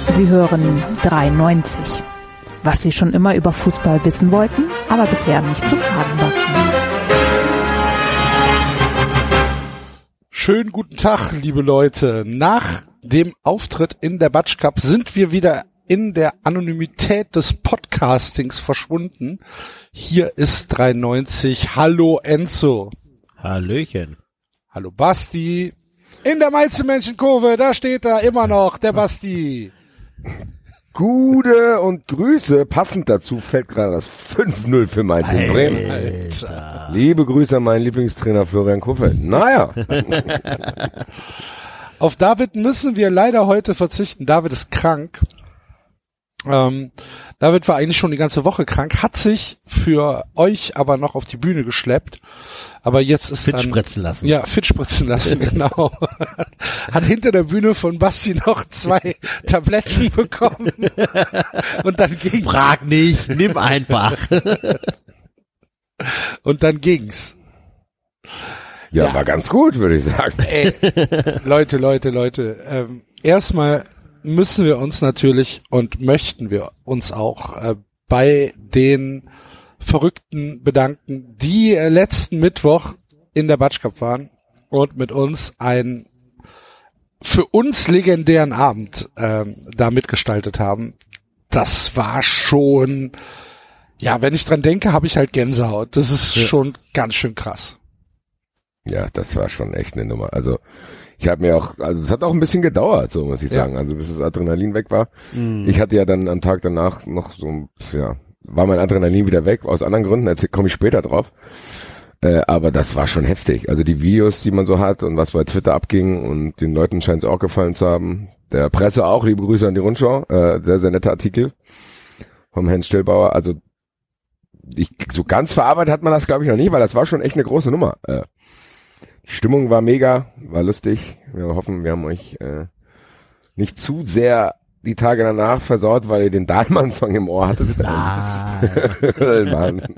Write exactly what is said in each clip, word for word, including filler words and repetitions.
Sie hören drei neunzig. Was Sie schon immer über Fußball wissen wollten, aber bisher nicht zu fragen war. Schönen guten Tag, liebe Leute. Nach dem Auftritt in der Batsch Cup sind wir wieder in der Anonymität des Podcastings verschwunden. Hier ist drei neunzig. Hallo Enzo. Hallöchen. Hallo Basti. In der Mainz-Menschenkurve, da steht er immer noch, der Basti. Gute und Grüße. Passend dazu fällt gerade das fünf null für Mainz in Bremen. Alter. Liebe Grüße an meinen Lieblingstrainer Florian Kofeld. Naja. Auf David müssen wir leider heute verzichten. David ist krank. Ähm, David war eigentlich schon die ganze Woche krank, hat sich für euch aber noch auf die Bühne geschleppt. Aber jetzt ist fit dann, spritzen lassen. Ja, fit spritzen lassen, genau. Hat hinter der Bühne von Basti noch zwei Tabletten bekommen. Und dann ging's. Frag nicht, nimm einfach. Und dann ging's. Ja, Ja. war ganz gut, würde ich sagen. Ey, Leute, Leute, Leute, ähm, erstmal müssen wir uns natürlich und möchten wir uns auch äh, bei den Verrückten bedanken, die äh, letzten Mittwoch in der Batsch Cup waren und mit uns einen für uns legendären Abend ähm, da mitgestaltet haben. Das war schon, ja, wenn ich dran denke, habe ich halt Gänsehaut. Das ist Ja. schon ganz schön krass. Ja, das war schon echt eine Nummer. Also ich habe mir auch, also es hat auch ein bisschen gedauert, so muss ich Ja. sagen, also bis das Adrenalin weg war. Mhm. Ich hatte ja dann am Tag danach noch so, ja, war mein Adrenalin wieder weg, aus anderen Gründen, da komme ich später drauf. Äh, aber das war schon heftig. Also die Videos, die man so hat und was bei Twitter abging und den Leuten scheint es auch gefallen zu haben. Der Presse auch, liebe Grüße an die Rundschau. Äh, sehr, sehr netter Artikel vom Herrn Stillbauer. Also ich, so ganz verarbeitet hat man das, glaube ich, noch nie, weil das war schon echt eine große Nummer. Äh, die Stimmung war mega, war lustig. Wir hoffen, wir haben euch äh, nicht zu sehr die Tage danach versaut, weil ihr den Dahlmann-Song im Ohr hattet. Dahlmann.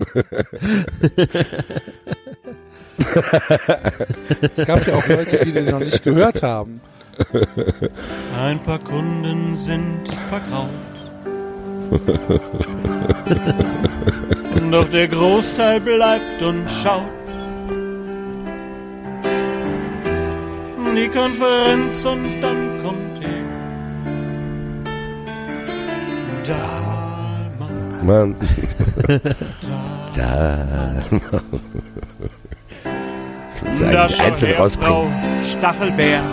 Es gab ja auch Leute, die den noch nicht gehört haben. Ein paar Kunden sind vergraut. Doch der Großteil bleibt und schaut. Die Konferenz und dann kommt er. Dahlmann, Mann. Dahlmann. Das muss ja Da eigentlich schau einzeln her, Frau rausbringen. Stachelbär.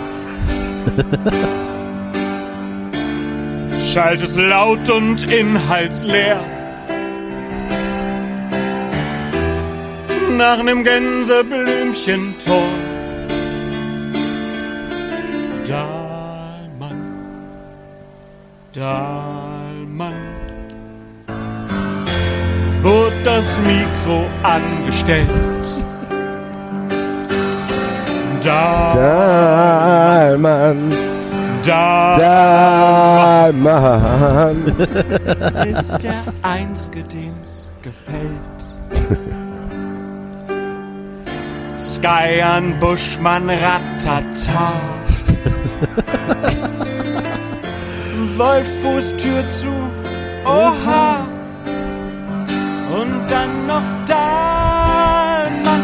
Schallt es laut und inhaltsleer. Nach nem Gänseblümchentor. Dahlmann, Dahlmann. Wurde das Mikro angestellt. Dahlmann. Dahlmann Dahlmann. ist der Einzige, dem's gefällt. Sky an Buschmann, Ratata. Wolffuß, Tür zu, oha. Und dann noch Dahlmann,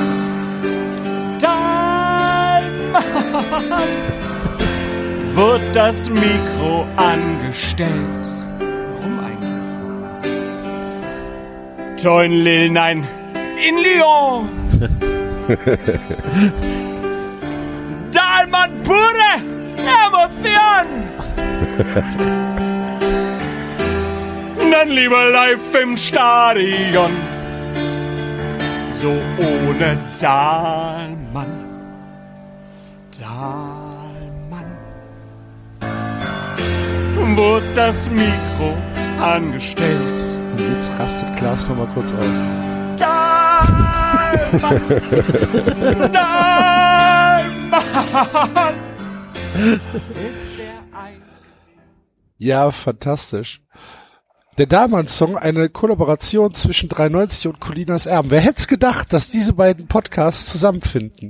Dahlmann. Wird das Mikro angestellt. Warum eigentlich? Toin Lil, nein, in Lyon. Dahlmann, pure Emotion. Dann lieber live im Stadion. So ohne Dahlmann. Dahlmann. Wurde das Mikro angestellt. Und jetzt rastet Klaas nochmal kurz aus. Dahlmann. Dahlmann. Ist der Einzige. Ja, fantastisch. Der Dahlmann-Song, eine Kollaboration zwischen drei neunzig und Colinas Erben. Wer hätte es gedacht, dass diese beiden Podcasts zusammenfinden?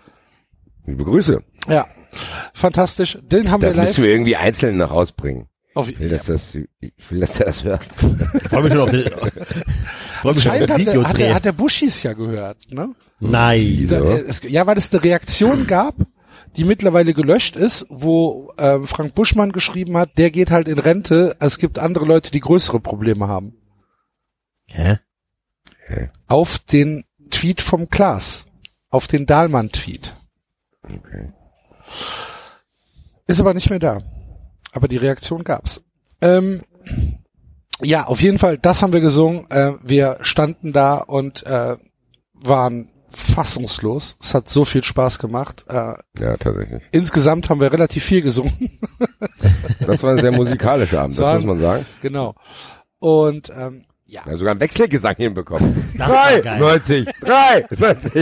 Liebe Grüße. Ja, fantastisch. Den haben Das wir live. müssen wir irgendwie einzeln noch rausbringen. Auf, Ich will, dass das, ich will, dass er das hört. Ich freue mich schon auf den, ich freu mich schon auf Anscheinend den hat, der, hat, der, Videodreh. hat der Buschis ja gehört, ne? Nein. Da, es, ja, weil es eine Reaktion gab, die mittlerweile gelöscht ist, wo ähm, Frank Buschmann geschrieben hat, der geht halt in Rente, es gibt andere Leute, die größere Probleme haben. Hä? Auf den Tweet vom Klaas. Auf den Dahlmann-Tweet. Okay. Ist aber nicht mehr da. Aber die Reaktion gab's. Ähm, ja, auf jeden Fall, das haben wir gesungen. Äh, wir standen da und äh, waren fassungslos. Es hat so viel Spaß gemacht. Äh, Ja, tatsächlich. insgesamt haben wir relativ viel gesungen. Das war ein sehr musikalischer Abend, das War- muss man sagen. Genau. Und ähm, ja, Ja, sogar einen Wechselgesang hinbekommen. Das war Drei, geil. neunzig, drei, neunzig.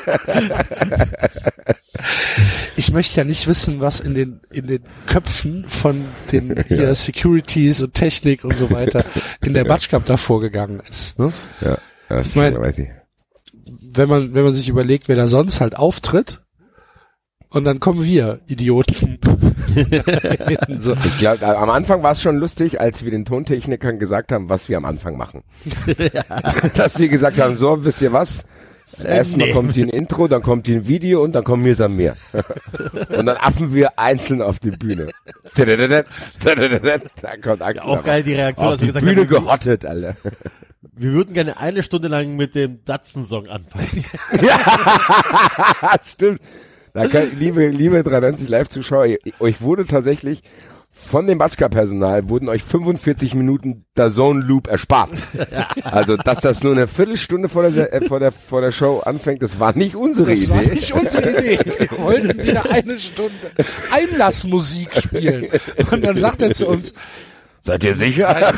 ich möchte ja nicht wissen, was in den in den Köpfen von den hier Securities und Technik und so weiter in der Batsch Cup da vorgegangen ist. Ne? Ja, das Ich mein- weiß ich. Wenn man wenn man sich überlegt, wer da sonst halt auftritt, und dann kommen wir Idioten. so. Ich glaube, am Anfang war es schon lustig, als wir den Tontechnikern gesagt haben, was wir am Anfang machen. Dass wir gesagt haben, so, wisst ihr was? Erstmal nee. kommt hier ein Intro, dann kommt hier ein Video und dann kommen wir Samir. Und dann affen wir einzeln auf die Bühne. Da kommt Axel. Auch geil die Reaktion, Auf dass wir die gesagt Bühne haben, wir, gehottet, Alter. wir würden gerne eine Stunde lang mit dem Datsun-Song anfangen. Ja, stimmt. Da kann, liebe, liebe dreiundneunzig Live-Zuschauer, ihr- euch wurde tatsächlich von dem Batschka-Personal wurden euch fünfundvierzig Minuten der Zone Loop erspart. Also, dass das nur eine Viertelstunde vor der, äh, vor der, vor der Show anfängt, das war nicht unsere Das war Idee. nicht unsere Idee. Wir wollten wieder eine Stunde Einlassmusik spielen. Und dann sagt er zu uns, Seid ihr sicher?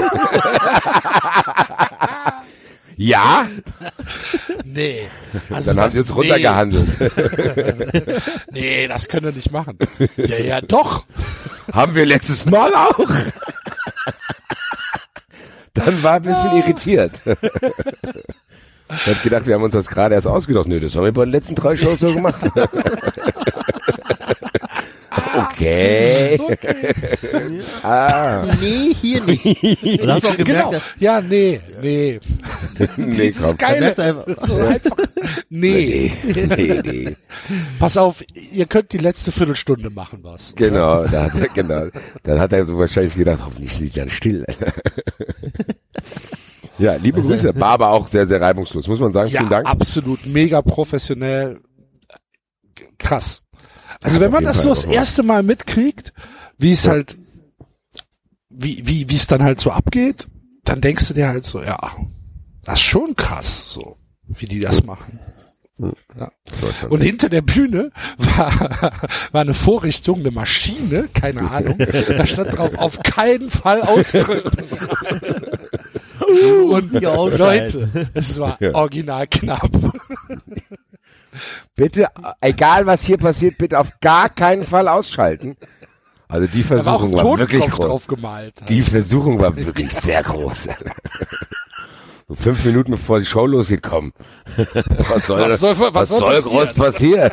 Ja? nee. Also Dann haben das- sie uns runtergehandelt. Nee, nee, das können wir nicht machen. Ja, ja, doch. Haben wir letztes Mal auch. Dann war ein bisschen irritiert. Ich hab gedacht, wir haben uns das gerade erst ausgedacht. Nö, das haben wir bei den letzten drei Shows so gemacht. Okay. Ah, Nee, hier nicht. Und da hast du auch gemerkt, Genau. dass, Ja, nee, nee. nee, Dieses komm. da geile. merkst du einfach, So einfach. Nee. Nee, nee, nee. Pass auf, ihr könnt die letzte Viertelstunde machen was. Genau, da hat er, genau. Dann hat er so wahrscheinlich gedacht, hoffentlich ist ganz still. Ja, liebe Grüße. War aber auch sehr, sehr reibungslos, muss man sagen. Ja, Vielen Dank. absolut. Mega professionell. Krass. Also Ja, wenn auf man jeden das Fall, so das aber- erste Mal mitkriegt, wie es halt, wie, wie, wie es dann halt so abgeht, dann denkst du dir halt so, ja, das ist schon krass, so, wie die das machen. Ja. Und hinter der Bühne war, war eine Vorrichtung, eine Maschine, keine Ahnung, da stand drauf, auf keinen Fall ausdrücken. Und nicht ausschalten. Leute, es war Ja. original knapp. Bitte, egal was hier passiert, bitte auf gar keinen Fall ausschalten. Also die Da war auch Versuchung ein war wirklich Totenkopf groß. drauf gemalt. Die Versuchung war wirklich sehr groß. So fünf Minuten bevor die Show losgeht, komm. Was soll, Was soll- was was soll soll groß passieren?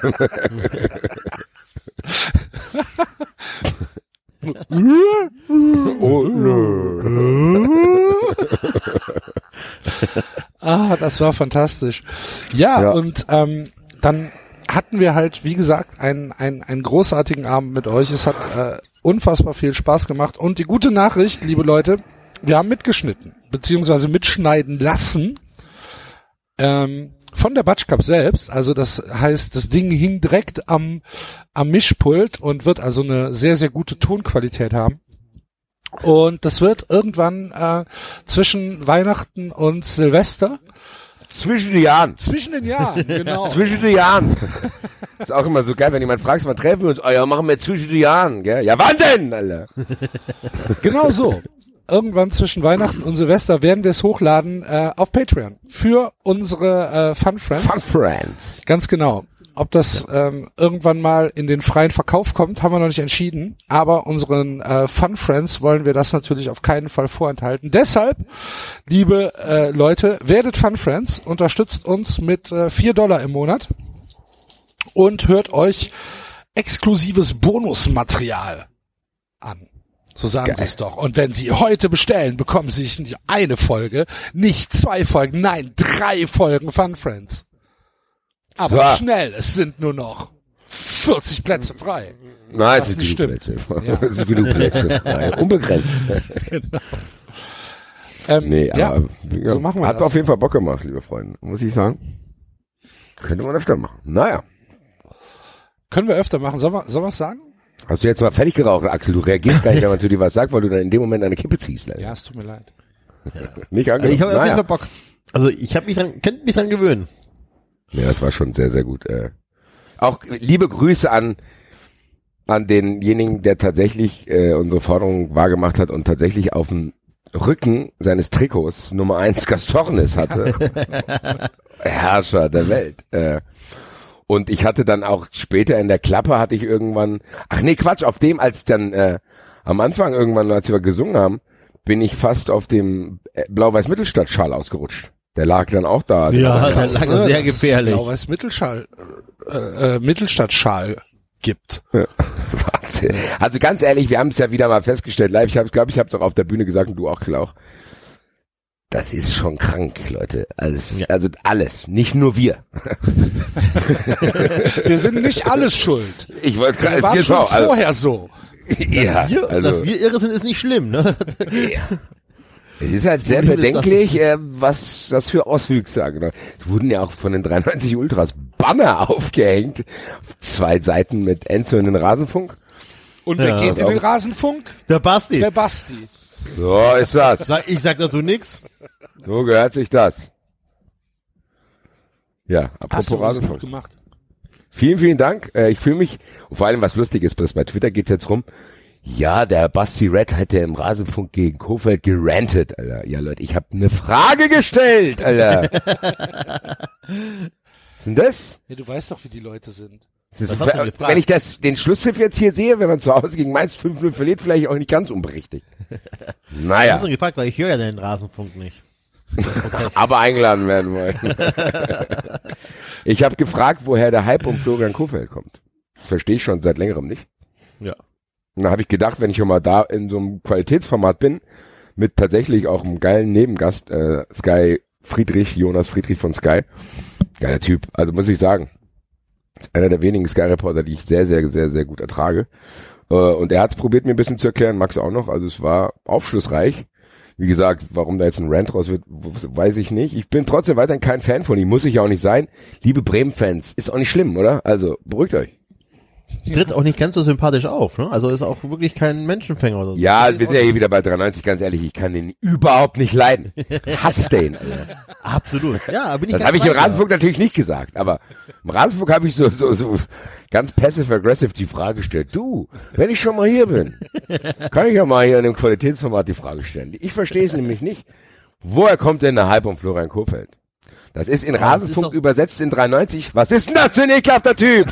Oh, nö. Ah, das war fantastisch. Ja, Ja. und ähm, dann hatten wir halt, wie gesagt, einen, einen, einen großartigen Abend mit euch. Es hat äh, unfassbar viel Spaß gemacht. Und die gute Nachricht, liebe Leute, wir haben mitgeschnitten, beziehungsweise mitschneiden lassen ähm, von der Batsch Cup selbst. Also das heißt, das Ding hing direkt am, am Mischpult und wird also eine sehr, sehr gute Tonqualität haben. Und das wird irgendwann äh, zwischen Weihnachten und Silvester, Zwischen den Jahren. zwischen den Jahren, genau. Zwischen den Jahren. Ist auch immer so geil, wenn jemand fragt, wann treffen wir uns? Oh ja, machen wir zwischen den Jahren, gell? Ja, wann denn, Alter? Genau so. Irgendwann zwischen Weihnachten und Silvester werden wir es hochladen äh, auf Patreon für unsere äh, Fun Friends. Fun Friends. Ganz genau. Ob das ähm, irgendwann mal in den freien Verkauf kommt, haben wir noch nicht entschieden. Aber unseren äh, Fun Friends wollen wir das natürlich auf keinen Fall vorenthalten. Deshalb, liebe äh, Leute, werdet Fun Friends, unterstützt uns mit äh, vier Dollar im Monat und hört euch exklusives Bonusmaterial an. So sagen sie es doch. Und wenn Sie heute bestellen, bekommen Sie nicht eine Folge, nicht zwei Folgen, nein, drei Folgen Fun Friends. Aber So. schnell, es sind nur noch vierzig Plätze frei. Nein, Was es sind nicht genug stimmt. Plätze. Ja. Es sind genug Plätze. Nein, unbegrenzt. Ähm, Nee, ja, aber ja, so machen wir hat das. auf jeden Fall Bock gemacht, liebe Freunde. Muss ich sagen. Könnte man öfter machen. Naja. Können wir öfter machen. Sollen wir, sollen wir es sagen? Hast du jetzt mal fertig geraucht, Axel? Du reagierst gar nicht, wenn man zu dir was sagt, weil du dann in dem Moment eine Kippe ziehst. Alter. Ja, es tut mir leid. Nicht Also angenommen. ich habe auf jeden naja. Fall Bock. Also ich habe mich dran, könnt mich dran gewöhnen. Ja, das war schon sehr, sehr gut. Äh, auch liebe Grüße an an denjenigen, der tatsächlich äh, unsere Forderung wahrgemacht hat und tatsächlich auf dem Rücken seines Trikots Nummer eins Gastornis hatte. Herrscher der Welt. Äh, und ich hatte dann auch später in der Klappe hatte ich irgendwann, ach nee, Quatsch, auf dem, als dann äh, am Anfang irgendwann, als wir gesungen haben, bin ich fast auf dem äh, Blau-Weiß-Mittelstadt-Schal ausgerutscht. Der lag dann auch da. Ja, Krass, der lag ne, sehr dass es gefährlich. Blau-Weiß Mittelschal, äh, äh, Mittelstadtschal gibt. Wahnsinn. Also ganz ehrlich, wir haben es ja wieder mal festgestellt live. Ich habe, glaube ich, habe es auch auf der Bühne gesagt und du auch, Klauch. Das ist schon krank, Leute. Alles, Ja. Also alles, nicht nur wir. Wir sind nicht alles schuld. Ich wollte Wir gerade waren schon genau, also, vorher so. ja, Wir, also, dass wir irre sind, ist nicht schlimm, ne? es ist halt sehr Problem ist, dass- bedenklich, äh, was das für Auswüchse angenommen. Es wurden ja auch von den dreiundneunzig Ultras Banner aufgehängt, auf zwei Seiten mit Enzo in den Rasenfunk. Und wer Ja, geht also in den auch- Rasenfunk? Der Basti. Der Basti. So ist das. Sag, ich sag dazu nix. So gehört sich das. Ja, Hast apropos du alles Rasenfunk. gut gemacht. Vielen, vielen Dank. Äh, ich fühle mich, und vor allem was lustig ist, bei Twitter geht's jetzt rum, ja, der Basti Red hätte im Rasenfunk gegen Kofeld gerantet, Alter. Ja, Leute, ich habe eine Frage gestellt, Alter. Was ist denn das? Ja, du weißt doch, wie die Leute sind. das ist, Was hast du denn gefragt? wenn ich das, den Schlusspfiff jetzt hier sehe, wenn man zu Hause gegen Mainz fünf null verliert, vielleicht auch nicht ganz unberechtigt. Ich Naja, hab's nur gefragt, weil ich höre ja den Rasenfunk nicht. aber eingeladen werden wollen. Ich habe gefragt, woher der Hype um Florian Kofeld kommt. Das verstehe ich schon seit längerem nicht. Ja. Und da habe ich gedacht, wenn ich schon mal da in so einem Qualitätsformat bin, mit tatsächlich auch einem geilen Nebengast, äh, Sky Friedrich, Jonas Friedrich von Sky, geiler Typ, also muss ich sagen, ist einer der wenigen Sky-Reporter, die ich sehr, sehr, sehr, sehr gut ertrage. Äh, und er hat es probiert, mir ein bisschen zu erklären, Max auch noch, also es war aufschlussreich. Wie gesagt, warum da jetzt ein Rant raus wird, weiß ich nicht. Ich bin trotzdem weiterhin kein Fan von ihm, muss ich ja auch nicht sein. Liebe Bremen-Fans, ist auch nicht schlimm, oder? Also, beruhigt euch. Tritt auch nicht ganz so sympathisch auf, ne? Also ist auch wirklich kein Menschenfänger oder so. Ja, wir sind ja hier wieder bei dreiundneunzig, ganz ehrlich, ich kann den überhaupt nicht leiden. Hasse den, Alter. Absolut. Ja, bin ich Das ganz habe ich bei im dir. Rasenfunk natürlich nicht gesagt, aber im Rasenfunk habe ich so, so, so ganz passive-aggressive die Frage gestellt. Du, wenn ich schon mal hier bin, kann ich ja mal hier in dem Qualitätsformat die Frage stellen. Ich verstehe es nämlich nicht. Woher kommt denn der Hype um Florian Kofeld? Das ist in Ja, das Rasenfunk ist doch- übersetzt in dreiundneunzig. Was ist denn das für ein ekelhafter Typ?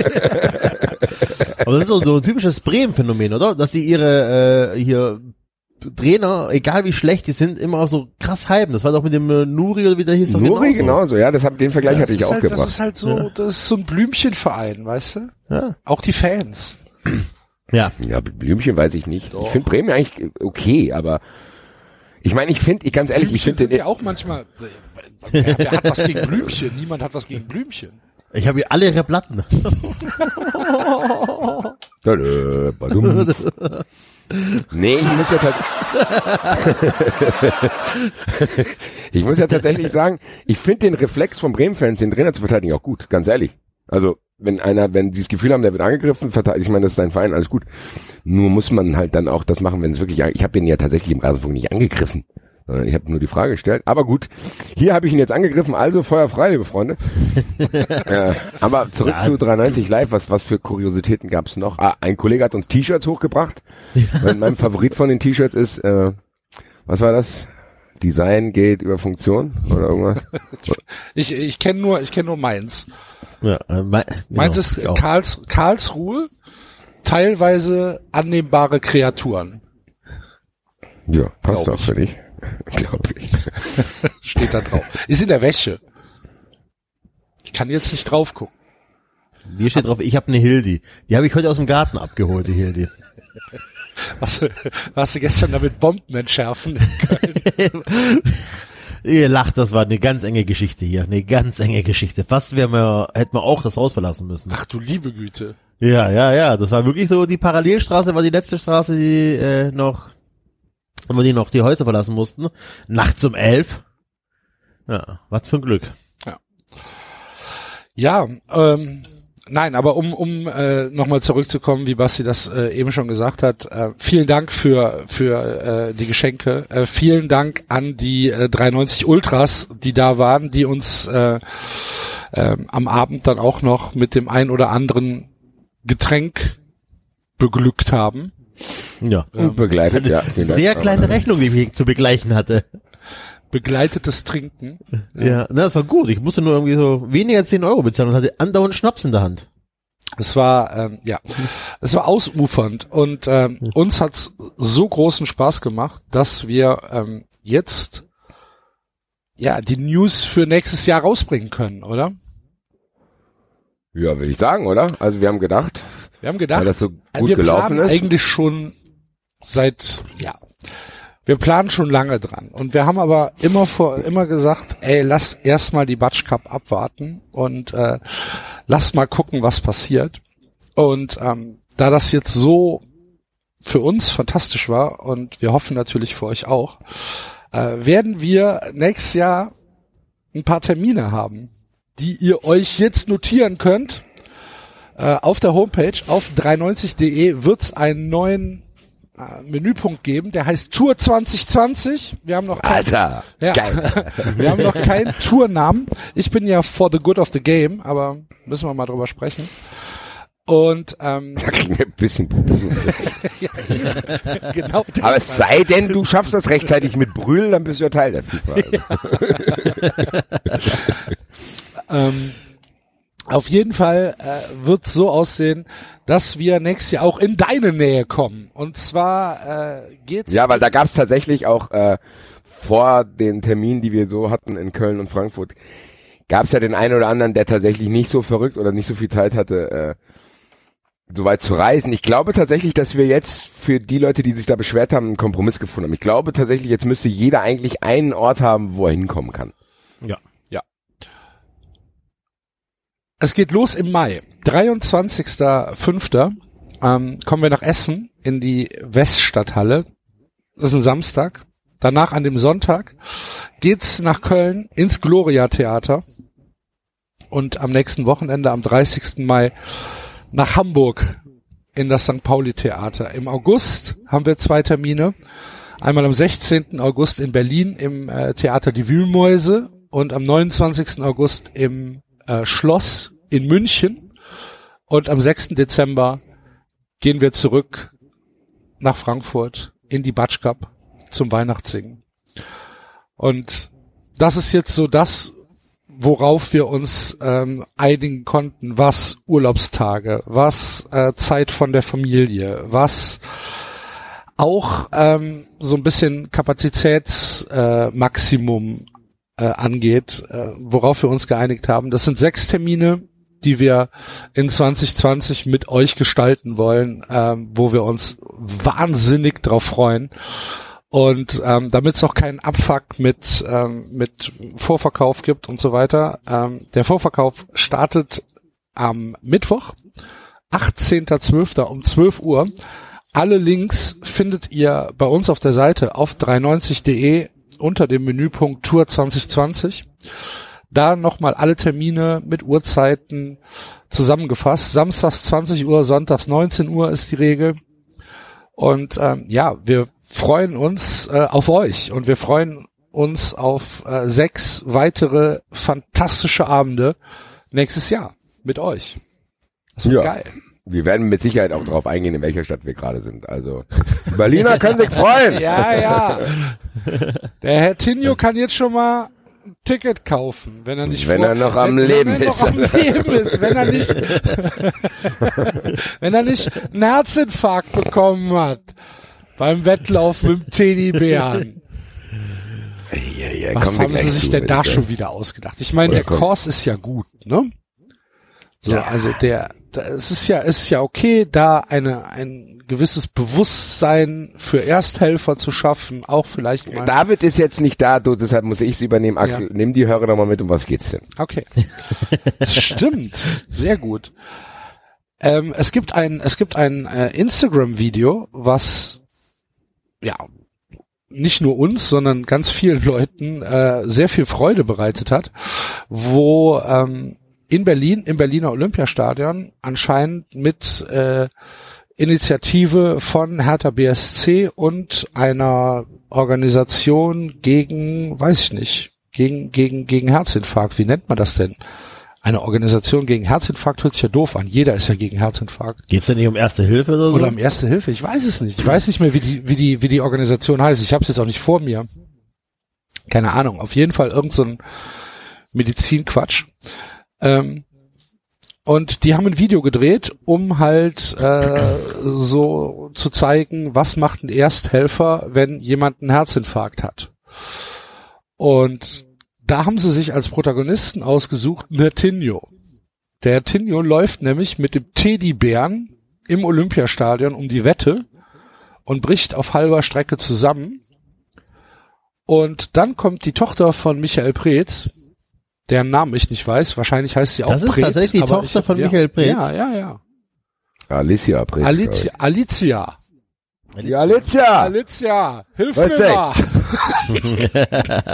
Aber das ist so, so ein typisches Bremen-Phänomen, oder? Dass sie ihre, äh, hier, Trainer, egal wie schlecht die sind, immer auch so krass hypen. Das war doch mit dem äh, Nuri oder wie der hieß doch Nuri, genauso. genauso, ja, das hab, den Vergleich hatte Das ich ist auch halt, das gebracht. ist halt so, das ist so ein Blümchenverein, weißt du? Ja. Auch die Fans. Ja. Ja, Blümchen weiß ich nicht. Doch. Ich finde Bremen eigentlich okay, aber ich meine, ich finde, ich ganz ehrlich, ich Blümchen finde sind ja auch manchmal, wer, wer hat was gegen Blümchen? Niemand hat was gegen Blümchen. Ich habe hier alle ihre Platten. Tada, badum. Nee, ich muss ja tatsächlich, ich muss ja tatsächlich sagen, ich finde den Reflex von Bremen-Fans, den Trainer zu verteidigen, auch gut, ganz ehrlich. Also, wenn einer, wenn die das Gefühl haben, der wird angegriffen, verteidigt, ich meine, das ist sein Verein, alles gut. Nur muss man halt dann auch das machen, wenn es wirklich, ich habe den ja tatsächlich im Rasenfunk nicht angegriffen, sondern ich habe nur die Frage gestellt. Aber gut, hier habe ich ihn jetzt angegriffen, also Feuer frei, liebe Freunde. äh, aber zurück Ja. zu dreiundneunzig Live, was, was für Kuriositäten gab's noch? Ah, ein Kollege hat uns T-Shirts hochgebracht. Mein, mein Favorit von den T-Shirts ist, äh, was war das? Design geht über Funktion oder irgendwas? Ich, ich kenne nur, ich kenne nur Mainz. Ja, äh, mein, Meins genau, ist ich auch. Karls, Karlsruhe, teilweise annehmbare Kreaturen. Ja, passt Glaub auch ich. für dich. Glaube ich. Steht da drauf. Ist in der Wäsche. Ich kann jetzt nicht drauf gucken. Hier steht drauf, ich habe eine Hildi. Die habe ich heute aus dem Garten abgeholt, die Hildi. Was, warst du gestern damit Bomben entschärfen in Köln? Ihr lacht, das war eine ganz enge Geschichte hier. Eine ganz enge Geschichte. Fast wären wir, hätten wir auch das Haus verlassen müssen. Ach du liebe Güte. Ja, ja, ja. Das war wirklich so, die Parallelstraße war die letzte Straße, die äh, noch, wo die noch die Häuser verlassen mussten. Nachts um elf. Ja, was für ein Glück. Ja. Ja, ähm, nein, aber um um äh, nochmal zurückzukommen, wie Basti das äh, eben schon gesagt hat, äh, vielen Dank für für äh, die Geschenke, äh, vielen Dank an die äh, dreiundneunzig Ultras, die da waren, die uns äh, äh, am Abend dann auch noch mit dem ein oder anderen Getränk beglückt haben. Ja. Und begleitet, ja. Vielen Dank. Sehr kleine Rechnung, die ich zu begleichen hatte. Begleitetes Trinken. Ja, ja, na, das war gut. Ich musste nur irgendwie so weniger zehn Euro bezahlen und hatte andauernd Schnaps in der Hand. Es war, ähm, ja, es war ausufernd und ähm, uns hat's so großen Spaß gemacht, dass wir ähm, jetzt ja die News für nächstes Jahr rausbringen können, oder? Ja, würde ich sagen, oder? Also wir haben gedacht, Wir haben gedacht, weil das so gut wir gelaufen planen ist. eigentlich schon seit, ja, wir planen schon lange dran und wir haben aber immer vor, immer gesagt, ey, lass erstmal die Batsch Cup abwarten und äh, lass mal gucken, was passiert. Und ähm, da das jetzt so für uns fantastisch war und wir hoffen natürlich für euch auch, äh, werden wir nächstes Jahr ein paar Termine haben, die ihr euch jetzt notieren könnt. Äh, auf der Homepage auf dreiundneunzig punkt de wird's einen neuen äh, Menüpunkt geben, der heißt Tour zwanzig zwanzig. Wir haben noch kein, Alter, ja, geil. wir haben noch keinen Tournamen. Ich bin ja for the good of the game, aber müssen wir mal drüber sprechen. Und ähm, Da kriegen wir ein bisschen Probleme. ja, genau. Aber es sei denn, du schaffst das rechtzeitig mit Brühl, dann bist du ja Teil der FIFA. Also. ähm, Auf jeden Fall äh, wird es so aussehen, dass wir nächstes Jahr auch in deine Nähe kommen. Und zwar äh, geht's. Ja, weil da gab es tatsächlich auch äh, vor den Terminen, die wir so hatten in Köln und Frankfurt, gab es ja den einen oder anderen, der tatsächlich nicht so verrückt oder nicht so viel Zeit hatte, äh, so weit zu reisen. Ich glaube tatsächlich, dass wir jetzt für die Leute, die sich da beschwert haben, einen Kompromiss gefunden haben. Ich glaube tatsächlich, jetzt müsste jeder eigentlich einen Ort haben, wo er hinkommen kann. Ja. Es geht los im Mai. dreiundzwanzigster fünfter Ähm, kommen wir nach Essen in die Weststadthalle. Das ist ein Samstag. Danach an dem Sonntag geht's nach Köln ins Gloria Theater. Und am nächsten Wochenende, am dreißigsten Mai, nach Hamburg in das Sankt Pauli Theater. Im August haben wir zwei Termine. Einmal am sechzehnten August in Berlin im äh, Theater Die Wühlmäuse und am neunundzwanzigsten August im äh, Schloss in München. Und am sechsten Dezember gehen wir zurück nach Frankfurt in die Batsch Cup zum Weihnachtssingen. Und das ist jetzt so das, worauf wir uns ähm, einigen konnten, was Urlaubstage, was äh, Zeit von der Familie, was auch ähm, so ein bisschen Kapazitätsmaximum äh, äh, angeht, äh, worauf wir uns geeinigt haben. Das sind sechs Termine, die wir in zwanzig zwanzig mit euch gestalten wollen, ähm, wo wir uns wahnsinnig drauf freuen. Und ähm, damit es auch keinen Abfuck mit ähm, mit Vorverkauf gibt und so weiter. Ähm, der Vorverkauf startet am Mittwoch, achtzehnter zwölfter um zwölf Uhr. Alle Links findet ihr bei uns auf der Seite auf dreiundneunzig punkt de unter dem Menüpunkt Tour zwanzig zwanzig. Da nochmal alle Termine mit Uhrzeiten zusammengefasst. Samstags zwanzig Uhr, sonntags neunzehn Uhr ist die Regel. Und ähm, ja, wir freuen uns äh, auf euch und wir freuen uns auf äh, sechs weitere fantastische Abende nächstes Jahr mit euch. Das wird Ja. geil. Wir werden mit Sicherheit auch darauf eingehen, in welcher Stadt wir gerade sind. Also die Berliner können sich freuen. Ja, ja. Der Herr Tinio kann jetzt schon mal ein Ticket kaufen, wenn er nicht Wenn vor, er noch am wenn, Leben wenn er ist. noch am Leben ist, wenn er nicht wenn er nicht einen Herzinfarkt bekommen hat beim Wettlauf mit dem Teddybären. Ja, ja, Was kommen wir haben sie gleich sich zu, denn würde da ich schon sagen. wieder ausgedacht? Ich meine, Oder der kommt- Kurs ist ja gut, ne? So, also der, da, es ist ja, es ist ja okay, da eine, ein gewisses Bewusstsein für Ersthelfer zu schaffen, auch vielleicht mal. David ist jetzt nicht da, du, deshalb muss ich es übernehmen. Axel, Ja. nimm die Hörer doch mal mit, um was geht's denn? Okay. Das stimmt. Sehr gut. Ähm, es gibt ein, es gibt ein äh, Instagram-Video, was, ja, nicht nur uns, sondern ganz vielen Leuten äh, sehr viel Freude bereitet hat, wo ähm, in Berlin, im Berliner Olympiastadion anscheinend mit äh, Initiative von Hertha B S C und einer Organisation gegen, weiß ich nicht, gegen gegen gegen Herzinfarkt. Wie nennt man das denn? Eine Organisation gegen Herzinfarkt hört sich ja doof an. Jeder ist ja gegen Herzinfarkt. Geht's denn nicht um Erste Hilfe oder so? Oder um Erste Hilfe, ich weiß es nicht. Ich weiß nicht mehr, wie die wie die wie die Organisation heißt. Ich habe es jetzt auch nicht vor mir. Keine Ahnung. Auf jeden Fall irgend so ein Medizinquatsch. Ähm, und die haben ein Video gedreht, um halt äh, so zu zeigen, was macht ein Ersthelfer, wenn jemand einen Herzinfarkt hat. Und da haben sie sich als Protagonisten ausgesucht Nertinho. Der Nertinho läuft nämlich mit dem Teddybären im Olympiastadion um die Wette und bricht auf halber Strecke zusammen. Und dann kommt die Tochter von Michael Preetz, deren Namen ich nicht weiß, wahrscheinlich heißt sie auch Das ist Preetz. tatsächlich die aber Tochter ich, von ja, Michael Preetz? Ja, ja, ja. Alicia Preetz. Alicia, Alicia. Ja, Alicia! Alicia, hilf Was mir denn? mal.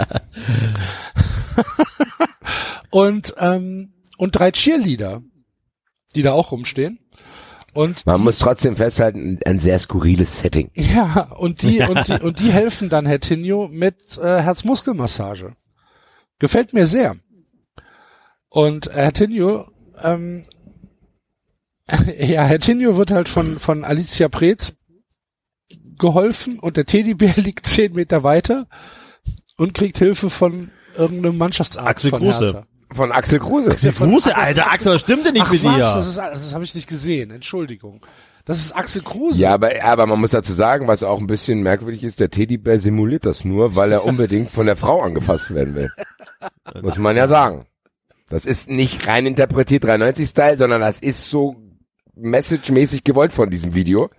und, ähm, und drei Cheerleader, die da auch rumstehen. Und Man muss trotzdem festhalten, ein sehr skurriles Setting. ja, und die, und die, und die helfen dann Hertinho mit äh, Herzmuskelmassage. Gefällt mir sehr. Und äh, Hertinho, ähm, ja, Hertinho wird halt von, von Alicia Preetz geholfen und der Teddybär liegt zehn Meter weiter und kriegt Hilfe von irgendeinem Mannschaftsarzt Axel von Kruse. Hertha. Von Axel Kruse. Die Kruse, Alter, Axel, was stimmt denn nicht Ach mit was, dir? das ist, das habe ich nicht gesehen, Entschuldigung. Das ist Axel Kruse. Ja, aber, aber man muss dazu sagen, was auch ein bisschen merkwürdig ist, der Teddybär simuliert das nur, weil er unbedingt von der Frau angefasst werden will. Muss man ja sagen. Das ist nicht rein interpretiert dreiundneunzig-Style, sondern das ist so message-mäßig gewollt von diesem Video.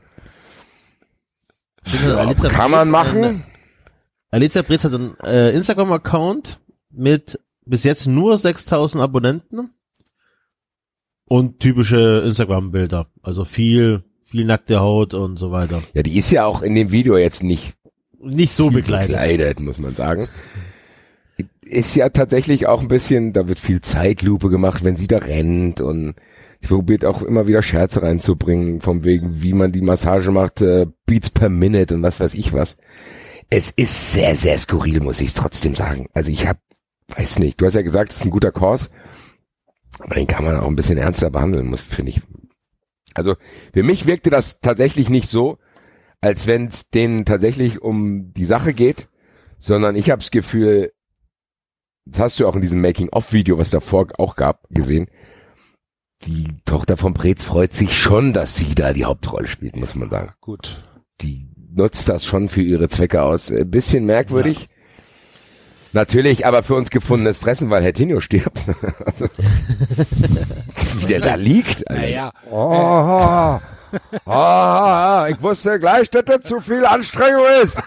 Ja, Alicia kann Preetz, man machen. äh, Alicia Preetz hat einen äh, Instagram-Account mit bis jetzt nur sechstausend Abonnenten und typische Instagram-Bilder. Also viel, viel nackte Haut und so weiter. Ja, die ist ja auch in dem Video jetzt nicht Nicht so begleitet. bekleidet, muss man sagen. Ist ja tatsächlich auch ein bisschen, da wird viel Zeitlupe gemacht, wenn sie da rennt und sie probiert auch immer wieder Scherze reinzubringen, von wegen, wie man die Massage macht, äh, Beats per Minute und was weiß ich was. Es ist sehr, sehr skurril, muss ich trotzdem sagen. Also ich hab, weiß nicht, du hast ja gesagt, es ist ein guter Kurs, aber den kann man auch ein bisschen ernster behandeln, muss, finde ich. Also für mich wirkte das tatsächlich nicht so, als wenn es denen tatsächlich um die Sache geht, sondern ich habe das Gefühl, das hast du auch in diesem Making-of-Video, was davor auch gab, gesehen, die Tochter von Preetz freut sich schon, dass sie da die Hauptrolle spielt, muss man sagen. Gut. Die nutzt das schon für ihre Zwecke aus. Ein bisschen merkwürdig. Ja. Natürlich, aber für uns gefundenes Fressen, weil Hertinho stirbt. Also, wie der da liegt. Alter. Naja. Oh, oh, oh, ich wusste gleich, dass das zu viel Anstrengung ist.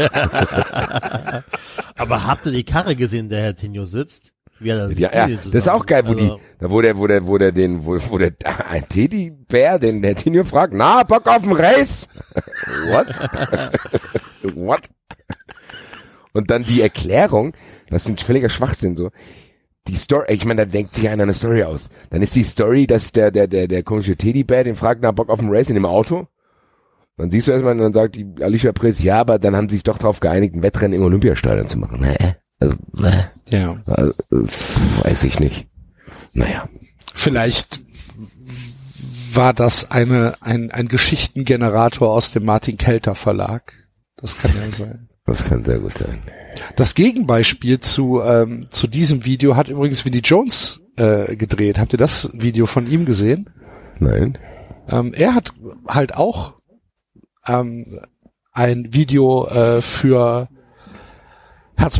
Aber habt ihr die Karre gesehen, der Herr Tinho sitzt? Wie er da Ja, ja, das ist auch geil, wo also, die, da wo der, wo der, wo der den, wo, wo der, ein Teddybär, den der Tinho fragt, na, Bock auf den Race? What? What? Und dann die Erklärung, das ist ein völliger Schwachsinn, so. Die Story, ich meine, da denkt sich einer eine Story aus. Dann ist die Story, dass der, der, der, der komische Teddybär den fragt, na, Bock auf den Race in dem Auto? Dann siehst du erstmal, und dann sagt die Alicia Preetz, ja, aber dann haben sie sich doch darauf geeinigt, ein Wettrennen im Olympiastadion zu machen. Hä? Also, Ja. also, weiß ich nicht. Naja. Vielleicht war das eine, ein, ein Geschichtengenerator aus dem Martin Kelter Verlag. Das kann ja sein. Das kann sehr gut sein. Das Gegenbeispiel zu, ähm, zu diesem Video hat übrigens Vinnie Jones äh, gedreht. Habt ihr das Video von ihm gesehen? Nein. Ähm, er hat halt auch ähm, ein Video äh, für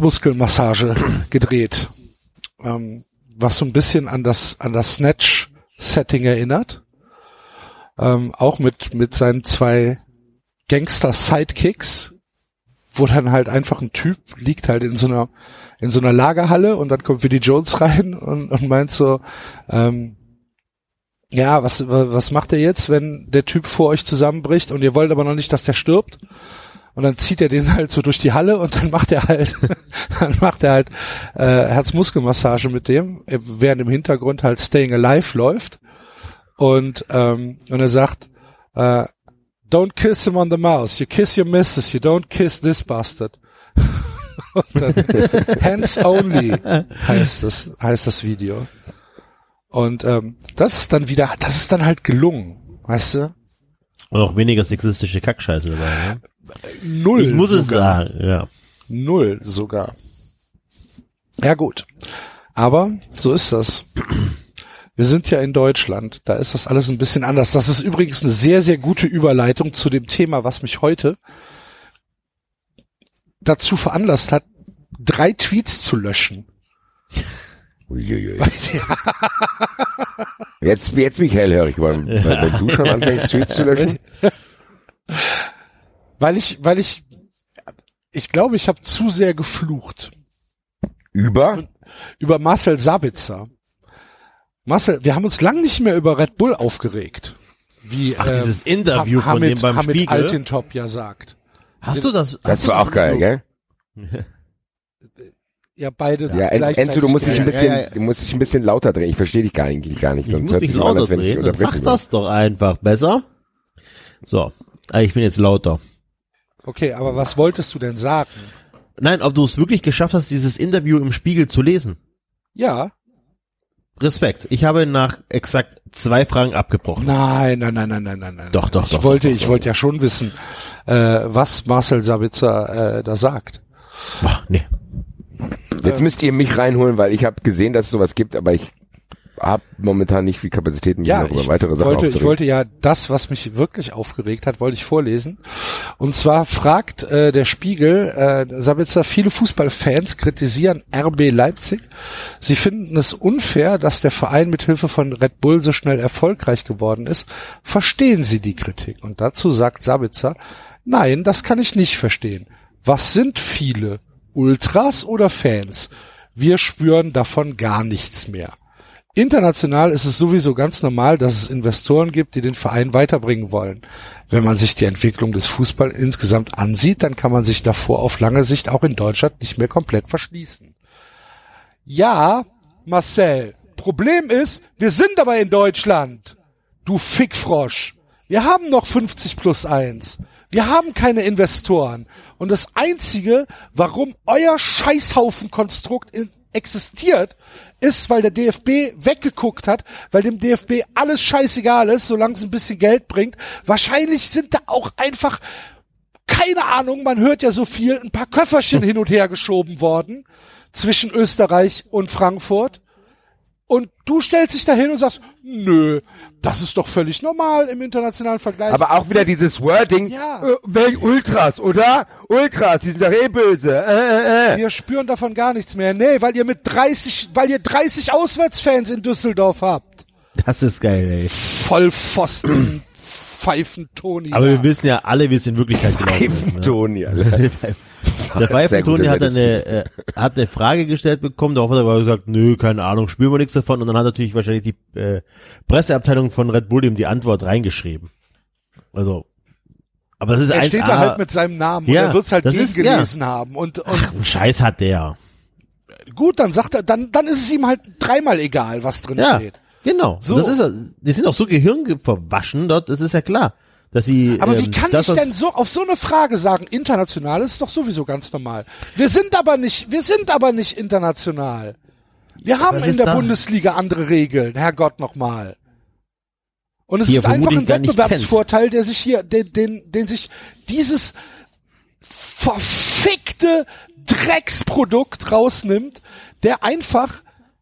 Herzmuskelmassage gedreht, ähm, was so ein bisschen an das an das Snatch Setting erinnert. Ähm, auch mit mit seinen zwei Gangster-Sidekicks, wo dann halt einfach ein Typ liegt halt in so einer in so einer Lagerhalle und dann kommt Vinnie Jones rein und, und meint so, ähm, ja, was was macht er jetzt, wenn der Typ vor euch zusammenbricht und ihr wollt aber noch nicht, dass der stirbt? Und dann zieht er den halt so durch die Halle und dann macht er halt, dann macht er halt äh, Herzmuskelmassage mit dem, während im Hintergrund halt Staying Alive läuft. Und ähm, und er sagt, äh, don't kiss him on the mouth, you kiss your missus, you don't kiss this bastard. Und dann, Hands only heißt das, heißt das Video. Und ähm, das ist dann wieder, das ist dann halt gelungen, weißt du? Und auch weniger sexistische Kackscheiße dabei, ne? Null. Ich muss es sogar. sagen, ja. Null sogar. Ja gut. Aber so ist das. Wir sind ja in Deutschland. Da ist das alles ein bisschen anders. Das ist übrigens eine sehr, sehr gute Überleitung zu dem Thema, was mich heute dazu veranlasst hat, drei Tweets zu löschen. Uiuiui. Jetzt, jetzt bin ich hellhörig geworden. Ja. Wenn du schon anfängst, Tweets zu löschen. Weil ich, weil ich, ich glaube, ich habe zu sehr geflucht. Über? Über Marcel Sabitzer. Marcel, wir haben uns lang nicht mehr über Red Bull aufgeregt. Wie, Ach, äh, dieses Interview Hamid, von dem beim Hamid Spiegel. Altintop ja sagt. Hast du das? Das war auch geil, gell? Ja, beide. Ja, Enzo, du musst dich ein bisschen, ja, ja. du musst dich ein bisschen lauter drehen. Ich verstehe dich gar nicht, gar nicht. Ich Sonst muss hört mich sich so an, lauter als wenn ich drehen. Dann unterbrechen sag das doch einfach besser. So, ah, ich bin jetzt lauter. Okay, aber was wolltest du denn sagen? Nein, ob du es wirklich geschafft hast, dieses Interview im Spiegel zu lesen. Ja. Respekt. Ich habe nach exakt zwei Fragen abgebrochen. Nein, nein, nein, nein, nein, nein, nein. Doch, doch, ich doch. wollte, doch, ich doch, wollte doch. ja schon wissen, äh, was Marcel Sabitzer äh, da sagt. Boah, nee. Jetzt müsst ihr mich reinholen, weil ich habe gesehen, dass es sowas gibt, aber ich habe momentan nicht viel Kapazität, mich Ja, noch über ich weitere Sachen wollte, ich aufzuregen. wollte ja das, was mich wirklich aufgeregt hat, wollte ich vorlesen. Und zwar fragt äh, der Spiegel, äh, Sabitzer, viele Fußballfans kritisieren R B Leipzig. Sie finden es unfair, dass der Verein mit Hilfe von Red Bull so schnell erfolgreich geworden ist. Verstehen Sie die Kritik? Und dazu sagt Sabitzer, nein, das kann ich nicht verstehen. Was sind viele? Ultras oder Fans? Wir spüren davon gar nichts mehr. International ist es sowieso ganz normal, dass es Investoren gibt, die den Verein weiterbringen wollen. Wenn man sich die Entwicklung des Fußballs insgesamt ansieht, dann kann man sich davor auf lange Sicht auch in Deutschland nicht mehr komplett verschließen. Ja, Marcel, Problem ist, wir sind aber in Deutschland. Du Fickfrosch. Wir haben noch fünfzig plus eins. Wir haben keine Investoren. Und das Einzige, warum euer Scheißhaufenkonstrukt in existiert, ist, weil der D F B weggeguckt hat, weil dem D F B alles scheißegal ist, solange es ein bisschen Geld bringt. Wahrscheinlich sind da auch einfach, keine Ahnung, man hört ja so viel, ein paar Köfferchen hin und her geschoben worden zwischen Österreich und Frankfurt. Und du stellst dich da hin und sagst, nö, das ist doch völlig normal im internationalen Vergleich. Aber auch wieder dieses Wording, Ja. äh, wegen Ultras, oder? Ultras, die sind doch eh böse. Äh, äh, äh. Wir spüren davon gar nichts mehr. Nee, weil ihr mit dreißig, weil ihr dreißig Auswärtsfans in Düsseldorf habt. Das ist geil, ey. Vollpfosten, Pfeifentoni. Aber wir wissen ja alle, wie es in Wirklichkeit gelaufen ist. Ne? Toni, Alter. Der Sehr Pfeifentoni gute hat eine, äh, hat eine Frage gestellt bekommen, darauf hat er aber gesagt, nö, keine Ahnung, spüren wir nichts davon. Und dann hat natürlich wahrscheinlich die äh, Presseabteilung von Red Bull ihm die Antwort reingeschrieben. Also, aber das ist er eins steht A. da halt mit seinem Namen Ja, und er wird's halt das ist- gegengelesen haben. Und, und Ach, Scheiß hat der. gut, dann sagt er, dann, dann ist es ihm halt dreimal egal, was drin Ja, steht. genau. So. Das ist, ja- die sind auch so gehirnverwaschen dort, das ist ja klar. Dass sie, Aber ähm, wie kann das, ich denn so auf so eine Frage sagen, international ist doch sowieso ganz normal. Wir sind aber nicht, wir sind aber nicht international. Wir haben Was in ist der da? Bundesliga andere Regeln, Herrgott nochmal. Und es Die er ist einfach vermutlich ein gar nicht Wettbewerbsvorteil, der sich hier, den, den, den sich dieses verfickte Drecksprodukt rausnimmt, der einfach,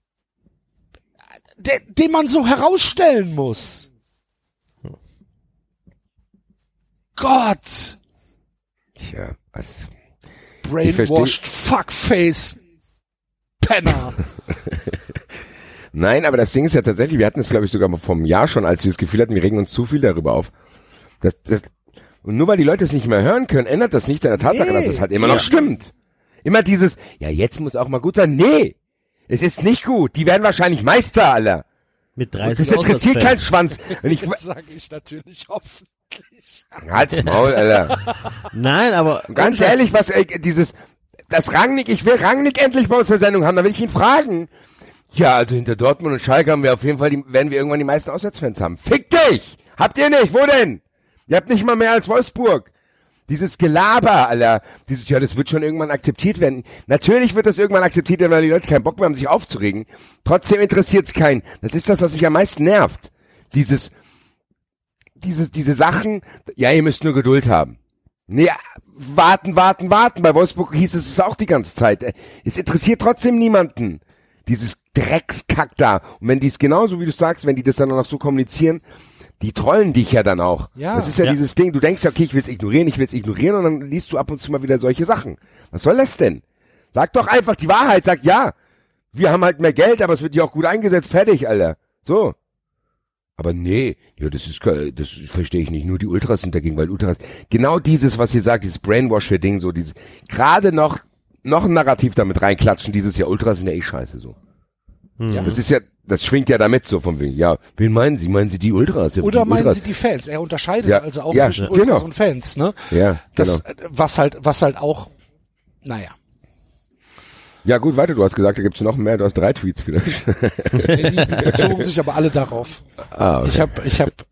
der, den man so herausstellen muss. Gott! Tja, was? Brainwashed Fuckface Penner. Nein, aber das Ding ist ja tatsächlich, wir hatten es glaube ich sogar vom Jahr schon, als wir das Gefühl hatten, wir regen uns zu viel darüber auf. Das, das, und nur weil die Leute es nicht mehr hören können, ändert das nicht an der Tatsache, Nee. dass es halt immer Ja. noch stimmt. Immer dieses, ja jetzt muss auch mal gut sein. Nee, es ist nicht gut. Die werden wahrscheinlich Meister, Alter. Mit Und dreißig das interessiert keinen Auswärtsfans. Schwanz. Und ich, Das sage ich natürlich hoffentlich. halt's Maul, Alter. Nein, aber Ganz ehrlich, was, ey, dieses, das Rangnick, ich will Rangnick endlich bei uns zur Sendung haben, da will ich ihn fragen. Ja, also hinter Dortmund und Schalke haben wir auf jeden Fall, die, werden wir irgendwann die meisten Auswärtsfans haben. Fick dich! Habt ihr nicht? Wo denn? Ihr habt nicht mal mehr als Wolfsburg. Dieses Gelaber, Alter. Dieses, ja, das wird schon irgendwann akzeptiert werden. Natürlich wird das irgendwann akzeptiert werden, weil die Leute keinen Bock mehr haben, sich aufzuregen. Trotzdem interessiert's keinen. Das ist das, was mich am meisten nervt. Dieses, diese, diese Sachen, ja, ihr müsst nur Geduld haben. Nee, warten, warten, warten. Bei Wolfsburg hieß es es auch die ganze Zeit. Es interessiert trotzdem niemanden. Dieses Dreckskack da. Und wenn die es genauso, wie du sagst, wenn die das dann auch noch so kommunizieren, die trollen dich ja dann auch. Ja. Das ist ja, Ja. dieses Ding, du denkst ja, okay, ich will's ignorieren, ich will's ignorieren und dann liest du ab und zu mal wieder solche Sachen. Was soll das denn? Sag doch einfach die Wahrheit, sag ja. Wir haben halt mehr Geld, aber es wird ja auch gut eingesetzt, fertig, Alter. So. Aber nee, ja, das ist, das verstehe ich nicht. Nur die Ultras sind dagegen, weil Ultras, genau dieses, was ihr sagt, dieses Brainwash-Ding, so dieses, gerade noch, noch ein Narrativ damit reinklatschen, dieses, ja, Ultras sind ja eh scheiße, so. Ja. Das ist ja, das schwingt ja damit so von wegen, ja, wen meinen Sie? Meinen Sie die Ultras? Ja, Oder die meinen Ultras. Sie die Fans? Er unterscheidet Ja, also auch ja, zwischen ja. Ultras Genau. und Fans, ne? Ja, Das, genau. äh, was halt, was halt auch, naja. Ja gut, weiter, du hast gesagt, da gibt's noch mehr, du hast drei Tweets gelöscht. Die bezogen sich aber alle darauf. ah, okay. Ich habe, ich habe,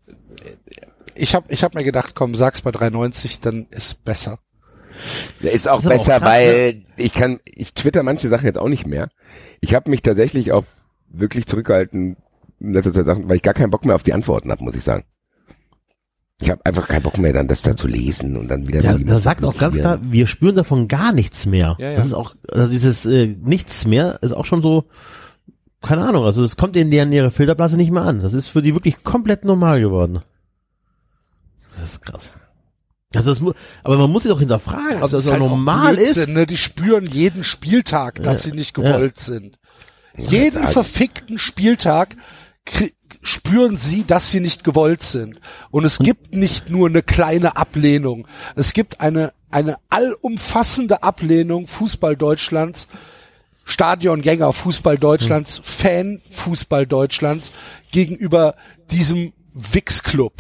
ich habe, ich habe mir gedacht, komm, sag's bei drei neunzig, dann ist besser. Der ist auch Das ist aber besser, auch krass, weil ich kann, ich twitter manche Sachen jetzt auch nicht mehr. Ich habe mich tatsächlich auch wirklich zurückgehalten in letzter Zeit Sachen, weil ich gar keinen Bock mehr auf die Antworten habe, muss ich sagen. Ich habe einfach keinen Bock mehr, dann das da zu lesen und dann wieder. Ja, irgendwie da sagt auch ganz klar, wir spüren davon gar nichts mehr. Ja, ja. Das ist auch, also dieses äh, Nichts mehr ist auch schon so, keine Ahnung, also es kommt in deren ihre Filterblase nicht mehr an. Das ist für die wirklich komplett normal geworden. Das ist krass. Also das mu- aber man muss sich doch hinterfragen, ob das ist auch halt normal Blödsinn, ist. Ne? Die spüren jeden Spieltag, dass sie nicht gewollt sind. Jeden verfickten Spieltag krie- spüren sie, dass sie nicht gewollt sind. Und es gibt nicht nur eine kleine Ablehnung. Es gibt eine, eine allumfassende Ablehnung Fußball Deutschlands, Stadiongänger Fußball Deutschlands, Hm. Fan Fußball Deutschlands gegenüber diesem Wix-Club.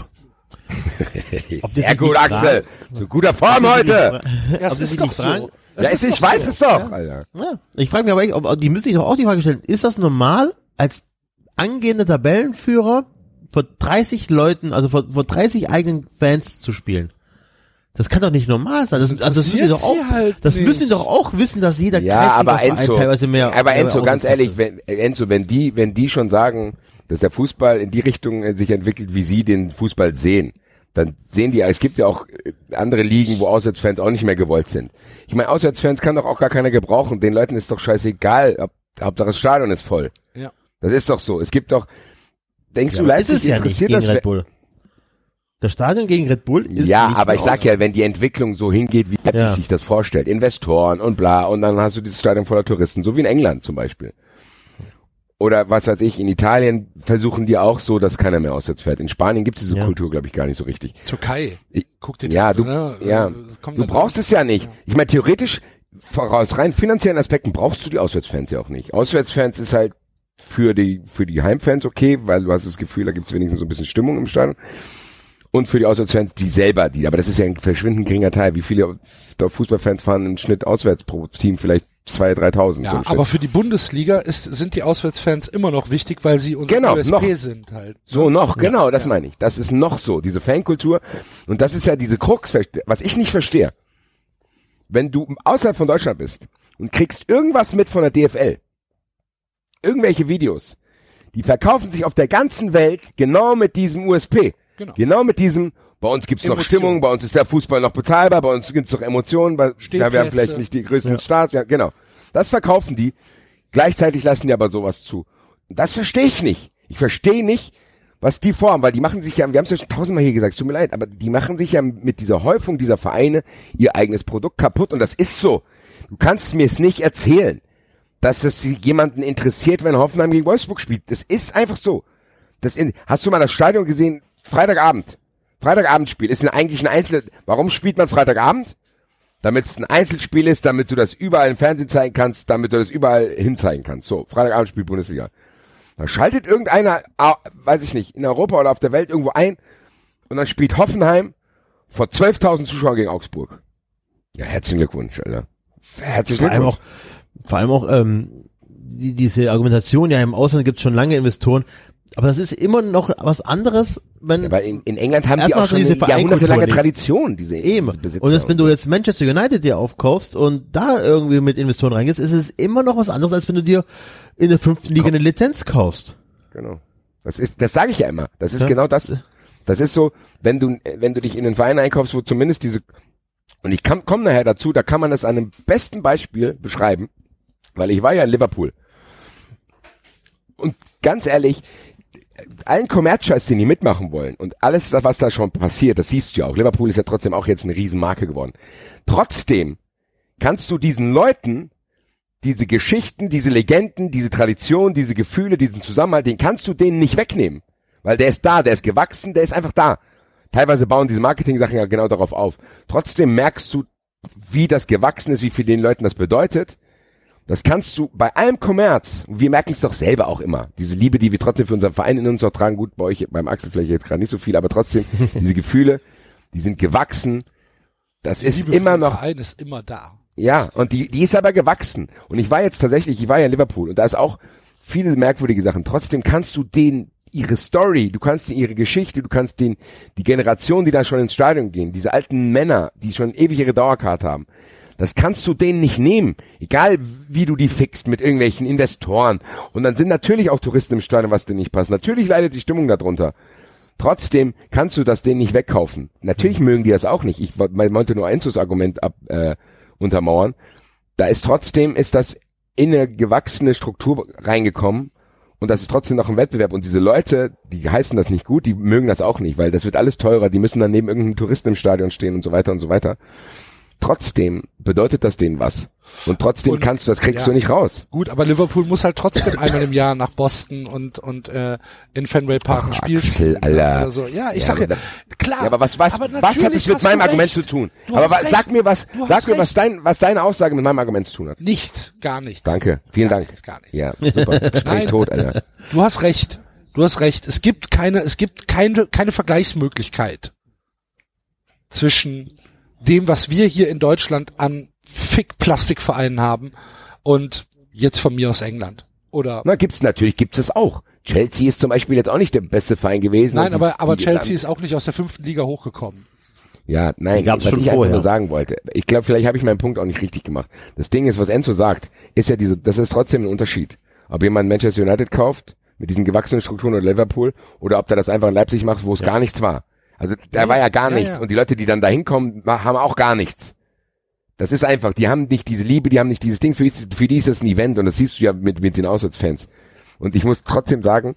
Ob die Sehr sich gut, nicht Axel. So guter Form heute. Ja, es Ob die ist sich doch nicht fragen- so. Ja, ist, ich weiß es doch, Alter. Ja, ich frage mich aber echt, ob, die müssen sich doch auch die Frage stellen, ist das normal, als angehender Tabellenführer vor dreißig Leuten, also vor, vor dreißig eigenen Fans zu spielen? Das kann doch nicht normal sein. Das, also das müssen die doch auch, sie halt das nicht. müssen die doch auch wissen, dass jeder Ja, aber Kreisliga-Verein Enzo, teilweise mehr. aber Enzo, mehr ganz Auswärts ehrlich, hat. wenn, Enzo, wenn die, wenn die schon sagen, dass der Fußball in die Richtung äh, sich entwickelt, wie sie den Fußball sehen, dann sehen die, es gibt ja auch äh, andere Ligen, wo Auswärtsfans auch nicht mehr gewollt sind. Ich meine, Auswärtsfans kann doch auch gar keiner gebrauchen. Den Leuten ist doch scheißegal, ob, Hauptsache das Stadion ist voll. Ja. Das ist doch so. Es gibt doch, denkst Ja, du, aber Leipzig ist es ja nicht interessiert gegen das? Red Bull. Das Stadion gegen Red Bull ist Ja, nicht aber mehr ich sag aus- ja, wenn die Entwicklung so hingeht, wie Leipzig Ja. sich das vorstellt, Investoren und bla, und dann hast du dieses Stadion voller Touristen, so wie in England zum Beispiel. Oder was weiß ich, in Italien versuchen die auch so, dass keiner mehr auswärts fährt. In Spanien gibt es diese Ja. Kultur, glaube ich, gar nicht so richtig. Türkei. Ich- Guck dir die Ja, an, du, ne? ja, Äh, es kommt du dann- brauchst es ja nicht. Ich meine, theoretisch, aus rein finanziellen Aspekten brauchst du die Auswärtsfans ja auch nicht. Auswärtsfans ist halt für die, für die Heimfans okay, weil du hast das Gefühl, da gibt's wenigstens so ein bisschen Stimmung im Stadion. Und für die Auswärtsfans, die selber, die, aber das ist ja ein verschwindend geringer Teil. Wie viele Fußballfans fahren im Schnitt auswärts pro Team? Vielleicht zweitausend, dreitausend. so Ja, im Schnitt. aber für die Bundesliga ist, sind die Auswärtsfans immer noch wichtig, weil sie unser Genau, U S P noch. sind halt. So noch, genau, das meine ich. Das ist noch so, diese Fankultur. Und das ist ja diese Krux, was ich nicht verstehe. Wenn du außerhalb von Deutschland bist und kriegst irgendwas mit von der D F L, irgendwelche Videos, die verkaufen sich auf der ganzen Welt genau mit diesem U S P. Genau. Genau mit diesem, bei uns gibt's noch Emotion. Stimmung, bei uns ist der Fußball noch bezahlbar, bei uns gibt's noch Emotionen, bei, ja, wir haben Stehplätze. vielleicht nicht die größten Stars, ja, genau. Das verkaufen die, gleichzeitig lassen die aber sowas zu. Und das verstehe ich nicht. Ich verstehe nicht, was die vorhaben, weil die machen sich ja, wir haben es ja schon tausendmal hier gesagt, es tut mir leid, aber die machen sich ja mit dieser Häufung dieser Vereine ihr eigenes Produkt kaputt und das ist so. Du kannst mir es nicht erzählen, dass es jemanden interessiert, wenn Hoffenheim gegen Wolfsburg spielt. Das ist einfach so. Das in, hast du mal das Stadion gesehen? Freitagabend. Freitagabendspiel ist eigentlich ein Einzel... Warum spielt man Freitagabend? Damit es ein Einzelspiel ist, damit du das überall im Fernsehen zeigen kannst, damit du das überall hinzeigen kannst. So, Freitagabendspiel Bundesliga. Da schaltet irgendeiner, weiß ich nicht, in Europa oder auf der Welt irgendwo ein und dann spielt Hoffenheim vor zwölftausend Zuschauern gegen Augsburg. Ja, herzlichen Glückwunsch, Alter. Herzlichen Vor allem Glückwunsch. auch, vor allem auch ähm, die, diese Argumentation, ja im Ausland gibt es schon lange Investoren, aber das ist immer noch was anderes, wenn... Ja, aber in, in England haben die erstmal auch schon diese eine jahrhundertelange Vereinkultur- Tradition, diese, Eben. diese Besitzer. Und jetzt, wenn du jetzt Manchester United dir aufkaufst und da irgendwie mit Investoren reingehst, ist es immer noch was anderes, als wenn du dir in der fünften Liga eine Lizenz kaufst. Genau. Das ist, das sage ich ja immer. Das ist Ja. genau das. Das ist so, wenn du, wenn du dich in den Verein einkaufst, wo zumindest diese, und ich komme nachher dazu, da kann man das an einem besten Beispiel beschreiben, weil ich war ja in Liverpool. Und ganz ehrlich, allen Kommerzscheiß, den die mitmachen wollen und alles, was da schon passiert, das siehst du ja auch. Liverpool ist ja trotzdem auch jetzt eine Riesenmarke geworden. Trotzdem kannst du diesen Leuten diese Geschichten, diese Legenden, diese Tradition, diese Gefühle, diesen Zusammenhalt, den kannst du denen nicht wegnehmen. Weil der ist da, der ist gewachsen, der ist einfach da. Teilweise bauen diese Marketing-Sachen ja genau darauf auf. Trotzdem merkst du, wie das gewachsen ist, wie viel den Leuten das bedeutet. Das kannst du bei allem Kommerz, und wir merken es doch selber auch immer, diese Liebe, die wir trotzdem für unseren Verein in uns auch tragen, gut, bei euch, beim Axel vielleicht jetzt gerade nicht so viel, aber trotzdem, diese Gefühle, die sind gewachsen. Das Die ist Liebe für immer den noch... Verein ist immer da. Ja, und die, die ist aber gewachsen. Und ich war jetzt tatsächlich, ich war ja in Liverpool und da ist auch viele merkwürdige Sachen. Trotzdem kannst du denen ihre Story, du kannst denen ihre Geschichte, du kannst denen die Generation, die da schon ins Stadion gehen, diese alten Männer, die schon ewig ihre Dauerkarte haben, das kannst du denen nicht nehmen. Egal wie du die fixt mit irgendwelchen Investoren. Und dann sind natürlich auch Touristen im Stadion, was dir nicht passt. Natürlich leidet die Stimmung darunter. Trotzdem kannst du das denen nicht wegkaufen. Natürlich mhm. mögen die das auch nicht. Ich wollte nur Enzos Argument ab, äh, untermauern. Da ist trotzdem, ist das in eine gewachsene Struktur reingekommen und das ist trotzdem noch ein Wettbewerb und diese Leute, die heißen das nicht gut, die mögen das auch nicht, weil das wird alles teurer, die müssen dann neben irgendeinem Touristen im Stadion stehen und so weiter und so weiter. Trotzdem bedeutet das denen was. Und trotzdem und, kannst du, das kriegst ja, du nicht raus. Gut, aber Liverpool muss halt trotzdem einmal im Jahr nach Boston und und äh, in Fenway Park ein Spiel Axel, spielen. Alter. Oder so. Ja, ich Ja, sag ja, aber klar. Ja, aber was, was, aber was hat es mit hast meinem du Argument recht. zu tun? Du Aber hast wa- recht. sag mir was, Du sag hast mir, was recht. dein, was deine Aussage mit meinem Argument zu tun hat. Nichts, gar nichts. Danke, vielen Gar Dank. nichts, gar nichts. Ja, super. Sprich Nein. tot, Alter. Du hast recht. Du hast recht. Es gibt keine, es gibt keine, keine Vergleichsmöglichkeit zwischen dem, was wir hier in Deutschland an Fick-Plastikvereinen haben und jetzt von mir aus England. Oder? Na, gibt's natürlich, gibt's es auch. Chelsea ist zum Beispiel jetzt auch nicht der beste Verein gewesen. Nein, und die, aber, aber die, Chelsea ist auch nicht aus der fünften Liga hochgekommen. Ja, nein, Die gab's was schon ich einfach vorher. nur sagen wollte. Ich glaube, vielleicht habe ich meinen Punkt auch nicht richtig gemacht. Das Ding ist, was Enzo sagt, ist ja diese, das ist trotzdem ein Unterschied. Ob jemand Manchester United kauft, mit diesen gewachsenen Strukturen oder Liverpool, oder ob der das einfach in Leipzig macht, wo es Ja. gar nichts war. Also, da Ja, war ja gar ja, nichts. ja. Und die Leute, die dann da hinkommen, ma- haben auch gar nichts. Das ist einfach, die haben nicht diese Liebe, die haben nicht dieses Ding, für, für die ist das ein Event und das siehst du ja mit, mit den Auswärtsfans. Und ich muss trotzdem sagen,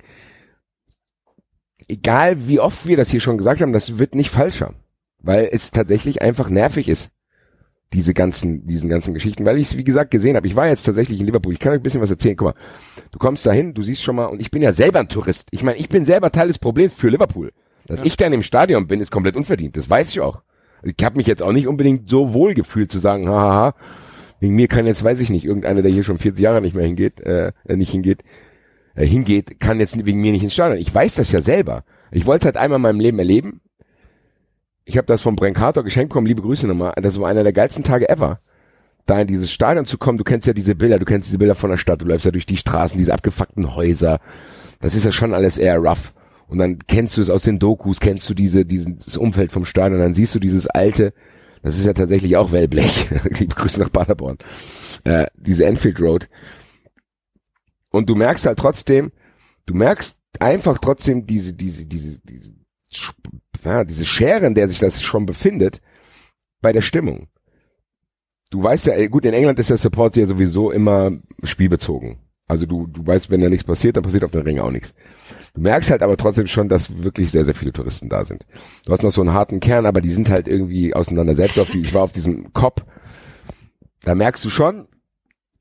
egal wie oft wir das hier schon gesagt haben, das wird nicht falscher. Weil es tatsächlich einfach nervig ist, diese ganzen, diesen ganzen Geschichten, weil ich es, wie gesagt, gesehen habe. Ich war jetzt tatsächlich in Liverpool, ich kann euch ein bisschen was erzählen. Guck mal, du kommst dahin, du siehst schon mal, und ich bin ja selber ein Tourist. Ich meine, ich bin selber Teil des Problems für Liverpool. Dass Ja. ich dann im Stadion bin, ist komplett unverdient, das weiß ich auch. Ich habe mich jetzt auch nicht unbedingt so wohl gefühlt zu sagen, hahaha, wegen mir kann jetzt, weiß ich nicht, irgendeiner, der hier schon vierzig Jahre nicht mehr hingeht, äh, nicht hingeht, äh, hingeht, kann jetzt wegen mir nicht ins Stadion. Ich weiß das ja selber. Ich wollte es halt einmal in meinem Leben erleben. Ich habe das vom Brenkator geschenkt bekommen, liebe Grüße nochmal. Das war einer der geilsten Tage ever. Da in dieses Stadion zu kommen, du kennst ja diese Bilder, du kennst diese Bilder von der Stadt, du läufst ja durch die Straßen, diese abgefuckten Häuser. Das ist ja schon alles eher rough. Und dann kennst du es aus den Dokus, kennst du diese, dieses Umfeld vom Stadion, dann siehst du dieses alte, das ist ja tatsächlich auch Wellblech. Liebe Grüße nach Paderborn. Äh, diese Enfield Road. Und du merkst halt trotzdem, du merkst einfach trotzdem diese, diese, diese, diese, ja, diese Schere, in der sich das schon befindet, bei der Stimmung. Du weißt ja, gut, in England ist der Support ja sowieso immer spielbezogen. Also du, du weißt, wenn da nichts passiert, dann passiert auf den Ring auch nichts. Du merkst halt aber trotzdem schon, dass wirklich sehr, sehr viele Touristen da sind. Du hast noch so einen harten Kern, aber die sind halt irgendwie auseinander. Selbst auf die, ich war auf diesem Cop, da merkst du schon,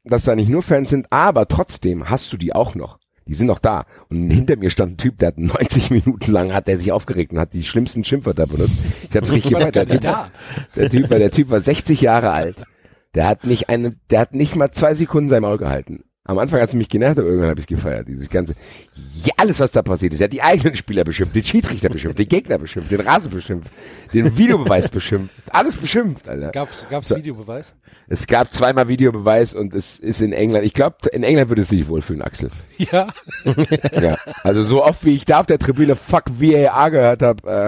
dass da nicht nur Fans sind, aber trotzdem hast du die auch noch. Die sind noch da. Und hinter mir stand ein Typ, der hat neunzig Minuten lang, hat der sich aufgeregt und hat die schlimmsten Schimpfwörter benutzt. Ich hab's richtig gefeiert. Der Typ, der Typ war, der Typ war sechzig Jahre alt. Der hat nicht eine, der hat nicht mal zwei Sekunden sein Maul gehalten. Am Anfang hat es mich genervt, aber irgendwann habe ich gefeiert. Dieses ganze, ja, alles was da passiert ist. Er hat die eigenen Spieler beschimpft, den Schiedsrichter beschimpft, den Gegner beschimpft, den Rasen beschimpft, den Videobeweis beschimpft, alles beschimpft, Alter. Gab's, gab's So. Videobeweis? Es gab zweimal Videobeweis und es ist in England, ich glaube, in England würde es sich wohlfühlen, Axel. Ja. Ja, also so oft wie ich da auf der Tribüne Fuck V A R gehört habe. Äh,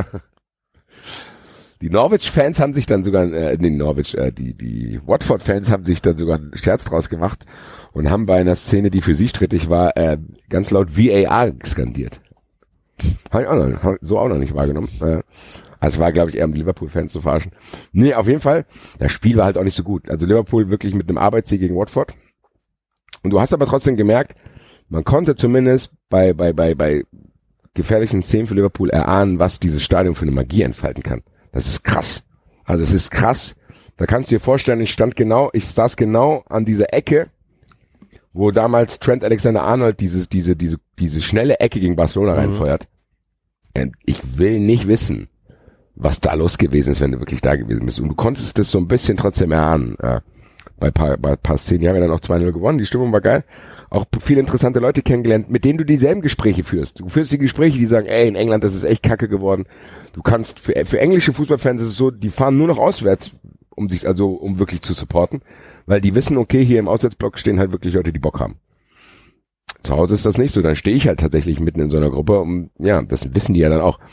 die Norwich-Fans haben sich dann sogar, äh, nee, Norwich, äh, die die Watford-Fans haben sich dann sogar einen Scherz draus gemacht und haben bei einer Szene, die für sie strittig war, äh, ganz laut V A R skandiert. Habe ich auch noch, hab so auch noch nicht wahrgenommen. Äh, also war, glaube ich, eher um die Liverpool-Fans zu verarschen. Nee, auf jeden Fall, das Spiel war halt auch nicht so gut. Also Liverpool wirklich mit einem Arbeitssieg gegen Watford. Und du hast aber trotzdem gemerkt, man konnte zumindest bei bei bei bei gefährlichen Szenen für Liverpool erahnen, was dieses Stadion für eine Magie entfalten kann. Das ist krass. Also es ist krass. Da kannst du dir vorstellen, ich stand genau, ich saß genau an dieser Ecke, wo damals Trent Alexander-Arnold dieses, diese, diese, diese schnelle Ecke gegen Barcelona mhm. reinfeuert. Und ich will nicht wissen, was da los gewesen ist, wenn du wirklich da gewesen bist. Und du konntest das so ein bisschen trotzdem erahnen. Ja. Bei paar, bei paar Szenen, die haben ja dann auch zwei null gewonnen, die Stimmung war geil. Auch viele interessante Leute kennengelernt, mit denen du dieselben Gespräche führst. Du führst die Gespräche, die sagen, ey, in England, das ist echt kacke geworden. Du kannst, für, für englische Fußballfans ist es so, die fahren nur noch auswärts, um sich, also, um wirklich zu supporten, weil die wissen, okay, hier im Auswärtsblock stehen halt wirklich Leute, die Bock haben. Zu Hause ist das nicht so, dann stehe ich halt tatsächlich mitten in so einer Gruppe und ja, das wissen die ja dann auch.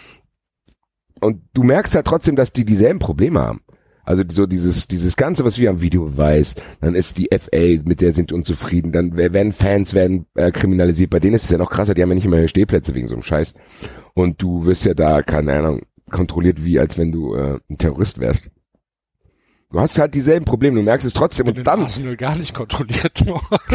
Und du merkst halt trotzdem, dass die dieselben Probleme haben. Also so dieses dieses Ganze, was wir am Videobeweis, dann ist die F A, mit der sind unzufrieden, dann werden Fans werden äh, kriminalisiert, bei denen ist es ja noch krasser, die haben ja nicht immer Stehplätze wegen so einem Scheiß. Und du wirst ja da, keine Ahnung, kontrolliert wie, als wenn du äh, ein Terrorist wärst. Du hast halt dieselben Probleme, du merkst es trotzdem und dann... Arsenal gar nicht kontrolliert.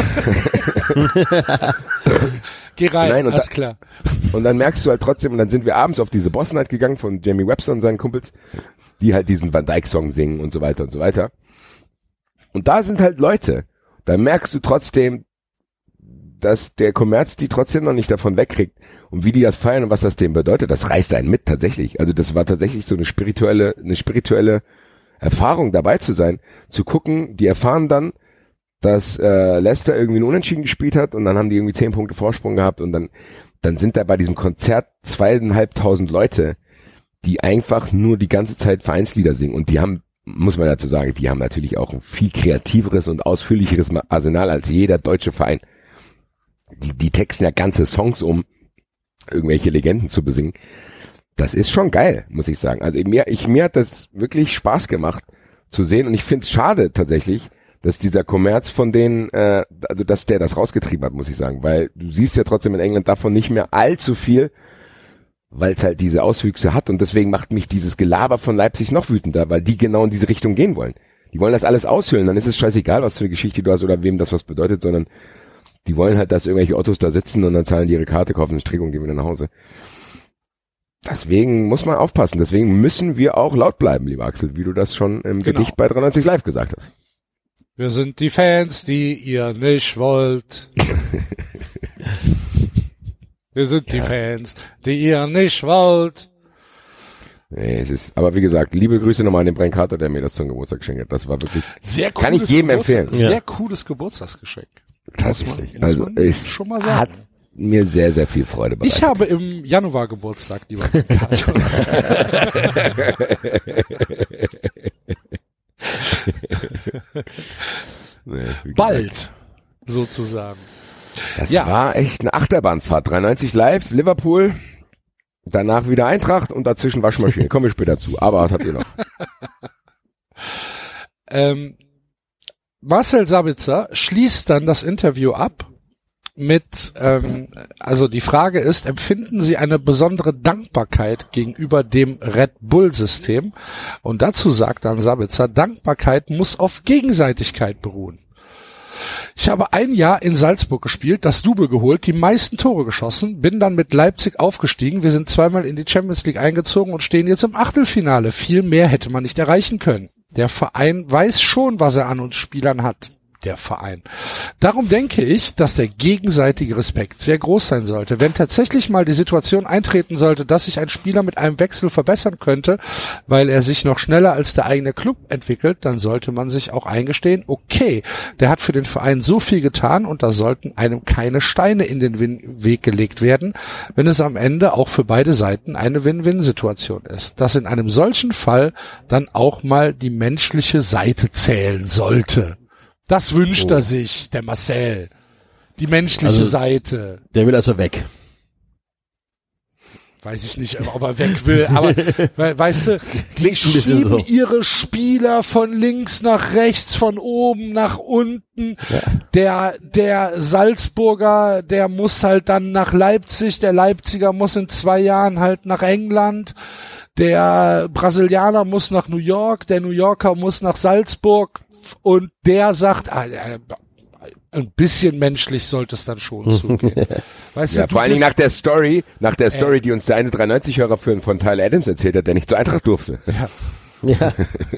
Geh rein, Nein, und alles da, klar. Und dann merkst du halt trotzdem, und dann sind wir abends auf diese Boss Night gegangen von Jamie Webster und seinen Kumpels, die halt diesen Van Dijk Song singen und so weiter und so weiter. Und da sind halt Leute, da merkst du trotzdem, dass der Kommerz die trotzdem noch nicht davon wegkriegt und wie die das feiern und was das denen bedeutet, das reißt einen mit tatsächlich. Also das war tatsächlich so eine spirituelle, eine spirituelle Erfahrung dabei zu sein, zu gucken, die erfahren dann, dass äh, Leicester irgendwie ein Unentschieden gespielt hat und dann haben die irgendwie zehn Punkte Vorsprung gehabt und dann dann sind da bei diesem Konzert zweieinhalbtausend Leute, die einfach nur die ganze Zeit Vereinslieder singen und die haben, muss man dazu sagen, die haben natürlich auch ein viel kreativeres und ausführlicheres Arsenal als jeder deutsche Verein. Die, die texten ja ganze Songs, um irgendwelche Legenden zu besingen. Das ist schon geil, muss ich sagen. Also mir, ich, mir hat das wirklich Spaß gemacht zu sehen und ich finde es schade tatsächlich, dass dieser Kommerz von denen, äh, also dass der das rausgetrieben hat, muss ich sagen, weil du siehst ja trotzdem in England davon nicht mehr allzu viel, weil es halt diese Auswüchse hat und deswegen macht mich dieses Gelaber von Leipzig noch wütender, weil die genau in diese Richtung gehen wollen. Die wollen das alles aushöhlen, dann ist es scheißegal, was für eine Geschichte du hast oder wem das was bedeutet, sondern die wollen halt, dass irgendwelche Ottos da sitzen und dann zahlen die ihre Karte, kaufen eine Strick und gehen wieder nach Hause. Deswegen muss man aufpassen. Deswegen müssen wir auch laut bleiben, lieber Axel, wie du das schon im Genau. Gedicht bei dreiundneunzig Live gesagt hast. Wir sind die Fans, die ihr nicht wollt. Wir sind Ja. die Fans, die ihr nicht wollt. Nee, es ist, aber wie gesagt, liebe Grüße nochmal an den Brenkato, der mir das zum Geburtstag geschenkt hat. Das war wirklich Sehr Kann ich jedem empfehlen. Sehr Ja. cooles Geburtstagsgeschenk. tatsächlich. Muss man, Also muss man es schon mal hat sagen. mir sehr, sehr viel Freude bereitet. Ich habe im Januar Geburtstag, lieber Brenkato. Nee, wie gesagt, Bald, sozusagen. Das Ja. war echt eine Achterbahnfahrt. dreiundneunzig Live, Liverpool, danach wieder Eintracht und dazwischen Waschmaschine. Kommen wir später zu. Aber was habt ihr noch? Ähm, Marcel Sabitzer schließt dann das Interview ab mit, ähm, also die Frage ist, empfinden Sie eine besondere Dankbarkeit gegenüber dem Red Bull-System? Und dazu sagt dann Sabitzer, Dankbarkeit muss auf Gegenseitigkeit beruhen. Ich habe ein Jahr in Salzburg gespielt, das Double geholt, die meisten Tore geschossen, bin dann mit Leipzig aufgestiegen, wir sind zweimal in die Champions League eingezogen und stehen jetzt im Achtelfinale. Viel mehr hätte man nicht erreichen können. Der Verein weiß schon, was er an uns Spielern hat. der Verein. Darum denke ich, dass der gegenseitige Respekt sehr groß sein sollte. Wenn tatsächlich mal die Situation eintreten sollte, dass sich ein Spieler mit einem Wechsel verbessern könnte, weil er sich noch schneller als der eigene Club entwickelt, dann sollte man sich auch eingestehen, okay, der hat für den Verein so viel getan und da sollten einem keine Steine in den Win- Weg gelegt werden, wenn es am Ende auch für beide Seiten eine Win-Win-Situation ist. Dass in einem solchen Fall dann auch mal die menschliche Seite zählen sollte. Das wünscht oh. er sich, der Marcel. Die menschliche also, Seite. Der will also weg. Weiß ich nicht, ob er weg will, aber we- weißt du, die schieben so. ihre Spieler von links nach rechts, von oben nach unten. Ja. Der, der Salzburger, der muss halt dann nach Leipzig, der Leipziger muss in zwei Jahren halt nach England. Der Brasilianer muss nach New York, der New Yorker muss nach Salzburg und der sagt, ah, äh, ein bisschen menschlich sollte es dann schon zugehen. Weißt Ja, du, vor allen Dingen bist- nach der Story, nach der Story, Ey. die uns der eine dreiundneunzig-Hörer von, von Tyler Adams erzählt hat, der nicht zur Eintracht durfte. Ja, Ja.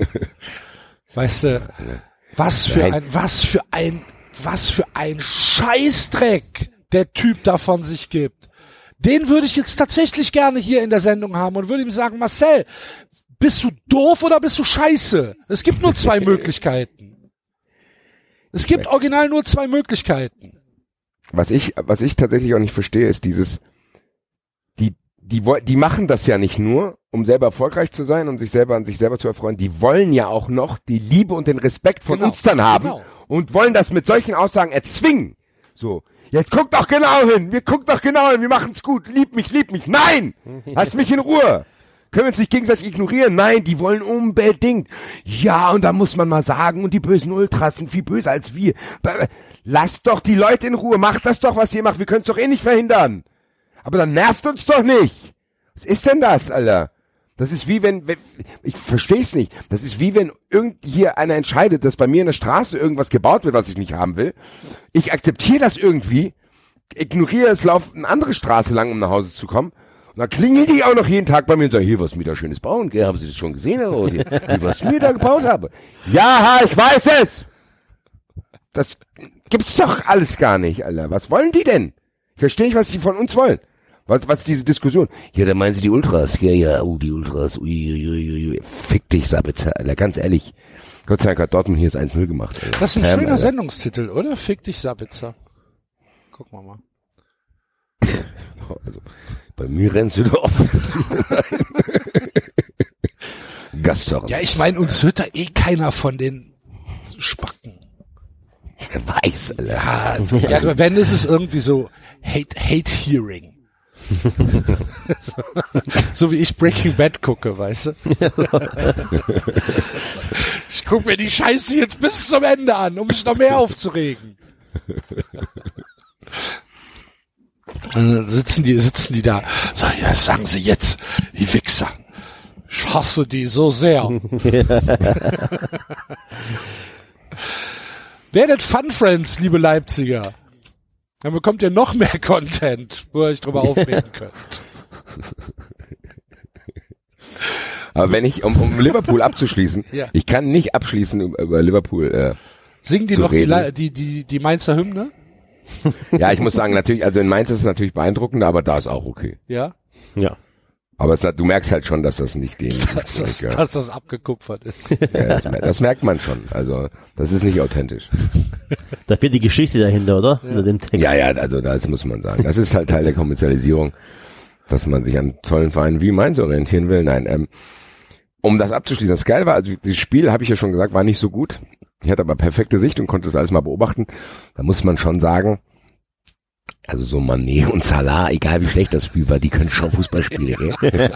weißt du, was für Nein. ein, was für ein, was für ein Scheißdreck der Typ da von sich gibt. Den würde ich jetzt tatsächlich gerne hier in der Sendung haben und würde ihm sagen, Marcel, bist du doof oder bist du scheiße? Es gibt nur zwei Möglichkeiten. Es gibt original nur zwei Möglichkeiten. Was ich, was ich tatsächlich auch nicht verstehe, ist dieses, die, die, woll- die machen das ja nicht nur, um selber erfolgreich zu sein und sich selber an sich selber zu erfreuen. Die wollen ja auch noch die Liebe und den Respekt von Genau, uns dann haben genau. und wollen das mit solchen Aussagen erzwingen. So. Jetzt guck doch genau hin, wir gucken doch genau hin, wir machen's gut, lieb mich, lieb mich. Nein! Lass mich in Ruhe! Können wir uns nicht gegenseitig ignorieren? Nein, die wollen unbedingt. Ja, und da muss man mal sagen, und die bösen Ultras sind viel böser als wir. Lasst doch die Leute in Ruhe, macht das doch, was ihr macht, wir können es doch eh nicht verhindern. Aber dann nervt uns doch nicht. Was ist denn das, Alter? Das ist wie wenn, wenn ich versteh's nicht, das ist wie wenn irgend hier einer entscheidet, dass bei mir in der Straße irgendwas gebaut wird, was ich nicht haben will. Ich akzeptiere das irgendwie, ignoriere es, laufe eine andere Straße lang, um nach Hause zu kommen. Und dann klingeln die auch noch jeden Tag bei mir und sagen, hier, was mir da schönes bauen, gell? Haben Sie das schon gesehen, Herr Roth? Hier, was mir da gebaut habe? Ja, ich weiß es! Das gibt's doch alles gar nicht, Alter. Was wollen die denn? Ich verstehe nicht, was die von uns wollen. Was, was diese Diskussion? Ja, da meinen sie die Ultras. Ja, ja, oh, die Ultras. Ui, ui, ui, ui. Fick dich, Sabitzer, Alter. Ganz ehrlich. Gott sei Dank hat Dortmund hier das eins null gemacht, Alter. Das ist ein Pam, schöner Alter. Sendungstitel, oder? Fick dich, Sabitzer. Gucken wir mal. Also, bei mir rennst du doch. Gasthörer. Ja, ich meine, uns hört da eh keiner von den Spacken. Wer weiß, Alter. Ja, ja, wenn, ist es irgendwie so Hate, Hate Hearing. so, so wie ich Breaking Bad gucke, weißt du? Ich gucke mir die Scheiße jetzt bis zum Ende an, um mich noch mehr aufzuregen. Und dann sitzen die, sitzen die da. So, ja, sagen Sie jetzt, die Wichser. Ich hasse die so sehr. Werdet Fun Friends, liebe Leipziger. Dann bekommt ihr noch mehr Content, wo ihr euch drüber aufregen könnt. Aber wenn ich, um, um Liverpool abzuschließen, Ja. ich kann nicht abschließen über, über Liverpool. Äh, Singen die Zu noch die, reden. Le- die, die, die Mainzer Hymne? ja, ich muss sagen, natürlich, also in Mainz ist es natürlich beeindruckender, aber da ist auch okay. Ja? Ja. Aber es, du merkst halt schon, dass das nicht den, Dass das, ja, dass das abgekupfert ist. ja, das, mer- das merkt man schon. Also, das ist nicht authentisch. Da fehlt die Geschichte dahinter, oder? Unter dem Text. Ja, ja, also das muss man sagen. Das ist halt Teil der Kommerzialisierung, dass man sich an tollen Vereinen wie Mainz orientieren will. Nein, ähm, um das abzuschließen, das geil war, also das Spiel, habe ich ja schon gesagt, war nicht so gut. Ich hatte aber perfekte Sicht und konnte das alles mal beobachten. Da muss man schon sagen, also so Mané und Salah, egal wie schlecht das Spiel war, die können schon Fußball spielen.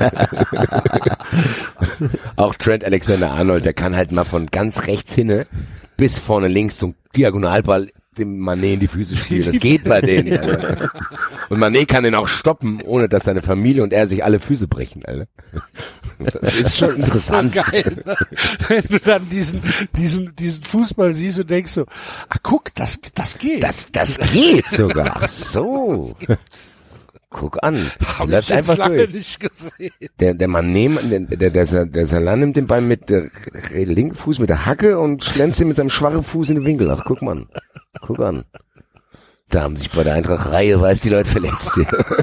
Auch Trent Alexander-Arnold, der kann halt mal von ganz rechts hinne bis vorne links so ein Diagonalball dem Mané in die Füße spielen. Das geht bei denen. Alter. Und Mané kann den auch stoppen, ohne dass seine Familie und er sich alle Füße brechen. Alter. Das ist schon interessant. So geil, ne? Wenn du dann diesen, diesen, diesen Fußball siehst und denkst so, ah guck, das, das geht. Das, das geht sogar. Ach so. Guck an. Hab Läuft ich jetzt einfach lange durch. nicht gesehen. Der, der Mann neben, der, der, der, der Salah nimmt den Ball mit der linken Fuß mit der Hacke und schlänzt ihn mit seinem schwachen Fuß in den Winkel. Ach, guck mal. Guck an. Da haben sich bei der Eintracht Reihe weiß die Leute verletzt.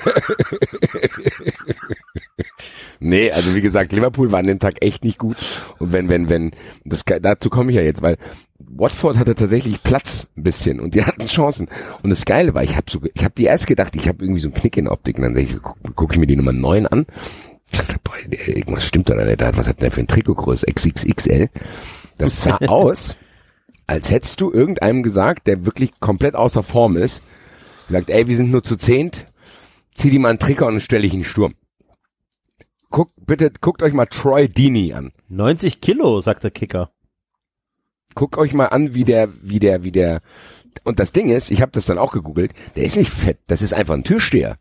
Nee, also wie gesagt, Liverpool war an dem Tag echt nicht gut. Und wenn, wenn, wenn, das, dazu komme ich ja jetzt, weil Watford hatte tatsächlich Platz ein bisschen und die hatten Chancen. Und das Geile war, ich habe so, ich habe die erst gedacht, ich habe irgendwie so einen Knick in der Optik. Und dann gucke guck ich mir die Nummer neun an. Ich dachte, boah, irgendwas stimmt da nicht. Was hat der für ein Trikotgröße? X X X L. Das sah aus, als hättest du irgendeinem gesagt, der wirklich komplett außer Form ist, gesagt, ey, wir sind nur zu zehnt, zieh die mal einen Trikot und stelle ich in den Sturm. Guckt, bitte, guckt euch mal Troy Deeney an. neunzig Kilo, sagt der Kicker. Guckt euch mal an, wie der, wie der, wie der, und das Ding ist, ich habe das dann auch gegoogelt, der ist nicht fett, das ist einfach ein Türsteher.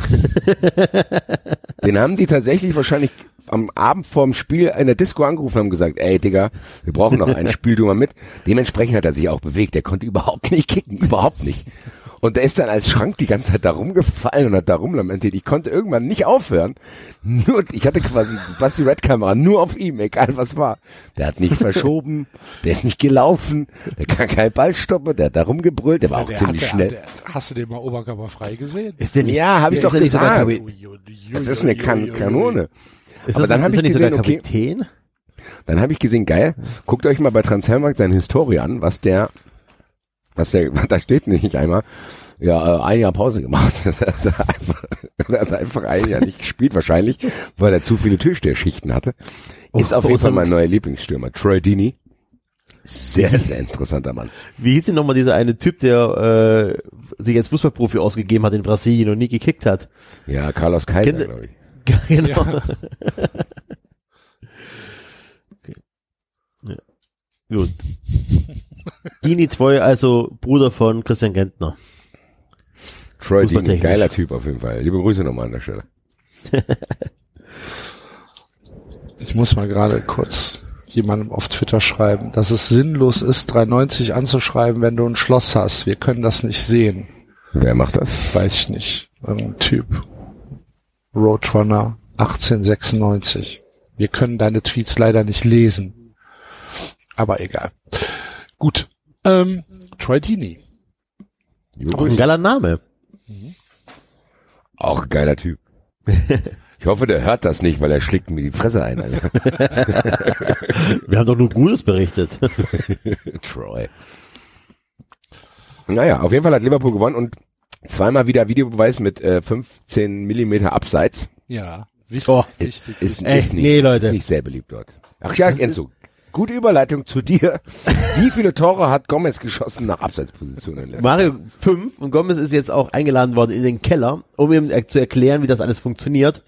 Den haben die tatsächlich wahrscheinlich am Abend vorm Spiel in der Disco angerufen und haben gesagt, ey Digga, wir brauchen noch einen, spiel du mal mit. Dementsprechend hat er sich auch bewegt, der konnte überhaupt nicht kicken, überhaupt nicht. Und der ist dann als Schrank die ganze Zeit da rumgefallen und hat da rumlamentiert. Ich konnte irgendwann nicht aufhören. Nur, ich hatte quasi die Basti Red Kamera nur auf ihm, egal was war. Der hat nicht verschoben, der ist nicht gelaufen, der kann keinen Ball stoppen, der hat da rumgebrüllt, der war auch Der ziemlich hat, schnell. Der, der, hast du den mal oberkörperfrei gesehen? Ist der nicht, Ja, habe ich doch ist der nicht sogar gesagt. Kapi- Das ist eine kan Kanone. Ist Aber das, dann ist hab der ich nicht sogar gesehen, okay. Kapitän? Dann habe ich gesehen, geil, guckt euch mal bei Transfermarkt seine Historie an, was der, was der, da steht nicht einmal, ja, äh, ein Jahr Pause gemacht. Er hat einfach, er hat einfach ein Jahr nicht gespielt, wahrscheinlich, weil er zu viele Türsteherschichten hatte. Ist Oh, auf jeden oh, Fall dann- mein neuer Lieblingsstürmer, Troy Deeney. Sehr, sehr interessanter Mann. Wie hieß denn nochmal dieser eine Typ, der äh, sich als Fußballprofi ausgegeben hat in Brasilien und nie gekickt hat? Ja, Carlos Kaiser, Kennt- glaube ich. Genau. Ja. Okay. Ja. Gut. Dini Tvoj, also Bruder von Christian Gentner. Troy Deeney, Fußballtechnisch. geiler Typ auf jeden Fall. Liebe Grüße nochmal an der Stelle. Ich muss mal gerade kurz jemandem auf Twitter schreiben, dass es sinnlos ist, drei neunzig anzuschreiben, wenn du ein Schloss hast. Wir können das nicht sehen. Wer macht das? Weiß ich nicht. Irgendein Typ. Roadrunner achtzehnhundertsechsundneunzig. Wir können deine Tweets leider nicht lesen. Aber egal. Gut. Ähm, Troy Deeney. Liebe Auch ein Grüße. geiler Name. Auch ein geiler Typ. Ich hoffe, der hört das nicht, weil er schlägt mir die Fresse ein, Alter. Wir haben doch nur Gutes berichtet. Troy. Naja, auf jeden Fall hat Liverpool gewonnen und zweimal wieder Videobeweis mit äh, fünfzehn Millimeter Abseits. Ja. Wichtig. Oh, wichtig. Ist, Ey, ist, nicht, nee, Leute. ist nicht sehr beliebt dort. Ach ja, Enzo, gute Überleitung zu dir. Wie viele Tore hat Gomez geschossen nach Abseitspositionen? letzten Mario fünf und Gomez ist jetzt auch eingeladen worden in den Keller, um ihm er- zu erklären, wie das alles funktioniert.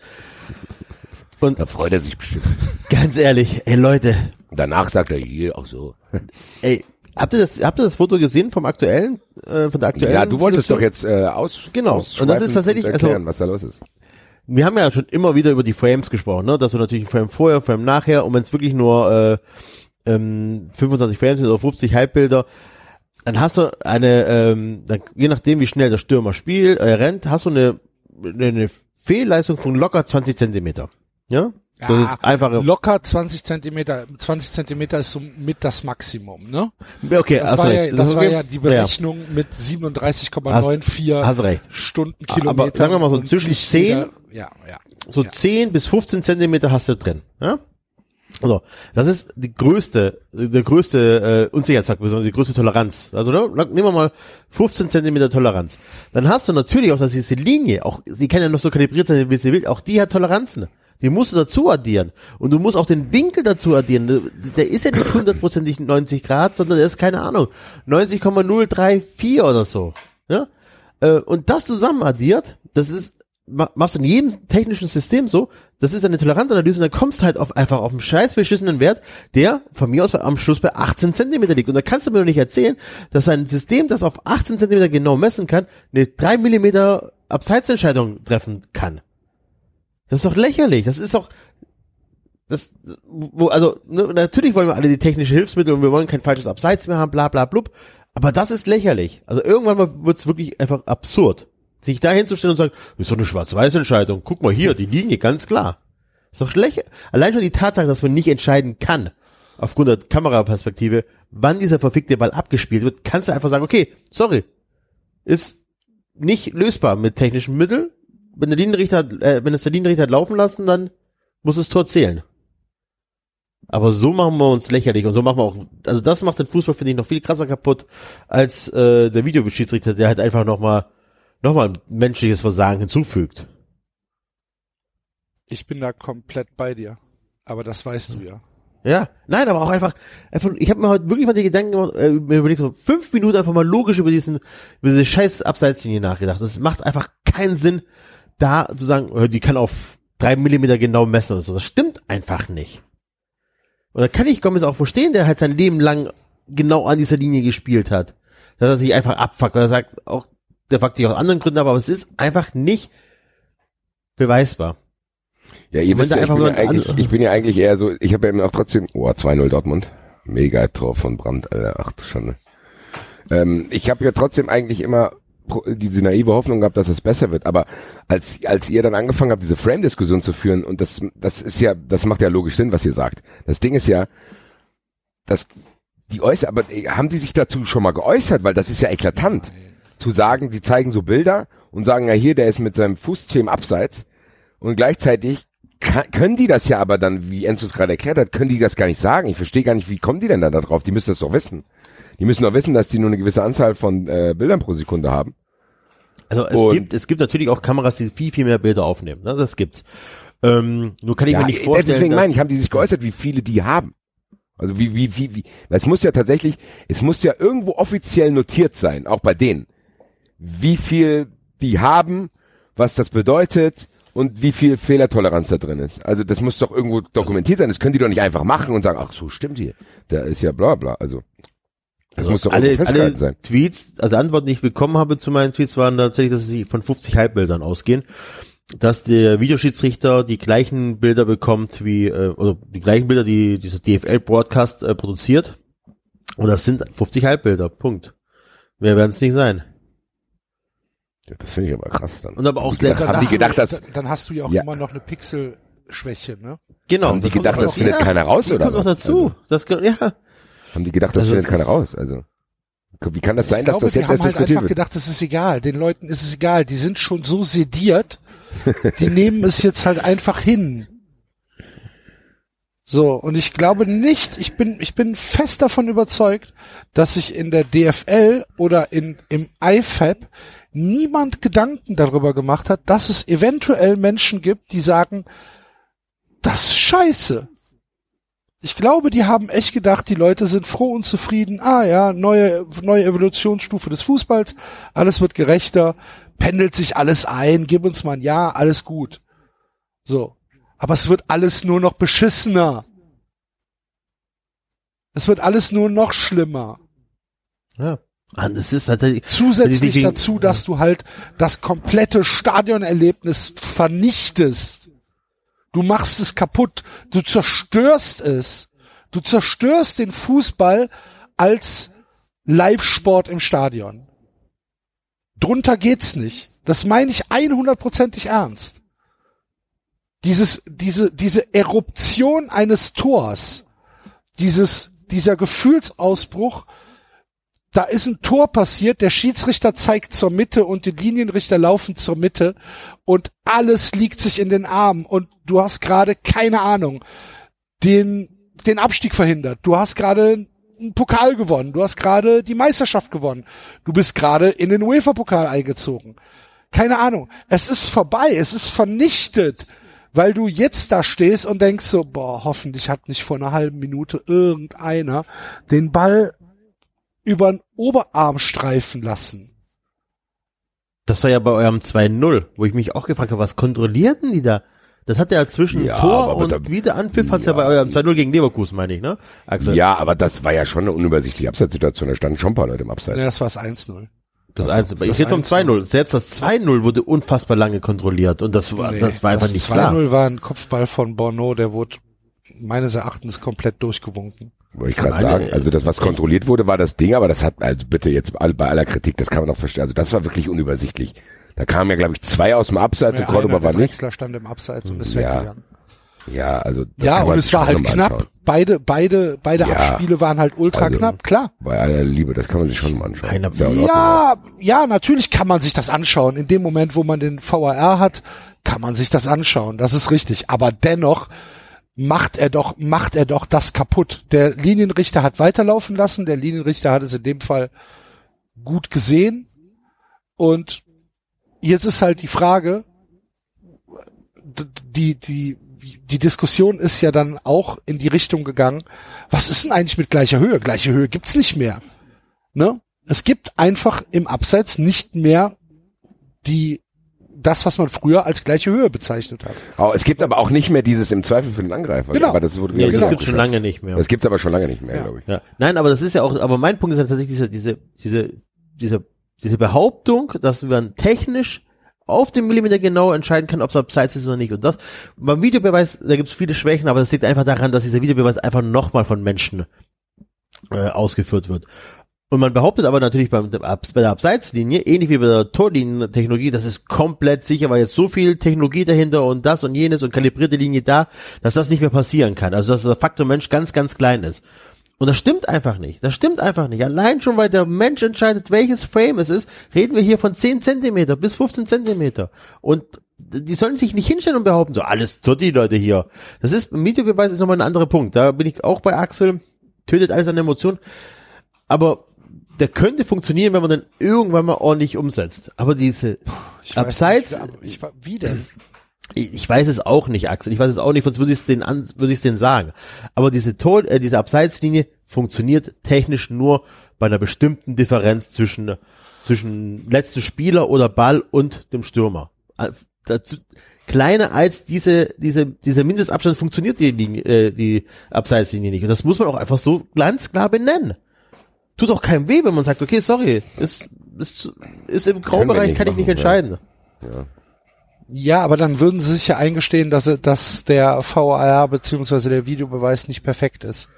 Und Da freut er sich bestimmt. ganz ehrlich, ey Leute, Und danach sagt er, hier, auch so. ey, habt ihr das, habt ihr das Foto gesehen vom aktuellen, äh, von der aktuellen? Ja, du wolltest Situation? doch jetzt äh, aus, Genau. Und das ist tatsächlich- und erklären, also- was da los ist. Wir haben ja schon immer wieder über die Frames gesprochen, ne? Dass du natürlich ein Frame vorher, Frame nachher, und wenn es wirklich nur äh, ähm, fünfundzwanzig Frames sind oder fünfzig Halbbilder, dann hast du eine, ähm, dann, je nachdem wie schnell der Stürmer spielt, äh, rennt, hast du eine, eine, eine Fehlleistung von locker zwanzig Zentimeter. Ja? Das Ja, ist einfache. Locker zwanzig Zentimeter. zwanzig Zentimeter ist so mit das Maximum, ne? Okay, Das hast war du ja, recht. das ist war okay. ja die Berechnung mit siebenunddreißig Komma vierundneunzig Hast recht. Stundenkilometer. Aber sagen wir mal so zwischen zehn Ja, ja. So ja. zehn bis fünfzehn Zentimeter hast du drin. Ja? Also, das ist die größte, der größte äh, Unsicherheitsfaktor, besonders die größte Toleranz. Also ne, nehmen wir mal fünfzehn Zentimeter Toleranz. Dann hast du natürlich auch, dass diese Linie, auch die kann ja noch so kalibriert sein, wie sie will, auch die hat Toleranzen. Die musst du dazu addieren. Und du musst auch den Winkel dazu addieren. Der ist ja nicht hundertprozentig neunzig Grad, sondern der ist, keine Ahnung, neunzig Komma null drei vier oder so. Ja? Äh, Und das zusammen addiert, das ist, ma- machst du in jedem technischen System so, das ist eine Toleranzanalyse und dann kommst du halt auf, einfach auf einen scheiß beschissenen Wert, der von mir aus am Schluss bei achtzehn Zentimeter liegt. Und da kannst du mir doch nicht erzählen, dass ein System, das auf achtzehn Zentimeter genau messen kann, eine drei Millimeter Abseitsentscheidung treffen kann. Das ist doch lächerlich. Das ist doch, das, wo, also, ne, natürlich wollen wir alle die technische Hilfsmittel und wir wollen kein falsches Abseits mehr haben, bla, bla, blub. Aber das ist lächerlich. Also irgendwann mal wird's wirklich einfach absurd. Sich da hinzustellen und sagen, das ist doch eine Schwarz-Weiß-Entscheidung. Guck mal hier, die Linie, ganz klar. Ist doch schlecht. Allein schon die Tatsache, dass man nicht entscheiden kann, aufgrund der Kameraperspektive, wann dieser verfickte Ball abgespielt wird, kannst du einfach sagen, okay, sorry, ist nicht lösbar mit technischen Mitteln. Wenn der Linienrichter, äh, wenn es der Linienrichter hat laufen lassen, dann muss das Tor zählen. Aber so machen wir uns lächerlich und so machen wir auch, also das macht den Fußball, finde ich, noch viel krasser kaputt als äh, der Videoschiedsrichter, der halt einfach nochmal noch mal ein menschliches Versagen hinzufügt. Ich bin da komplett bei dir. Aber das weißt du ja. Ja, nein, aber auch einfach, einfach ich habe mir heute wirklich mal die Gedanken gemacht, äh, mir überlegt, so fünf Minuten einfach mal logisch über diesen, über diese scheiß Abseitslinie nachgedacht. Das macht einfach keinen Sinn, da zu sagen, die kann auf drei Millimeter genau messen oder so. Das stimmt einfach nicht. Und da kann ich Gomez auch verstehen, der halt sein Leben lang genau an dieser Linie gespielt hat. Dass er sich einfach abfuckt, oder sagt, auch, der fuckt sich aus anderen Gründen ab, aber es ist einfach nicht beweisbar. Ja, ihr wisst ja, ich bin ja, eigentlich, ich bin ja eigentlich eher so, ich habe ja immer auch trotzdem, oh, zwei null Dortmund. Mega Tor von Brandt, Alter, ach du Schande. Ähm, ich habe ja trotzdem eigentlich immer diese naive Hoffnung gehabt, dass es besser wird, aber als als ihr dann angefangen habt, diese Frame-Diskussion zu führen, und das das ist ja, das macht ja logisch Sinn, was ihr sagt. Das Ding ist ja, dass die äußern, aber haben die sich dazu schon mal geäußert, weil das ist ja eklatant, zu sagen, die zeigen so Bilder und sagen, ja hier, der ist mit seinem Fußzeh im Abseits, und gleichzeitig kann, können die das ja aber dann, wie Enzo es gerade erklärt hat, können die das gar nicht sagen. Ich verstehe gar nicht, wie kommen die denn da drauf? Die müssen das doch wissen. Die müssen doch wissen, dass die nur eine gewisse Anzahl von äh, Bildern pro Sekunde haben. Also es und gibt es gibt natürlich auch Kameras, die viel, viel mehr Bilder aufnehmen. Ne? Das gibt's. Ähm, nur kann ich ja, mir nicht vorstellen, deswegen meine ich, haben die sich geäußert, wie viele die haben. Also wie, wie, wie, wie, weil es muss ja tatsächlich, es muss ja irgendwo offiziell notiert sein, auch bei denen, wie viel die haben, was das bedeutet und wie viel Fehlertoleranz da drin ist. Also das muss doch irgendwo dokumentiert sein. Das können die doch nicht einfach machen und sagen, ach so, stimmt hier. Da ist ja bla bla. Also das also muss doch alle, festgehalten alle sein. Tweets, also Antworten, die ich bekommen habe zu meinen Tweets, waren tatsächlich, dass sie von fünfzig Halbbildern ausgehen. Dass der Videoschiedsrichter die gleichen Bilder bekommt wie, äh, oder die gleichen Bilder, die dieser D F L-Broadcast äh, produziert. Und das sind fünfzig Halbbilder. Punkt. Mehr werden es nicht sein. Ja, das finde ich aber krass dann. Und aber auch haben selbst, gedacht, haben die gedacht, dass, dann hast du ja auch ja. immer noch eine Pixelschwäche, ne? Genau. Haben die gedacht, das findet ja, keiner raus, das oder? Kommt noch dazu. Also, das, ja. Haben die gedacht, das also findet das keiner raus, also. Wie kann das sein, ich dass glaube, das jetzt erst diskutiert wird? Die haben halt einfach gedacht, das ist egal. Den Leuten ist es egal. Die sind schon so sediert, die nehmen es jetzt halt einfach hin. So, und ich glaube nicht, ich bin, ich bin fest davon überzeugt, dass sich in der D F L oder in, im I F A B niemand Gedanken darüber gemacht hat, dass es eventuell Menschen gibt, die sagen, das ist scheiße. Ich glaube, die haben echt gedacht, die Leute sind froh und zufrieden. Ah ja, neue, neue Evolutionsstufe des Fußballs. Alles wird gerechter. Pendelt sich alles ein. Gib uns mal ein Ja, alles gut. So. Aber es wird alles nur noch beschissener. Es wird alles nur noch schlimmer. Ja. Und es ist halt zusätzlich die, dazu, dass du halt das komplette Stadionerlebnis vernichtest. Du machst es kaputt. Du zerstörst es. Du zerstörst den Fußball als Live-Sport im Stadion. Drunter geht's nicht. Das meine ich hundertprozentig ernst. Dieses, diese, diese Eruption eines Tors, dieses, dieser Gefühlsausbruch, da ist ein Tor passiert, der Schiedsrichter zeigt zur Mitte und die Linienrichter laufen zur Mitte und alles liegt sich in den Armen und du hast gerade, keine Ahnung, den, den Abstieg verhindert. Du hast gerade einen Pokal gewonnen. Du hast gerade die Meisterschaft gewonnen. Du bist gerade in den UEFA-Pokal eingezogen. Keine Ahnung. Es ist vorbei. Es ist vernichtet. Weil du jetzt da stehst und denkst so, boah, hoffentlich hat nicht vor einer halben Minute irgendeiner den Ball über den Oberarm streifen lassen. Das war ja bei eurem zwei null, wo ich mich auch gefragt habe, was kontrollierten die da? Das hat ja zwischen ja, Tor und da, Wiederanpfiff hat's ja, ja bei eurem zwei null gegen Leverkusen, meine ich, ne? Axel? Ja, aber das war ja schon eine unübersichtliche Abseitssituation, da standen schon ein paar Leute im Abseits. Ja, das war das eins null. Das, das eins null. Ich rede vom zwei null. Selbst das zwei null wurde unfassbar lange kontrolliert und das war, nee, das war einfach das nicht klar. Das zwei null war ein Kopfball von Bono, der wurde meines Erachtens komplett durchgewunken. Wollte ich gerade sagen, also das, was kontrolliert wurde, war das Ding, aber das hat, also bitte jetzt bei aller Kritik, das kann man doch verstehen, also das war wirklich unübersichtlich. Da kamen ja, glaube ich, zwei aus dem Abseits Ja, und Cordoba einer, war der nicht. Drexler stand im Abseits und ist Ja. weggegangen. Ja, also das Ja, kann man und sich es war schon halt mal knapp. anschauen. Beide, beide, beide Ja. Abspiele waren halt ultra Also, knapp, klar. Bei aller Liebe, das kann man sich schon mal anschauen. Einer- Ist ja, in Ordnung. Ja, ja, natürlich kann man sich das anschauen. In dem Moment, wo man den V A R hat, kann man sich das anschauen. Das ist richtig. Aber dennoch macht er doch, macht er doch das kaputt. Der Linienrichter hat weiterlaufen lassen. Der Linienrichter hat es in dem Fall gut gesehen. Und jetzt ist halt die Frage, die, die, die Diskussion ist ja dann auch in die Richtung gegangen, was ist denn eigentlich mit gleicher Höhe? Gleiche Höhe gibt's nicht mehr. Ne? Es gibt einfach im Abseits nicht mehr die, das, was man früher als gleiche Höhe bezeichnet hat. Oh, es gibt aber auch nicht mehr dieses im Zweifel für den Angreifer. Genau. Aber das wurde Ja, genau. das gibt's schon lange nicht mehr. Das gibt's aber schon lange nicht mehr, Ja. glaube ich. Ja. Nein, aber das ist ja auch, aber mein Punkt ist halt tatsächlich diese, diese, diese, diese, diese Behauptung, dass man technisch auf den Millimeter genau entscheiden kann, ob es abseits ist oder nicht. Und das, beim Videobeweis, da gibt es viele Schwächen, aber das liegt einfach daran, dass dieser Videobeweis einfach nochmal von Menschen äh, ausgeführt wird. Und man behauptet aber natürlich beim, bei der Abseitslinie, ähnlich wie bei der Torlinientechnologie, das ist komplett sicher, weil jetzt so viel Technologie dahinter und das und jenes und kalibrierte Linie da, dass das nicht mehr passieren kann. Also dass der Faktor Mensch ganz, ganz klein ist. Und das stimmt einfach nicht. Das stimmt einfach nicht. Allein schon, weil der Mensch entscheidet, welches Frame es ist, reden wir hier von zehn Zentimeter bis fünfzehn Zentimeter. Und die sollen sich nicht hinstellen und behaupten, so alles zu die Leute hier. Das ist, im Videobeweis ist nochmal ein anderer Punkt. Da bin ich auch bei Axel, tötet alles an Emotionen. Aber der könnte funktionieren, wenn man den irgendwann mal ordentlich umsetzt. Aber diese Ich weiß Abseits, nicht, aber ich, wie denn? ich, ich weiß es auch nicht, Axel. Ich weiß es auch nicht, sonst würde ich es den an, würde ich es denen sagen. Aber diese Tor, äh, diese Abseitslinie funktioniert technisch nur bei einer bestimmten Differenz zwischen zwischen letzten Spieler oder Ball und dem Stürmer. Äh, dazu, kleiner als diese diese dieser Mindestabstand funktioniert die Linie, äh, die Abseitslinie nicht. Und das muss man auch einfach so ganz klar benennen. Tut auch keinem weh, wenn man sagt, okay, sorry, ist ist ist im Graubereich, kann ich nicht entscheiden. Ja. Ja, aber dann würden sie sich ja eingestehen, dass, er- dass der V A R beziehungsweise der Videobeweis nicht perfekt ist.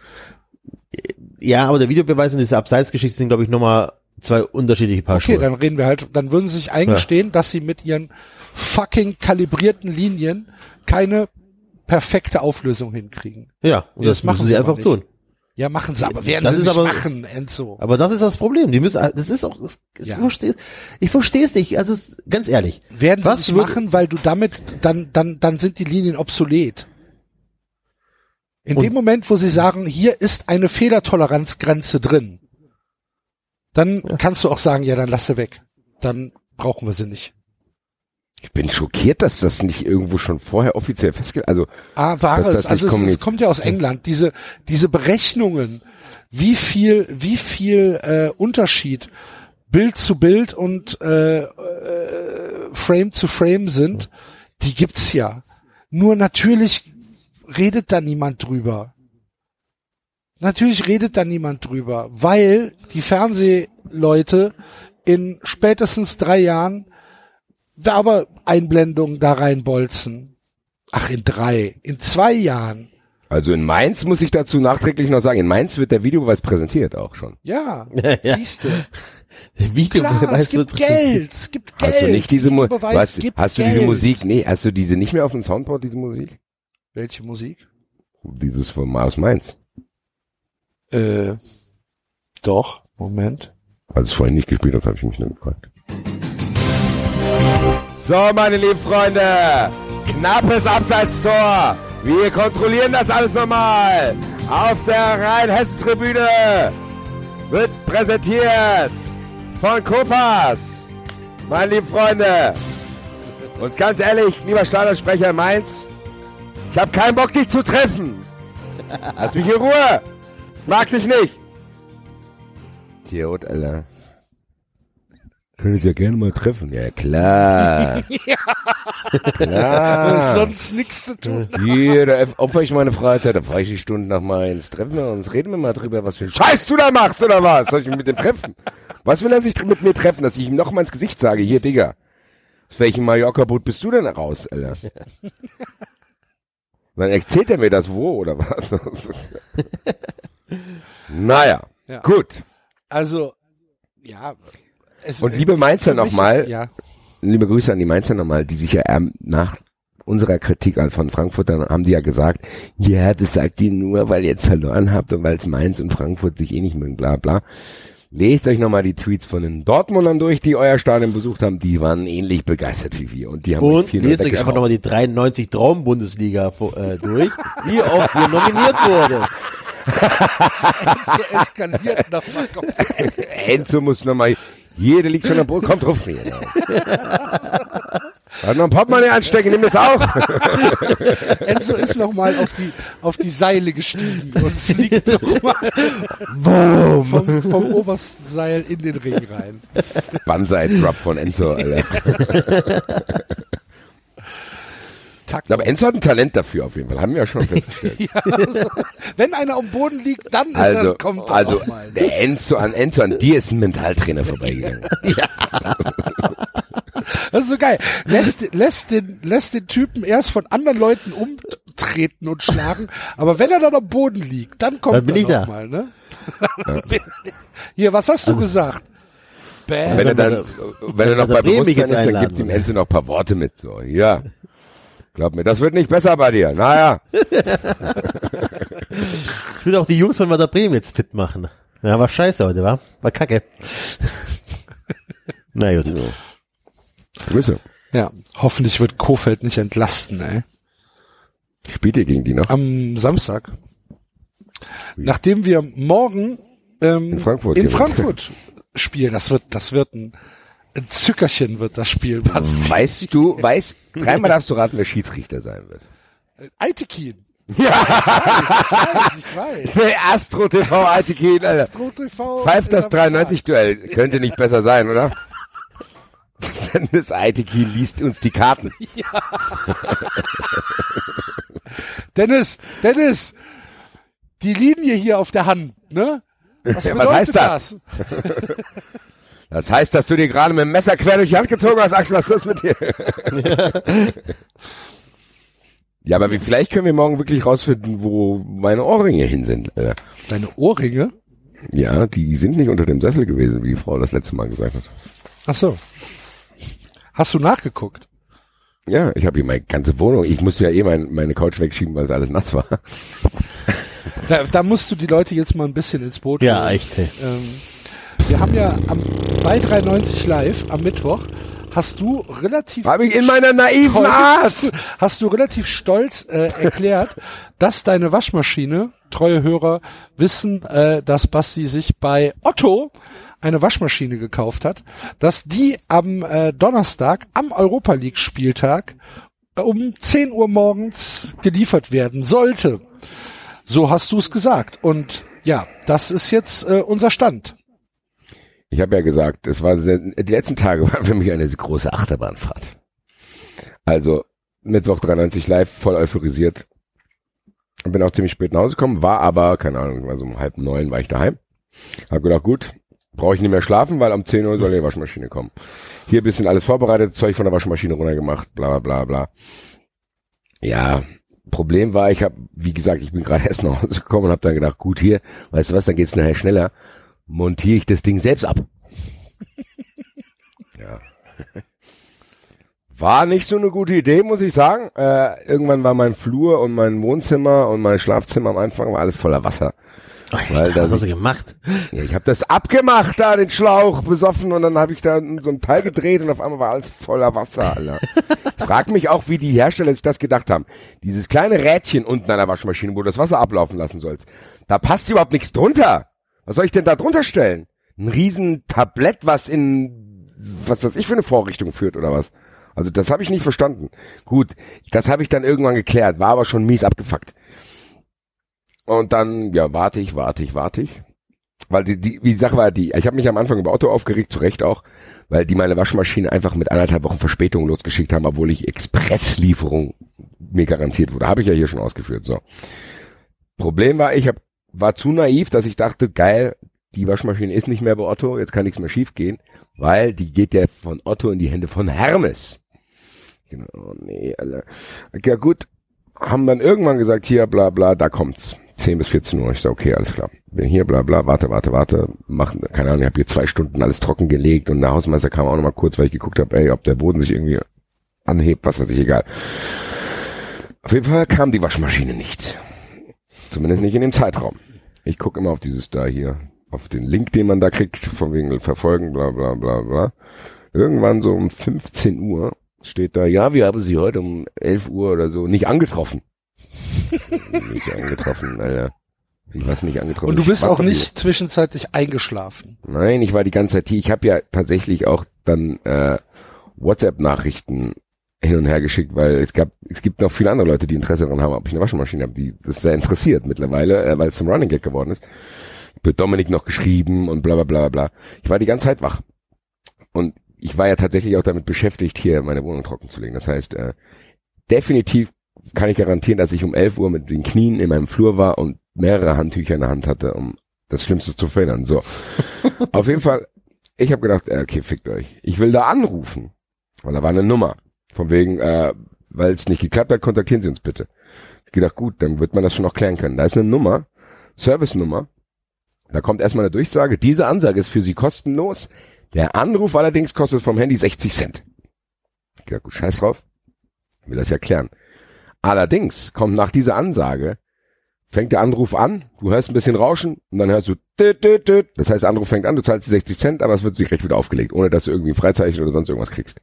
Ja, aber der Videobeweis und diese Abseitsgeschichte sind, glaube ich, nochmal zwei unterschiedliche Paar Okay, Schuhe. dann reden wir halt, dann würden sie sich eingestehen, dass sie mit ihren fucking kalibrierten Linien keine perfekte Auflösung hinkriegen. Ja, und Ja, das, das machen müssen sie sie aber einfach nicht. tun. Ja, machen sie, aber werden Das sie ist nicht aber- machen, Enzo. Aber das ist das Problem. Die müssen, das ist auch, das, das Ja. ich verstehe, ich verstehe es nicht. Also es- ganz ehrlich, Werden sie was nicht würde- machen, weil du damit, dann, dann, dann sind die Linien obsolet. In Und- dem Moment, wo sie sagen, hier ist eine Fehlertoleranzgrenze drin, dann kannst du auch sagen, ja, dann lass sie weg. Dann brauchen wir sie nicht. Ich bin schockiert, dass das nicht irgendwo schon vorher offiziell festgelegt, also Ah, war Dass es. das nicht Also es, kommuni- es kommt ja aus England. Diese, diese Berechnungen, wie viel, wie viel äh, Unterschied Bild zu Bild und äh, äh, Frame zu Frame sind, die gibt's ja. Nur natürlich redet da niemand drüber. Natürlich redet da niemand drüber, weil die Fernsehleute in spätestens drei Jahren Werbeeinblendungen da reinbolzen. Ach, in drei, in zwei Jahren. Also in Mainz muss ich dazu nachträglich noch sagen, in Mainz wird der Videobeweis präsentiert auch schon. Ja, Ja. siehste. der Klar, Videobeweis es gibt wird präsentiert. Geld, es gibt Geld. Hast du nicht diese Mu Videobeweis was, gibt hast du Geld. diese Musik? Nee, hast du diese nicht mehr auf dem Soundboard, diese Musik? Welche Musik? Dieses von aus Mainz. Äh, doch, Moment. Als es vorhin nicht gespielt hat, habe ich mich nur gefragt. So, meine lieben Freunde, knappes Abseitstor. Wir kontrollieren das alles nochmal. Auf der Rhein-Hessen-Tribüne wird präsentiert von Kofas. Meine lieben Freunde. Und ganz ehrlich, lieber Stadionsprecher in Mainz, ich habe keinen Bock, dich zu treffen. Lass mich in Ruhe. Mag dich nicht. Idiot, Alter. Können Sie ja gerne mal treffen. Ja, klar. Ja. Klar. Sonst nichts zu tun. Hier, da opfer ich meine Freizeit, da fahre ich die Stunden nach Mainz. Treffen wir uns, reden wir mal drüber, was für ein Scheiß du da machst, oder was? Soll ich mich mit dem treffen? Was will er sich mit mir treffen, dass ich ihm noch mal ins Gesicht sage, hier, Digga, aus welchem Mallorca-Boot bist du denn raus, Alter? Dann erzählt er mir das wo, oder was? Naja, Ja. gut. Also, ja. Es, Und liebe Mainzer für mich nochmal, ist- Ja. liebe Grüße an die Mainzer nochmal, die sich ja ähm, nach unserer Kritik von Frankfurt, dann haben die ja gesagt, ja, das sagt ihr nur, weil ihr jetzt verloren habt und weil es Mainz und Frankfurt sich eh nicht mögen, bla bla. Lest euch nochmal die Tweets von den Dortmundern durch, die euer Stadion besucht haben, die waren ähnlich begeistert wie wir. Und die haben Und viel lest euch einfach nochmal die dreiundneunzig Traum-Bundesliga äh, durch, wie oft ihr nominiert wurde. Enzo eskaliert nochmal komplett. Enzo muss nochmal, jede liegt schon am Boden, kommt drauf hier. Hat noch ein Portemonnaie anstecken, nimm das auch. Enzo ist nochmal auf die, auf die Seile gestiegen und fliegt nochmal vom, vom obersten Seil in den Ring rein. Banzai-Drop von Enzo, Alter. Aber Enzo hat ein Talent dafür auf jeden Fall, haben wir ja schon festgestellt. Ja, also, wenn einer am Boden liegt, dann, also, dann kommt er also auch mal. Der Enzo an Enzo an dir ist ein Mentaltrainer vorbeigegangen. Ja. Das ist so geil. Lässt, lässt den, lässt den Typen erst von anderen Leuten umtreten und schlagen, aber wenn er dann am Boden liegt, dann kommt dann bin er ich da. nochmal, ne? Ja. Hier, was hast du also, gesagt? Bäh. Wenn er dann, wenn er noch bei Bewusstsein ist, dann gibt ihm Enzo noch ein paar Worte mit, so, ja. Glaub mir, das wird nicht besser bei dir. Naja. Ich will auch die Jungs von Werder Bremen jetzt fit machen. Ja, war scheiße heute, wa? War kacke. Na gut. Grüße. Ja, hoffentlich wird Kohfeldt nicht entlasten, ey. Spielt ihr gegen die noch? Am Samstag. Wie? Nachdem wir morgen ähm, in Frankfurt, in Frankfurt spielen, das wird, das wird ein, ein Zückerchen wird das Spiel. Was? Weißt du, weißt, dreimal darfst du raten, wer Schiedsrichter sein wird. Aitekin. Ja. Ich weiß, ich weiß. Nee, Astro T V Aitekin, Alter. Astro T V. Pfeift das dreiundneunzig-Duell. Könnte nicht besser sein, oder? Das Aitekin liest uns die Karten. Ja. Dennis, Dennis, die Linie hier auf der Hand, ne? Was, ja, was heißt das? das? Das heißt, dass du dir gerade mit dem Messer quer durch die Hand gezogen hast, Axel, was ist los mit dir? Ja, aber wie, vielleicht können wir morgen wirklich rausfinden, wo meine Ohrringe hin sind. Alter. Deine Ohrringe? Ja, die sind nicht unter dem Sessel gewesen, wie die Frau das letzte Mal gesagt hat. Ach so. Hast du nachgeguckt? Ja, ich habe hier meine ganze Wohnung. Ich musste ja eh mein, meine Couch wegschieben, weil es alles nass war. Da, da musst du die Leute jetzt mal ein bisschen ins Boot Ja, holen. echt. Hey. Ähm, wir haben ja am, bei dreiundneunzig Live am Mittwoch hast du relativ habe ich in meiner naiven stolz, Art hast du relativ stolz äh, erklärt, dass deine Waschmaschine, treue Hörer wissen, äh, dass Basti sich bei Otto eine Waschmaschine gekauft hat, dass die am äh, Donnerstag am Europa League Spieltag äh, um zehn Uhr morgens geliefert werden sollte. So hast du es gesagt. Und ja, das ist jetzt äh, unser Stand. Ich habe ja gesagt, es war sehr, die letzten Tage waren für mich eine große Achterbahnfahrt. Also Mittwoch dreiundneunzig Live, voll euphorisiert. Bin auch ziemlich spät nach Hause gekommen, war aber, keine Ahnung, also um halb neun war ich daheim. Hab gedacht, gut, brauche ich nicht mehr schlafen, weil um zehn Uhr soll die Waschmaschine kommen. Hier ein bisschen alles vorbereitet, Zeug von der Waschmaschine runtergemacht, bla bla bla bla. Ja, Problem war, ich habe, wie gesagt, ich bin gerade erst nach Hause gekommen und habe dann gedacht, gut, hier, weißt du was, dann geht's nachher schneller. Montiere ich das Ding selbst ab. Ja. War nicht so eine gute Idee, muss ich sagen. Äh, irgendwann war mein Flur und mein Wohnzimmer und mein Schlafzimmer am Anfang war alles voller Wasser. Alter, Weil was hast du gemacht? Ja, ich habe das abgemacht, da den Schlauch besoffen und dann habe ich da so ein Teil gedreht und auf einmal war alles voller Wasser, Alter. Ich frag mich auch, wie die Hersteller sich das gedacht haben. Dieses kleine Rädchen unten an der Waschmaschine, wo du das Wasser ablaufen lassen sollst, da passt überhaupt nichts drunter. Was soll ich denn da drunter stellen? Ein riesen Tablett, was in, was weiß ich für eine Vorrichtung führt oder was? Also das habe ich nicht verstanden. Gut, das habe ich dann irgendwann geklärt, war aber schon mies abgefuckt. Und dann, ja, warte ich, warte ich, warte ich. Weil die, die, wie die Sache war die, ich habe mich am Anfang über Otto aufgeregt, zu Recht auch, weil die meine Waschmaschine einfach mit anderthalb Wochen Verspätung losgeschickt haben, obwohl ich Expresslieferung mir garantiert wurde. Habe ich ja hier schon ausgeführt, so. Problem war, ich hab, war zu naiv, dass ich dachte, geil, die Waschmaschine ist nicht mehr bei Otto, jetzt kann nichts mehr schief gehen, weil die geht ja von Otto in die Hände von Hermes. Genau, nee, Alter. Ja gut, haben dann irgendwann gesagt, hier, bla bla, da kommt's. zehn bis vierzehn Uhr. Ich sag, okay, alles klar. Bin hier, bla bla, warte, warte, warte. Mach, keine Ahnung, ich habe hier zwei Stunden alles trocken gelegt und der Hausmeister kam auch noch mal kurz, weil ich geguckt habe, ey, ob der Boden sich irgendwie anhebt, was weiß ich, egal. Auf jeden Fall kam die Waschmaschine nicht. Zumindest nicht in dem Zeitraum. Ich gucke immer auf dieses da hier, auf den Link, den man da kriegt, von wegen verfolgen, bla bla bla bla. Irgendwann so um fünfzehn Uhr steht da, ja, wir haben sie heute um elf Uhr oder so nicht angetroffen. Nicht angetroffen, Alter. Ich war nicht angetroffen. Und du bist auch nicht hier. zwischenzeitlich eingeschlafen. Nein, ich war die ganze Zeit hier. Ich habe ja tatsächlich auch dann äh, WhatsApp-Nachrichten hin und her geschickt, weil es gab, es gibt noch viele andere Leute, die Interesse daran haben, ob ich eine Waschmaschine habe, die das sehr interessiert mittlerweile, äh, weil es zum Running Gag geworden ist. Wird Dominik noch geschrieben und bla bla bla bla. Ich war die ganze Zeit wach. Und ich war ja tatsächlich auch damit beschäftigt, hier meine Wohnung trocken zu legen. Das heißt, äh, definitiv kann ich garantieren, dass ich um elf Uhr mit den Knien in meinem Flur war und mehrere Handtücher in der Hand hatte, um das Schlimmste zu verhindern. So. Auf jeden Fall, ich habe gedacht, äh, okay, fickt euch. Ich will da anrufen. Weil da war eine Nummer. Von wegen, äh, weil es nicht geklappt hat, kontaktieren Sie uns bitte. Ich gedacht, gut, dann wird man das schon noch klären können. Da ist eine Nummer, Service-Nummer. Da kommt erstmal eine Durchsage. Diese Ansage ist für Sie kostenlos. Der Anruf allerdings kostet vom Handy sechzig Cent. Ich gedacht, gut, scheiß drauf. Ich will das ja klären. Allerdings kommt nach dieser Ansage, fängt der Anruf an, du hörst ein bisschen Rauschen und dann hörst du düt, düt, düt. Das heißt, der Anruf fängt an, du zahlst die sechzig Cent, aber es wird sich recht wieder aufgelegt, ohne dass du irgendwie ein Freizeichen oder sonst irgendwas kriegst.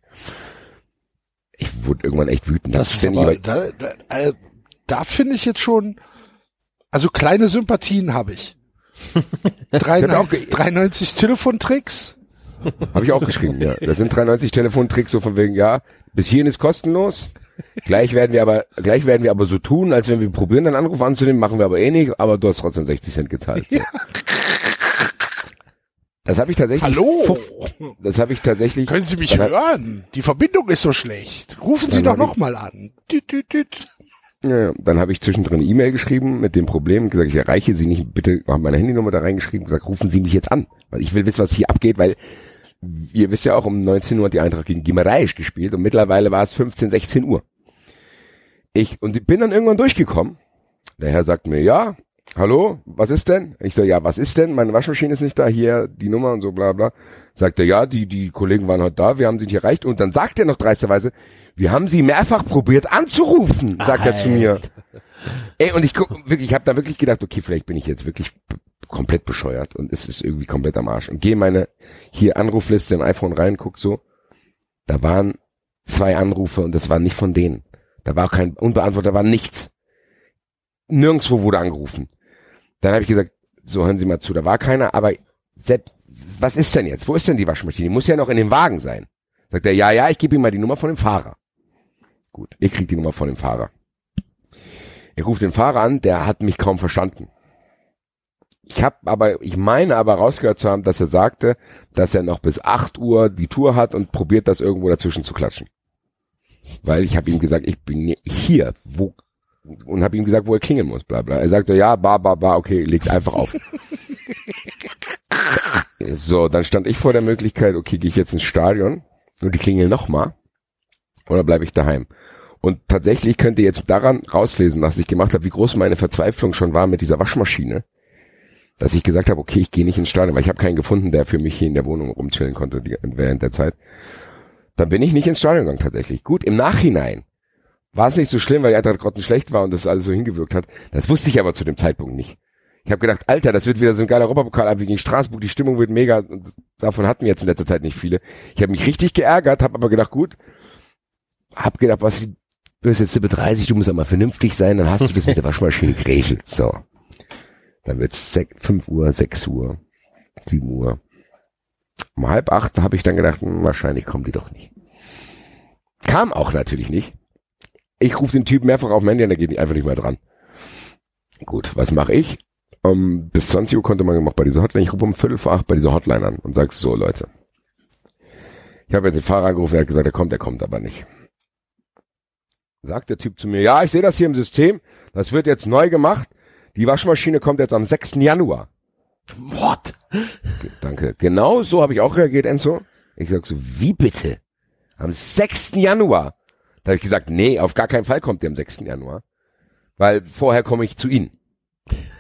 Ich wurde irgendwann echt wütend. Das ist aber, da, da, äh, da finde ich jetzt schon, also kleine Sympathien habe ich. dreiundneunzig, dreiundneunzig Telefontricks. Habe ich auch geschrieben, ja. Das sind dreiundneunzig Telefontricks, so von wegen, ja, bis hierhin ist kostenlos. Gleich werden wir aber, gleich werden wir aber so tun, als wenn wir probieren, einen Anruf anzunehmen, machen wir aber eh nicht, aber du hast trotzdem sechzig Cent gezahlt. So. Ja. Das habe ich tatsächlich. Hallo? Das habe ich tatsächlich. Können Sie mich hören? Die Verbindung ist so schlecht. Rufen Sie doch nochmal an. Düt, düt, düt. Ja, dann habe ich zwischendrin eine E-Mail geschrieben mit dem Problem, gesagt, ich erreiche Sie nicht, bitte, habe meine Handynummer da reingeschrieben, gesagt, rufen Sie mich jetzt an, weil ich will wissen, was hier abgeht, weil ihr wisst ja auch, um neunzehn Uhr hat die Eintracht gegen Gimareisch gespielt und mittlerweile war es fünfzehn, sechzehn Uhr. Ich, und ich bin dann irgendwann durchgekommen. Der Herr sagt mir, ja, hallo, was ist denn? Ich so, ja, was ist denn? Meine Waschmaschine ist nicht da, hier, die Nummer und so, bla, bla. Sagt er, ja, die, die Kollegen waren heute da, wir haben sie nicht erreicht. Und dann sagt er noch dreisterweise, wir haben sie mehrfach probiert anzurufen, sagt Alter. Er zu mir. Ey, und ich guck, wirklich, ich habe da wirklich gedacht, okay, vielleicht bin ich jetzt wirklich b- komplett bescheuert und es ist irgendwie komplett am Arsch. Und gehe meine hier Anrufliste im iPhone rein, guck so, da waren zwei Anrufe und das war nicht von denen. Da war auch kein unbeantwortet, da war nichts. Nirgendwo wurde angerufen. Dann habe ich gesagt, so hören Sie mal zu, da war keiner, aber selbst, was ist denn jetzt? Wo ist denn die Waschmaschine? Die muss ja noch in dem Wagen sein. Sagt er, ja, ja, ich gebe ihm mal die Nummer von dem Fahrer. Gut, ich krieg die Nummer von dem Fahrer. Ich rufe den Fahrer an, der hat mich kaum verstanden. Ich habe aber, ich meine aber rausgehört zu haben, dass er sagte, dass er noch bis acht Uhr die Tour hat und probiert das irgendwo dazwischen zu klatschen. Weil ich habe ihm gesagt, ich bin hier, wo, und habe ihm gesagt, wo er klingeln muss, bla bla. Er sagte, ja, ba, ba, ba, okay, legt einfach auf. So, dann stand ich vor der Möglichkeit, okay, gehe ich jetzt ins Stadion und die klingeln nochmal oder bleibe ich daheim? Und tatsächlich könnt ihr jetzt daran rauslesen, was ich gemacht habe, wie groß meine Verzweiflung schon war mit dieser Waschmaschine, dass ich gesagt habe, okay, ich gehe nicht ins Stadion, weil ich habe keinen gefunden, der für mich hier in der Wohnung rumchillen konnte die, während der Zeit. Dann bin ich nicht ins Stadion gegangen tatsächlich. Gut, im Nachhinein war es nicht so schlimm, weil die Eintracht grottenschlecht war und das alles so hingewirkt hat. Das wusste ich aber zu dem Zeitpunkt nicht. Ich habe gedacht, Alter, das wird wieder so ein geiler Europapokal wie gegen Straßburg, die Stimmung wird mega, und davon hatten wir jetzt in letzter Zeit nicht viele. Ich habe mich richtig geärgert, habe aber gedacht, gut, hab gedacht, was, du bist jetzt sieben Uhr dreißig, du musst auch mal vernünftig sein, dann hast du das mit der Waschmaschine geregelt. So, dann wird's fünf Uhr, sechs Uhr, sieben Uhr. Um halb acht habe ich dann gedacht, hm, wahrscheinlich kommen die doch nicht. Kam auch natürlich nicht. Ich rufe den Typen mehrfach auf dem Handy und der geht einfach nicht mehr dran. Gut, was mache ich? Um, bis zwanzig Uhr konnte man gemacht bei dieser Hotline. Ich rufe um Viertel vor acht bei dieser Hotline an und sage so, Leute. Ich habe jetzt den Fahrer angerufen, der hat gesagt, er kommt, er kommt aber nicht. Sagt der Typ zu mir, ja, ich sehe das hier im System, das wird jetzt neu gemacht. Die Waschmaschine kommt jetzt am sechsten Januar. What? Danke. Genau so habe ich auch reagiert, Enzo. Ich sag so, wie bitte? Am sechsten Januar? Da habe ich gesagt, nee, auf gar keinen Fall kommt der am sechsten Januar. Weil vorher komme ich zu Ihnen.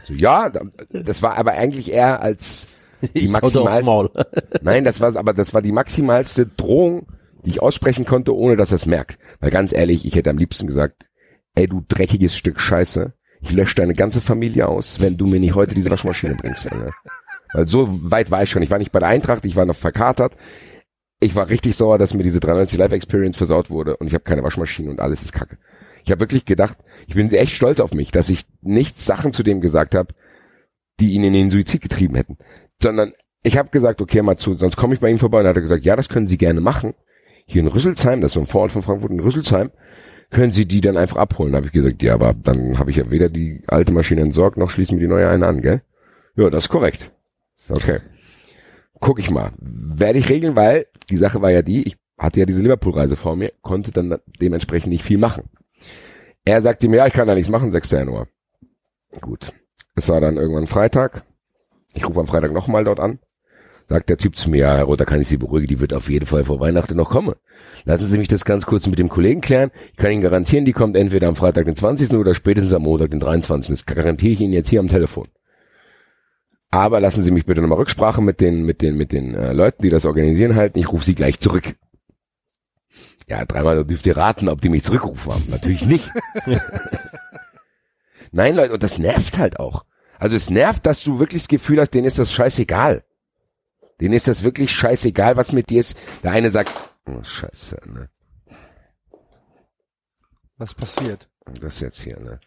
So, ja, das war aber eigentlich eher als die Ich hau dir aufs maximalste, Maul. nein, das war, aber das war die maximalste Drohung, die ich aussprechen konnte, ohne dass er es merkt. Weil ganz ehrlich, ich hätte am liebsten gesagt, ey, du dreckiges Stück Scheiße, ich lösche deine ganze Familie aus, wenn du mir nicht heute diese Waschmaschine bringst. Alter. Weil so weit war ich schon. Ich war nicht bei der Eintracht, ich war noch verkatert. Ich war richtig sauer, dass mir diese dreiundneunzig Live Experience versaut wurde und ich habe keine Waschmaschine und alles ist Kacke. Ich habe wirklich gedacht, ich bin echt stolz auf mich, dass ich nichts Sachen zu dem gesagt habe, die ihn in den Suizid getrieben hätten. Sondern ich habe gesagt, okay, mal zu, sonst komme ich bei ihm vorbei. Und dann hat er gesagt, ja, das können Sie gerne machen. Hier in Rüsselsheim, das ist so ein Vorort von Frankfurt, in Rüsselsheim, können Sie die dann einfach abholen. Da habe ich gesagt, ja, aber dann habe ich ja weder die alte Maschine entsorgt, noch schließen wir die neue eine an, gell? Ja, das ist korrekt. Okay. Guck ich mal. Werde ich regeln, weil die Sache war ja die, ich hatte ja diese Liverpool-Reise vor mir, konnte dann dementsprechend nicht viel machen. Er sagte mir, ja, ich kann da nichts machen, sechster Januar. Gut. Es war dann irgendwann Freitag. Ich rufe am Freitag nochmal dort an. Sagt der Typ zu mir, ja, Herr Roth, da kann ich Sie beruhigen, die wird auf jeden Fall vor Weihnachten noch kommen. Lassen Sie mich das ganz kurz mit dem Kollegen klären. Ich kann Ihnen garantieren, die kommt entweder am Freitag den zwanzigsten oder spätestens am Montag den dreiundzwanzigsten Das garantiere ich Ihnen jetzt hier am Telefon. Aber lassen Sie mich bitte nochmal Rücksprache mit den mit den mit den äh, Leuten, die das organisieren, halten. Ich rufe Sie gleich zurück. Ja, dreimal dürft ihr raten, ob die mich zurückgerufen haben. Natürlich nicht. Nein, Leute, und das nervt halt auch. Also es nervt, dass du wirklich das Gefühl hast, denen ist das scheißegal. Denen ist das wirklich scheißegal, was mit dir ist. Der eine sagt, oh Scheiße, ne? Was passiert? Das jetzt hier, ne?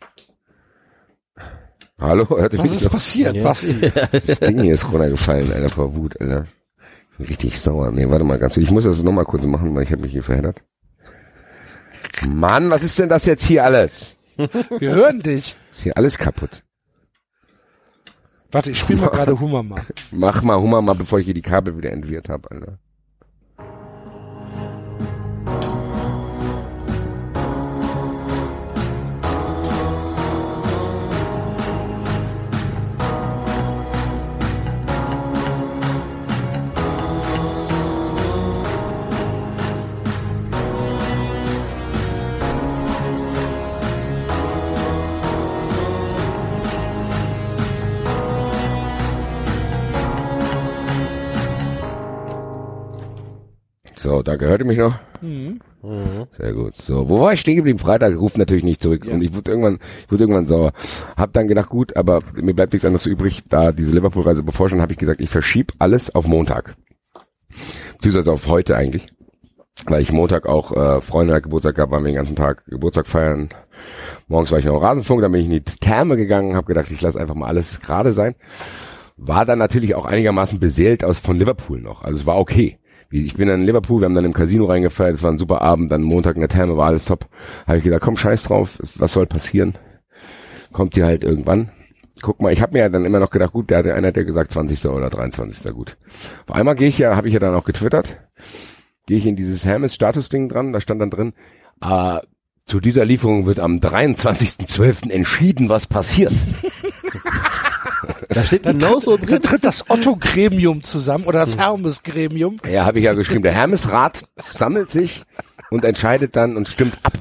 Hallo? Hört ihr Was mich ist noch? passiert, Ja. Basti? Das Ding hier ist runtergefallen, Alter, vor Wut, Alter. Ich bin richtig sauer. Nee, warte mal ganz kurz. Ich muss das nochmal kurz machen, weil ich habe mich hier verheddert. Mann, was ist denn das jetzt hier alles? Wir hören dich. Ist hier alles kaputt. Warte, ich spiele mal gerade Hummer mal. Mach mal Hummer mal, bevor ich hier die Kabel wieder entwirrt habe, Alter. So, da gehört ihr mich noch? Mhm. Sehr gut. So, wo war ich stehen geblieben? Freitag ruft natürlich nicht zurück. Ja. Und ich wurde irgendwann, ich wurde irgendwann sauer. Hab dann gedacht, gut, aber mir bleibt nichts anderes übrig, da diese Liverpool-Reise bevorstand, habe ich gesagt, ich verschiebe alles auf Montag. Beziehungsweise auf heute eigentlich. Weil ich Montag auch äh, Freunde hat Geburtstag gehabt, waren wir den ganzen Tag Geburtstag feiern. Morgens war ich noch im Rasenfunk, dann bin ich in die Therme gegangen, habe gedacht, ich lasse einfach mal alles gerade sein. War dann natürlich auch einigermaßen beseelt aus von Liverpool noch. Also es war okay. Ich bin dann in Liverpool, wir haben dann im Casino reingefeiert, es war ein super Abend, dann Montag in der Therme, war alles top. Habe ich gedacht, komm, scheiß drauf, was soll passieren? Kommt die halt irgendwann. Guck mal, ich habe mir ja dann immer noch gedacht, gut, der hat einer hat ja gesagt zwanzigsten oder dreiundzwanzigsten gut. Auf einmal gehe ich ja, habe ich ja dann auch getwittert, gehe ich in dieses Hermes-Status-Ding dran, da stand dann drin, äh, zu dieser Lieferung wird am dreiundzwanzigsten zwölften entschieden, was passiert. Da steht genauso Da drin. tritt das Otto-Gremium zusammen oder das Hermes-Gremium. Ja, habe ich ja geschrieben, der Hermesrat sammelt sich und entscheidet dann und stimmt ab.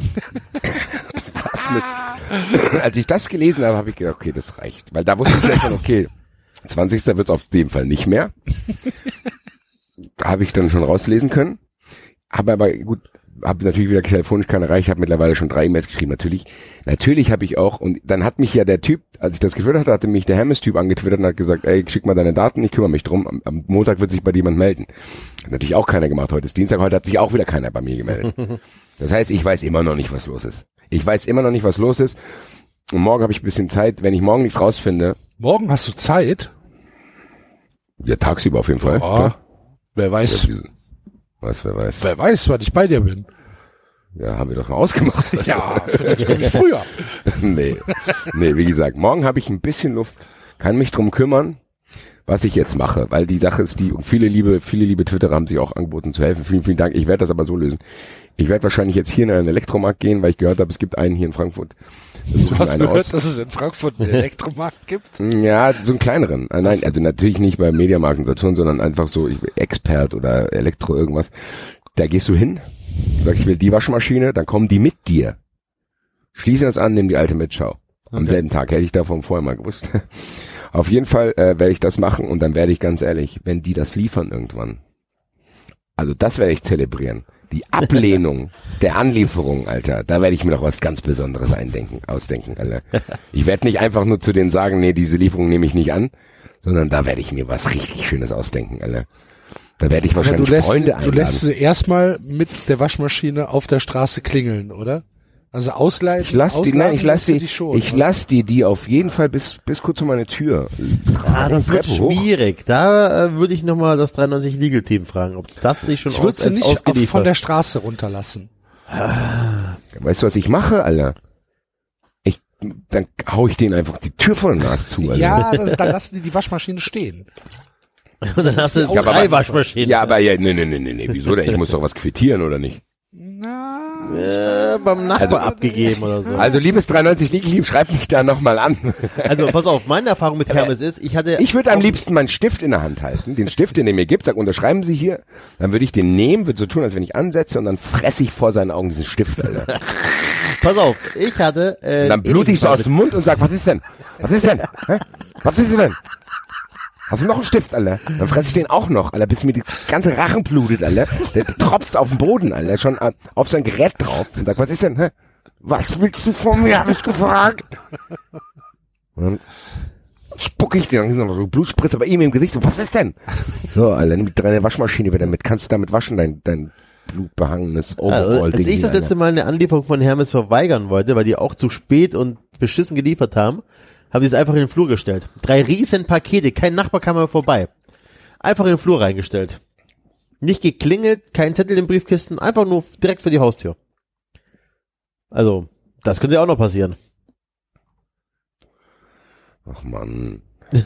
Was mit, als ich das gelesen habe, habe ich gedacht, okay, das reicht. Weil da wusste ich ja schon, okay, zwanzigsten wird es auf jeden Fall nicht mehr. Da habe ich dann schon rauslesen können. Habe aber, gut, habe natürlich wieder telefonisch keinen erreicht, habe mittlerweile schon drei E-Mails geschrieben, natürlich. Natürlich habe ich auch, und dann hat mich ja der Typ, als ich das getwittert hatte, hatte mich der Hermes-Typ angetwittert und hat gesagt, ey, schick mal deine Daten, ich kümmere mich drum, am, am Montag wird sich bei dir jemand melden. Hat natürlich auch keiner gemacht, heute ist Dienstag, heute hat sich auch wieder keiner bei mir gemeldet. Das heißt, ich weiß immer noch nicht, was los ist. Ich weiß immer noch nicht, was los ist. Und morgen habe ich ein bisschen Zeit, wenn ich morgen nichts rausfinde. Morgen hast du Zeit. Ja, tagsüber auf jeden Fall. Oh, klar. wer weiß, Was, wer weiß. wer weiß, wann ich bei dir bin. Ja, haben wir doch mal ausgemacht. Ja, vielleicht komme ich früher. nee, nee, wie gesagt, morgen habe ich ein bisschen Luft, kann mich drum kümmern, was ich jetzt mache, weil die Sache ist die, und viele liebe, viele liebe Twitterer haben sich auch angeboten zu helfen. Vielen, vielen Dank. Ich werde das aber so lösen. Ich werde wahrscheinlich jetzt hier in einen Elektromarkt gehen, weil ich gehört habe, es gibt einen hier in Frankfurt. Du hast gehört, dass es in Frankfurt einen Elektromarkt gibt? Ja, so einen kleineren. Ah, nein, also natürlich nicht bei Mediamarkt und Saturn, sondern einfach so ich, Expert oder Elektro irgendwas. Da gehst du hin, sagst, ich will die Waschmaschine, dann kommen die mit dir. Schließen das an, nehmen die alte mit, schau. Am okay. selben Tag hätte ich davon vorher mal gewusst. Auf jeden Fall äh, werde ich das machen und dann werde ich ganz ehrlich, wenn die das liefern irgendwann, also das werde ich zelebrieren. Die Ablehnung der Anlieferung, Alter, da werde ich mir noch was ganz Besonderes eindenken, ausdenken, Alter. Ich werde nicht einfach nur zu denen sagen, nee, diese Lieferung nehme ich nicht an, sondern da werde ich mir was richtig Schönes ausdenken, Alter. Da werde ich wahrscheinlich ja, lässt, Freunde einladen. Du lässt sie erstmal mit der Waschmaschine auf der Straße klingeln, oder? Also ausleihen. Ich lass die, nein, ich lass die, die schon, ich oder? lass die, die auf jeden Fall bis, bis kurz um meine Tür. Ah, das wird schwierig. Hoch. Da äh, würde ich nochmal das dreiundneunzig Legal Team fragen, ob das nicht schon ich aus, aus, nicht ausgeliefert. Von der Straße runterlassen. Weißt du, was ich mache, Alter? Ich, dann hau ich denen einfach die Tür vor der Nase zu, Alter. Ja, das, dann lassen die die Waschmaschine stehen. Und dann hast du ja, drei Waschmaschinen. Ja, aber ja, nee, nee, nee, nee, wieso denn? Ich muss doch was quittieren, oder nicht? Na, äh, beim Nachbar also, abgegeben oder so. Also liebes dreiundneunzig Lieb, schreib mich da nochmal an. Also pass auf, meine Erfahrung mit Hermes ist, ich hatte... Ich würde am liebsten meinen Stift in der Hand halten, den Stift, den er mir gibt, sag, unterschreiben Sie hier, dann würde ich den nehmen, würde so tun, als wenn ich ansetze und dann fresse ich vor seinen Augen diesen Stift, Alter. Pass auf, ich hatte... Äh, und dann blute ich so aus dem Mund und sag, was ist denn? Was ist denn? Hä? Was ist denn? Hast du noch einen Stift, Alter? Dann fresse ich den auch noch, Alter, bis mir die ganze Rachen blutet, Alter. Der tropft auf den Boden, Alter, schon auf sein Gerät drauf. Und sagt, was ist denn, hä? Was willst du von mir, hab ich gefragt. Und dann spuck ich den, dann so Blutspritze bei ihm im Gesicht, so, was ist denn? So, Alter, nimm deine Waschmaschine wieder mit, kannst du damit waschen, dein, dein blutbehangenes Overall-Ding. Also, als ich das Alter. letzte Mal eine Anlieferung von Hermes verweigern wollte, weil die auch zu spät und beschissen geliefert haben, habe ich es einfach in den Flur gestellt. Drei riesen Pakete, kein Nachbar kam mehr vorbei. Einfach in den Flur reingestellt. Nicht geklingelt, kein Zettel in Briefkisten, einfach nur direkt vor die Haustür. Also, das könnte ja auch noch passieren. Ach Mann.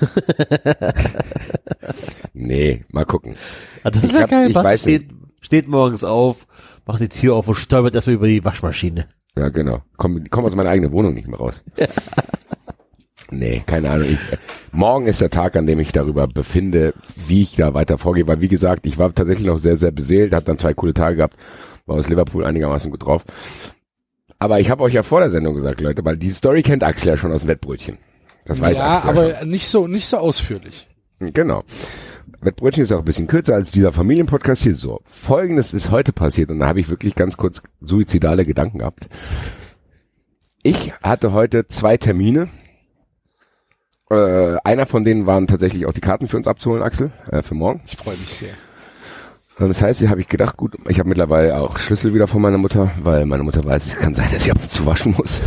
Nee, mal gucken. Ah, das ist ja geil. Was steht, steht morgens auf, macht die Tür auf und stolpert erstmal über die Waschmaschine. Ja, genau. Komm, komm aus meiner eigenen Wohnung nicht mehr raus. Ja. Nee, keine Ahnung. Ich, morgen ist der Tag, an dem ich darüber befinde, wie ich da weiter vorgehe. Weil, wie gesagt, ich war tatsächlich noch sehr, sehr beseelt, habe dann zwei coole Tage gehabt, war aus Liverpool einigermaßen gut drauf. Aber ich habe euch ja vor der Sendung gesagt, Leute, weil die Story kennt Axel ja schon aus dem Wettbrötchen. Das weiß ja, Axel aber ja schon. nicht so, nicht so ausführlich. Genau. Wettbrötchen ist auch ein bisschen kürzer als dieser Familienpodcast hier. So, Folgendes ist heute passiert und da habe ich wirklich ganz kurz suizidale Gedanken gehabt. Ich hatte heute zwei Termine. Äh, einer von denen waren tatsächlich auch die Karten für uns abzuholen, Axel, äh, für morgen. Ich freue mich sehr. Und das heißt, hier habe ich gedacht, gut, ich habe mittlerweile auch Schlüssel wieder von meiner Mutter, weil meine Mutter weiß, es kann sein, dass ich ab und zu waschen muss.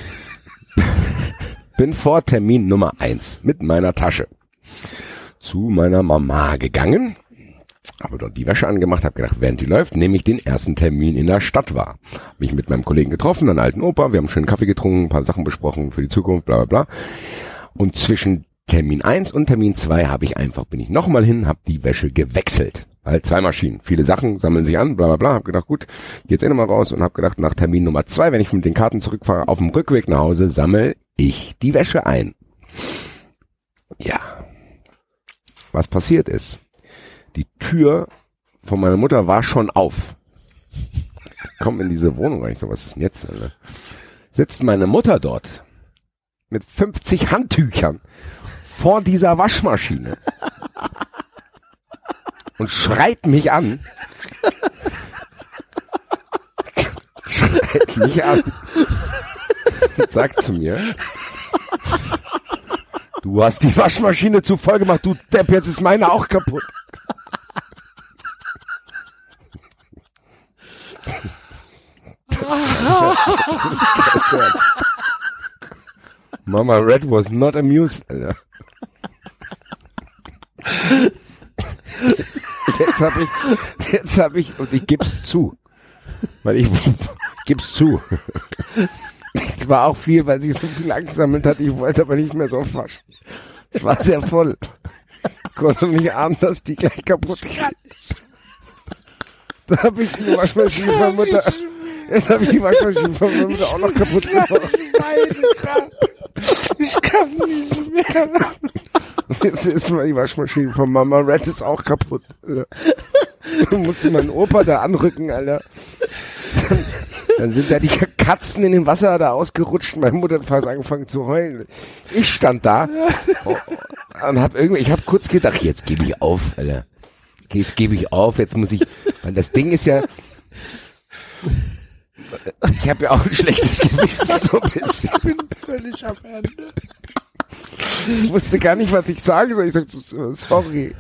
Bin vor Termin Nummer eins mit meiner Tasche zu meiner Mama gegangen, habe dort die Wäsche angemacht, habe gedacht, während die läuft, nehme ich den ersten Termin in der Stadt wahr. Habe mich mit meinem Kollegen getroffen, einen alten Opa, wir haben einen schönen Kaffee getrunken, ein paar Sachen besprochen für die Zukunft, bla bla bla. Und zwischen Termin eins und Termin zwei habe ich einfach, bin ich nochmal hin, habe die Wäsche gewechselt. Halt zwei Maschinen, viele Sachen sammeln sich an, bla bla bla. Hab gedacht, gut, jetzt eh nochmal raus und hab gedacht, nach Termin Nummer zwei, wenn ich mit den Karten zurückfahre, auf dem Rückweg nach Hause, sammle ich die Wäsche ein. Ja. Was passiert ist, die Tür von meiner Mutter war schon auf. Ich komm in diese Wohnung rein, so, was ist denn jetzt? Alter? Sitzt meine Mutter dort mit fünfzig Handtüchern vor dieser Waschmaschine und schreit mich an. Schreit mich an. Und sagt zu mir, du hast die Waschmaschine zu voll gemacht, du Depp, jetzt ist meine auch kaputt. Das ist, das ist kein Scherz. Mama Red was not amused, Alter. Jetzt hab ich, jetzt hab ich, und ich gib's zu. Weil ich, gib's zu. Es war auch viel, weil sie so viel angesammelt hat, ich wollte aber nicht mehr so oft waschen. Es war sehr voll. Ich konnte nicht ahnen, dass die gleich kaputt geht. Da hab ich die Waschmaschine von Mutter, jetzt hab ich die Waschmaschine von meiner Mutter auch noch kaputt gemacht. Ich kann nicht mehr. Jetzt ist mal die Waschmaschine von Mama Red ist auch kaputt. Du musst meinen Opa da anrücken, Alter. Dann sind da die Katzen in dem Wasser da ausgerutscht. Meine Mutter hat fast angefangen zu heulen. Ich stand da und hab irgendwie, ich hab kurz gedacht, jetzt gebe ich auf, Alter. Jetzt gebe ich auf, jetzt muss ich, weil das Ding ist ja, ich habe ja auch ein schlechtes Gewissen, so ein bisschen. Ich bin völlig am Ende. Ich wusste gar nicht, was ich sagen soll. Ich sagte, so, sorry.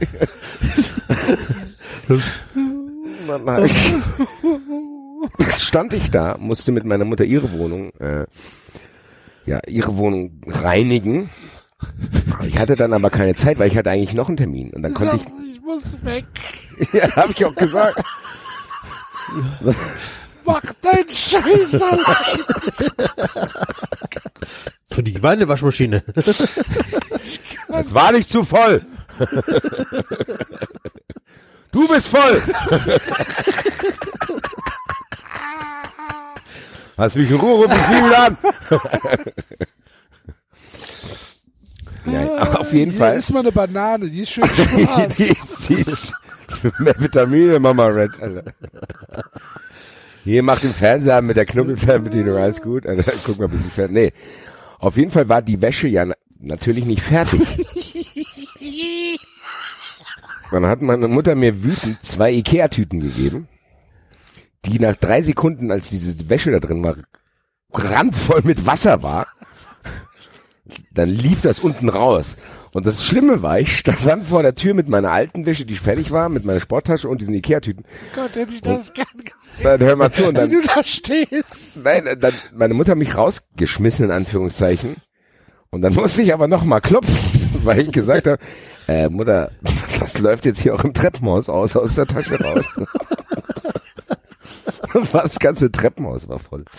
Jetzt stand ich da, musste mit meiner Mutter ihre Wohnung, äh, ja, ihre Wohnung reinigen. Ich hatte dann aber keine Zeit, weil ich hatte eigentlich noch einen Termin. Und dann konnte ich... Ich muss weg. Ja, hab ich auch gesagt. Mach deinen Scheiß allein. So, die meine Waschmaschine. Es war nicht zu voll. Du bist voll. Lass mich in Ruhe, ruf mich nie wieder an. Ja, auf jeden Hier Fall. ist mal eine Banane, die ist schön schwarz. die ist, die ist mehr Vitamine, Mama Red, Alter. Hier macht im Fernseher mit der Knubbelfernbedienung alles gut. Alter, guck mal ein bisschen Fernsehen. Nee. Auf jeden Fall war die Wäsche ja na- natürlich nicht fertig. Dann hat meine Mutter mir wütend zwei Ikea-Tüten gegeben, die nach drei Sekunden, als diese Wäsche da drin war, randvoll mit Wasser war. Dann lief das unten raus. Und das Schlimme war, ich stand dann vor der Tür mit meiner alten Wäsche, die fertig war, mit meiner Sporttasche und diesen Ikea-Tüten. Gott, hätte ich das gern gesehen. Dann hör mal zu. Und dann, Wie du da stehst. nein, dann meine Mutter hat mich rausgeschmissen, in Anführungszeichen. Und dann musste ich aber noch mal klopfen, weil ich gesagt habe, äh, Mutter, das läuft jetzt hier auch im Treppenhaus aus, aus der Tasche raus. Das ganze Treppenhaus war voll.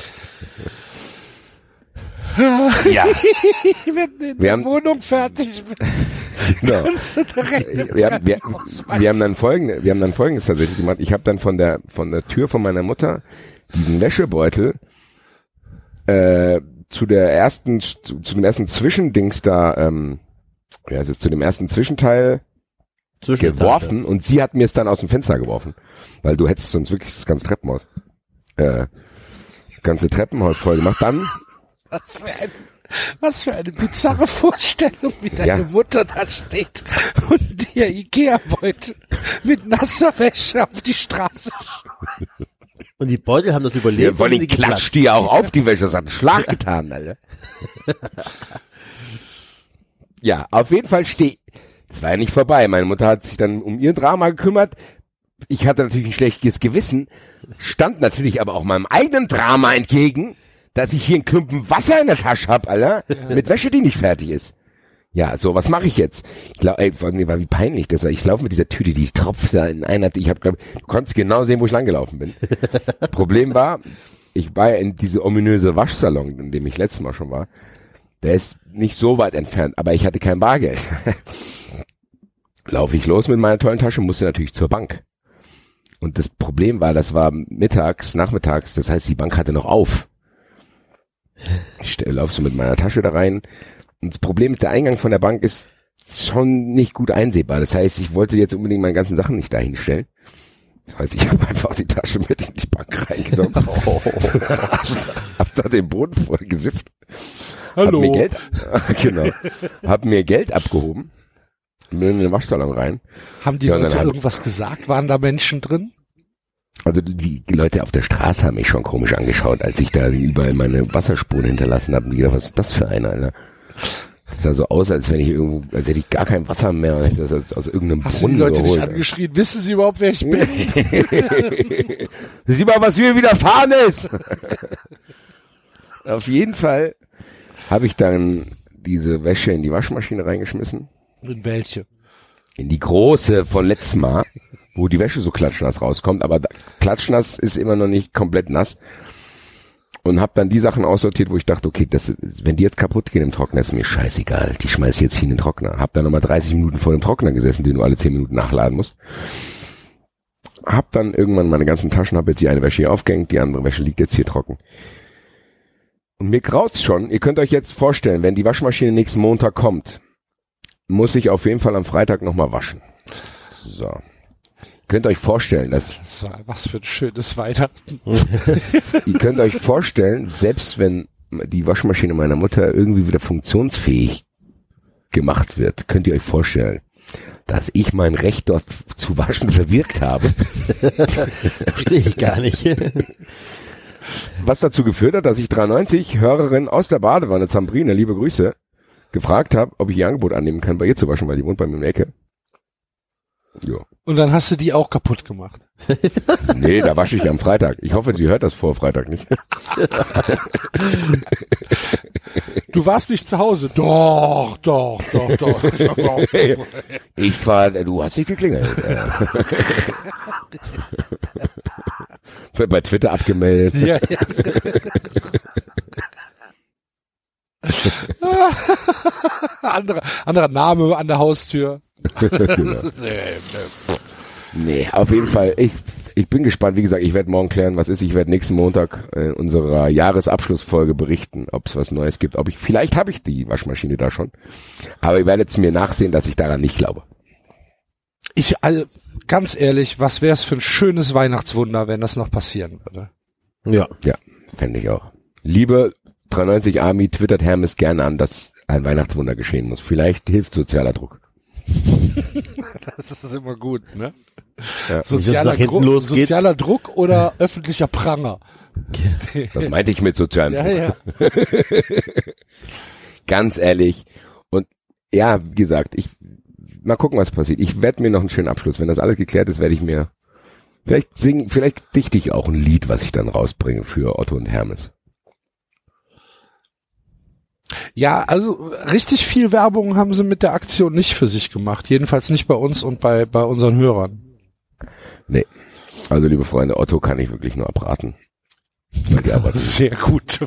Ja. Wenn du in Wir der haben- Wohnung fertig bist, Genau. kannst du direkt ins Wir haben, wir, Treppenhaus wir haben dann folgende, wir haben dann folgendes tatsächlich gemacht. Ich habe dann von der von der Tür von meiner Mutter diesen Wäschebeutel äh, zu der ersten zu dem ersten Zwischendings da, ähm, ja, es ist zu dem ersten Zwischenteil geworfen und sie hat mir es dann aus dem Fenster geworfen, weil du hättest sonst wirklich das ganze Treppenhaus, äh, ganze Treppenhaus voll gemacht. Dann Was für, ein, was für eine bizarre Vorstellung, wie deine Ja. Mutter da steht und dir Ikea-Beutel mit nasser Wäsche auf die Straße. Und die Beutel haben das überlebt. ja, vor und allem sind klatscht die ja auch auf die Wäsche, das hat einen Schlag getan, Alter. Ja, auf jeden Fall stehe, es war ja nicht vorbei. Meine Mutter hat sich dann um ihr Drama gekümmert. Ich hatte natürlich ein schlechtes Gewissen, stand natürlich aber auch meinem eigenen Drama entgegen, dass ich hier einen Klumpen Wasser in der Tasche hab, Alter, mit Wäsche, die nicht fertig ist. Ja, so, was mache ich jetzt? Ich glaube, ey, vor allem, war wie peinlich das war. Ich laufe mit dieser Tüte, die ich tropfe da in einer, ich habe, glaube du konntest genau sehen, wo ich langgelaufen bin. Problem war, ich war ja in diese ominöse Waschsalon, in dem ich letztes Mal schon war. Der ist nicht so weit entfernt, aber ich hatte kein Bargeld. Laufe ich los mit meiner tollen Tasche, musste natürlich zur Bank. Und das Problem war, das war mittags, nachmittags, das heißt, die Bank hatte noch auf. Ich laufe so mit meiner Tasche da rein. Und das Problem ist, der Eingang von der Bank ist schon nicht gut einsehbar. Das heißt, ich wollte jetzt unbedingt meine ganzen Sachen nicht dahin stellen. Das heißt, ich habe einfach die Tasche mit in die Bank reingenommen. Hab da den Boden voll gesifft. Hallo. Hab mir Geld, genau. Hab mir Geld abgehoben. Bin in den Waschsalon rein. Haben die Ja, und Leute dann hab- irgendwas gesagt? Waren da Menschen drin? Also die, die Leute auf der Straße haben mich schon komisch angeschaut, als ich da überall meine Wasserspuren hinterlassen habe. Und die gedacht, was ist das für einer, Alter? Das sah so aus, als wenn ich irgendwo, als hätte ich gar kein Wasser mehr und hätte das aus, aus irgendeinem Hast du die Brunnen Leute nicht geholt. angeschrien? Wissen sie überhaupt, wer ich bin? Sieh mal, was mir widerfahren ist. Auf jeden Fall habe ich dann diese Wäsche in die Waschmaschine reingeschmissen. In welche? In die große von letztem Mal, wo die Wäsche so klatschnass rauskommt, aber da, klatschnass ist immer noch nicht komplett nass. Und hab dann die Sachen aussortiert, wo ich dachte, okay, das, wenn die jetzt kaputt gehen im Trockner, ist mir scheißegal. Die schmeiß ich jetzt hier in den Trockner. Hab dann nochmal dreißig Minuten vor dem Trockner gesessen, den du alle zehn Minuten nachladen musst. Hab dann irgendwann meine ganzen Taschen, hab jetzt die eine Wäsche hier aufgehängt, die andere Wäsche liegt jetzt hier trocken. Und mir graut's schon. Ihr könnt euch jetzt vorstellen, wenn die Waschmaschine nächsten Montag kommt, muss ich auf jeden Fall am Freitag nochmal waschen. So. könnt euch vorstellen, dass Das war was für ein schönes Weihnachten. ihr könnt euch vorstellen, selbst wenn die Waschmaschine meiner Mutter irgendwie wieder funktionsfähig gemacht wird, könnt ihr euch vorstellen, dass ich mein Recht dort zu waschen verwirkt habe. Verstehe ich gar nicht. Was dazu geführt hat, dass ich dreiundneunzig Hörerin aus der Badewanne Zambrine, liebe Grüße, gefragt habe, ob ich ihr Angebot annehmen kann, bei ihr zu waschen, weil die wohnt bei mir in der Ecke. Ja. Und dann hast du die auch kaputt gemacht. Nee, da wasche ich am Freitag. Ich hoffe, sie hört das vor Freitag nicht. Du warst nicht zu Hause. Doch, doch, doch, doch. doch. Ich war, du hast nicht geklingelt. Wird bei Twitter abgemeldet. Ja, ja. anderer, anderer Name an der Haustür. Genau. Nee, auf jeden Fall. Ich, ich bin gespannt. Wie gesagt, ich werde morgen klären, was ist. Ich werde nächsten Montag in unserer Jahresabschlussfolge berichten, ob es was Neues gibt. Ob ich, vielleicht habe ich die Waschmaschine da schon. Aber ihr werdet es mir nachsehen, dass ich daran nicht glaube. Ich, also, ganz ehrlich, was wäre es für ein schönes Weihnachtswunder, wenn das noch passieren würde? Ja. Ja, fände ich auch. Liebe dreiundneunzig Army, twittert Hermes gerne an, dass ein Weihnachtswunder geschehen muss. Vielleicht hilft sozialer Druck. Das ist immer gut, ne? Ja. Sozialer, Gru- losgeht. sozialer Druck oder öffentlicher Pranger? Das meinte ich mit sozialem Ja, Druck. ja. Ganz ehrlich. Und ja, wie gesagt, ich mal gucken, was passiert. Ich werde mir noch einen schönen Abschluss. Wenn das alles geklärt ist, werde ich mir vielleicht singen, vielleicht dichte ich auch ein Lied, was ich dann rausbringe für Otto und Hermes. Ja, also richtig viel Werbung haben sie mit der Aktion nicht für sich gemacht. Jedenfalls nicht bei uns und bei bei unseren Hörern. Nee. Also liebe Freunde, Otto kann ich wirklich nur abraten. Weil die Arbeit Sehr gut.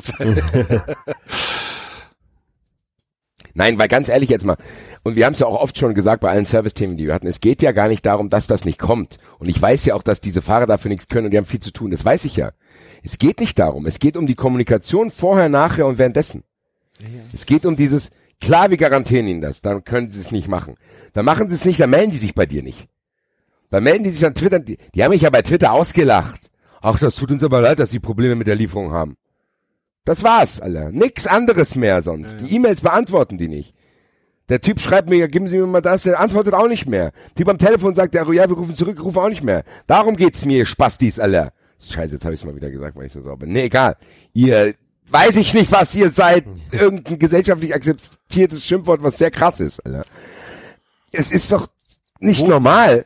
Nein, weil ganz ehrlich jetzt mal, und wir haben es ja auch oft schon gesagt bei allen Service-Themen, die wir hatten, es geht ja gar nicht darum, dass das nicht kommt. Und ich weiß ja auch, dass diese Fahrer dafür nichts können und die haben viel zu tun, das weiß ich ja. Es geht nicht darum, es geht um die Kommunikation vorher, nachher und währenddessen. Ja. Es geht um dieses, klar, wir garantieren Ihnen das, dann können Sie es nicht machen. Dann machen Sie es nicht, dann melden die sich bei dir nicht. Dann melden die sich an Twitter, die, die haben mich ja bei Twitter ausgelacht. Ach, das tut uns aber leid, dass Sie Probleme mit der Lieferung haben. Das war's, Alter. Nix anderes mehr sonst. Ja, ja. Die E-Mails beantworten die nicht. Der Typ schreibt mir, geben Sie mir mal das, der antwortet auch nicht mehr. Der Typ am Telefon sagt, ja, wir rufen zurück, rufen auch nicht mehr. Darum geht's mir, ihr Spastis, Alter. Scheiße, jetzt habe ich's mal wieder gesagt, weil ich so sauber bin. Nee, egal. Ihr, weiß ich nicht, was ihr seid. Irgendein gesellschaftlich akzeptiertes Schimpfwort, was sehr krass ist, Alter. Es ist doch nicht Wo normal.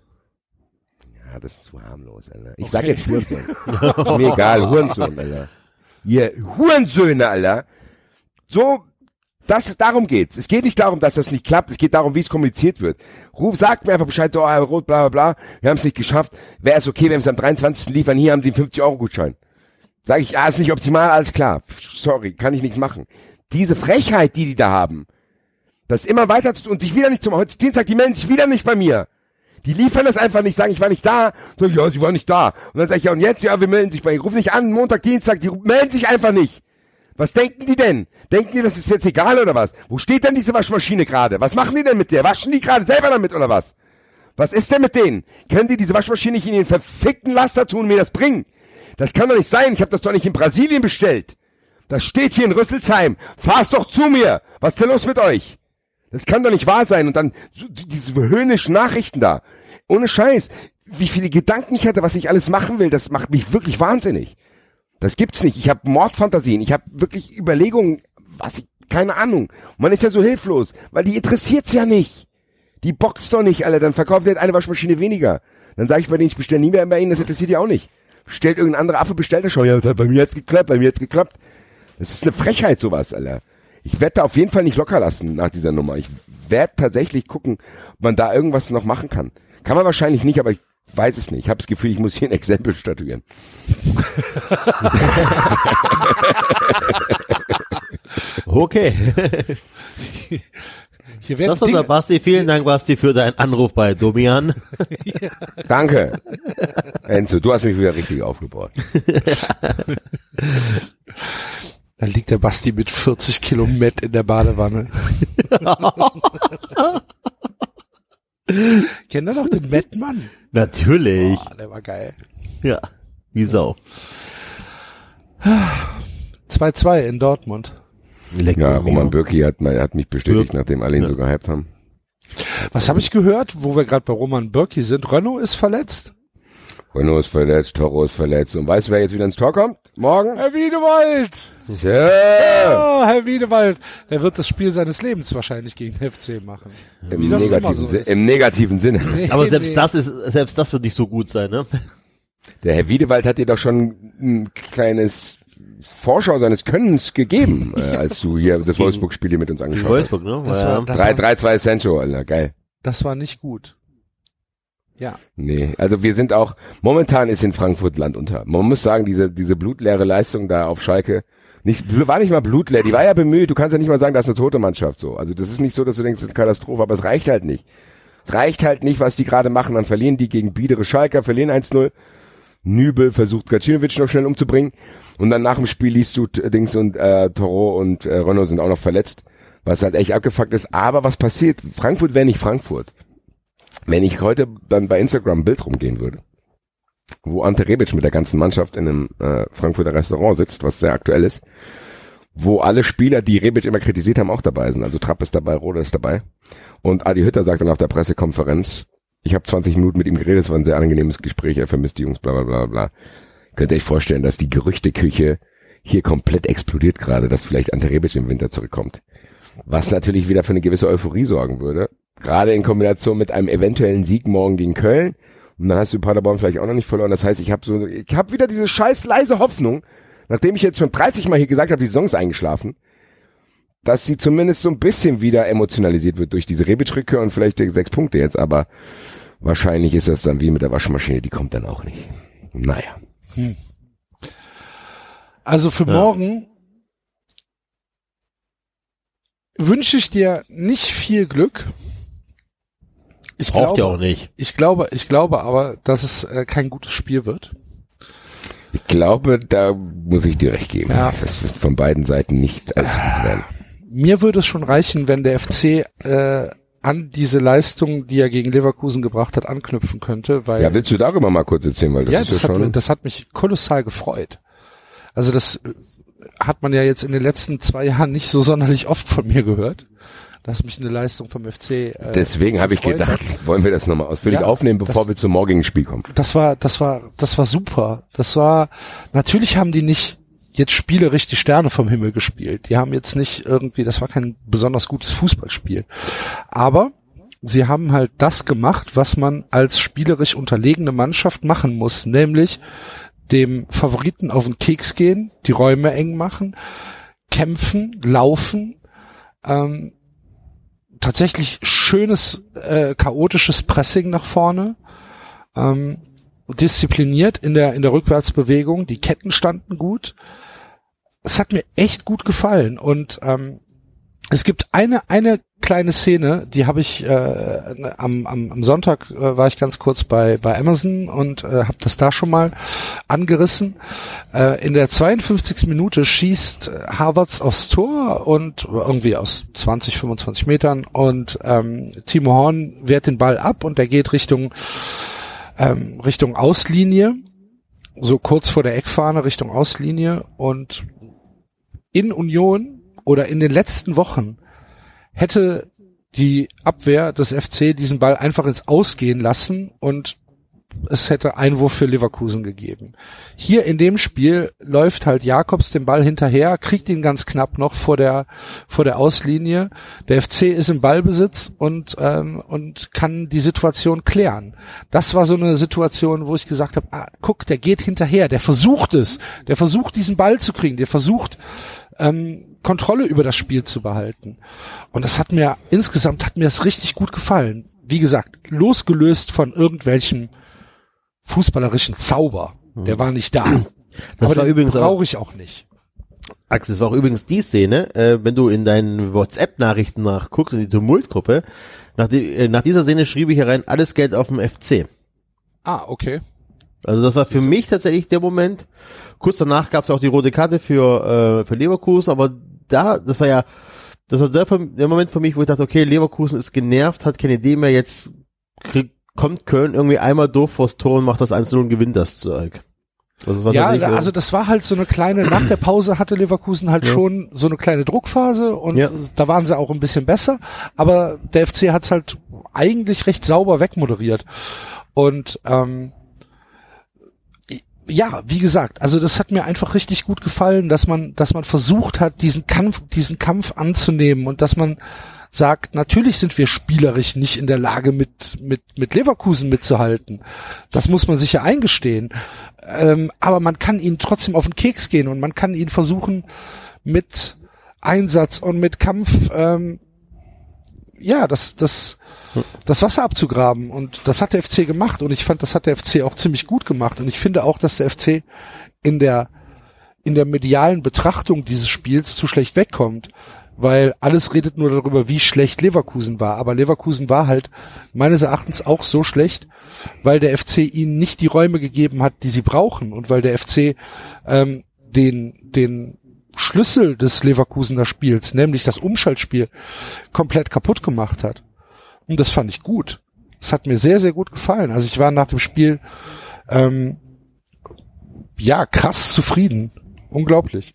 Ja, das ist zu harmlos, Alter. Ich okay. sag jetzt Hurensohn. Ist mir egal, Hurensohn, Alter. Ihr Hurensöhne, Alter. So, das, darum geht's. Es geht nicht darum, dass das nicht klappt. Es geht darum, wie es kommuniziert wird. Ruf, sagt mir einfach Bescheid, so, Herr Roth, bla, bla, bla. Wir haben es nicht geschafft. Wäre es okay, wenn wir es am dreiundzwanzigsten liefern. Hier haben Sie einen fünfzig Euro Gutschein. Sag ich, ah, ist nicht optimal, alles klar. Sorry, kann ich nichts machen. Diese Frechheit, die die da haben, das immer weiter zu tun und sich wieder nicht zum, heute ist Dienstag, die melden sich wieder nicht bei mir. Die liefern das einfach nicht, sagen, ich war nicht da. So, ja, sie waren nicht da. Und dann sag ich, ja, und jetzt? Ja, wir melden sich bei Ihnen. Ruf nicht an, Montag, Dienstag, die melden sich einfach nicht. Was denken die denn? Denken die, das ist jetzt egal oder was? Wo steht denn diese Waschmaschine gerade? Was machen die denn mit der? Waschen die gerade selber damit oder was? Was ist denn mit denen? Können die diese Waschmaschine nicht in den verfickten Laster tun und mir das bringen? Das kann doch nicht sein. Ich habe das doch nicht in Brasilien bestellt. Das steht hier in Rüsselsheim. Fahr's doch zu mir. Was ist denn los mit euch? Das kann doch nicht wahr sein. Und dann diese höhnischen Nachrichten da. Ohne Scheiß. Wie viele Gedanken ich hatte, was ich alles machen will, das macht mich wirklich wahnsinnig. Das gibt's nicht. Ich habe Mordfantasien. Ich habe wirklich Überlegungen, was ich, keine Ahnung. Man ist ja so hilflos, weil die interessiert's ja nicht. Die boxt doch nicht, Alter. Dann verkauft ihr eine Waschmaschine weniger. Dann sage ich bei denen, ich bestelle nie mehr bei Ihnen, das interessiert die auch nicht. Bestellt irgendein anderer Affe, bestellt er schon. Ja, bei mir hat's geklappt, bei mir hat's geklappt. Das ist eine Frechheit, sowas, Alter. Ich werde da auf jeden Fall nicht locker lassen nach dieser Nummer. Ich werde tatsächlich gucken, ob man da irgendwas noch machen kann. Kann man wahrscheinlich nicht, aber ich weiß es nicht. Ich habe das Gefühl, ich muss hier ein Exempel statuieren. Okay. Hier werden das war der Basti. Vielen Dank, Basti, für deinen Anruf bei Domian. Ja. Danke. Enzo, du hast mich wieder richtig aufgebaut. Dann liegt der Basti mit vierzig Kilo Mett in der Badewanne. Kennt ihr noch den Mettmann? Natürlich. Boah, der war geil. Ja, wie Sau. zwei zwei in Dortmund. Lecker, Ja, Roman Bürki hat, mal, hat mich bestätigt, Bürki. nachdem alle ihn Ja. so gehypt haben. Was habe ich gehört, wo wir gerade bei Roman Bürki sind? Renault ist verletzt? Renault ist verletzt, Toro ist verletzt. Und weißt du, wer jetzt wieder ins Tor kommt? Morgen? Herr Wiedewald! So. Ja, Herr Wiedewald. Der wird das Spiel seines Lebens wahrscheinlich gegen den F C machen. Im Wie das immer negativen, so Sin- ist. Im negativen Sinne. Nee, Aber selbst nee. das ist, selbst das wird nicht so gut sein, ne? Der Herr Wiedewald hat dir doch schon ein kleines Vorschau seines Könnens gegeben, äh, als du hier das Wolfsburg-Spiel hier mit uns In angeschaut Wolfsburg, ne? Das Ja. war, das, hast. war, drei zwei Sancho, Alter, geil. das war nicht gut. Ja. Nee, also wir sind auch, momentan ist in Frankfurt Land unter. Man muss sagen, diese, diese blutleere Leistung da auf Schalke, nicht, war nicht mal blutleer, die war ja bemüht, du kannst ja nicht mal sagen, das ist eine tote Mannschaft so. Also das ist nicht so, dass du denkst, das ist eine Katastrophe, aber es reicht halt nicht. Es reicht halt nicht, was die gerade machen, dann verlieren die gegen biedere Schalker, verlieren eins null. Nübel versucht Gacinovic noch schnell umzubringen und dann nach dem Spiel liest du t- Dings und äh, Toro und äh, Renault sind auch noch verletzt, was halt echt abgefuckt ist. Aber was passiert? Frankfurt wäre nicht Frankfurt. Wenn ich heute dann bei Instagram ein Bild rumgehen würde, wo Ante Rebic mit der ganzen Mannschaft in einem äh, Frankfurter Restaurant sitzt, was sehr aktuell ist, wo alle Spieler, die Rebic immer kritisiert haben, auch dabei sind. Also Trapp ist dabei, Rode ist dabei. Und Adi Hütter sagt dann auf der Pressekonferenz, ich habe zwanzig Minuten mit ihm geredet, es war ein sehr angenehmes Gespräch, er vermisst die Jungs, bla bla bla bla. Könnt ihr euch vorstellen, dass die Gerüchteküche hier komplett explodiert gerade, dass vielleicht Ante Rebic im Winter zurückkommt. Was natürlich wieder für eine gewisse Euphorie sorgen würde. Gerade in Kombination mit einem eventuellen Sieg morgen gegen Köln. Und dann hast du Paderborn vielleicht auch noch nicht verloren. Das heißt, ich habe so, ich habe wieder diese scheiß leise Hoffnung, nachdem ich jetzt schon dreißig Mal hier gesagt habe, die Saison ist eingeschlafen, dass sie zumindest so ein bisschen wieder emotionalisiert wird durch diese Rebic-Rückkehr und vielleicht die sechs Punkte jetzt. Aber wahrscheinlich ist das dann wie mit der Waschmaschine, die kommt dann auch nicht. Naja. Hm. Also für Ja. morgen wünsche ich dir nicht viel Glück. Ich Braucht glaube, ihr auch nicht. Ich glaube, ich glaube aber, dass es äh, kein gutes Spiel wird. Ich glaube, da muss ich dir recht geben. Ja. Das wird von beiden Seiten nicht allzu gut werden. Mir würde es schon reichen, wenn der F C äh, an diese Leistung, die er gegen Leverkusen gebracht hat, anknüpfen könnte, weil Ja, willst du darüber mal kurz erzählen, weil das ja, ist das, ja hat, schon... mich- das hat mich kolossal gefreut. Also das äh, hat man ja jetzt in den letzten zwei Jahren nicht so sonderlich oft von mir gehört, dass mich eine Leistung vom F C äh, Deswegen habe ich gefreut gedacht, hat. wollen wir das nochmal ausführlich Ja, aufnehmen, bevor das- wir zum morgigen Spiel kommen. Das war, das war, das war super. Das war, natürlich haben die nicht jetzt spielerisch die Sterne vom Himmel gespielt. Die haben jetzt nicht irgendwie, das war kein besonders gutes Fußballspiel. Aber sie haben halt das gemacht, was man als spielerisch unterlegene Mannschaft machen muss, nämlich dem Favoriten auf den Keks gehen, die Räume eng machen, kämpfen, laufen, ähm, tatsächlich schönes, äh, chaotisches Pressing nach vorne, ähm, diszipliniert in der in der Rückwärtsbewegung, die Ketten standen gut. Es hat mir echt gut gefallen und ähm, es gibt eine eine kleine Szene, die habe ich äh, am, am am Sonntag äh, war ich ganz kurz bei bei Amazon und äh, habe das da schon mal angerissen. Äh, in der zweiundfünfzigsten Minute schießt Havertz aufs Tor und irgendwie aus zwanzig, fünfundzwanzig Metern und ähm, Timo Horn wehrt den Ball ab und der geht Richtung ähm, Richtung Auslinie, so kurz vor der Eckfahne Richtung Auslinie und in Union oder in den letzten Wochen hätte die Abwehr des F C diesen Ball einfach ins Ausgehen lassen und es hätte Einwurf für Leverkusen gegeben. Hier in dem Spiel läuft halt Jakobs den Ball hinterher, kriegt ihn ganz knapp noch vor der vor der Auslinie. Der F C ist im Ballbesitz und ähm, und kann die Situation klären. Das war so eine Situation, wo ich gesagt habe, ah, guck, der geht hinterher, der versucht es, der versucht diesen Ball zu kriegen, der versucht ähm, Kontrolle über das Spiel zu behalten. Und das hat mir insgesamt hat mir das richtig gut gefallen. Wie gesagt, losgelöst von irgendwelchen fußballerischen Zauber. Der war nicht da. Das Aber war den übrigens auch, brauche ich auch nicht. Axel, das war auch übrigens die Szene, äh, wenn du in deinen WhatsApp-Nachrichten nachguckst, in die Tumultgruppe, nach, die, äh, nach dieser Szene schrieb ich herein, alles Geld auf dem F C. Ah, okay. Also das war für mich tatsächlich der Moment. Kurz danach gab es auch die rote Karte für äh, für Leverkusen, aber da, das war ja, das war der, der Moment für mich, wo ich dachte, okay, Leverkusen ist genervt, hat keine Idee mehr, jetzt krieg, kommt Köln irgendwie einmal doof vors Tor und macht das eins null und gewinnt das Zeug. Also das war ja, da, also das war halt so eine kleine, nach der Pause hatte Leverkusen halt ja. schon so eine kleine Druckphase und ja. da waren sie auch ein bisschen besser, aber der F C hat's halt eigentlich recht sauber wegmoderiert. Und ähm, ja, wie gesagt, also das hat mir einfach richtig gut gefallen, dass man, dass man versucht hat, diesen Kampf, diesen Kampf anzunehmen und dass man sagt, natürlich sind wir spielerisch nicht in der Lage, mit mit mit Leverkusen mitzuhalten. Das muss man sich ja eingestehen. Ähm, aber man kann ihnen trotzdem auf den Keks gehen und man kann ihnen versuchen, mit Einsatz und mit Kampf ähm, ja, das das das Wasser abzugraben. Und das hat der F C gemacht. Und ich fand, das hat der F C auch ziemlich gut gemacht. Und ich finde auch, dass der F C in der in der medialen Betrachtung dieses Spiels zu schlecht wegkommt. Weil alles redet nur darüber, wie schlecht Leverkusen war. Aber Leverkusen war halt meines Erachtens auch so schlecht, weil der F C ihnen nicht die Räume gegeben hat, die sie brauchen. Und weil der F C ähm, den den Schlüssel des Leverkusener Spiels, nämlich das Umschaltspiel, komplett kaputt gemacht hat. Und das fand ich gut. Das hat mir sehr, sehr gut gefallen. Also ich war nach dem Spiel ähm, ja krass zufrieden. Unglaublich.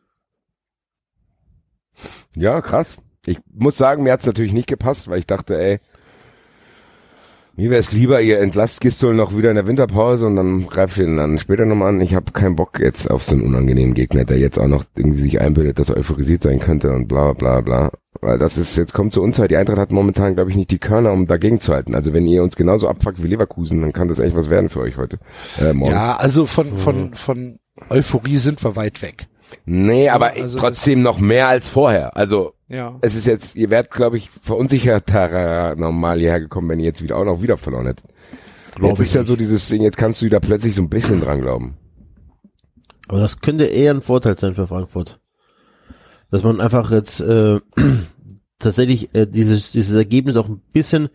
Ja, krass. Ich muss sagen, mir hat's natürlich nicht gepasst, weil ich dachte, ey, mir wäre es lieber, ihr entlasst Gistol noch wieder in der Winterpause und dann greift ihr ihn dann später nochmal an. Ich habe keinen Bock jetzt auf so einen unangenehmen Gegner, der jetzt auch noch irgendwie sich einbildet, dass er euphorisiert sein könnte und bla bla bla. Weil das ist, jetzt kommt zur Unzeit. Die Eintracht hat momentan, glaube ich, nicht die Körner, um dagegen zu halten. Also wenn ihr uns genauso abfuckt wie Leverkusen, dann kann das echt was werden für euch heute. Äh, morgen. Ja, also von, von, von Euphorie sind wir weit weg. Nee, aber also trotzdem noch mehr als vorher. Also ja. Es ist jetzt, ihr werdet, glaube ich, verunsicherter normal hierher gekommen, wenn ihr jetzt wieder auch noch wieder verloren hättet. Glaub jetzt ist ja so dieses Ding, jetzt kannst du wieder plötzlich so ein bisschen dran glauben. Aber das könnte eher ein Vorteil sein für Frankfurt. Dass man einfach jetzt äh, tatsächlich äh, dieses dieses Ergebnis auch ein bisschen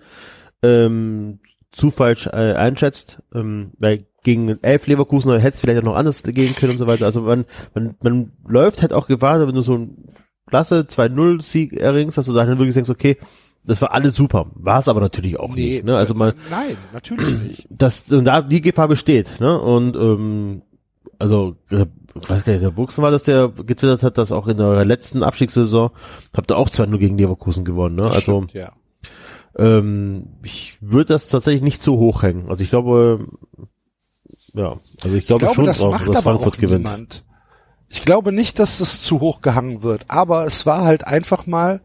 ähm, zu falsch äh, einschätzt, ähm, weil gegen elf Leverkusener hätte es vielleicht auch noch anders gehen können und so weiter. Also man man man läuft halt auch Gefahr, wenn du so ein klasse zwei null Sieg erringst, dass du dann wirklich denkst, okay, das war alles super. War es aber natürlich auch nee, nicht. Ne? Also mal, nein, natürlich nicht. Das, da die Gefahr besteht. Ne? Und ähm, also ich weiß gar nicht, der Buchsen war, dass der getwittert hat, dass auch in der letzten Abstiegssaison habt ihr auch zwei null gegen Leverkusen gewonnen. Ne? Das also stimmt, ja. ähm, ich würde das tatsächlich nicht zu hoch hängen. Also ich glaube, ja, also ich glaube, ich glaube schon, das drauf, macht dass aber Frankfurt auch gewinnt. Niemand. Ich glaube nicht, dass das zu hoch gehangen wird, aber es war halt einfach mal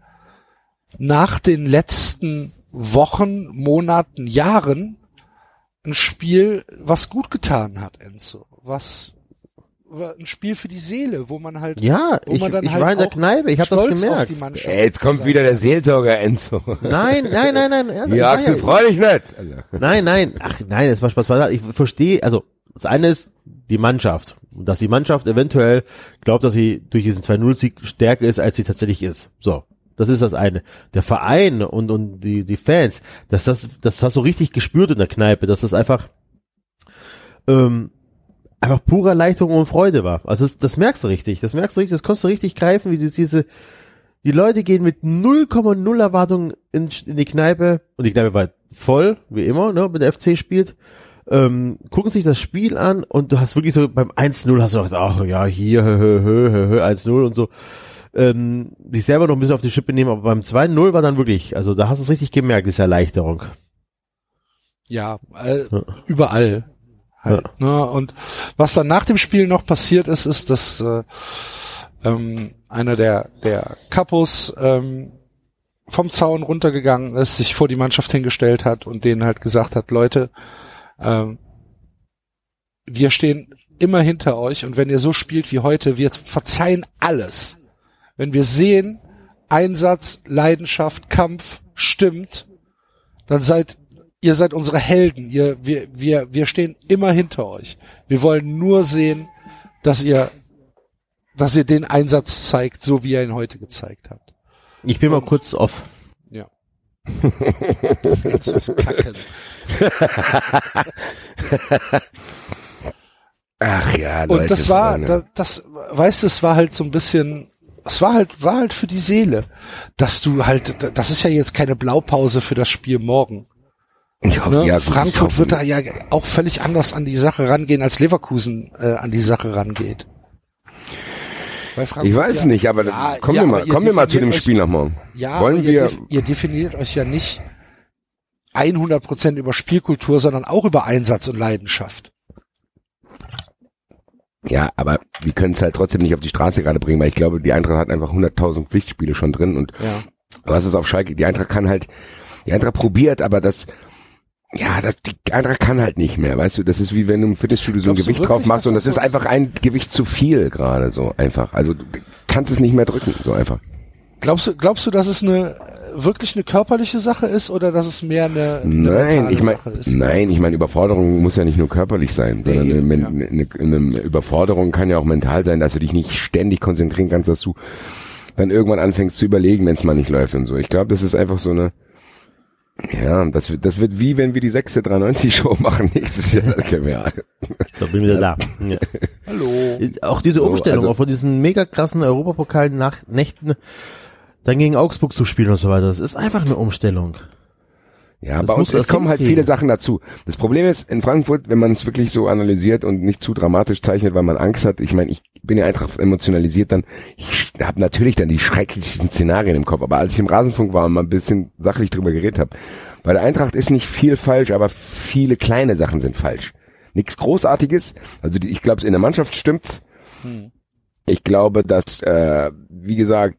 nach den letzten Wochen, Monaten, Jahren ein Spiel, was gut getan hat, Enzo. Was ein Spiel für die Seele, wo man halt, ja, wo ich, man dann ich halt war in der Kneipe, ich habe das gemerkt. Ey, jetzt kommt wieder der Seelsorger Enzo. Nein, nein, nein, nein. Ja, ja, Axel, freu dich nicht. Nein, nein, ach nein, das war Spaß. Ich verstehe, also das eine ist die Mannschaft. Und dass die Mannschaft eventuell glaubt, dass sie durch diesen zwei null Sieg stärker ist, als sie tatsächlich ist. So, das ist das eine. Der Verein und und die die Fans, dass das das hast du richtig gespürt in der Kneipe, dass das einfach ähm, einfach pure Erleichterung und Freude war. Also das, das merkst du richtig, das merkst du richtig, das konntest du richtig greifen, wie du diese die Leute gehen mit null Komma null Erwartungen in, in die Kneipe und die Kneipe war voll, wie immer, ne, wenn der F C spielt. Ähm, gucken sich das Spiel an und du hast wirklich so beim eins null hast du gedacht, ach ja, hier, hö, hö, hö, hö, hö, eins null und so, ähm, dich selber noch ein bisschen auf die Schippe nehmen, aber beim zwei null war dann wirklich, also da hast du es richtig gemerkt, diese Erleichterung. Ja, äh, ja. überall halt, ja. Ne? Und was dann nach dem Spiel noch passiert ist, ist, dass äh, ähm, einer der, der Kapos ähm, vom Zaun runtergegangen ist, sich vor die Mannschaft hingestellt hat und denen halt gesagt hat, Leute, Ähm, wir stehen immer hinter euch und wenn ihr so spielt wie heute, wir verzeihen alles. Wenn wir sehen, Einsatz, Leidenschaft, Kampf stimmt, dann seid ihr seid unsere Helden. Ihr, wir, wir, wir stehen immer hinter euch. Wir wollen nur sehen, dass ihr, dass ihr den Einsatz zeigt, so wie ihr ihn heute gezeigt habt. Ich bin und, mal kurz off. Ja. Kannst du's kacken. Ach ja, Leute. Und das war, das, das, weißt du, es war halt so ein bisschen, es war halt, war halt für die Seele, dass du halt, das ist ja jetzt keine Blaupause für das Spiel morgen. Ich hoffe, Ne? ja, Frankfurt ich hoffe, wird da ja auch völlig anders an die Sache rangehen, als Leverkusen äh, an die Sache rangeht. Weil Frankfurt Ich weiß ja, nicht, aber ja, kommen ja, wir mal, aber ihr kommen wir mal zu dem definiert Spiel euch, nach morgen. Ja, Wollen aber wir, ihr, def- ihr definiert euch ja nicht hundert Prozent über Spielkultur, sondern auch über Einsatz und Leidenschaft. ja, aber wir können es halt trotzdem nicht auf die Straße gerade bringen, weil ich glaube, die Eintracht hat einfach hunderttausend Pflichtspiele schon drin und Ja. was ist auf Schalke? Die Eintracht kann halt, die Eintracht probiert, aber das, ja, das, die Eintracht kann halt nicht mehr, weißt du, das ist wie wenn du im Fitnessstudio so ein Glaubst du Gewicht wirklich, drauf machst dass und das das ist so einfach ein Gewicht zu viel gerade so einfach, also du kannst es nicht mehr drücken, so einfach. Glaubst du, glaubst du, dass es eine wirklich eine körperliche Sache ist oder dass es mehr eine, eine Nein, mentale ich meine, Sache ist? nein, ich meine, Überforderung muss ja nicht nur körperlich sein, sondern Nee, eine, ja. eine, eine Überforderung kann ja auch mental sein, dass du dich nicht ständig konzentrieren kannst, dass du dann irgendwann anfängst zu überlegen, wenn es mal nicht läuft und so. Ich glaube, das ist einfach so eine, ja, das wird, das wird wie wenn wir die sechste dreiundneunzig Show machen nächstes Jahr. Das können wir alle. So, bin wieder da. Ja. Hallo. Auch diese So, Umstellung, also- auch von diesen mega krassen Europapokal-Nächten, dann gegen Augsburg zu spielen und so weiter. Das ist einfach eine Umstellung. Ja, Das bei uns, musst du es erst kommen halt hinkriegen. viele Sachen dazu. Das Problem ist, in Frankfurt, wenn man es wirklich so analysiert und nicht zu dramatisch zeichnet, weil man Angst hat, ich meine, ich bin ja einfach emotionalisiert, dann, ich habe natürlich dann die schrecklichsten Szenarien im Kopf, aber als ich im Rasenfunk war und mal ein bisschen sachlich drüber geredet habe, bei der Eintracht ist nicht viel falsch, aber viele kleine Sachen sind falsch. Nichts Großartiges, also die, ich glaube, in der Mannschaft stimmt's. Hm. Ich glaube, dass, äh, wie gesagt,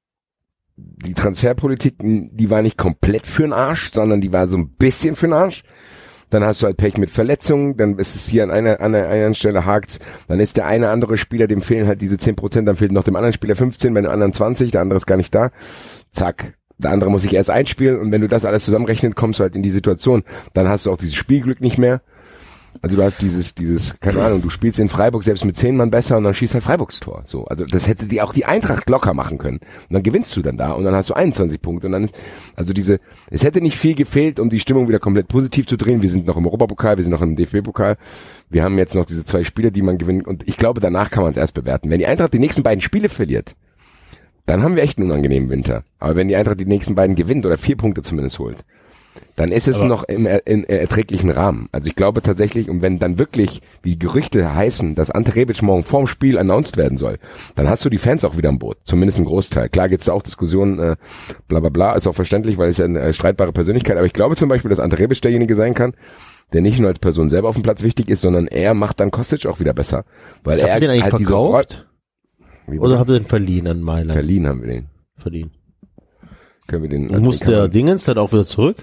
die Transferpolitik, die war nicht komplett für den Arsch, sondern die war so ein bisschen für den Arsch. Dann hast du halt Pech mit Verletzungen, dann ist es hier an einer, an einer, einer Stelle hakt's, dann ist der eine andere Spieler, dem fehlen halt diese zehn Prozent, dann fehlt noch dem anderen Spieler fünfzehn, bei dem anderen zwanzig, der andere ist gar nicht da. Zack. Der andere muss sich erst einspielen und wenn du das alles zusammenrechnet, kommst du halt in die Situation. Dann hast du auch dieses Spielglück nicht mehr. Also du hast dieses, dieses, keine Ahnung, du spielst in Freiburg selbst mit zehn Mann besser und dann schießt halt Freiburgs Tor. So, also das hätte die auch die Eintracht locker machen können. Und dann gewinnst du dann da und dann hast du einundzwanzig Punkte und dann ist, also diese, es hätte nicht viel gefehlt, um die Stimmung wieder komplett positiv zu drehen. Wir sind noch im Europapokal, wir sind noch im D F B-Pokal. Wir haben jetzt noch diese zwei Spiele, die man gewinnt und ich glaube, danach kann man es erst bewerten. Wenn die Eintracht die nächsten beiden Spiele verliert, dann haben wir echt einen unangenehmen Winter. Aber wenn die Eintracht die nächsten beiden gewinnt oder vier Punkte zumindest holt, dann ist es Aber noch im er, in erträglichen Rahmen. Also ich glaube tatsächlich, und wenn dann wirklich, wie Gerüchte heißen, dass Ante Rebic morgen vorm Spiel announced werden soll, dann hast du die Fans auch wieder am Boot. Zumindest ein Großteil. Klar gibt's da auch Diskussionen, äh, bla bla bla, ist auch verständlich, weil es ja eine äh, streitbare Persönlichkeit. Aber ich glaube zum Beispiel, dass Ante Rebic derjenige sein kann, der nicht nur als Person selber auf dem Platz wichtig ist, sondern er macht dann Kostic auch wieder besser. Weil Habt er ihr den eigentlich halt diese verkauft? Wie Oder habt ihr den verliehen an Mailand? Verliehen haben wir den. Verliehen. Können wir den. Und muss den kann der man- Dingens dann auch wieder zurück?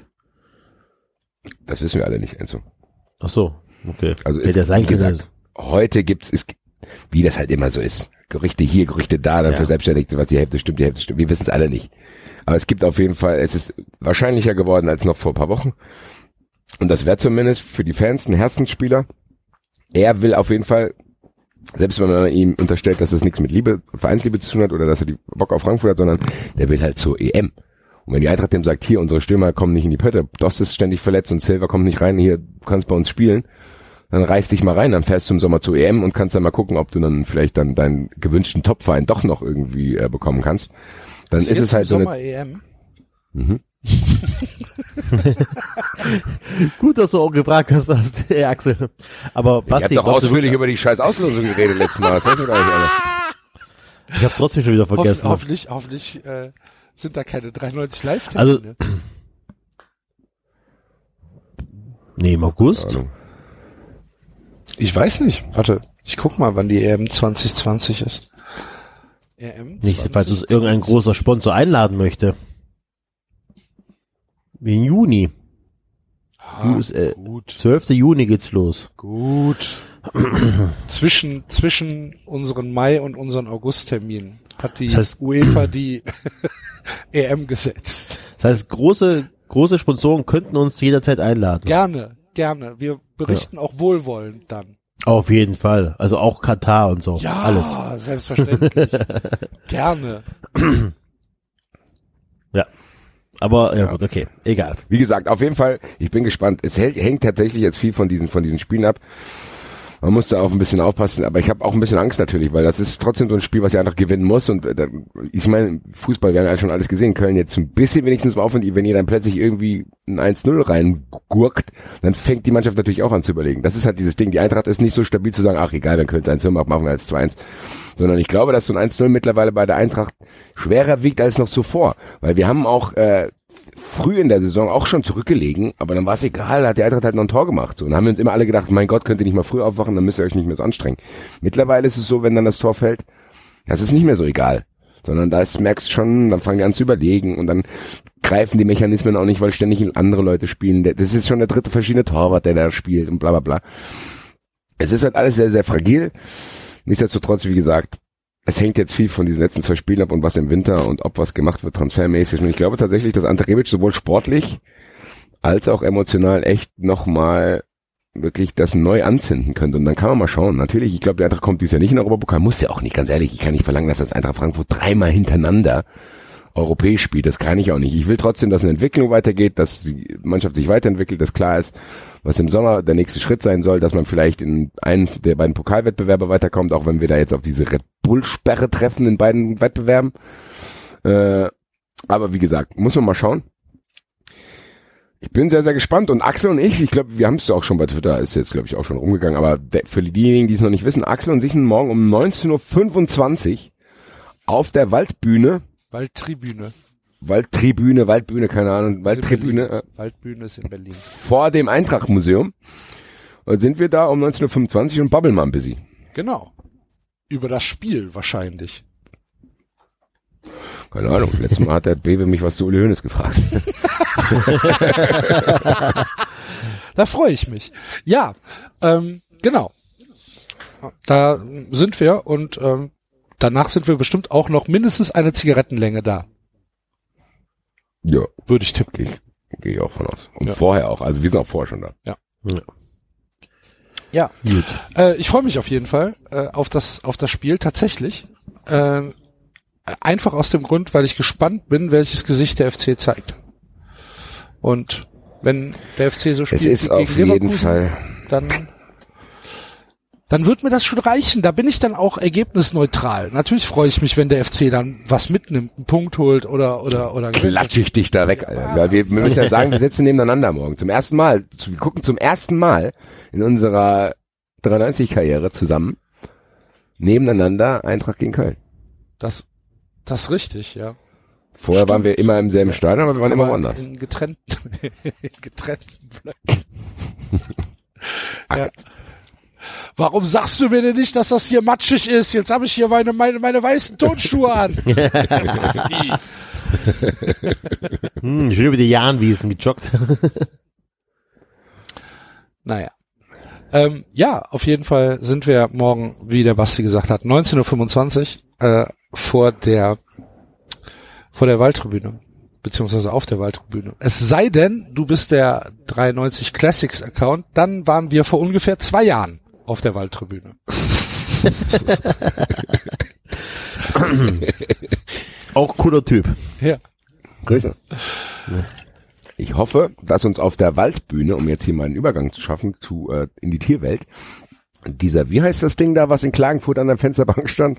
Das wissen wir alle nicht, Enzo. Ach so, okay. Also Hätte ist, ja sein wie können. gesagt, heute gibt's, ist, wie das halt immer so ist. Gerüchte hier, Gerüchte da, dann Ja. verselbstständigt, was die Hälfte stimmt, die Hälfte stimmt. Wir wissen es alle nicht. Aber es gibt auf jeden Fall, es ist wahrscheinlicher geworden als noch vor ein paar Wochen. Und das wäre zumindest für die Fans ein Herzensspieler. Er will auf jeden Fall, selbst wenn man ihm unterstellt, dass es nichts mit Liebe, Vereinsliebe zu tun hat oder dass er die Bock auf Frankfurt hat, sondern der will halt zur E M. Und wenn die Eintracht dem sagt, hier, unsere Stürmer kommen nicht in die Pötte, Dost ist ständig verletzt und Silva kommt nicht rein, hier, du kannst bei uns spielen, dann reiß dich mal rein, dann fährst du im Sommer zur E M und kannst dann mal gucken, ob du dann vielleicht dann deinen gewünschten Topverein doch noch irgendwie äh, bekommen kannst. Dann ist, jetzt es halt im so Sommer eine... E M. Mhm. Gut, dass du auch gefragt hast, was der Axel. Aber Ich hab Basti, doch glaubst du ausführlich wirklich- über die scheiß Auslosung geredet letztes Mal, das weißt du gar nicht, Alter. ich hab's trotzdem schon wieder vergessen. Hoff, hoffentlich, hoffentlich äh, sind da keine dreiundneunzig Live-Termine. Also, nee, im August? Ahnung. Ich weiß nicht. Warte, ich guck mal, wann die E M zwanzig zwanzig ist. E M Nicht, falls uns zwanzig irgendein zwanzig. großer Sponsor einladen möchte. Wie im Juni. Ah, ist, äh, gut, zwölften Juni geht's los. gut. zwischen zwischen unseren Mai und unseren Augustterminen hat die Das heißt- UEFA die E M gesetzt. Das heißt, große, große Sponsoren könnten uns jederzeit einladen. Gerne, gerne. Wir berichten auch wohlwollend dann. Auf jeden Fall. Also auch Katar und so. Ja, Alles. selbstverständlich. Gerne. Ja. Aber, ja, gut, okay. Egal. Wie gesagt, auf jeden Fall, ich bin gespannt. Es hält, hängt tatsächlich jetzt viel von diesen, von diesen Spielen ab. Man muss da auch ein bisschen aufpassen, aber ich habe auch ein bisschen Angst natürlich, weil das ist trotzdem so ein Spiel, was ja einfach gewinnen muss und äh, ich meine, Fußball, wir haben ja schon alles gesehen, Köln jetzt ein bisschen wenigstens mal auf und wenn ihr dann plötzlich irgendwie ein eins null reingurkt, dann fängt die Mannschaft natürlich auch an zu überlegen. Das ist halt dieses Ding, die Eintracht ist nicht so stabil zu sagen, ach egal, wenn Köln eins null macht, machen wir als zwei eins, sondern ich glaube, dass so ein eins null mittlerweile bei der Eintracht schwerer wiegt als noch zuvor, weil wir haben auch äh, früh in der Saison auch schon zurückgelegen, aber dann war es egal, hat die Eintracht halt noch ein Tor gemacht. So, und dann haben wir uns immer alle gedacht, mein Gott, könnt ihr nicht mal früh aufwachen, dann müsst ihr euch nicht mehr so anstrengen. Mittlerweile ist es so, wenn dann das Tor fällt, das ist nicht mehr so egal, sondern da ist, merkst schon, dann fangen die an zu überlegen und dann greifen die Mechanismen auch nicht, weil ständig andere Leute spielen. Das ist schon der dritte verschiedene Torwart, der da spielt und bla bla bla. Es ist halt alles sehr, sehr fragil. Nichtsdestotrotz, wie gesagt, es hängt jetzt viel von diesen letzten zwei Spielen ab und was im Winter und ob was gemacht wird transfermäßig. Und ich glaube tatsächlich, dass Ante Rebic sowohl sportlich als auch emotional echt nochmal wirklich das neu anzünden könnte. Und dann kann man mal schauen. Natürlich, ich glaube, der Eintracht kommt dieses Jahr nicht in den Europapokal. Muss ja auch nicht, ganz ehrlich. Ich kann nicht verlangen, dass das Eintracht Frankfurt dreimal hintereinander europäisch spielt. Das kann ich auch nicht. Ich will trotzdem, dass eine Entwicklung weitergeht, dass die Mannschaft sich weiterentwickelt, dass klar ist, was im Sommer der nächste Schritt sein soll, dass man vielleicht in einen der beiden Pokalwettbewerbe weiterkommt, auch wenn wir da jetzt auf diese Red Bull-Sperre treffen in beiden Wettbewerben. Äh, aber wie gesagt, muss man mal schauen. Ich bin sehr, sehr gespannt und Axel und ich, ich glaube, wir haben es ja auch schon bei Twitter, ist jetzt glaube ich auch schon rumgegangen, aber de- für diejenigen, die es noch nicht wissen, Axel und ich sind morgen um neunzehn Uhr fünfundzwanzig auf der Waldbühne. Waldtribüne. Waldtribüne, Waldbühne, keine Ahnung, Waldtribüne. Äh, Waldbühne ist in Berlin. Vor dem Eintracht-Museum. Und sind wir da um neunzehn Uhr fünfundzwanzig und babbeln mal ein bisschen. Genau. Über das Spiel wahrscheinlich. Keine Ahnung, letztes Mal hat der Bebe mich was zu Uli Hoeneß gefragt. Da freue ich mich. Ja, ähm, genau. Da sind wir und ähm, danach sind wir bestimmt auch noch mindestens eine Zigarettenlänge da. Ja. Würde ich tippen. Gehe ich, geh ich auch von aus. Und Ja. vorher auch. Also wir sind auch vorher schon da. Ja. Ja. Ja. Äh, ich freue mich auf jeden Fall äh, auf das auf das Spiel tatsächlich. Äh, einfach aus dem Grund, weil ich gespannt bin, welches Gesicht der F C zeigt. Und wenn der F C so spielt, Es ist wie auf gegen jeden Leverkusen, Fall. dann dann wird mir das schon reichen. Da bin ich dann auch ergebnisneutral. Natürlich freue ich mich, wenn der F C dann was mitnimmt, einen Punkt holt oder oder oder Klatsch ich dich da weg, Alter. Weil wir, wir müssen ja sagen, wir sitzen nebeneinander morgen. Zum ersten Mal. Wir gucken zum ersten Mal in unserer dreiundneunzig-Karriere zusammen nebeneinander Eintracht gegen Köln. Das das ist richtig, ja. Vorher Stimmt. waren wir immer im selben Stadion, aber wir waren Aber immer woanders. in getrennten in getrennten Blöcken. Ja. Warum sagst du mir denn nicht, dass das hier matschig ist? Jetzt habe ich hier meine, meine, meine weißen Turnschuhe an. Hm, schön über die Jahnwiesen gejoggt. Naja. Ähm, ja, auf jeden Fall sind wir morgen, wie der Basti gesagt hat, neunzehn Uhr fünfundzwanzig äh, vor der vor der Waldtribüne, beziehungsweise auf der Waldtribüne. Es sei denn, du bist der dreiundneunzig Classics Account, dann waren wir vor ungefähr zwei Jahren auf der Waldtribüne. Auch cooler Typ. Ja. Grüße. Ich hoffe, dass uns auf der Waldbühne, um jetzt hier mal einen Übergang zu schaffen zu äh, in die Tierwelt, dieser, wie heißt das Ding da, was in Klagenfurt an der Fensterbank stand?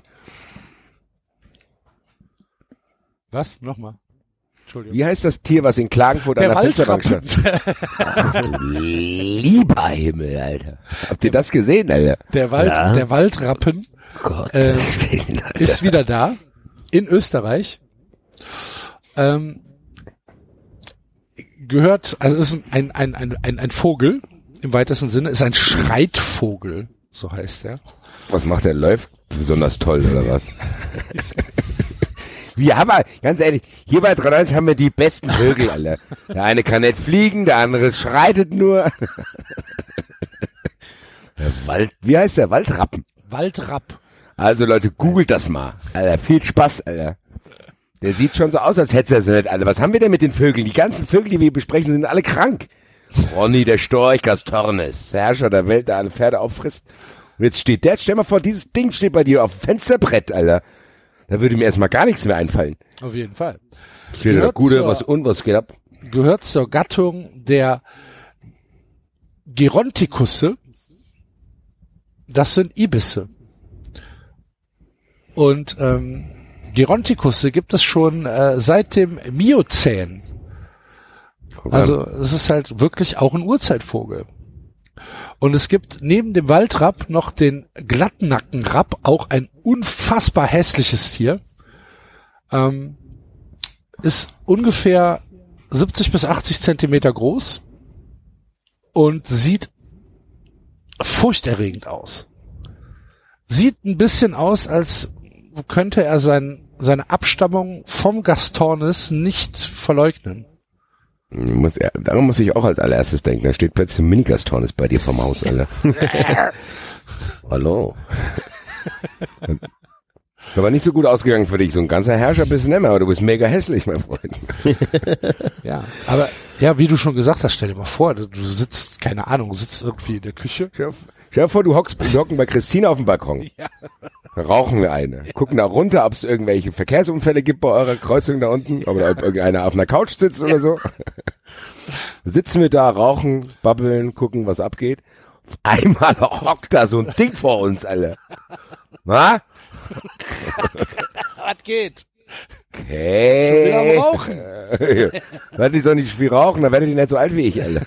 Was? Nochmal. Entschuldigung. Wie heißt das Tier, was in Klagenfurt Der an der Fensterbank stand? Waldrappen. Ach du lieber Himmel, Alter. Habt ihr das gesehen, Alter? Der Wald, Ja. der Waldrappen Gott, äh, Willen, Alter. ist wieder da in Österreich. Ähm, gehört, also ist ein, ein, ein, ein, ein Vogel im weitesten Sinne, ist ein Schreitvogel, so heißt er. Was macht der? Läuft besonders toll, oder was? Wir haben, ganz ehrlich, hier bei dreiundneunzig haben wir die besten Vögel, Alter. Der eine kann nicht fliegen, der andere schreitet nur. Der Wald, wie heißt der? Waldrappen. Waldrapp. Also Leute, googelt das mal. Alter, viel Spaß, Alter. Der sieht schon so aus, als hätte er sie nicht alle. Was haben wir denn mit den Vögeln? Die ganzen Vögel, die wir besprechen, sind alle krank. Ronny, der Storch, Gastornis, Herrscher der Welt, der alle Pferde auffrisst. Und jetzt steht der, stell mal vor, dieses Ding steht bei dir auf dem Fensterbrett, Alter. Da würde mir erstmal gar nichts mehr einfallen. Auf jeden Fall. Steht da Gehört Gute, zur- was und was geht ab? Gehört zur Gattung der Gerontikusse. das sind Ibisse. Und ähm, Gerontikusse gibt es schon äh, seit dem Miozän. Also es ist halt wirklich auch ein Urzeitvogel. Und es gibt neben dem Waldrapp noch den Glattnackenrapp, auch ein unfassbar hässliches Tier. Ähm, ist ungefähr siebzig bis achtzig Zentimeter groß und sieht furchterregend aus. Sieht ein bisschen aus, als könnte er sein, seine Abstammung vom Gastornis nicht verleugnen. Muss, ja, daran muss ich auch als allererstes denken. Da steht plötzlich ein Minigastornis bei dir vom Haus, Alter. Hallo. Ist aber nicht so gut ausgegangen für dich. So ein ganzer Herrscher bist du nicht mehr, aber du bist mega hässlich, mein Freund. Ja, aber ja, wie du schon gesagt hast, stell dir mal vor, du, du sitzt, keine Ahnung, sitzt irgendwie in der Küche. Stell dir vor, du hockst, wir hocken bei Christine auf dem Balkon. Ja. Dann rauchen wir eine. Gucken da runter, ob es irgendwelche Verkehrsunfälle gibt bei eurer Kreuzung da unten. Oder ob irgendeiner auf einer Couch sitzt oder so. Sitzen wir da, rauchen, babbeln, gucken, was abgeht. Auf einmal hockt da so ein Ding vor uns, alle. Na? Was geht? Okay. Schon wieder am Rauchen. Werd ich doch nicht viel rauchen, dann werdet ihr nicht so alt wie ich, Alter.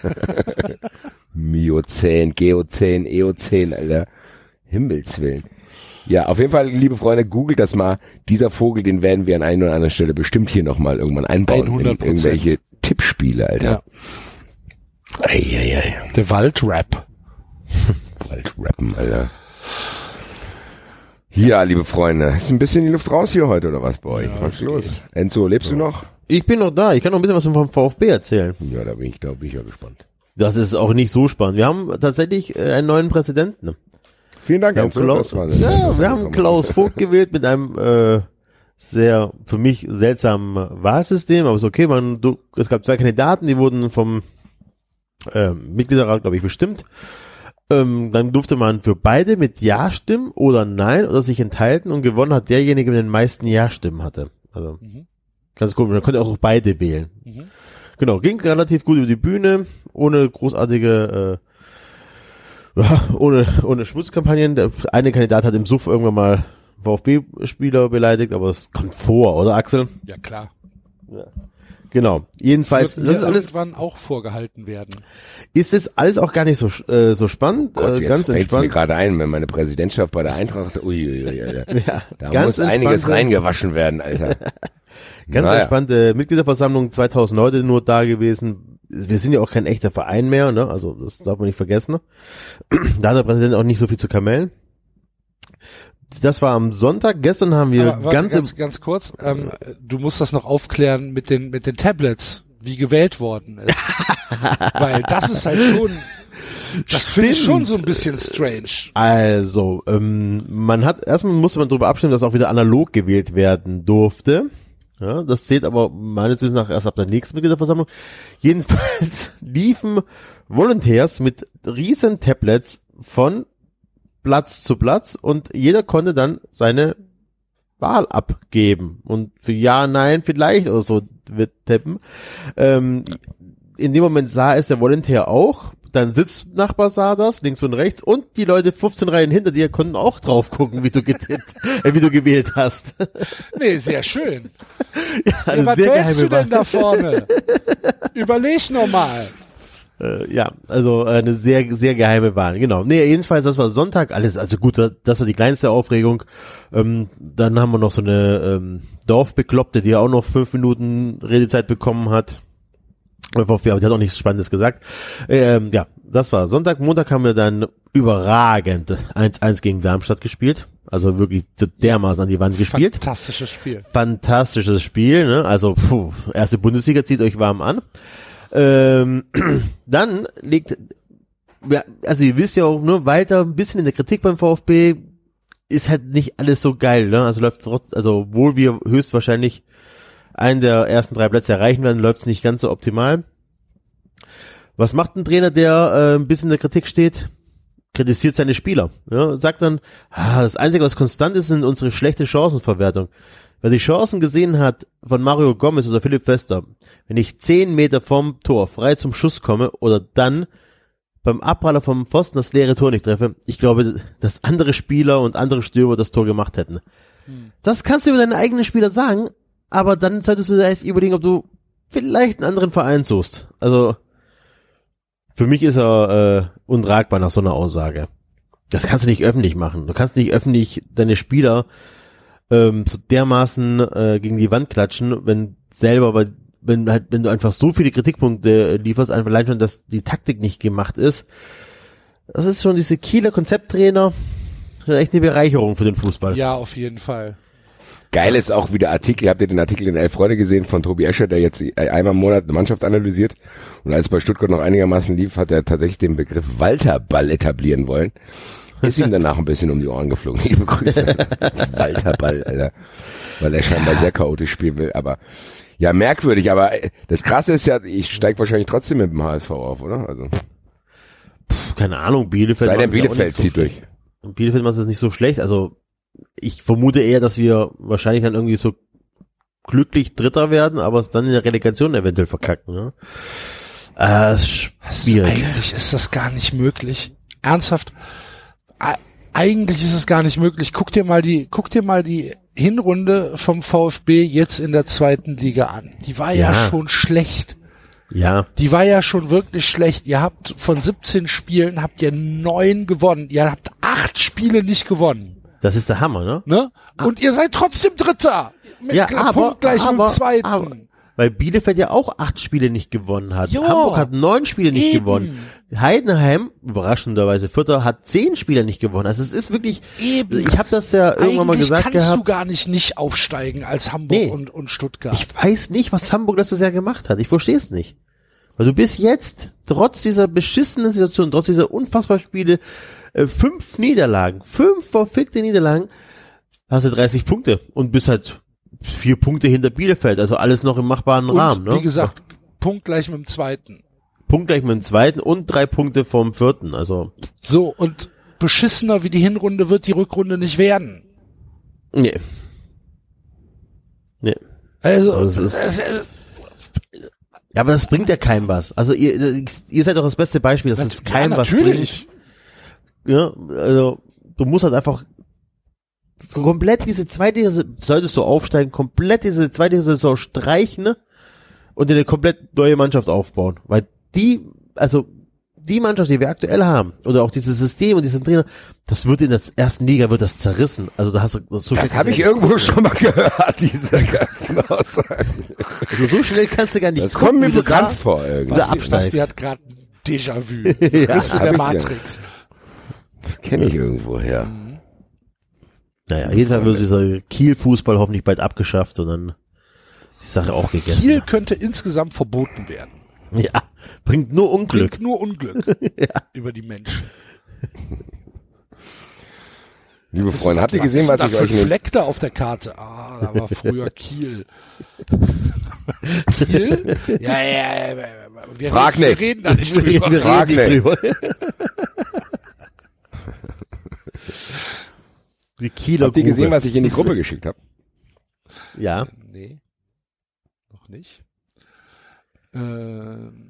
Miozän, Geozän, Eozän, Alter. Himmelswillen. Ja, auf jeden Fall, liebe Freunde, googelt das mal. Dieser Vogel, den werden wir an einer oder anderen Stelle bestimmt hier nochmal irgendwann einbauen. hundert Prozent. In irgendwelche Tippspiele, Alter. Ja. Ei, ei, ei. Der Waldrapp. Waldrappen, Alter. Ja, liebe Freunde, ist ein bisschen die Luft raus hier heute, oder was bei euch? Ja, was ist los? geht. Enzo, lebst ja. du noch? Ich bin noch da. Ich kann noch ein bisschen was vom VfB erzählen. Ja, da bin ich, da bin ich ja gespannt. Das ist auch nicht so spannend. Wir haben tatsächlich äh, einen neuen Präsidenten. Vielen Dank, Wir haben Enzo. Klaus, Das war eine- ja, das wir war haben eine- Klaus Vogt gewählt mit einem äh, sehr für mich seltsamen Wahlsystem, aber ist okay. Man, du, es gab zwei Kandidaten, die wurden vom ähm, Mitgliederrat, glaube ich, bestimmt. Ähm, dann durfte man für beide mit Ja stimmen oder Nein oder sich enthalten und gewonnen hat derjenige, der den meisten Ja-Stimmen hatte. Also Mhm. ganz cool. Man konnte auch beide wählen. Mhm. Genau, ging relativ gut über die Bühne, ohne großartige, äh, ja, ohne ohne Schmutzkampagnen. Der eine Kandidat hat im Suff irgendwann mal VfB-Spieler beleidigt, aber es kommt vor, oder Axel? Ja, klar. Genau. Jedenfalls, Wird das mir ist alles, irgendwann auch vorgehalten werden. ist es alles auch gar nicht so äh, so spannend, Gott, äh, jetzt ganz fällt's mir entspannt. gerade ein, wenn meine Präsidentschaft bei der Eintracht, ui, ui, ui, Alter. Ja, Da ganz muss einiges entspannte- reingewaschen werden, Alter. Ganz Naja. entspannte Mitgliederversammlung, zweitausend Leute nur da gewesen. Wir sind ja auch kein echter Verein mehr, ne? Also das darf man nicht vergessen. Da hat der Präsident auch nicht so viel zu kamellen. Das war am Sonntag. Gestern haben wir Aber warte, ganze ganz, ganz kurz, ähm, du musst das noch aufklären mit den mit den Tablets, wie gewählt worden ist. Weil das ist halt schon, das finde ich schon so ein bisschen strange. Also, ähm, man hat, erstmal musste man darüber abstimmen, dass auch wieder analog gewählt werden durfte. Ja, das zählt aber meines Wissens nach erst ab der nächsten Mitgliederversammlung. Jedenfalls liefen Volunteers mit riesen Tablets von Platz zu Platz und jeder konnte dann seine Wahl abgeben und für Ja, Nein vielleicht oder so wird tippen. Ähm, in dem Moment sah es der Volontär auch. Dein Sitznachbar sah das, links und rechts, und die Leute fünfzehn Reihen hinter dir konnten auch drauf gucken, wie du getippt, äh, wie du gewählt hast. Nee, sehr schön. Eine Ja, was sehr wählst du geheime denn da vorne? Überleg nochmal. Äh, ja, also äh, eine sehr, sehr geheime Wahl, genau. Nee, jedenfalls, das war Sonntag, alles, also gut, das war die kleinste Aufregung. Ähm, dann haben wir noch so eine ähm, Dorfbekloppte, die ja auch noch fünf Minuten Redezeit bekommen hat. Aber die hat auch nichts Spannendes gesagt. Ähm, ja, das war Sonntag. Montag haben wir dann überragend eins eins gegen Darmstadt gespielt. Also wirklich dermaßen an die Wand gespielt. Fantastisches Spiel. Fantastisches Spiel, ne? Also, puh, erste Bundesliga, zieht euch warm an. Ähm, dann liegt, ja, also ihr wisst ja auch, nur Walter ein bisschen in der Kritik beim VfB, ist halt nicht alles so geil, ne? Also läuft trotz, also obwohl wir höchstwahrscheinlich einen der ersten drei Plätze erreichen werden, läuft es nicht ganz so optimal. Was macht ein Trainer, der äh, ein bisschen in der Kritik steht? Kritisiert seine Spieler. Ja, sagt dann, ah, das Einzige, was konstant ist, sind unsere schlechte Chancenverwertung. Wer die Chancen gesehen hat von Mario Gomez oder Philipp Wester, wenn ich zehn Meter vom Tor frei zum Schuss komme oder dann beim Abpraller vom Pfosten das leere Tor nicht treffe, ich glaube, dass andere Spieler und andere Stürmer das Tor gemacht hätten. Hm. Das kannst du über deine eigenen Spieler sagen, aber dann solltest du dir echt überlegen, ob du vielleicht einen anderen Verein suchst. Also, für mich ist er äh, untragbar nach so einer Aussage. Das kannst du nicht öffentlich machen. Du kannst nicht öffentlich deine Spieler ähm, so dermaßen äh, gegen die Wand klatschen, wenn selber bei wenn halt, wenn du einfach so viele Kritikpunkte lieferst, einfach allein schon, dass die Taktik nicht gemacht ist. Das ist schon diese Kieler Konzepttrainer, schon echt eine Bereicherung für den Fußball. Ja, auf jeden Fall. Geil ist auch wieder Artikel, habt ihr den Artikel in Elf Freunde gesehen von Tobi Escher, der jetzt einmal im Monat eine Mannschaft analysiert, und als bei Stuttgart noch einigermaßen lief, hat er tatsächlich den Begriff Walterball etablieren wollen. Ist ihm danach ein bisschen um die Ohren geflogen. Liebe Grüße. Walterball, Alter. Weil er scheinbar sehr chaotisch spielen will, aber ja, merkwürdig, aber das Krasse ist ja, ich steig wahrscheinlich trotzdem mit dem H S V auf, oder? Also Puh, keine Ahnung, Bielefeld. Sei denn Bielefeld so zieht schlecht. durch. Und Bielefeld macht das nicht so schlecht, also ich vermute eher, dass wir wahrscheinlich dann irgendwie so glücklich Dritter werden, aber es dann in der Relegation eventuell verkacken, ne? Äh, ist schwierig. Also eigentlich ist das gar nicht möglich. Ernsthaft? E- eigentlich ist es gar nicht möglich. Guck dir mal die, guck dir mal die Hinrunde vom VfB jetzt in der zweiten Liga an. Die war ja, Ja. schon schlecht. Ja, Die war ja schon wirklich schlecht. Ihr habt von siebzehn Spielen habt ihr neun gewonnen. Ihr habt acht Spiele nicht gewonnen. das ist der Hammer, ne? Ne? Und ihr seid trotzdem Dritter. Mit Ja, Punkt aber, gleich aber, mit dem zweiten. aber, weil Bielefeld ja auch acht Spiele nicht gewonnen hat. Jo, Hamburg hat neun Spiele nicht eben. gewonnen. Heidenheim, überraschenderweise Vierter, hat zehn Spiele nicht gewonnen. Also es ist wirklich, Eben. ich habe das ja irgendwann mal Eigentlich gesagt kannst gehabt. du gar nicht nicht aufsteigen als Hamburg Nee. und, und Stuttgart. Ich weiß nicht, was Hamburg letztes Jahr gemacht hat. Ich verstehe es nicht. Weil du bist jetzt, trotz dieser beschissenen Situation, trotz dieser unfassbar Spiele, äh, fünf Niederlagen, fünf verfickte Niederlagen, hast du dreißig Punkte und bist halt vier Punkte hinter Bielefeld. Also alles noch im machbaren und, Rahmen, ne? wie gesagt, Punkt gleich mit dem zweiten. Punkt gleich mit dem zweiten und drei Punkte vom vierten. Also, So, und beschissener wie die Hinrunde wird die Rückrunde nicht werden. nee. Nee. Also, Also es ist- es, äh, Ja, aber das bringt ja keinem was. Also ihr, ihr seid doch das beste Beispiel, dass es keinem ja, was natürlich. bringt. Ja, also du musst halt einfach so komplett diese zweite, solltest du aufsteigen, komplett diese zweite Saison streichen, ne? Und dir eine komplett neue Mannschaft aufbauen. Weil die, also die Mannschaft, die wir aktuell haben, oder auch dieses System und diesen Trainer, das wird in der ersten Liga, wird das zerrissen. Also da hast du, das, so Das schnell habe ich kannst du- irgendwo schon mal gehört, diese ganzen Aussagen. also so schnell kannst du gar nicht Das kommt mir gucken, wie du bekannt da- vor irgendwie. wieder Basti, absteigst. Basti hat gerade ein Déjà-vu. Ja, Bist in hab der ich Matrix. Das kenne ich irgendwo her. Naja, jedenfalls wird dieser Kiel-Fußball hoffentlich bald abgeschafft und dann die Sache auch gegessen. Kiel könnte insgesamt verboten werden. Ja, bringt nur Unglück. Bringt nur Unglück über die Menschen. Liebe Freunde, habt ihr gesehen, ist was da ich für euch ein in den Fleck da auf der Karte? Ah, da war früher Kiel. Kiel? Ja, ja, ja. Wir, Frag reden, wir nicht. reden da nicht Wir drüber. reden Frag nicht nicht. drüber. Die Kieler Habt ihr gesehen, Grube. was ich in die Gruppe geschickt habe? Ja, Nee, noch nicht. Ähm,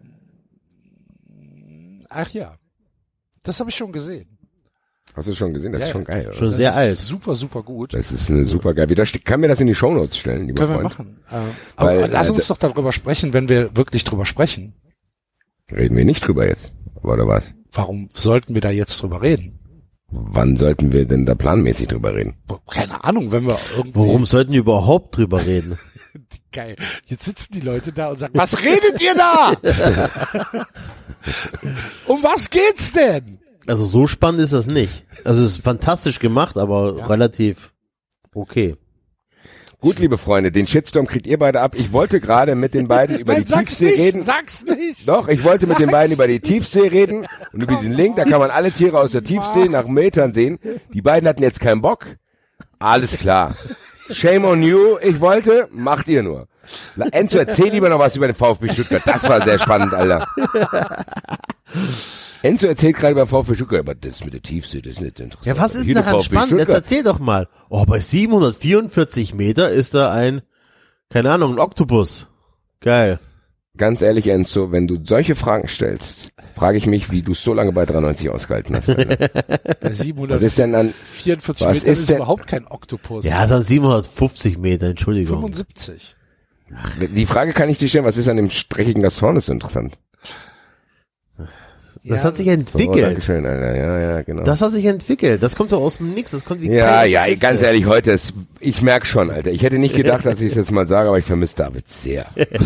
ach ja, das habe ich schon gesehen. Hast du schon gesehen? Das Ja, ist schon ja. geil, oder? schon Das sehr ist alt. Super, super gut. Das ist eine super geil. Wieder, kann mir das in die Shownotes stellen, lieber Können wir Freund? machen. Ähm, aber Weil, lass äh, uns doch darüber sprechen, wenn wir wirklich drüber sprechen. Reden wir nicht drüber jetzt. Oder was? Warum sollten wir da jetzt drüber reden? Wann sollten wir denn da planmäßig drüber reden? Keine Ahnung, wenn wir irgendwie... Worum sollten wir überhaupt drüber reden? Geil. Jetzt sitzen die Leute da und sagen, was redet ihr da? Um was geht's denn? Also so spannend ist das nicht. Also es ist fantastisch gemacht, aber Ja. relativ okay. Gut, liebe Freunde, den Shitstorm kriegt ihr beide ab. Ich wollte gerade mit den beiden über Nein, die sag's Tiefsee nicht, reden. sag's nicht. Doch, ich wollte mit den Sag's beiden über die Tiefsee reden und über diesen Link, da kann man alle Tiere aus der Tiefsee nach Metern sehen. Die beiden hatten jetzt keinen Bock. Alles klar. Shame on you. Ich wollte, macht ihr nur. Na, Enzo, erzähl lieber noch was über den VfB Stuttgart. Das war sehr spannend, Alter. Enzo erzählt gerade über VfB Stuttgart, aber das mit der Tiefsee, das ist nicht interessant. Ja, was ist Hier denn der daran VfB spannend? Jetzt Stuttgart. erzähl doch mal. Oh, bei siebenhundertvierundvierzig Meter ist da ein, keine Ahnung, ein Oktopus. Geil. ganz ehrlich, Enzo, wenn du solche Fragen stellst, frage ich mich, wie du es so lange bei dreiundneunzig ausgehalten hast. Bei Was ist denn an vierundvierzig was Metern ist ist denn- überhaupt kein Oktopus. Ja, sonst siebenhundertfünfzig Meter, Entschuldigung. fünfundsiebzig. Die Frage kann ich dir stellen, was ist an dem dreckigen das Horn ist so interessant? Das Ja, hat sich So, entwickelt. Dankeschön, Alter. Ja, ja, genau. Das hat sich entwickelt. Das kommt so aus dem Nix. Das kommt wie ja, keine ja, Kiste. ganz ehrlich, heute ist, ich merk schon, Alter. Ich hätte nicht gedacht, dass ich es jetzt mal sage, aber ich vermisse David sehr.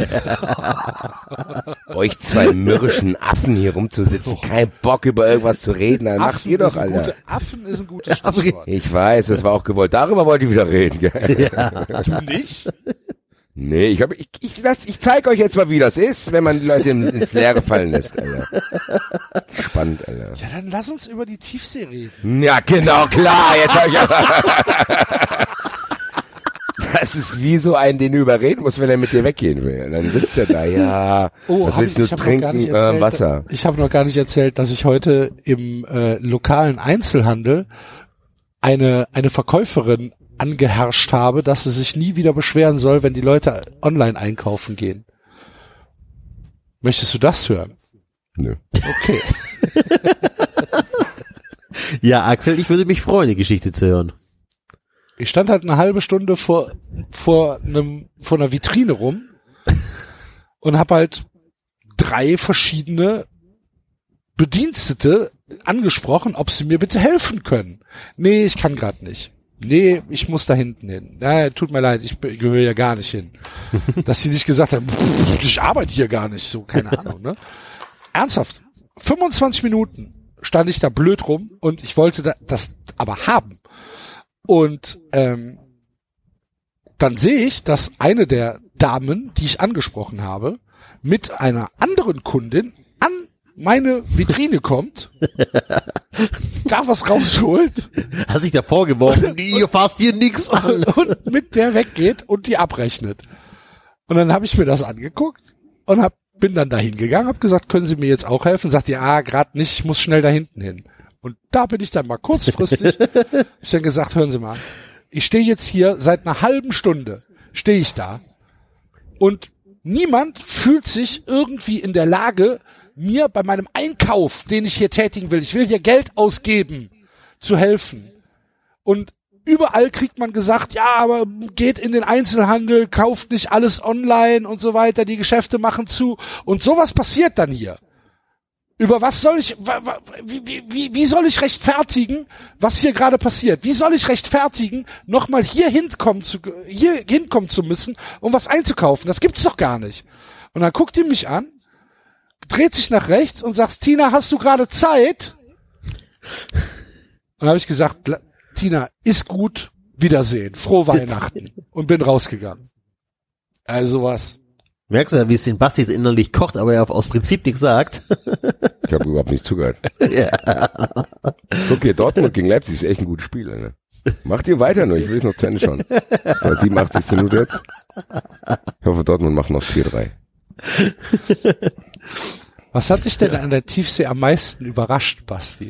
Euch zwei mürrischen Affen hier rumzusitzen, kein Bock über irgendwas zu reden, dann macht Affen ihr doch, ist ein Alter. gute, Affen ist ein gutes Stichwort. Ich weiß, das war auch gewollt. Darüber wollte ich wieder reden, gell? Du nicht? Nee, ich hab, ich, ich lass, ich zeig euch jetzt mal, wie das ist, wenn man die Leute in, ins Leere fallen lässt, Alter. Spannend, Alter. Ja, dann lass uns über die Tiefsee reden. Ja, genau, klar, jetzt hab ich aber das ist wie so ein, den du überreden musst, wenn er mit dir weggehen will. Und dann sitzt er da, ja, Oh, was hab willst ich, ich du hab noch gar trinken? nicht Äh, erzählt, Wasser. Ich habe noch gar nicht erzählt, dass ich heute im äh, lokalen Einzelhandel eine eine Verkäuferin angeherrscht habe, dass sie sich nie wieder beschweren soll, wenn die Leute online einkaufen gehen. Möchtest du das hören? Nö. Okay. Ja, Axel, ich würde mich freuen, die Geschichte zu hören. Ich stand halt eine halbe Stunde vor vor einem vor einer Vitrine rum und habe halt drei verschiedene Bedienstete angesprochen, ob sie mir bitte helfen können. Nee, ich kann gerade nicht. Nee, ich muss da hinten hin. Ja, tut mir leid, ich be- gehöre ja gar nicht hin. Dass sie nicht gesagt haben, pff, ich arbeite hier gar nicht, so, keine Ahnung, ne? Ernsthaft. fünfundzwanzig Minuten stand ich da blöd rum und ich wollte da, das aber haben. Und ähm, dann sehe ich, dass eine der Damen, die ich angesprochen habe, mit einer anderen Kundin an meine Vitrine kommt, da was rausholt Hat sich da vorgeworfen, ihr fasst hier nix an. und mit der weggeht und die abrechnet. Und dann habe ich mir das angeguckt und hab, bin dann da hingegangen, habe gesagt, können Sie mir jetzt auch helfen? Sagt die, ah, gerade nicht, ich muss schnell da hinten hin. Und da bin ich dann mal kurzfristig, hab ich dann gesagt, hören Sie mal, ich stehe jetzt hier seit einer halben Stunde, stehe ich da und niemand fühlt sich irgendwie in der Lage, mir bei meinem Einkauf, den ich hier tätigen will, ich will hier Geld ausgeben, zu helfen. Und überall kriegt man gesagt, ja, aber geht in den Einzelhandel, kauft nicht alles online und so weiter, die Geschäfte machen zu. Und sowas passiert dann hier. Über was soll ich, wa, wa, wie, wie, wie soll ich rechtfertigen, was hier gerade passiert? Wie soll ich rechtfertigen, nochmal hier hinkommen zu, hier hinkommen zu müssen, um was einzukaufen? Das gibt's doch gar nicht. Und dann guckt ihr mich an, dreht sich nach rechts und sagt, Tina, hast du gerade Zeit? Und dann habe ich gesagt, Tina, ist gut, Wiedersehen, frohe Weihnachten. Und bin rausgegangen. Also was. Merkst du ja, wie es den Basti innerlich kocht, aber er aus Prinzip nichts sagt. Ich habe überhaupt nicht zugehört. Ja. Guck hier, Dortmund gegen Leipzig ist echt ein gutes Spiel, Alter. Macht ihr weiter nur, ich will es noch zu Ende schauen. Aber siebenundachtzigste Minute jetzt. Ich hoffe, Dortmund macht noch vier drei. Was hat dich denn an der Tiefsee am meisten überrascht, Basti?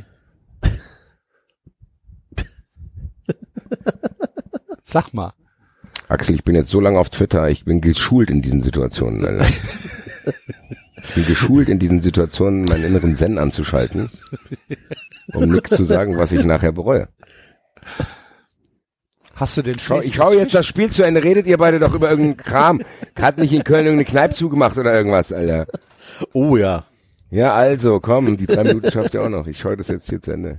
Sag mal. Axel, ich bin jetzt so lange auf Twitter, ich bin geschult in diesen Situationen, Alter. Ich bin geschult in diesen Situationen, meinen inneren Zen anzuschalten, um nichts zu sagen, was ich nachher bereue. Hast du den Schau, Fries- ich schaue jetzt das Spiel zu Ende, redet ihr beide doch über irgendeinen Kram. Hat nicht in Köln irgendeine Kneipe zugemacht oder irgendwas, Alter. Oh ja. Ja, also, komm, die drei Minuten schafft ihr auch noch. Ich schaue das jetzt hier zu Ende.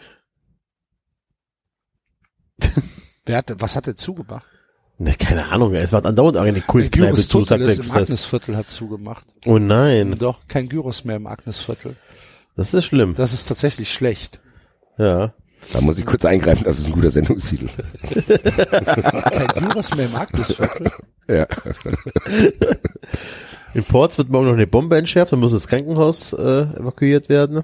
Wer hat, was hat der zugemacht? Ne, keine Ahnung, es war andauernd eine Der Kultkneipe Gyros zu, sagt der Toteles im Express. Agnesviertel hat zugemacht. Oh nein, Doch, kein Gyros mehr im Agnesviertel. das ist schlimm. Das ist tatsächlich schlecht. Ja. Da muss ich kurz eingreifen, das ist ein guter Sendungstitel. Kein Gyros mehr im Agnesviertel. Ja. In Ports wird morgen noch eine Bombe entschärft, dann muss das Krankenhaus äh, evakuiert werden.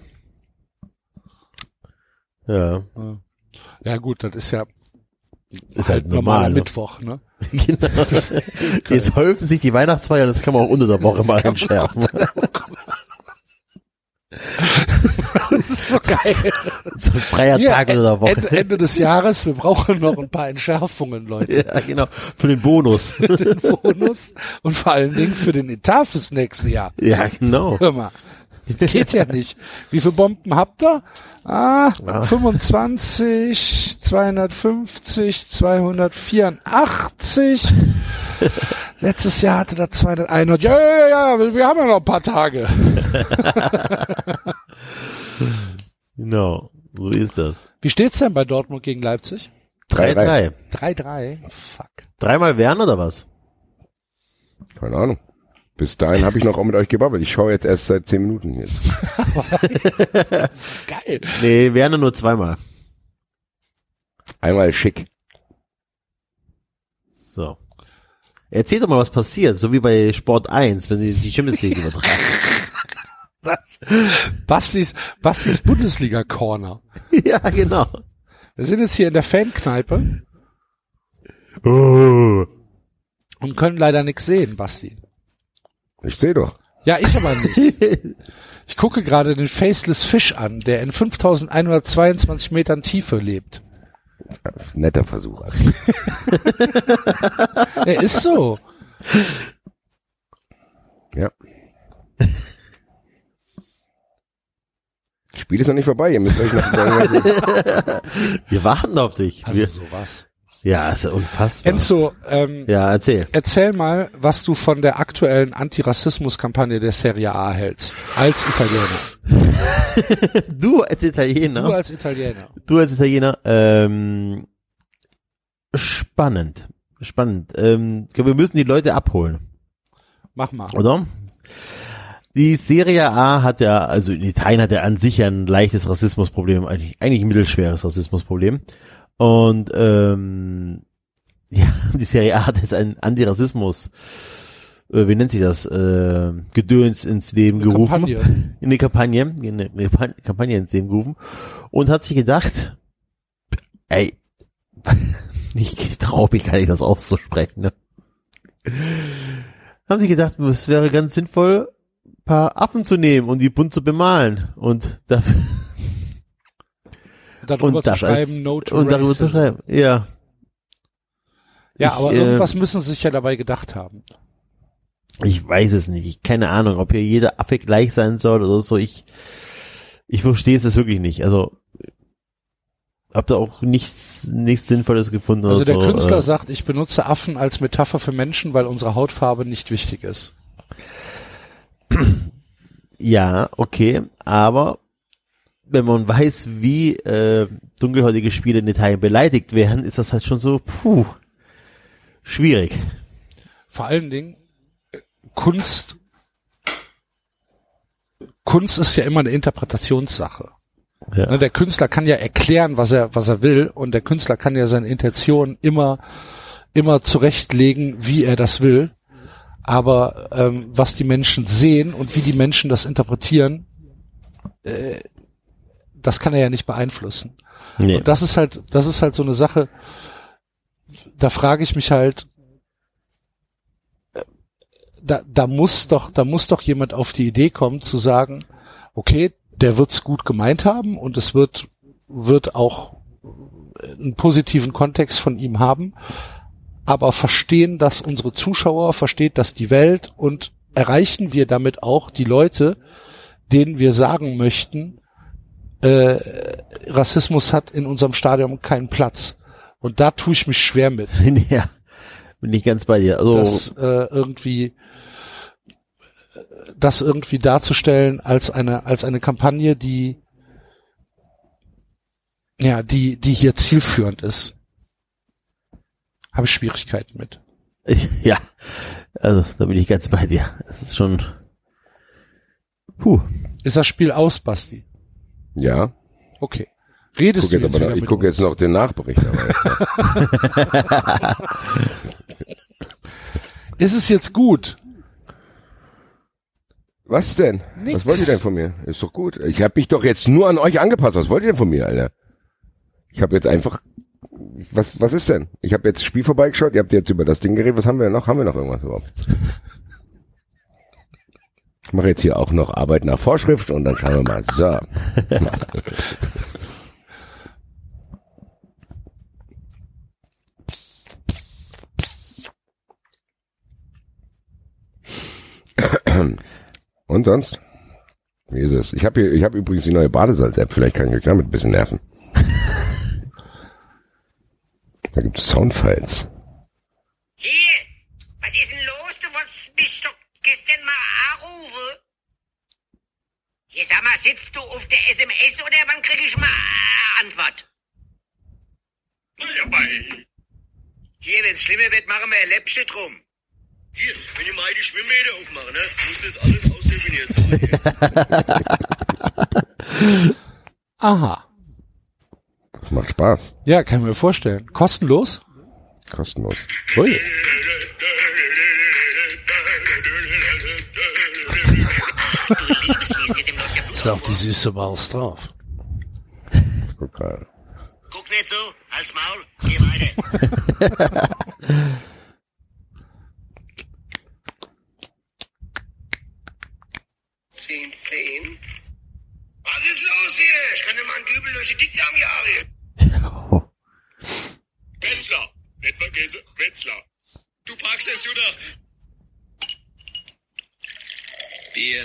Ja, Ja gut, das ist ja ist halt normaler normal. Ne? Mittwoch, ne? Genau. Jetzt häufen sich die Weihnachtsfeiern, das kann man auch unter der Woche mal entschärfen. Das ist so geil. So ein freier Hier, Tag oder Woche. Ende, Ende des Jahres, wir brauchen noch ein paar Entschärfungen, Leute. Ja, genau. Für den Bonus. Für den Bonus und vor allen Dingen für den Etat fürs nächste Jahr. Ja, genau. Hör mal. Geht ja nicht. Wie viele Bomben habt ihr? Ah, fünfundzwanzig, zweihundertfünfzig, zweihundertvierundachtzig. Letztes Jahr hatte er zweihunderteinundneunzig. Ja, ja, ja, ja, wir haben ja noch ein paar Tage. Genau. So ist das. Wie steht's denn bei Dortmund gegen Leipzig? drei drei. drei drei. Fuck. Dreimal Werner oder was? Keine Ahnung. Bis dahin habe ich noch auch mit euch gebabbelt. Ich schaue jetzt erst seit zehn Minuten jetzt. Geil. Nee, Werner nur zweimal. Einmal schick. So. Erzähl doch mal, was passiert, so wie bei Sport eins, wenn die die Champions League übertragen. Bastis, Bastis Bundesliga-Corner. Ja, genau. Wir sind jetzt hier in der Fankneipe Oh. und können leider nichts sehen, Basti. Ich sehe doch. Ja, ich aber nicht. Ich gucke gerade den Faceless Fish an, der in fünftausendeinhundertzweiundzwanzig Metern Tiefe lebt. Netter Versuch. Er ist so. Ja. Das Spiel ist noch nicht vorbei. Ihr müsst euch noch Wir warten auf dich. Also Wir, sowas. ja, ist ja unfassbar. Enzo, ähm, Ja, erzähl. erzähl mal, was du von der aktuellen Antirassismus-Kampagne der Serie A hältst. Als Italiener. Du als Italiener. Du als Italiener. Du als Italiener, ähm, spannend, spannend. Ähm, ich glaube, wir müssen die Leute abholen, Mach mal. oder? Die Serie A hat ja, also in Italien hat ja an sich ja ein leichtes Rassismusproblem, eigentlich, eigentlich ein mittelschweres Rassismusproblem. Und ähm, ja, die Serie A hat jetzt ein Antirassismus, äh, wie nennt sich das, äh, Gedöns ins Leben Eine gerufen. Kampagne. In eine Kampagne, in eine, eine Kampagne ins Leben gerufen und hat sich gedacht, ey, ich traue mich gar nicht, das auszusprechen, ne? Haben sich gedacht, es wäre ganz sinnvoll, ein paar Affen zu nehmen und die bunt zu bemalen und dafür Und darüber und zu das schreiben, als, no to und darüber racism. zu schreiben, ja. Ja, Ich, aber äh, irgendwas müssen sie sich ja dabei gedacht haben. Ich weiß es nicht. Ich keine Ahnung, ob hier jeder Affe gleich sein soll oder so. Ich, ich verstehe es wirklich nicht. Also, hab da auch nichts, nichts Sinnvolles gefunden Also oder der so. Künstler äh, sagt, ich benutze Affen als Metapher für Menschen, weil unsere Hautfarbe nicht wichtig ist. Ja, okay, aber wenn man weiß, wie äh, dunkelhäutige Spieler in Italien beleidigt werden, ist das halt schon so, puh, schwierig. Vor allen Dingen, äh, Kunst, Kunst ist ja immer eine Interpretationssache. Ja. Ne, der Künstler kann ja erklären, was er, was er will, und der Künstler kann ja seine Intention immer, immer zurechtlegen, wie er das will. Aber ähm, was die Menschen sehen und wie die Menschen das interpretieren, äh, das kann er ja nicht beeinflussen. Nee. Und das ist halt, das ist halt so eine Sache, da frage ich mich halt, da, da muss doch, da muss doch jemand auf die Idee kommen zu sagen, okay, der wird's gut gemeint haben und es wird, wird auch einen positiven Kontext von ihm haben, aber verstehen das unsere Zuschauer, versteht das die Welt und erreichen wir damit auch die Leute, denen wir sagen möchten, äh, Rassismus hat in unserem Stadion keinen Platz. Und da tue ich mich schwer mit. Ja, bin ich ganz bei dir. Also, Das äh, irgendwie das irgendwie darzustellen als eine als eine Kampagne, die ja, die die hier zielführend ist. Habe ich Schwierigkeiten mit. ja, also da bin ich ganz bei dir. Es ist schon, puh. Ist das Spiel aus, Basti? Ja. Okay. Ich Redest gucke du jetzt, jetzt aber wieder noch, ich mit gucke uns? jetzt noch den Nachbericht. Aber Ist es jetzt gut? was denn? Nix. Was wollt ihr denn von mir? Ist doch gut. Ich habe mich doch jetzt nur an euch angepasst. Was wollt ihr denn von mir, Alter? Ich habe jetzt einfach, was was ist denn? Ich habe jetzt das Spiel vorbeigeschaut. Ihr habt jetzt über das Ding geredet. Was haben wir noch? Haben wir noch irgendwas überhaupt? Ich mache jetzt hier auch noch Arbeit nach Vorschrift und dann schauen wir mal. So. Und sonst? Wie ist es? Ich habe hier, ich habe übrigens die neue Badesalz-App. Vielleicht kann ich euch damit ein bisschen nerven. Da gibt es Soundfiles. Hier, was ist denn los? Du wolltest mich doch gestern mal anrufen. Hier, sag mal, sitzt du auf der S M S oder wann krieg ich mal Antwort? Na ja, bei. Hier, wenn's schlimmer wird, machen wir ein Läppchen drum. Hier, wenn ihr mal die Schwimmbäder aufmachen, ne, muss das alles ausdefiniert sein. Aha. Das macht Spaß. Ja, kann ich mir vorstellen. Kostenlos? Kostenlos. Ui. Ist auch die süße Maus drauf. Guck mal. Guck nicht so, halt's Maul, geh weiter. Zehn, zehn. Was ist los hier? Ich kann dir mal einen Dübel durch die Dickdarmjahre. Wetzlar. Nicht vergessen, Wetzlar. Du packst es, Judah. Bier.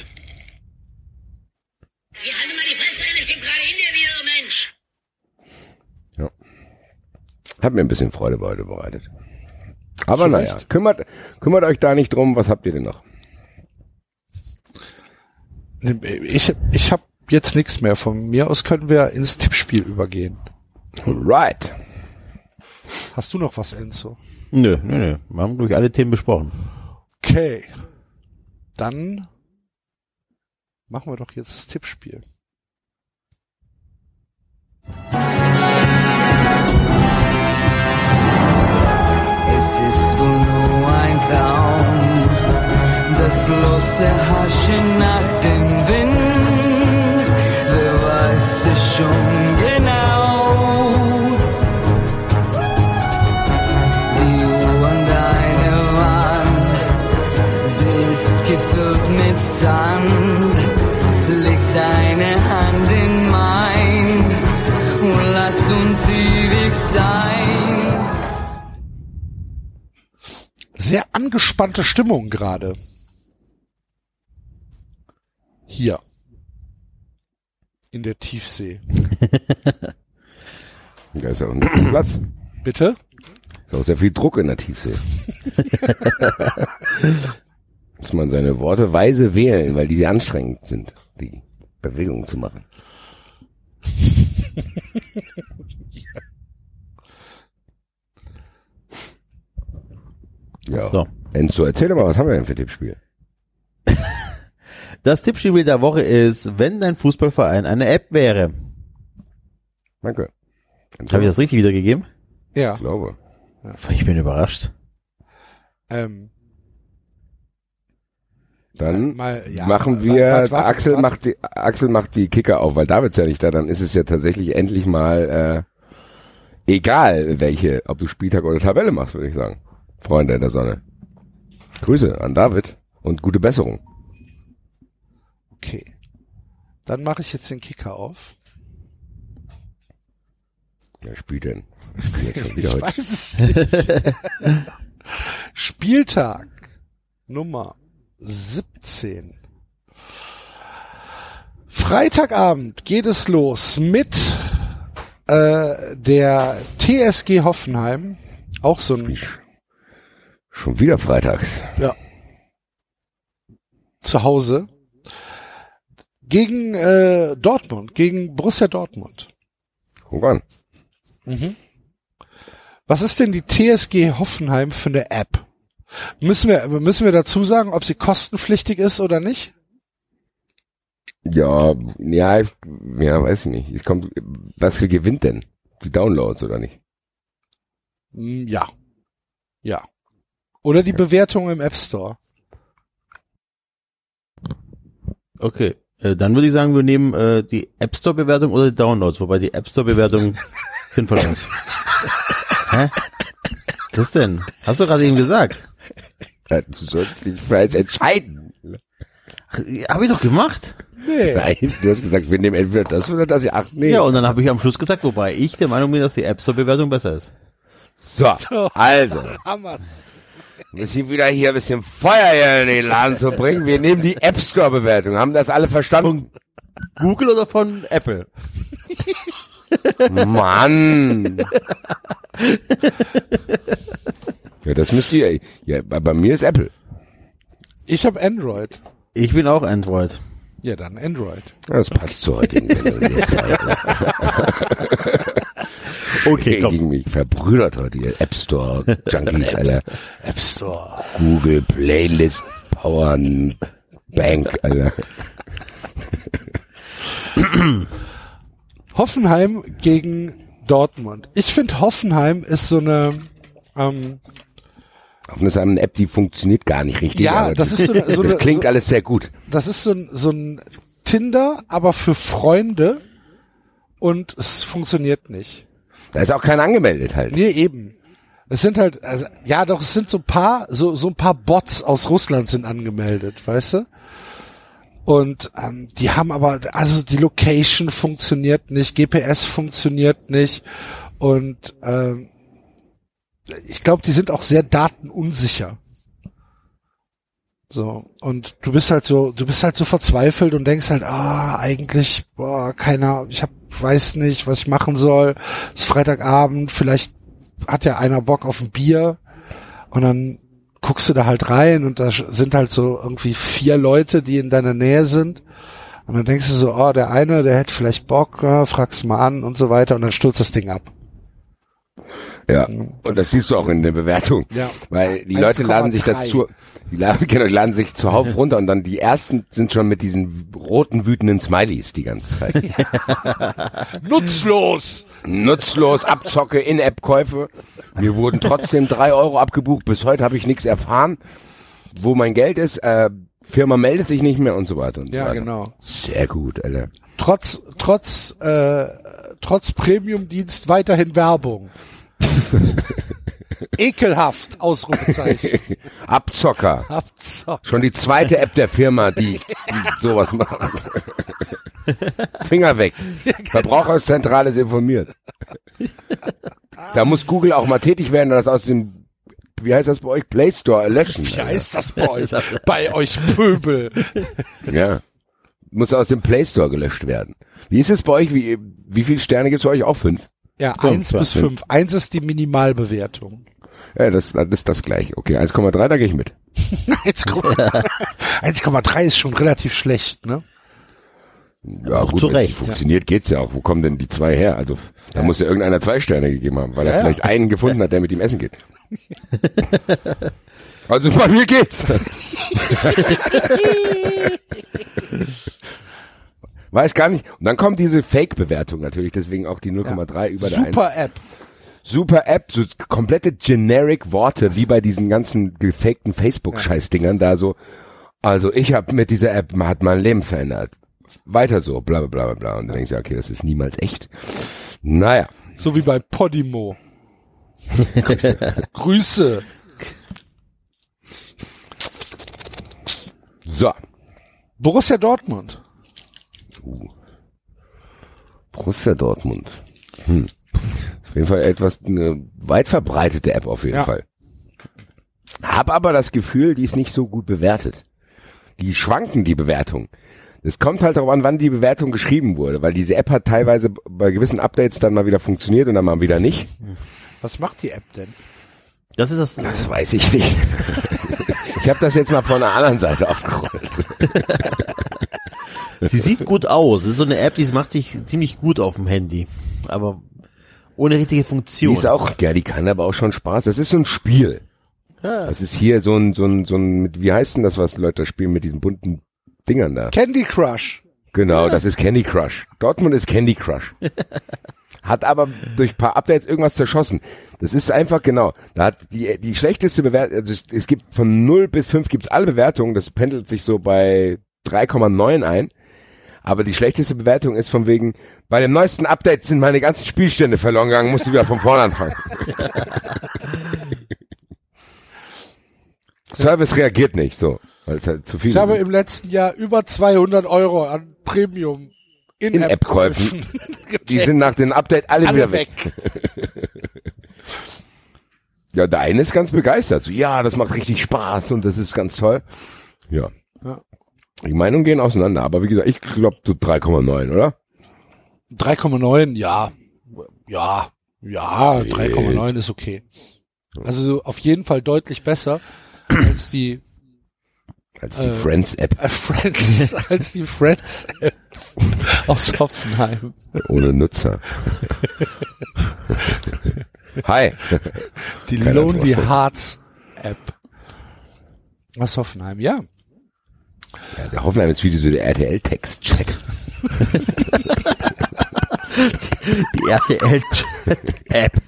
Hier, halt mal die Fresse ein, ich geb gerade Interview, Mensch. Ja. Hat mir ein bisschen Freude bei heute bereitet. Aber naja, kümmert, kümmert euch da nicht drum. Was habt ihr denn noch? Ich, ich habe jetzt nichts mehr. Von mir aus können wir ins Tippspiel übergehen. Right. Hast du noch was, Enzo? Nö, nö, nö. Wir haben durch alle Themen besprochen. Okay. Dann machen wir doch jetzt das Tippspiel. Es ist wohl nur ein Traum, das bloße Haschen nach dem Wind. Wer weiß es schon genau? Die Uhr an deiner Wand, sie ist gefüllt mit Sand. Leg deine Hand in mein und lass uns ewig sein. Sehr angespannte Stimmung gerade. Hier. In der Tiefsee. Da ist ja auch ein bisschen Platz. Bitte? Ist auch sehr viel Druck in der Tiefsee. Muss man seine Worte weise wählen, weil die sehr anstrengend sind, die Bewegungen zu machen. Ja. So. Enzo, erzähl doch mal, was haben wir denn für Tippspiel? Das Tippspiel der Woche ist, wenn dein Fußballverein eine App wäre. Danke. Habe ich das richtig wiedergegeben? Ja. Ich glaube. Ich bin überrascht. Ähm, Dann mal, ja, machen wir, warte, warte, Axel warte. macht die, Axel macht die Kicker auf, weil David's ja nicht da, dann ist es ja tatsächlich endlich mal, äh, egal welche, ob du Spieltag oder Tabelle machst, würde ich sagen. Freunde der Sonne. Grüße an David und gute Besserung. Okay. Dann mache ich jetzt den Kicker auf. Wer spielt denn? Spielt schon wieder Ich heute. weiß es nicht. Spieltag Nummer siebzehn. Freitagabend geht es los mit äh, der T S G Hoffenheim. Auch so ein Schon wieder freitags. ja, zu Hause gegen äh, Dortmund, gegen Borussia Dortmund. Guck an. Mhm. Was ist denn die T S G Hoffenheim für eine App? Müssen wir, müssen wir dazu sagen, ob sie kostenpflichtig ist oder nicht? Ja, ja, ich- ja, weiß ich nicht. Es kommt, was für gewinnt denn? Die Downloads oder nicht? Mm, Ja. Ja. Oder die Bewertung im App Store. Okay. Äh, dann würde ich sagen, wir nehmen äh, die App Store Bewertung oder die Downloads, wobei die App Store Bewertung sind von uns. Hä? Was denn? Hast du gerade eben gesagt? Ja, du sollst dich für eins entscheiden. Habe ich doch gemacht. Nee. Nein, du hast gesagt, wir nehmen entweder das oder das. Ach nee. Ja, und dann habe ich am Schluss gesagt, wobei ich der Meinung bin, dass die App Store-Bewertung besser ist. So, also. Hammer. Müssen wieder hier ein bisschen Feuer hier in den Laden zu bringen. Wir nehmen die App Store Bewertung. Haben das alle verstanden? Von Google oder von Apple? Mann. Ja, das müsst ihr, ja, bei mir ist Apple. Ich habe Android. Ich bin auch Android. Ja, dann Android. Das passt zu heutigen Sendung. Okay, komm. Gegen mich verbrüdert heute hier. App Store, Junkies, Alter. App Store. Google, Playlist, Power, Bank, Alter. Hoffenheim gegen Dortmund. Ich finde, Hoffenheim ist so eine, ähm, Hoffenheim ist eine App, die funktioniert gar nicht richtig. Ja, aber das ist so eine, so das eine, klingt so, alles sehr gut. Das ist so ein, so ein Tinder, aber für Freunde und es funktioniert nicht. Da ist auch keiner angemeldet halt. Nee, eben. Es sind halt, also, ja doch, es sind so ein paar, so, so ein paar Bots aus Russland sind angemeldet, weißt du? Und ähm, die haben aber, also die Location funktioniert nicht, G P S funktioniert nicht und ähm, ich glaube, die sind auch sehr datenunsicher. So, und du bist halt so, du bist halt so verzweifelt und denkst halt, ah, eigentlich, boah, keiner, ich hab, weiß nicht, was ich machen soll. Es ist Freitagabend, vielleicht hat ja einer Bock auf ein Bier und dann guckst du da halt rein und da sind halt so irgendwie vier Leute, die in deiner Nähe sind und dann denkst du so, oh, der eine, der hätte vielleicht Bock, ja, fragst mal an und so weiter und dann stürzt das Ding ab. Ja, und das siehst du auch in der Bewertung. Ja. Weil die Leute laden sich das zu, die laden, genau, die laden sich zuhauf runter und dann die ersten sind schon mit diesen roten, wütenden Smileys die ganze Zeit. Nutzlos! Nutzlos, Abzocke, In-App-Käufe. Mir wurden trotzdem drei Euro abgebucht. Bis heute habe ich nichts erfahren, wo mein Geld ist. Äh, Firma meldet sich nicht mehr und so weiter und so Ja, weiter. genau. Sehr gut, Alter. Trotz, trotz, äh, trotz Premium-Dienst weiterhin Werbung. Ekelhaft, Ausrufezeichen. Abzocker. Abzocker. Schon die zweite App der Firma, die, die sowas macht. Finger weg. Verbraucherzentrale ist informiert. Da muss Google auch mal tätig werden, dass aus dem, wie heißt das bei euch, Play Store löschen. Wie heißt das bei euch? Bei euch Pöbel. Ja. Muss aus dem Play Store gelöscht werden. Wie ist es bei euch? Wie, wie viele Sterne gibt's bei euch? Auch fünf? Ja, Fünf, eins ja. bis fünf. Eins ist die Minimalbewertung. Ja, das, das ist das gleiche. Okay, eins Komma drei, da gehe ich mit. eins Komma drei ist schon relativ schlecht, ne? Ja, Auch gut, zu wenn es Recht, nicht funktioniert, geht's ja auch. Wo kommen denn die zwei her? Also, da muss ja irgendeiner zwei Sterne gegeben haben, weil Ja, er ja. vielleicht einen gefunden hat, der mit ihm essen geht. Also bei mir geht's. Weiß gar nicht. Und dann kommt diese Fake-Bewertung natürlich, deswegen auch die null Komma drei über der eins. Super App. Super App, so komplette generic Worte, wie bei diesen ganzen gefakten Facebook-Scheißdingern da so. Also ich habe mit dieser App, hat mein Leben verändert. Weiter so, bla bla bla bla. Und dann denkst du, okay, das ist niemals echt. Naja. So wie bei Podimo. Grüße. Grüße. So. Borussia Dortmund. Uh. Borussia Dortmund. Hm. Auf jeden Fall etwas, eine weit verbreitete App auf jeden Ja. Fall. Hab aber das Gefühl, die ist nicht so gut bewertet. Die schwanken, die Bewertung. Es kommt halt darauf an, wann die Bewertung geschrieben wurde, weil diese App hat teilweise bei gewissen Updates dann mal wieder funktioniert und dann mal wieder nicht. Was macht die App denn? Das ist das. Das weiß ich nicht. Ich habe das jetzt mal von der anderen Seite aufgerollt. Sie sieht gut aus. Das ist so eine App, die macht sich ziemlich gut auf dem Handy. Aber ohne richtige Die Funktion. ist auch, ja, die kann aber auch schon Spaß. Das ist so ein Spiel. Ja. Das ist hier so ein, so ein, so ein, wie heißt denn das, was Leute da spielen mit diesen bunten Dingern da? Candy Crush. Genau, das ist Candy Crush. Dortmund ist Candy Crush. Hat aber durch ein paar Updates irgendwas zerschossen. Das ist einfach, genau, da hat die, die schlechteste Bewertung, also es, es gibt von null bis fünf gibt's alle Bewertungen, das pendelt sich so bei drei Komma neun ein. Aber die schlechteste Bewertung ist von wegen, bei dem neuesten Update sind meine ganzen Spielstände verloren gegangen, musste wieder von vorne anfangen. Service reagiert nicht, so. Weil es halt zu viel Ich habe sind. im letzten Jahr über zweihundert Euro an Premium In-App-Käufen. In Die sind nach dem Update alle, alle wieder weg. weg. Ja, der eine ist ganz begeistert. So, ja, das macht richtig Spaß und das ist ganz toll. Ja. Ja. Die Meinungen gehen auseinander, aber wie gesagt, ich glaube so drei Komma neun, oder? drei Komma neun, ja. Ja, ja, drei Komma neun ist okay. Also so auf jeden Fall deutlich besser als die Als die Äh, Friends-App äh, Friends, als die Friends App aus Hoffenheim. ohne Nutzer. Hi. Die Keine Lonely Antwort. Hearts App aus Hoffenheim, ja. Ja, der Hoffenheim ist wie so der R T L-Text-Chat. Die R T L-App.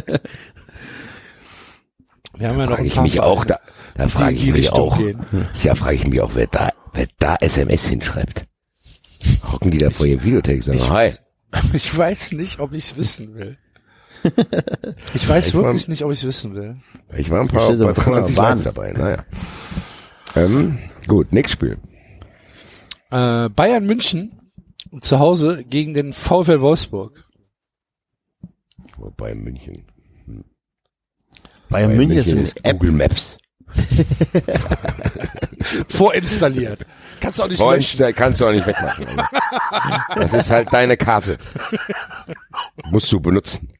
Wir haben ja Da noch frage ein ich paar mich auch, da, da die frage in ich die mich Richtung auch, gehen. da frage ich mich auch, wer da, wer da S M S hinschreibt. Hocken die da vor ihrem Videotext und sagen, hi. Ich weiß nicht, ob ich es wissen will. Ich weiß Ich wirklich war- nicht, ob ich es wissen will. Ich war ein paar Steht bei doch vor der dreißig Bahn. Live dabei, naja. Ähm, gut, nächstes Spiel. Äh, Bayern München zu Hause gegen den VfL Wolfsburg. Bei München. Bei Bei München ist ist App. Google Maps. Vorinstalliert. Kannst du auch nicht Freund, löschen. kannst du auch nicht wegmachen. Das ist halt deine Karte. Musst du benutzen.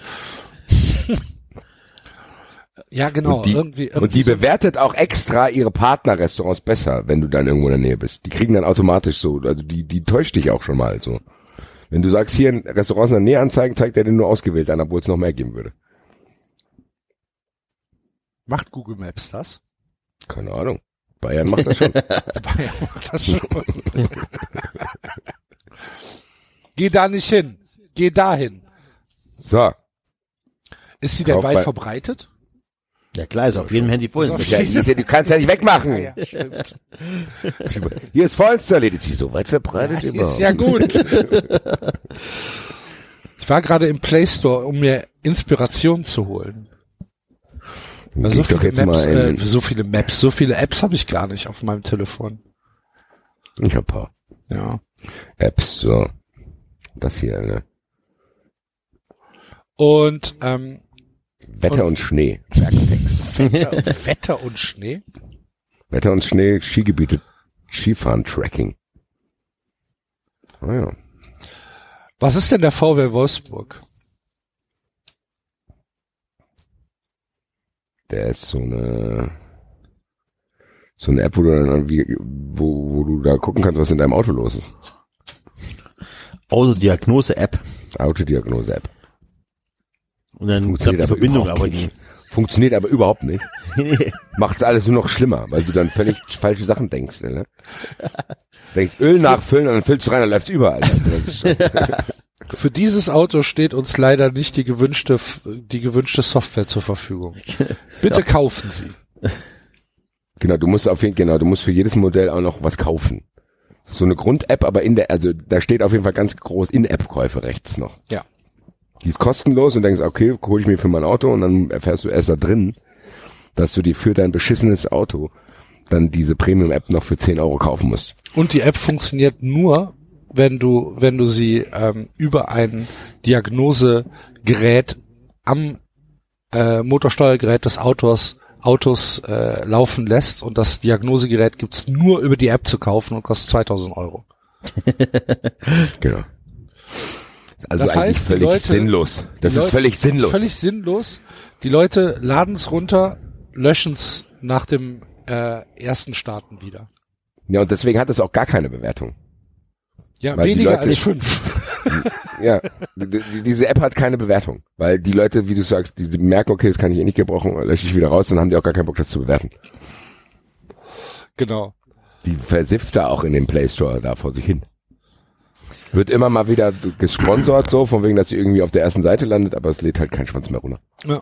Ja, genau. und, die, irgendwie, irgendwie und die so. bewertet auch extra ihre Partnerrestaurants besser, wenn du dann irgendwo in der Nähe bist. Die kriegen dann automatisch so, also die, die täuscht dich auch schon mal so. Wenn du sagst, hier ein Restaurant in der Nähe anzeigen, zeigt er dir nur ausgewählt an, obwohl es noch mehr geben würde. Macht Google Maps das? Keine Ahnung. Bayern macht das schon. Bayern macht das schon. Geh da nicht hin. Geh dahin. So. Ist die denn Kauf weit bei- verbreitet? Ja klar, ist auf jedem Handy vorhin. Ja, die ist ja, du kannst ja nicht wegmachen. Ja, stimmt. Hier ist vorinstalliert. Ist sie so weit verbreitet Ja, überhaupt? ist ja gut. Ich war gerade im Play Store, um mir Inspiration zu holen. Weil so Geh doch viele jetzt Maps, mal äh, in, so viele Maps, so viele Apps habe ich gar nicht auf meinem Telefon. ich hab ein paar Ja. Apps, so. Das hier, ne? Und ähm, Wetter und, Und- Schnee. Bergtext. Wetter, Wetter und Schnee. Wetter und Schnee, Skigebiete, Skifahren, Tracking. Ah ja. Was ist denn der VfL Wolfsburg? Der ist so eine, so eine App, wo du dann irgendwie, wo, wo du da gucken kannst, was in deinem Auto los ist. Autodiagnose-App. Autodiagnose-App. Und dann klappt Funktioniert die aber Verbindung überhaupt aber nicht. nie. Funktioniert aber überhaupt nicht. Macht's alles nur noch schlimmer, weil du dann völlig falsche Sachen denkst, ne? Denkst, Öl nachfüllen und dann füllst du rein, dann läuft's überall. Das ist schon- Für dieses Auto steht uns leider nicht die gewünschte, die gewünschte Software zur Verfügung. Bitte kaufen Sie. Genau, du musst auf jeden genau, du musst für jedes Modell auch noch was kaufen. So eine Grund-App, aber in der, also da steht auf jeden Fall ganz groß In-App-Käufe rechts noch. Ja. Die ist kostenlos und denkst, okay, hole ich mir für mein Auto und dann erfährst du erst da drin, dass du dir für dein beschissenes Auto dann diese Premium-App noch für zehn Euro kaufen musst. Und die App funktioniert nur, wenn du, wenn du sie ähm, über ein Diagnosegerät am äh, Motorsteuergerät des Autos Autos äh, laufen lässt, und das Diagnosegerät gibt's nur über die App zu kaufen und kostet zweitausend Euro. Genau. Also Das eigentlich heißt, die völlig Leute- sinnlos. Das Die ist Leute- völlig sinnlos. Völlig sinnlos. Die Leute laden's runter, löschen's nach dem äh, ersten Starten wieder. Ja, und deswegen hat es auch gar keine Bewertung. Ja, Weil die weniger Leute- als fünf. Ja, die- die- diese App hat keine Bewertung, weil die Leute, wie du sagst, die merken, okay, das kann ich eh nicht gebrauchen, lösche ich wieder raus, dann haben die auch gar keinen Bock, das zu bewerten. Genau. Die versifft da auch in dem Play Store da vor sich hin. Wird immer mal wieder gesponsert so, von wegen, dass sie irgendwie auf der ersten Seite landet, aber es lädt halt keinen Schwanz mehr runter. Ja.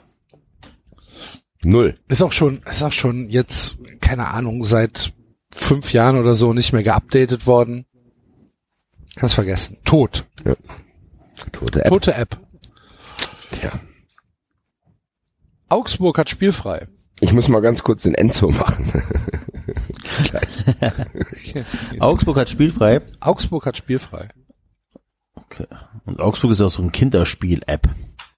Null. Ist auch schon, ist auch schon jetzt, keine Ahnung, seit fünf Jahren oder so nicht mehr geupdatet worden. Kannst vergessen. Tot. Ja. Tote App. Tote App. Tja. Augsburg hat spielfrei. Ich muss mal ganz kurz den Enzo machen. Ist gleich. Augsburg hat spielfrei. Augsburg hat spielfrei. Okay. Und Augsburg ist auch so ein Kinderspiel-App,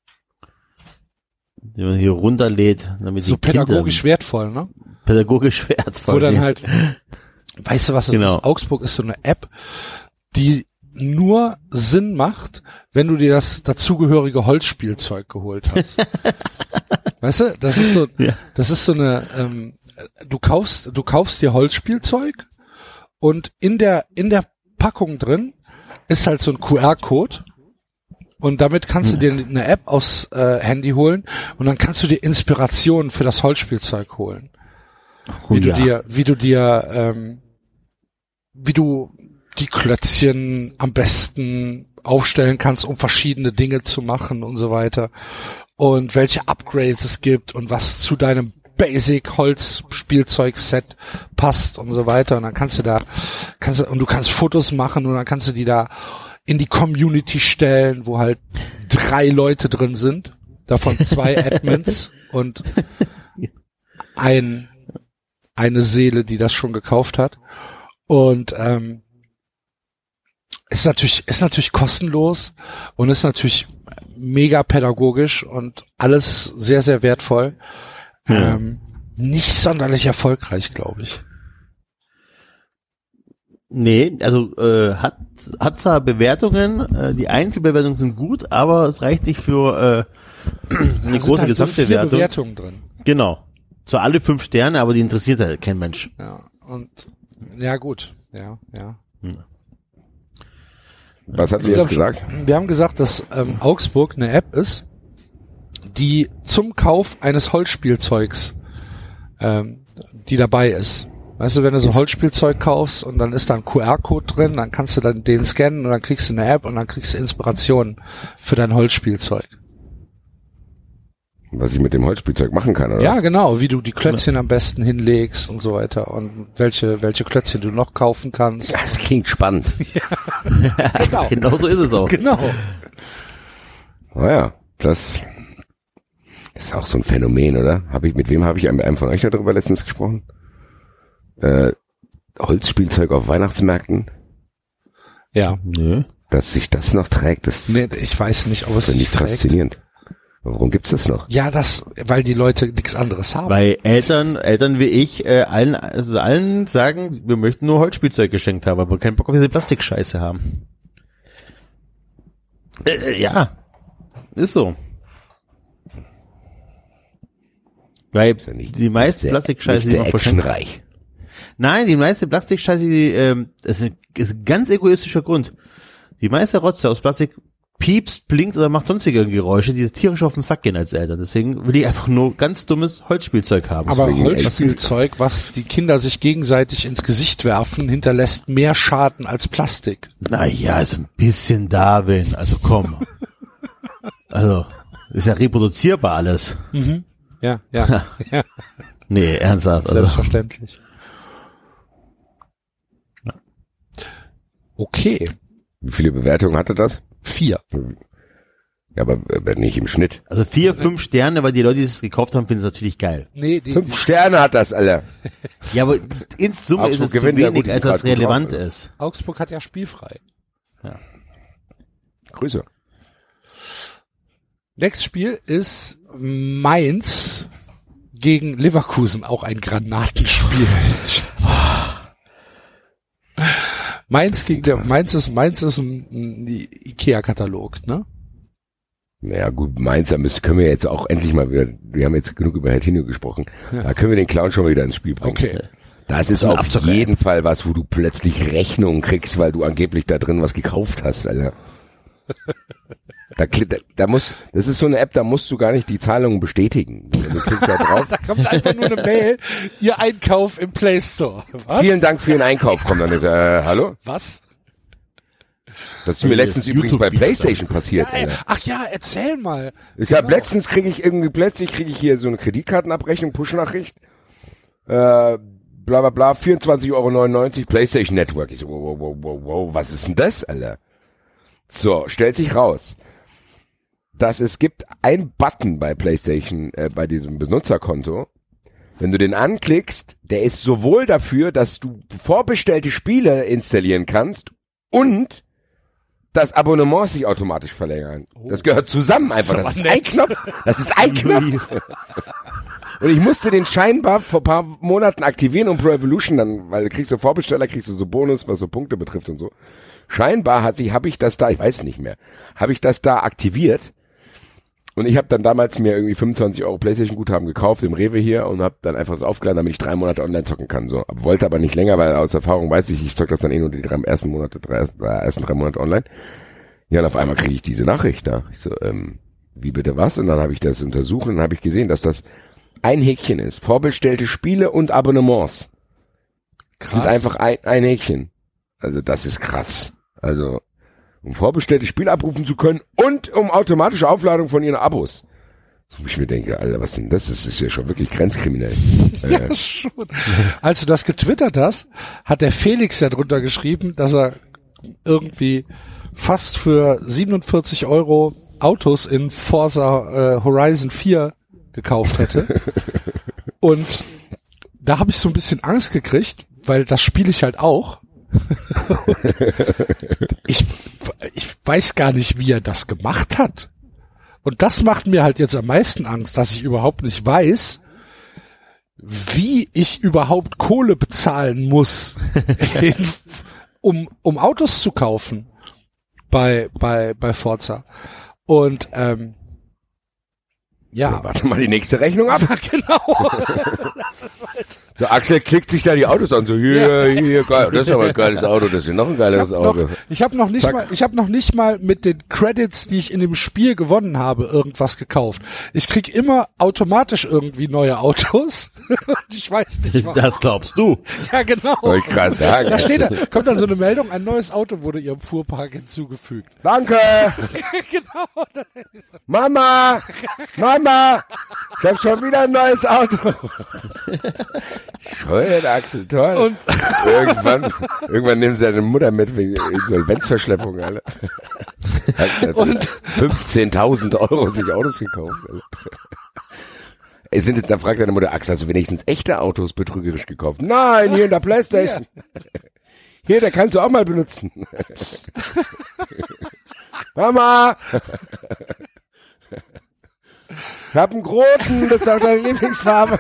die man hier runterlädt, damit So die Kinder pädagogisch wertvoll, ne? pädagogisch wertvoll. Wo dann ja. halt, weißt du was, das Genau. ist? Augsburg ist so eine App, die nur Sinn macht, wenn du dir das dazugehörige Holzspielzeug geholt hast. Weißt du, das ist so, Ja. das ist so eine, ähm, du kaufst, du kaufst dir Holzspielzeug und in der, in der Packung drin ist halt so ein Q R-Code und damit kannst du dir eine App aus äh, Handy holen und dann kannst du dir Inspirationen für das Holzspielzeug holen. Oh, Wie du ja. dir, wie du dir, ähm, wie du die Klötzchen am besten aufstellen kannst, um verschiedene Dinge zu machen und so weiter. Und welche Upgrades es gibt und was zu deinem Basic Holzspielzeug-Set passt und so weiter. Und dann kannst du da, kannst du, und du kannst Fotos machen und dann kannst du die da in die Community stellen, wo halt drei Leute drin sind, davon zwei Admins und ein, eine Seele, die das schon gekauft hat. Und, ähm, ist natürlich, ist natürlich kostenlos und ist natürlich mega pädagogisch und alles sehr, sehr wertvoll. Ja. Ähm, nicht sonderlich erfolgreich, glaube ich. Nee, also äh, hat hat zwar Bewertungen, äh, die Einzelbewertungen sind gut, aber es reicht nicht für äh, eine Da sind große halt so vier Gesamtbewertung. Bewertungen drin. Genau. So alle fünf Sterne, aber die interessiert halt kein Mensch. Ja, und, ja, gut. Ja, ja. Was hat Ich sie jetzt glaub, gesagt? Wir haben gesagt, dass ähm, Augsburg eine App ist, die zum Kauf eines Holzspielzeugs, ähm, die dabei ist. Weißt du, wenn du so Holzspielzeug kaufst und dann ist da ein Q R-Code drin, dann kannst du dann den scannen und dann kriegst du eine App und dann kriegst du Inspirationen für dein Holzspielzeug. Was ich mit dem Holzspielzeug machen kann, oder? Ja, genau, wie du die Klötzchen am besten hinlegst und so weiter und welche welche Klötzchen du noch kaufen kannst. Das klingt spannend. Genau. Genau so ist es auch. Genau. Naja, das ist auch so ein Phänomen, oder? Hab ich, mit wem habe ich mit einem von euch darüber letztens gesprochen? Äh, Holzspielzeug auf Weihnachtsmärkten, Ja. Nö. dass sich das noch trägt, das Nee, ich weiß nicht, ob es finde ich sich trägt. faszinierend. Warum gibt's das noch? Ja, das, weil die Leute nichts anderes haben. Weil Eltern, Eltern wie ich, äh, allen, also allen sagen, wir möchten nur Holzspielzeug geschenkt haben, aber wir keinen Bock auf diese Plastikscheiße haben. Äh, ja, ist so. Weil ja nicht die meiste sehr- Plastikscheiße, nicht die sehr man verschenkt. actionreich. Nein, die meiste Plastikscheiße, die, ähm, das ist ein, ist ein ganz egoistischer Grund. Die meiste Rotze aus Plastik piepst, blinkt oder macht sonstige Geräusche, die tierisch auf den Sack gehen als Eltern. Deswegen will ich einfach nur ganz dummes Holzspielzeug haben. Aber Deswegen Holzspielzeug, was die Kinder sich gegenseitig ins Gesicht werfen, hinterlässt mehr Schaden als Plastik. Naja, also ein bisschen Darwin, also komm. Also, ist ja reproduzierbar alles. Ja, ja, ja, Nee, ernsthaft. Also, selbstverständlich. Okay, Wie viele Bewertungen hatte das? vier. Ja, aber äh, nicht im Schnitt. also vier, fünf Sterne, weil die Leute, die es gekauft haben, finden es natürlich geil. Nee, die, Fünf Sterne hat das, Alter. Ja, aber in Summe Augsburg ist es zu gewinnt, ja wenig, gut, als die das Fahrt gut relevant drauf, ja. ist. Augsburg hat ja spielfrei. Grüße. Nächstes Spiel ist Mainz gegen Leverkusen, auch ein Granatenspiel. Mainz gegen der, Mainz ist, Mainz ist ein, ein Ikea-Katalog, ne? Naja, gut, Mainz, da müssen, können wir jetzt auch endlich mal wieder, wir haben jetzt genug über Hertinho gesprochen, da können wir den Clown schon wieder ins Spiel bringen. Okay. Das ist auf jeden Fall was, wo du plötzlich Rechnungen kriegst, weil du angeblich da drin was gekauft hast, Alter. Da, da, da muss, das ist so eine App, da musst du gar nicht die Zahlungen bestätigen. Du klickst da drauf. Da kommt einfach nur eine Mail, Ihr Einkauf im Play Store. Was? Vielen Dank für Ihren Einkauf. Kommt dann, äh, hallo? Was? Das ist mir letztens übrigens bei PlayStation passiert, Ja, ey, Alter. ach ja, erzähl mal. Ich hab letztens kriege ich irgendwie plötzlich kriege ich hier so eine Kreditkartenabrechnung, Push-Nachricht, äh, bla bla bla, vierundzwanzig Euro neunundneunzig PlayStation Network. Ich so, wow, wow, wow, wow, was ist denn das, Alter? So, stellt sich raus, dass es gibt ein Button bei PlayStation, äh, bei diesem Benutzerkonto, Wenn du den anklickst, der ist sowohl dafür, dass du vorbestellte Spiele installieren kannst und das Abonnement sich automatisch verlängern. Das gehört zusammen einfach. Das ist ein Knopf. Das ist ein Knopf. Und ich musste den scheinbar vor ein paar Monaten aktivieren und Pro Evolution dann, weil du kriegst du Vorbesteller, kriegst du so Bonus, was so Punkte betrifft und so. Scheinbar hatte ich, habe ich das da, ich weiß nicht mehr, habe ich das da aktiviert. Und ich habe dann damals mir irgendwie fünfundzwanzig Euro PlayStation-Guthaben gekauft im Rewe hier und habe dann einfach das aufgeladen, damit ich drei Monate online zocken kann. So, wollte aber nicht länger, weil aus Erfahrung weiß ich, ich zock das dann eh nur die drei ersten Monate, drei, äh, ersten drei Monate online. Ja, und auf einmal kriege ich diese Nachricht da. Ich so, ähm, wie bitte was? Und dann habe ich das untersucht und dann habe ich gesehen, dass das ein Häkchen ist. Vorbestellte Spiele und Abonnements. Krass. Sind einfach ein, ein Häkchen. Also das ist krass. Also um vorbestellte Spiele abrufen zu können und um automatische Aufladung von ihren Abos. Wo ich mir denke, Alter, was denn das? Das ist ja schon wirklich grenzkriminell. Ja, äh. schon. Als du das getwittert hast, hat der Felix ja drunter geschrieben, dass er irgendwie fast für siebenundvierzig Euro Autos in Forza äh, Horizon vier gekauft hätte. Und da habe ich so ein bisschen Angst gekriegt, weil das spiele ich halt auch. ich, ich weiß gar nicht, wie er das gemacht hat. Und das macht mir halt jetzt am meisten Angst, dass ich überhaupt nicht weiß, wie ich überhaupt Kohle bezahlen muss, in, um, um Autos zu kaufen bei, bei, bei Forza. Und, ähm, ja. ja. Warte mal die nächste Rechnung ab. Ja, genau. Das ist halt so, Axel klickt sich da die Autos an, so, hier, ja. hier, geil, das ist aber ein geiles Auto, das ist hier noch ein geiles ich hab Auto. Noch, ich habe noch nicht Zack. mal, ich habe noch nicht mal mit den Credits, die ich in dem Spiel gewonnen habe, irgendwas gekauft. Ich krieg immer automatisch irgendwie neue Autos. Ich weiß nicht warum. Das glaubst du. Ja, genau. Wollte ich gerade sagen. Da steht da, kommt dann so eine Meldung, ein neues Auto wurde ihrem Fuhrpark hinzugefügt. Danke. Genau. Mama, Mama, ich hab schon wieder ein neues Auto. Scheuert, Axel, toll. Und irgendwann, irgendwann nehmen sie deine Mutter mit wegen Insolvenzverschleppung, alle. Und fünfzehntausend Euro sich Autos gekauft, alle. Es sind jetzt, dann fragt deine Mutter, Axel, hast du wenigstens echte Autos betrügerisch gekauft? Nein, hier in der Playstation. Hier, der kannst du auch mal benutzen. Mama! Ich hab einen Groten, das ist doch deine Lieblingsfarbe.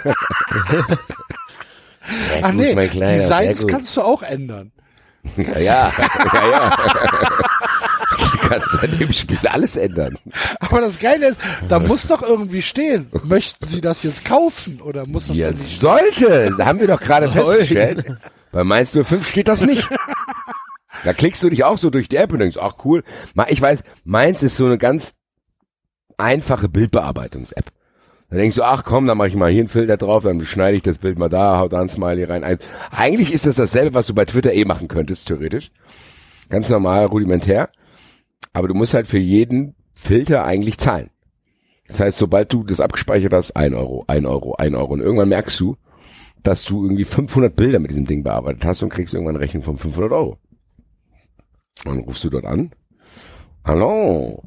Ach gut, nee, mein Kleiner, Designs kannst du auch ändern. Ja, ja, ja, ja. Du kannst in dem Spiel alles ändern. Aber das Geile ist, da muss doch irgendwie stehen, möchten Sie das jetzt kaufen oder muss das ja, denn nicht sollte, da haben wir doch gerade festgestellt. Bei Mainz null fünf steht das nicht. Da klickst du dich auch so durch die App und denkst, ach cool. Ich weiß, Mainz ist so eine ganz einfache Bildbearbeitungs-App. Da denkst du, ach komm, dann mache ich mal hier einen Filter drauf, dann schneide ich das Bild mal da, hau da ein Smiley rein. Eigentlich ist das dasselbe, was du bei Twitter eh machen könntest, theoretisch. Ganz normal, rudimentär. Aber du musst halt für jeden Filter eigentlich zahlen. Das heißt, sobald du das abgespeichert hast, ein Euro, ein Euro, ein Euro. Und irgendwann merkst du, dass du irgendwie fünfhundert Bilder mit diesem Ding bearbeitet hast und kriegst irgendwann eine Rechnung von fünfhundert Euro. Und dann rufst du dort an. Hallo.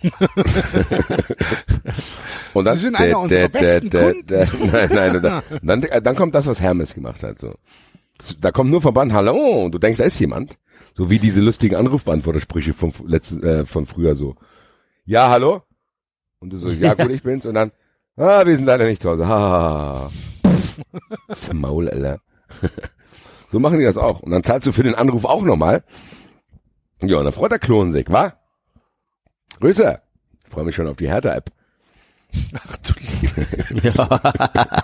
Und dann, Sie sind einer unserer besten Kunden. Nein, nein, dann, dann, dann kommt das, was Hermes gemacht hat. So. Da kommt nur vom Band Hallo und du denkst, da ist jemand. So wie diese lustigen Anrufbeantwortersprüche von letzten, äh, von früher so. Ja, hallo? Und du so, ja gut, ich bin's. Und dann, ah, wir sind leider nicht zu Hause. Ha. Das Maul, Alter. So machen die das auch. Und dann zahlst du für den Anruf auch nochmal. Ja, und dann freut der Klon sich, wa? Grüße. Ich freue mich schon auf die Hertha-App. Ach du Liebe. Ja.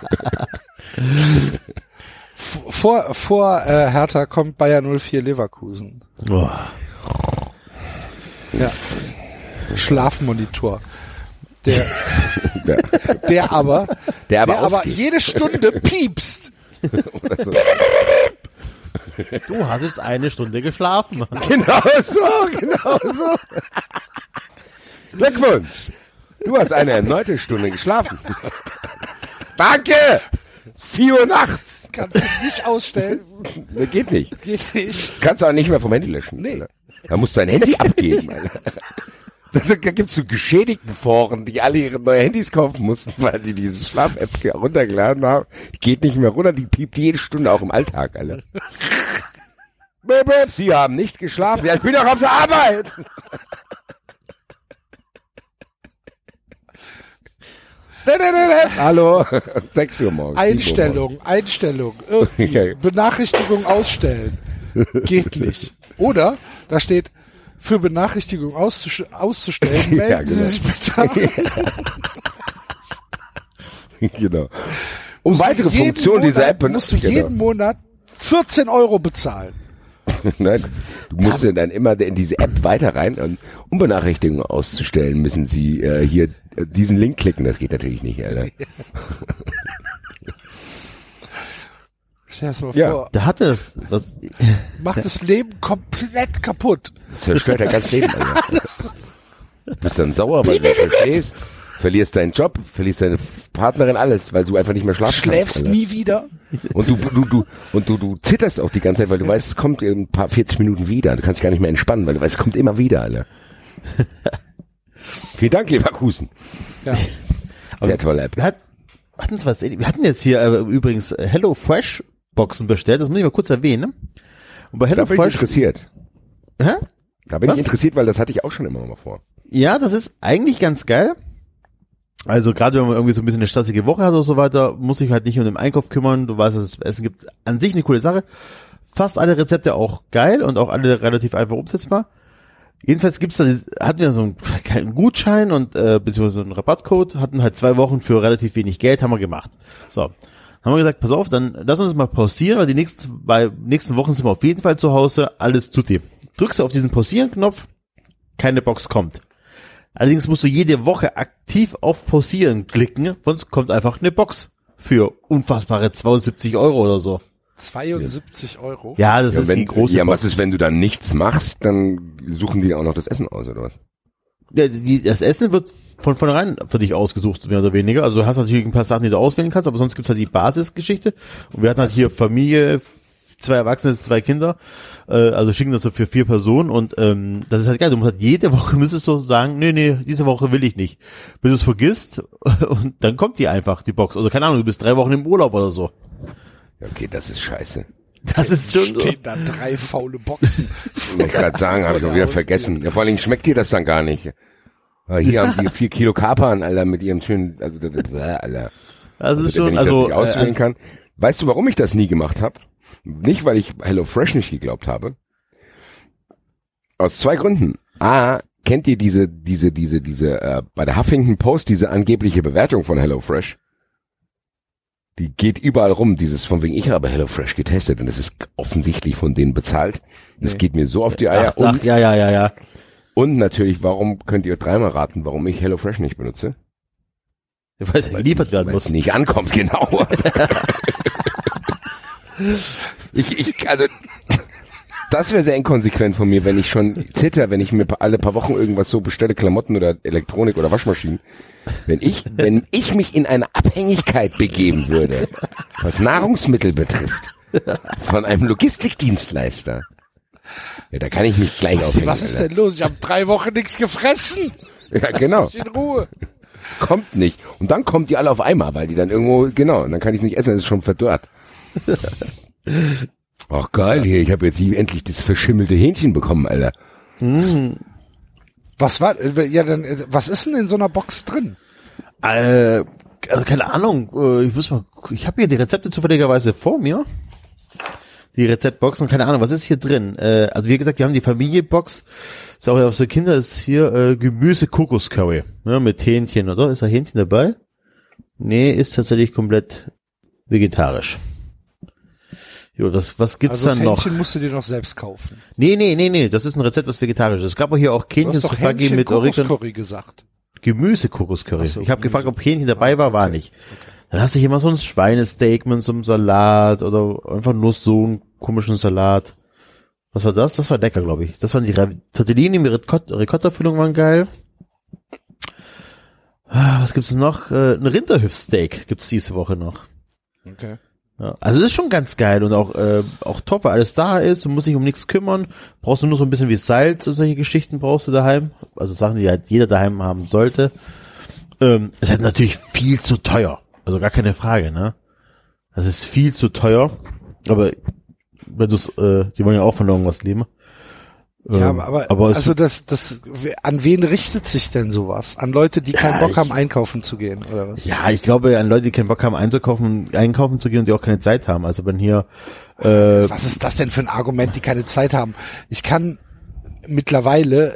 Vor, vor äh, Hertha kommt Bayer null vier Leverkusen. Oh. Ja. Schlafmonitor. Der, der, der aber, der aber, der aber jede Stunde piepst. Oder so. Du hast jetzt eine Stunde geschlafen. Genau so, genau so. Glückwunsch. Du hast eine erneute Stunde geschlafen. Danke. vier Uhr nachts. Kannst du nicht ausstellen? Das geht nicht. Geht nicht. Kannst du auch nicht mehr vom Handy löschen. Nee. Alter. Da musst du dein Handy abgeben. Alter. Da gibt's so geschädigten Foren, die alle ihre neue Handys kaufen mussten, weil sie diese Schlaf-App runtergeladen haben. Die geht nicht mehr runter, die piept jede Stunde auch im Alltag, alle. Sie haben nicht geschlafen. Ja, ich bin doch auf der Arbeit. Hallo, sechs Uhr morgens. Einstellung, Einstellung, irgendwie. Benachrichtigung ausstellen. Geht nicht. Oder, da steht, für Benachrichtigung auszus- auszustellen, melden Ja, genau. Sie sich bitte. Genau. Um weitere Funktionen Monat dieser App musst du genau. jeden Monat vierzehn Euro bezahlen. Nein, du musst ja dann immer in diese App weiter rein und um Benachrichtigungen auszustellen, müssen sie äh, hier äh, diesen Link klicken. Das geht natürlich nicht, Alter. Stell dir das mal Ja. vor. Da hatte das, was, Macht das Leben komplett kaputt. Das zerstört dein ganzes Leben, Alter. Du bist dann sauer, weil du nicht verstehst, verlierst deinen Job, verlierst deine Partnerin, alles, weil du einfach nicht mehr schlafen Schläfst kannst. nie wieder. Und du, du, du, und du, du zitterst auch die ganze Zeit, weil du weißt, es kommt in ein paar vierzig Minuten wieder. Du kannst dich gar nicht mehr entspannen, weil du weißt, es kommt immer wieder, Alter. Vielen Dank, Leverkusen. Ja. Sehr tolle App. wir, hat, hatten was, wir hatten jetzt hier äh, übrigens äh, Hello Fresh Boxen bestellt, das muss ich mal kurz erwähnen. Ne? Und bei Da Hello bin ich Fresh, interessiert. hä? Da bin Was? ich interessiert, weil das hatte ich auch schon immer noch mal vor. Ja, das ist eigentlich ganz geil. Also gerade wenn man irgendwie so ein bisschen eine stressige Woche hat oder so weiter, muss ich halt nicht um den Einkauf kümmern. Du weißt, dass es Essen gibt. An sich eine coole Sache. Fast alle Rezepte auch geil und auch alle relativ einfach umsetzbar. Jedenfalls gibt's da, hatten wir so einen kleinen Gutschein und äh, beziehungsweise einen Rabattcode, hatten halt zwei Wochen für relativ wenig Geld, haben wir gemacht. So, haben wir gesagt, pass auf, dann lass uns mal pausieren, weil die nächsten, bei nächsten Wochen sind wir auf jeden Fall zu Hause, alles tutti. Drückst du auf diesen Pausieren-Knopf, keine Box kommt. Allerdings musst du jede Woche aktiv auf Pausieren klicken, sonst kommt einfach eine Box für unfassbare zweiundsiebzig Euro oder so. zweiundsiebzig Euro. Ja, das Ja, ist wenn, die große ja, Box. was ist, wenn du dann nichts machst, dann suchen die auch noch das Essen aus, oder was? Ja, die, das Essen wird von vornherein für dich ausgesucht, mehr oder weniger. Also du hast natürlich ein paar Sachen, die du auswählen kannst, aber sonst gibt's halt die Basisgeschichte. Und wir hatten halt hier Familie, zwei Erwachsene, zwei Kinder, äh, also schicken das so für vier Personen und ähm, das ist halt geil. Du musst halt jede Woche müsstest du sagen, nee, nee, diese Woche will ich nicht. Bis du es vergisst und dann kommt die einfach, die Box. Also keine Ahnung, du bist drei Wochen im Urlaub oder so. Ja, okay, das ist scheiße. Das ist schon so. Stehen da drei faule Boxen. Ich wollte gerade sagen, habe ich noch wieder vergessen. Ja, vor allen Dingen schmeckt dir das dann gar nicht. Aber hier haben sie vier Kilo Kapern, Alter, mit ihrem schönen, also, das, das, Alter. Das ist Wenn schon, ich also das nicht auswählen äh, kann. Weißt du, warum ich das nie gemacht habe? Nicht, weil ich HelloFresh nicht geglaubt habe. Aus zwei Gründen. A, kennt ihr diese, diese, diese, diese, äh, bei der Huffington Post diese angebliche Bewertung von HelloFresh? Die geht überall rum, dieses von wegen, ich habe HelloFresh getestet und das ist offensichtlich von denen bezahlt. Das geht mir so auf die Eier. ach, ach, und, ja, ja, ja, ja. und natürlich, warum könnt ihr dreimal raten, warum ich HelloFresh nicht benutze? Weil es geliefert werden Weil es muss. nicht ankommt, genau. ich, ich, also, das wäre sehr inkonsequent von mir, wenn ich schon zitter, wenn ich mir alle paar Wochen irgendwas so bestelle, Klamotten oder Elektronik oder Waschmaschinen. Wenn ich, wenn ich mich in eine Abhängigkeit begeben würde, was Nahrungsmittel betrifft, von einem Logistikdienstleister, ja, da kann ich mich gleich Was, aufhängen. was ist Alter. denn los? Ich habe drei Wochen nichts gefressen. Ja, genau. In Ruhe. Kommt nicht. Und dann kommt die alle auf einmal, weil die dann irgendwo, genau, und dann kann ich es nicht essen, es ist schon verdorrt. Ach geil, hier, ich habe jetzt hier endlich das verschimmelte Hähnchen bekommen, Alter. Hm. Was war, ja, dann, was ist denn in so einer Box drin? Äh, also keine Ahnung, äh, ich muss mal, ich habe hier die Rezepte zufälligerweise vor mir. Die Rezeptboxen, keine Ahnung, was ist hier drin? Äh, also wie gesagt, wir haben die Familienbox, ist auch für Kinder, ist hier äh, Gemüse Kokoscurry, ne, mit Hähnchen, oder? Ist da Hähnchen dabei? Nee, ist tatsächlich komplett vegetarisch. Jo, das, was gibt's Also das dann noch? Hähnchen musst du dir noch selbst kaufen. Nee, nee, nee, nee, das ist ein Rezept, was vegetarisch ist. Es gab auch hier auch Du Hähnchen hast doch Spaghetti Hähnchen mit Oregano. Kokoscurry gesagt. Gemüse Kokoscurry. Ach so, ich habe Gemüse. gefragt, ob Hähnchen dabei war, war nicht. Dann hast du hier mal so ein Schweinesteak mit so einem Salat oder einfach nur so einen komischen Salat. Was war das? Das war lecker, glaube ich. Das waren die Ra- Tortellini mit Ricotta- Ricotta-Füllung, waren geil. Ah, was gibt's noch? Äh, ein Rinderhüftsteak gibt's diese Woche noch. Okay. Ja, also es ist schon ganz geil und auch äh, auch top, weil alles da ist, du musst dich um nichts kümmern, brauchst du nur so ein bisschen wie Salz und solche Geschichten brauchst du daheim, also Sachen, die halt jeder daheim haben sollte. Ähm, es ist halt natürlich viel zu teuer, also gar keine Frage, ne? Das ist viel zu teuer, aber wenn du's, äh, die wollen ja auch von irgendwas leben. Ja, Ähm, aber, aber es, also das, das, an wen richtet sich denn sowas? An Leute, die keinen Ja, Bock ich- haben, einkaufen zu gehen, oder was? ja, ich glaube an Leute, die keinen Bock haben einzukaufen, einkaufen zu gehen und die auch keine Zeit haben. Also wenn hier äh, Was ist das denn für ein Argument, die keine Zeit haben? Ich kann mittlerweile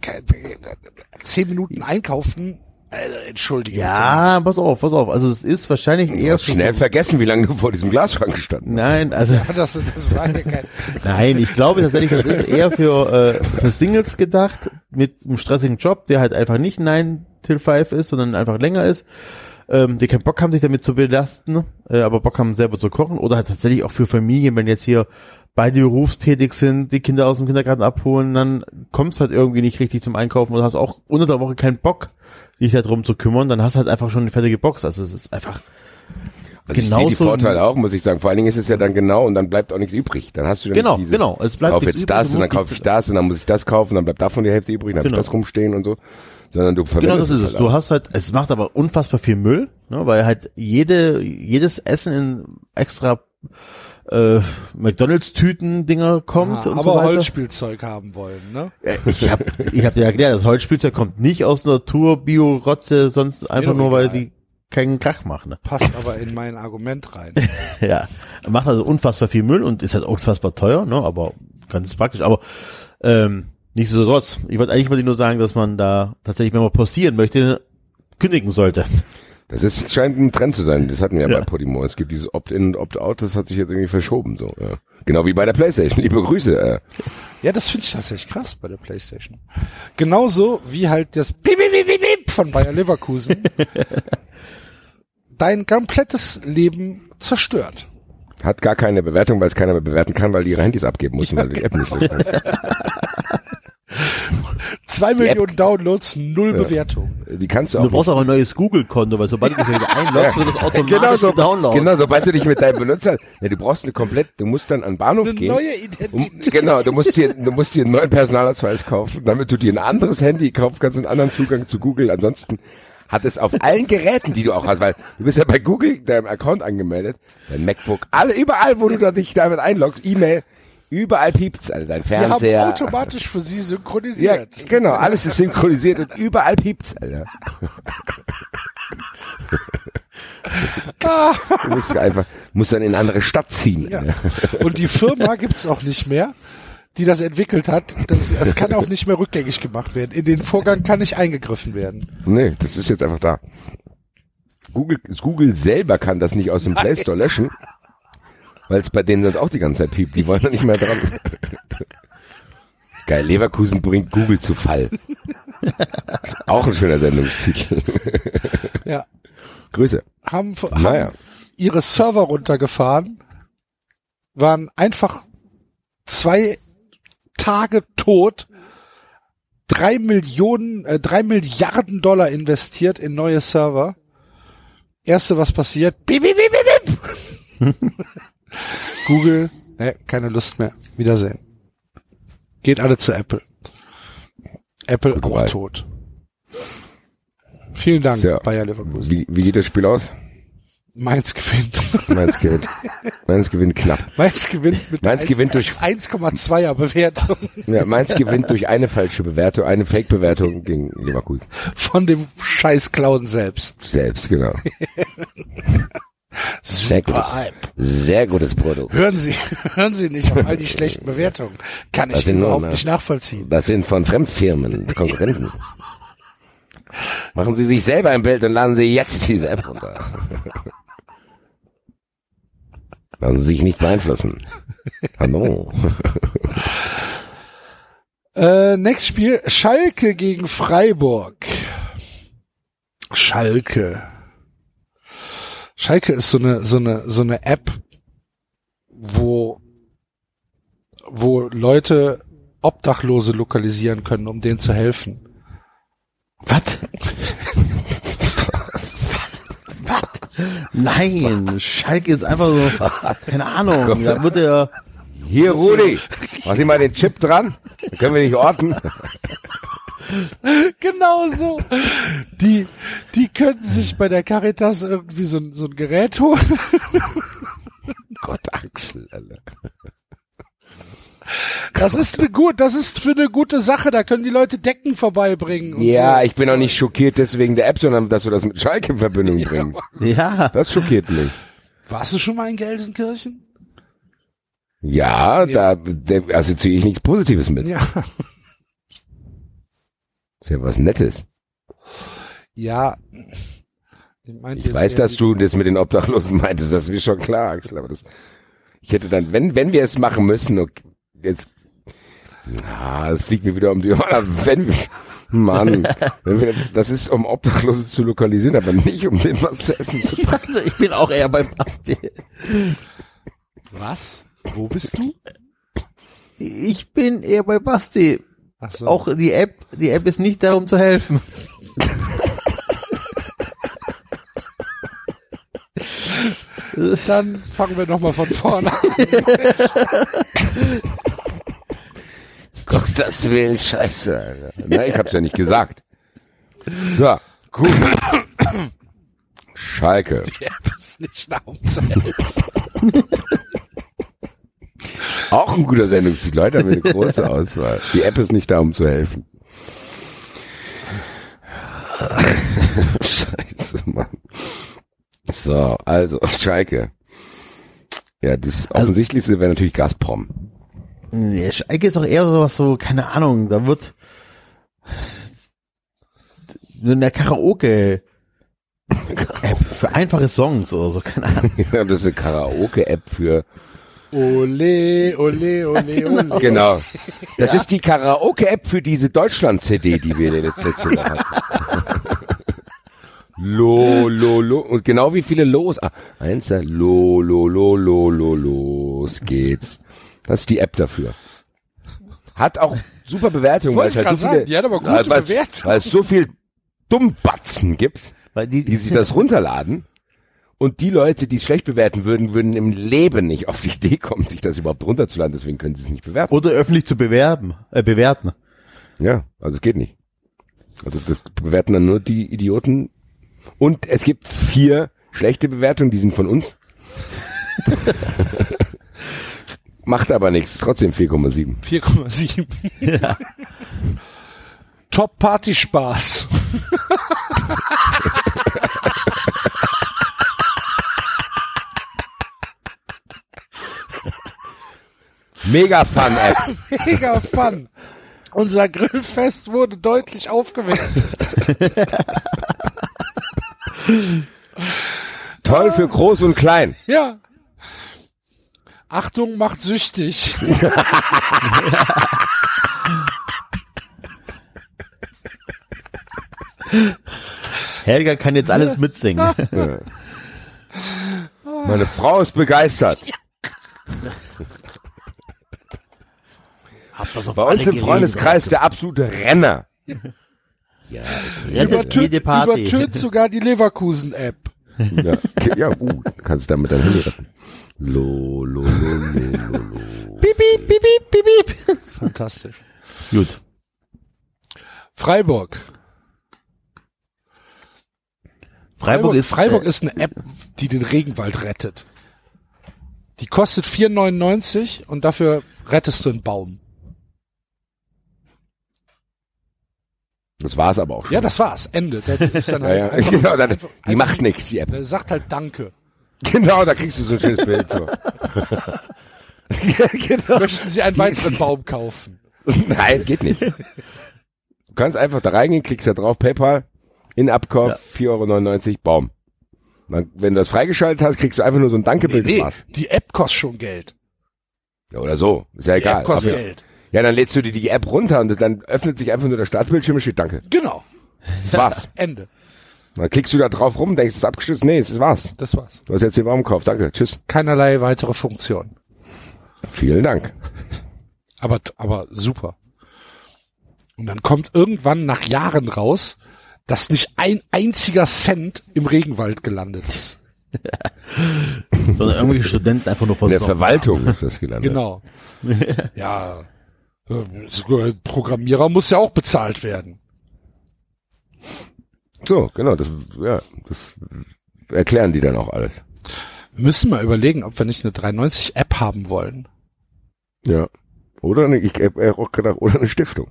zehn Minuten einkaufen, äh, entschuldige. ja, pass auf, pass auf. Also es ist wahrscheinlich Du eher hast für schnell so, vergessen, wie lange du vor diesem Glasschrank gestanden hast. nein, also bitte. Das, das war ja kein, nein, ich glaube tatsächlich, das ist eher für äh, für Singles gedacht mit einem stressigen Job, der halt einfach nicht nine till five ist, sondern einfach länger ist. Ähm, die keinen Bock haben, sich damit zu belasten, äh, aber Bock haben, selber zu kochen. Oder halt tatsächlich auch für Familien, wenn jetzt hier beide berufstätig sind, die Kinder aus dem Kindergarten abholen, dann kommst halt irgendwie nicht richtig zum Einkaufen oder hast auch unter der Woche keinen Bock, dich da drum zu kümmern, dann hast du halt einfach schon eine fertige Box. Also es ist einfach Also ich sehe die genauso- Vorteile auch, muss ich sagen. Vor allen Dingen ist es ja dann genau und dann bleibt auch nichts übrig. Dann hast du dann Genau, dieses, genau. Es bleibt kauf nichts jetzt übrig, das du und dann musst kaufe ich nichts- das und dann muss ich das kaufen, dann bleibt davon die Hälfte übrig, dann Genau. habe ich das rumstehen und so. Sondern du Genau, das verwendest ist es. halt Du alles. hast halt, es macht aber unfassbar viel Müll, ne, weil halt jede, jedes Essen in extra äh, McDonalds-Tüten-Dinger kommt ah, und aber so weiter. Holzspielzeug haben wollen, ne? Äh, Ich hab, ich hab dir erklärt, das Holzspielzeug kommt nicht aus Natur, Bio, Rotze, sonst einfach doch nur, weil egal. die keinen Krach machen. Ne? Passt aber in mein Argument rein. Ja, macht also unfassbar viel Müll und ist halt unfassbar teuer, ne, aber ganz praktisch. Aber ähm, nichtsdestotrotz, ich wollte eigentlich wollte ich nur sagen, dass man da tatsächlich, wenn man pausieren möchte, kündigen sollte. Das ist, scheint ein Trend zu sein. Das hatten wir ja, Ja. bei Podimo. Es gibt dieses Opt-in und Opt-out, das hat sich jetzt irgendwie verschoben. So, ja. Genau wie bei der PlayStation. Liebe Grüße. Äh. Ja, das finde ich tatsächlich krass bei der PlayStation. Genauso wie halt das Piep, Piep, Piep, Piep von Bayer Leverkusen dein komplettes Leben zerstört. Hat gar keine Bewertung, weil es keiner mehr bewerten kann, weil die ihre Handys abgeben müssen, weil die App nicht löschen. Zwei Millionen Downloads, null Bewertung. Die kannst du auch Du brauchst nicht. auch ein neues Google-Konto, weil sobald du dich wieder einloggst, wird das automatisch Genau so, downloaden. genau, sobald du dich mit deinem Benutzer, ja, du brauchst eine komplett, du musst dann an den Bahnhof Eine gehen. neue Um, Identität. genau, du musst dir, du musst dir einen neuen Personalausweis kaufen, damit du dir ein anderes Handy kaufen kannst, einen anderen Zugang zu Google. Ansonsten hat es auf allen Geräten, die du auch hast, weil du bist ja bei Google, deinem Account angemeldet, dein MacBook, alle, überall, wo du da dich damit einloggst, E-Mail, überall piept's, Alter, dein Wir haben Fernseher. automatisch für sie Ja, synchronisiert. genau, alles ist synchronisiert und überall piept's, Alter. Ah, Du musst einfach, musst dann in eine andere Stadt ziehen. ja. Alter. Und die Firma gibt's auch nicht mehr, die das entwickelt hat. Das, das kann auch nicht mehr rückgängig gemacht werden. In den Vorgang kann nicht eingegriffen werden. Nee, das ist jetzt einfach da. Google, Google selber kann das nicht aus dem Play Store löschen, weil es bei denen sonst auch die ganze Zeit piept. Die wollen da nicht mehr dran. Geil, Leverkusen bringt Google zu Fall. Auch ein schöner Sendungstitel. Ja. Grüße. Haben, Naja. haben ihre Server runtergefahren, waren einfach zwei Tage tot, drei Millionen, äh, drei Milliarden Dollar investiert in neue Server. Erste, was passiert, piep, piep, piep, piep, piep. Google, ne, keine Lust mehr. Wiedersehen. Geht alle zu Apple. Apple Gute auch Wahl. tot. Vielen Dank, Tja, Bayer Leverkusen. Wie, wie geht das Spiel aus? Mainz gewinnt. Mainz gewinnt. Mainz gewinnt knapp. Mainz gewinnt mit Mainz gewinnt durch- eins Komma zweier Bewertung Ja, Mainz gewinnt durch eine falsche Bewertung, eine Fake-Bewertung gegen Leverkusen. von dem scheiß Clown selbst. Selbst, genau. Sehr Super gutes, Alp. sehr gutes Produkt. Hören Sie, hören Sie nicht auf all die schlechten Bewertungen. Kann Das ich sind nur, überhaupt ne? nicht nachvollziehen. Das sind von Fremdfirmen, Konkurrenten. Machen Sie sich selber ein Bild und laden Sie jetzt diese App runter. Lassen Sie sich nicht beeinflussen. Hallo. Äh, nächstes Spiel, Schalke gegen Freiburg. Schalke. Schalke ist so eine, so eine, so eine App, wo, wo Leute Obdachlose lokalisieren können, um denen zu helfen. Was? Was? Nein, Schalke ist einfach so, keine Ahnung, da wird er... Hier, Rudi, mach dir mal den Chip dran, dann können wir dich orten. Genau so. Die, die könnten sich bei der Caritas irgendwie so, ein- so ein Gerät holen. Gott, Axel, Alter. Das ist eine gut, das ist für eine gute Sache. Da können die Leute Decken vorbeibringen. Und Ja, so. ich bin auch nicht schockiert deswegen der App, sondern dass du das mit Schalke in Verbindung bringst. Ja, Das schockiert mich. Warst du schon mal in Gelsenkirchen? Ja, da der, assoziiere ich nichts Positives mit. Ja. Ist ja was Nettes. Ja. Ich, meinte Ich jetzt weiß, eher dass die- du das mit den Obdachlosen meintest, das ist mir schon klar, Axel, aber das, ich hätte dann, wenn, wenn wir es machen müssen, okay, jetzt, na, das fliegt mir wieder um die Ohren, wenn, Mann, wenn wir, das ist, um Obdachlose zu lokalisieren, aber nicht, um denen was zu essen zu bringen. ich bin auch eher beim Basti. Was? Wo bist du? Ich bin eher bei Basti. Ach so. Auch die App, die App ist nicht da, um zu helfen. Dann fangen wir nochmal von vorne an. Gottes Willen, scheiße, Alter. Na, ich hab's ja nicht gesagt. So, gut. Schalke. Der ist nicht da, um zu helfen. Auch ein guter Sendungstitel. Leute haben wir eine große Auswahl. Die App ist nicht da, um zu helfen. Scheiße, Mann. So, also, Schalke. Ja, das Offensichtlichste wäre natürlich Gazprom. Nee, Schalke ist doch eher sowas so, keine Ahnung, da wird so eine Karaoke App für einfache Songs oder so, keine Ahnung. Das ist eine Karaoke-App für... Ole, ole, ole, ole. Genau. Das ist die Karaoke-App für diese Deutschland-C D, die wir letzte Mal hatten. Lo, lo, lo. Und genau wie viele Los. Ah, eins, zwei, lo, lo, lo, lo, lo, los geht's. Das ist die App dafür. Hat auch super Bewertungen, weil es Wollte halt ich so grad viele, sagen, die hat aber gute weil, weil, Bewertungen. weil es so viel Dummbatzen gibt, Weil die, die sich das runterladen. Und die Leute, die es schlecht bewerten würden, würden im Leben nicht auf die Idee kommen, sich das überhaupt runterzuladen. Deswegen können sie es nicht bewerten. oder öffentlich zu bewerben, äh, bewerten. Ja, also es geht nicht. Also das bewerten dann nur die Idioten. Und es gibt vier schlechte Bewertungen, die sind von uns. Macht aber nichts, trotzdem vier Komma sieben. vier Komma sieben. Ja. Top Party Spaß. Mega Fun App. Mega fun. Unser Grillfest wurde deutlich aufgewertet. Toll für groß und klein. Ja. Achtung, macht süchtig. Helga kann jetzt alles mitsingen. Ja. Meine Frau ist begeistert. Hab das auf Bei alle uns im Geräte Freundeskreis der absolute Renner. Ja, rettet Übertö jede Party. übertönt sogar die Leverkusen-App. Ja, ja, uh, kannst damit dein Handy retten. Lo, lo, lo, lo, lo, lo. Piep, piep, piep, piep, piep, piep. Fantastisch. Gut. Freiburg. Freiburg ist, Freiburg äh, ist eine App, die den Regenwald rettet. Die kostet vier neunundneunzig und dafür rettest du einen Baum. Das war's aber auch schon. Ja, das war's. Ende. Das ist dann Ja, halt ja. einfach- Genau, dann, einfach- die macht nichts, die App. Der sagt halt Danke. Genau, da kriegst du so ein schönes Bild. So. genau. Möchten Sie einen Die weiteren ist- Baum kaufen? Nein, geht nicht. Du kannst einfach da reingehen, klickst da drauf, PayPal, in Abkauf, Ja. vier Euro neunundneunzig, Baum. Dann, wenn du das freigeschaltet hast, kriegst du einfach nur so ein Dankebild, das war's. die App kostet schon Geld. Ja, oder so, ist ja Die egal. App kostet Aber- Geld. Ja, dann lädst du dir die App runter und dann öffnet sich einfach nur der Startbildschirm und steht Danke. Genau. Das war's. Ende. Dann klickst du da drauf rum, denkst, es ist abgestürzt. Nee, es war's. Das war's. Du hast jetzt den Baum gekauft. Danke. Tschüss. Keinerlei weitere Funktion. Vielen Dank. Aber, aber super. Und dann kommt irgendwann nach Jahren raus, dass nicht ein einziger Cent im Regenwald gelandet ist. Sondern irgendwelche Studenten einfach nur In der versorgen. Verwaltung ist das gelandet. Genau. Ja, äh, Programmierer muss ja auch bezahlt werden. So, genau, das, ja, das erklären die dann auch alles. Wir müssen mal überlegen, ob wir nicht eine dreiundneunzig App haben wollen. Ja. Oder eine, ich habe auch gedacht, oder eine Stiftung.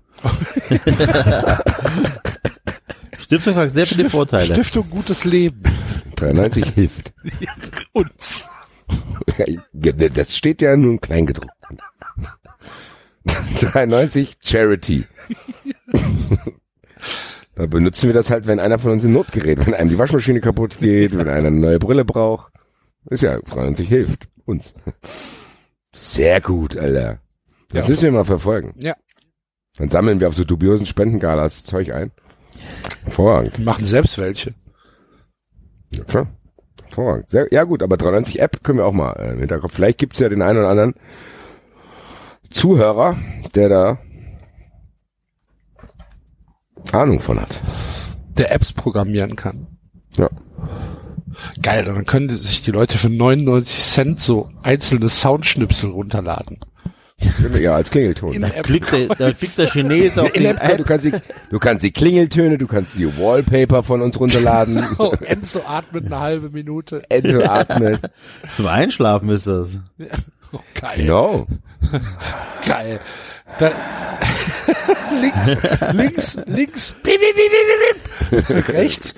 Stiftung hat sehr viele Stift- Vorteile. Stiftung Gutes Leben. dreiundneunzig hilft. Uns. Ja, das steht ja nun kleingedruckt. dreiundneunzig Charity. Da benutzen wir das halt, wenn einer von uns in Not gerät, wenn einem die Waschmaschine kaputt geht, wenn einer eine neue Brille braucht. Ist ja, dreiundneunzig hilft uns. Sehr gut, Alter. Das Ja. müssen wir mal verfolgen. Ja. Dann sammeln wir auf so dubiosen Spendengalas Zeug ein. Hervorragend. Wir machen selbst welche. Ja, klar. Hervorragend. Sehr, ja gut, aber dreiundneunzig App können wir auch mal äh, im Hinterkopf. Vielleicht gibt's ja den einen oder anderen Zuhörer, der da Ahnung von hat. Der Apps programmieren kann. Ja. Geil, und dann können die- sich die Leute für neunundneunzig Cent so einzelne Soundschnipsel runterladen. Ja, als Klingelton. In Da der App. klickt der, da klickt der Chinese auf In die der App, du App. kannst die, du kannst die Klingeltöne, du kannst die Wallpaper von uns runterladen. Oh, Enzo atmet eine halbe Minute. Enzo atmet. Zum Einschlafen ist das. Oh, geil, Genau. geil. Da, links, links, links, bip, bip, bip, bip, bip. Rechts.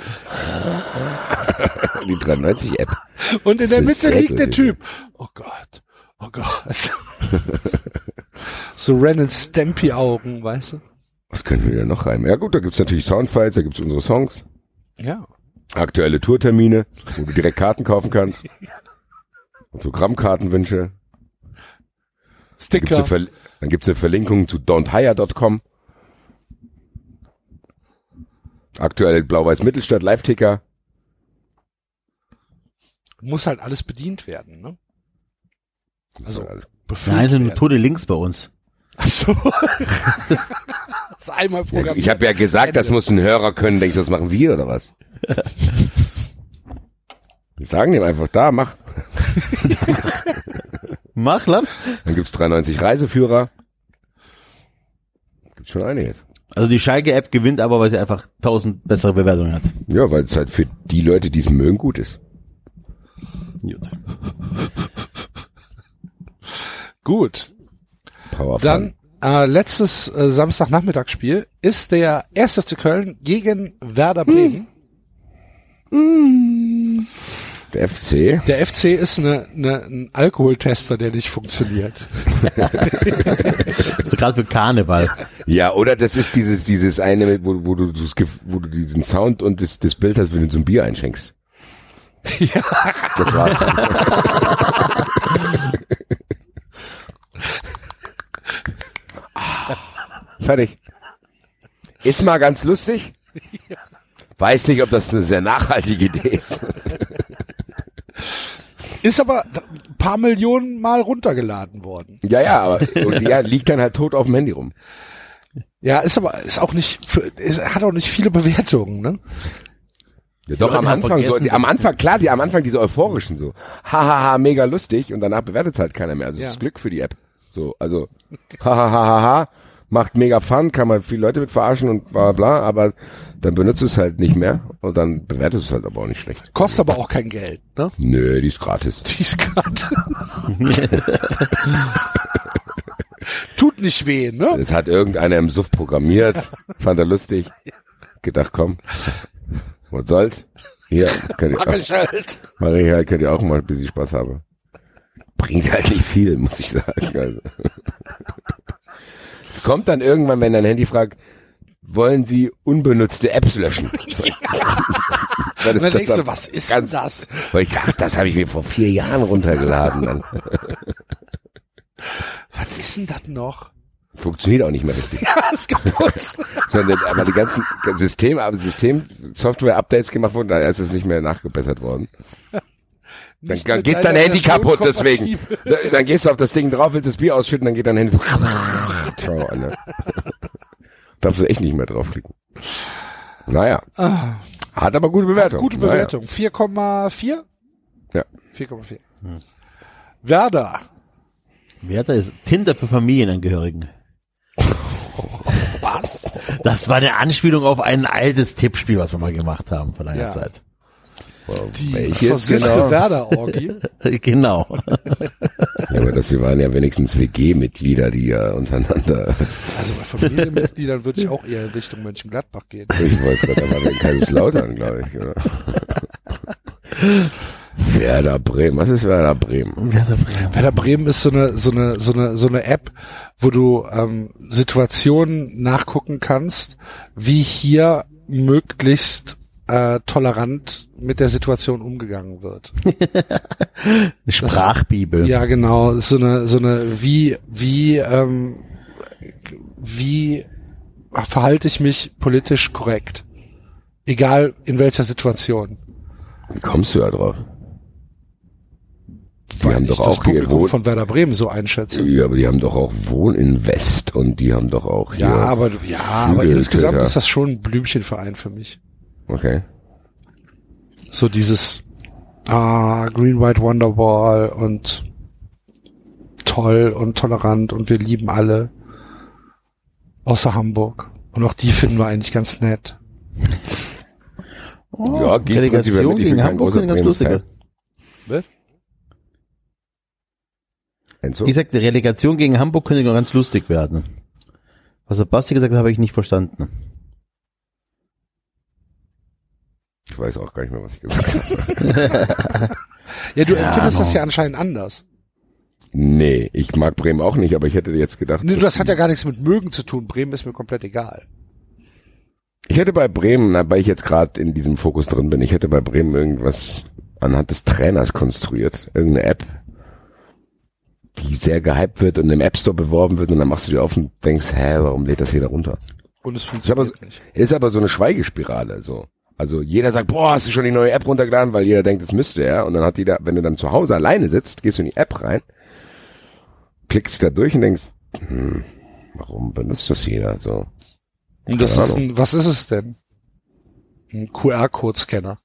Die dreiundneunzig App. Und in Das der ist Mitte sehr liegt gut, der ja. Typ. Oh Gott, oh Gott. So Ren and Stampy Augen, weißt du? Was können wir da noch rein? Ja gut, da gibt's natürlich Soundfiles, da gibt's unsere Songs, Ja. aktuelle Tourtermine, wo du direkt Karten kaufen kannst. Autogrammkartenwünsche. Dann gibt's, eine Sticker. Ver- dann gibt's eine Verlinkung zu don't hire dot com. Aktuell Blau-Weiß Mittelstadt Live-Ticker. Muss halt alles bedient werden, ne? Also, Ja, befüllt einzelne werden. tote Links bei uns. Ach so. Das einmal Ja, programmiert. ich habe ja gesagt, das muss ein Hörer können. Denkst du, das machen wir oder was? Wir sagen dem einfach, da, mach. Mach, Land. Dann gibt's dreiundneunzig Reiseführer. Gibt schon einiges. Also die Schalke-App gewinnt aber, weil sie einfach tausend bessere Bewertungen hat. Ja, weil es halt für die Leute, die es mögen, gut ist. Gut. Gut. Power Dann äh, letztes äh, Samstagnachmittagsspiel ist der erste F C Köln gegen Werder Bremen. Der F C. Der F C ist eine, eine, ein Alkoholtester, der nicht funktioniert. So gerade für Karneval. Ja, oder das ist dieses, dieses eine, mit, wo, wo du, das Gef- wo du diesen Sound und das, das Bild hast, wenn du so ein Bier einschenkst. Ja. Das war's. Fertig. Ist mal ganz lustig. Weiß nicht, ob das eine sehr nachhaltige Idee ist. Ist aber ein paar Millionen Mal runtergeladen worden. Ja, ja, aber und ja, liegt dann halt tot auf dem Handy rum. Ja, ist aber ist auch nicht für, ist, hat auch nicht viele Bewertungen, ne? Ja, doch Leute am haben Anfang so, vergessen, die, am Anfang, klar, die am Anfang diese euphorischen so. Hahaha, mega lustig und danach bewertet halt keiner mehr. Also Ja. das ist Glück für die App. So, also hahaha, macht mega Fun, kann man viele Leute mit verarschen und bla bla, aber dann benutzt du es halt nicht mehr und dann bewertest du es halt aber auch nicht schlecht. Kostet aber auch kein Geld, ne? Nö, die ist gratis. Die ist gerade. Tut nicht weh, ne? Das hat irgendeiner im Suff programmiert, fand er lustig, gedacht, komm, was soll's? Hier, könnt ihr Mach auch, ich halt. mach ich halt, könnt ihr auch mal ein bisschen Spaß haben. Bringt halt nicht viel, muss ich sagen. Also. Es kommt dann irgendwann, wenn dein Handy fragt, wollen Sie unbenutzte Apps löschen? Dann Und dann denkst das du, was ist ganz, denn das? Weil ich, ach, das habe ich mir vor vier Jahren runtergeladen. Dann. Was ist denn das noch? Funktioniert auch nicht mehr richtig. Ja, ist kaputt. Sondern aber die ganzen System, aber System, Software-Updates gemacht wurden, da ist es nicht mehr nachgebessert worden. Dann, Nicht dann mit geht dein deiner Handy Version kaputt, deswegen. kompatibel. Dann gehst du auf das Ding drauf, willst das Bier ausschütten, dann geht dein Handy. Ciao, Alter. Darfst du echt nicht mehr draufklicken. Naja. Ah, Hat aber gute Bewertung. gute Bewertung. vier Komma vier? Ja. vier Komma vier. Hm. Werder. Werder ist Tinder für Familienangehörigen. Was? Das war eine Anspielung auf ein altes Tippspiel, was wir mal gemacht haben vor langer Ja. Zeit. Die Welches versiffte genau? Werder-Orgie. Genau. Ja, aber das waren ja wenigstens W G-Mitglieder, die ja untereinander. Also bei Familienmitgliedern würde ich auch eher in Richtung Mönchengladbach gehen. Ich weiß gerade, da war wegen Kaiserslautern, glaube ich. Oder? Werder Bremen. Was ist Werder Bremen? Werder Bremen. Werder Bremen ist so eine so eine so eine so eine App, wo du ähm, Situationen nachgucken kannst, wie hier möglichst äh, tolerant mit der Situation umgegangen wird. Eine Sprachbibel. Ja, genau, so eine so eine wie wie ähm, wie verhalte ich mich politisch korrekt, egal in welcher Situation. Wie kommst du da drauf? Die Weil haben ich doch das auch hier Publikum Wohn von Werder Bremen so einschätze. ja, aber die haben doch auch Wohninvest und die haben doch auch hier. Ja, aber ja, aber Flügel- insgesamt Twitter. ist das schon ein Blümchenverein für mich. Okay. So dieses ah, Green White Wonderwall und toll und tolerant und wir lieben alle. Außer Hamburg. Und auch die finden wir eigentlich ganz nett. Oh, Ja, geht prinzipiell Relegation mit, ich bin gegen kein Hamburg großer sind ganz lustig. Bremen-Fan. Was? Enzo? Die sagt, die Relegation gegen Hamburg könnte ganz lustig werden. Was der Basti gesagt hat, habe ich nicht verstanden. Ich weiß auch gar nicht mehr, was ich gesagt habe. Ja, du Ja, empfindest das no. ja anscheinend anders. Nee, ich mag Bremen auch nicht, aber ich hätte jetzt gedacht. Nee, dass das hat die- ja gar nichts mit mögen zu tun. Bremen ist mir komplett egal. Ich hätte bei Bremen, na, weil ich jetzt gerade in diesem Fokus drin bin, ich hätte bei Bremen irgendwas anhand des Trainers konstruiert. Irgendeine App, die sehr gehypt wird und im App Store beworben wird und dann machst du die auf und denkst, hä, warum lädt das jeder runter? Und es Ist funktioniert aber, nicht. ist aber so eine Schweigespirale, so. Also jeder sagt, boah, hast du schon die neue App runtergeladen, weil jeder denkt, es müsste er. Und dann hat jeder, wenn du dann zu Hause alleine sitzt, gehst du in die App rein, klickst da durch und denkst, hm, warum benutzt das jeder so? Und das Keine ist Ahnung. ein, was ist es denn? Ein Q R-Code-Scanner.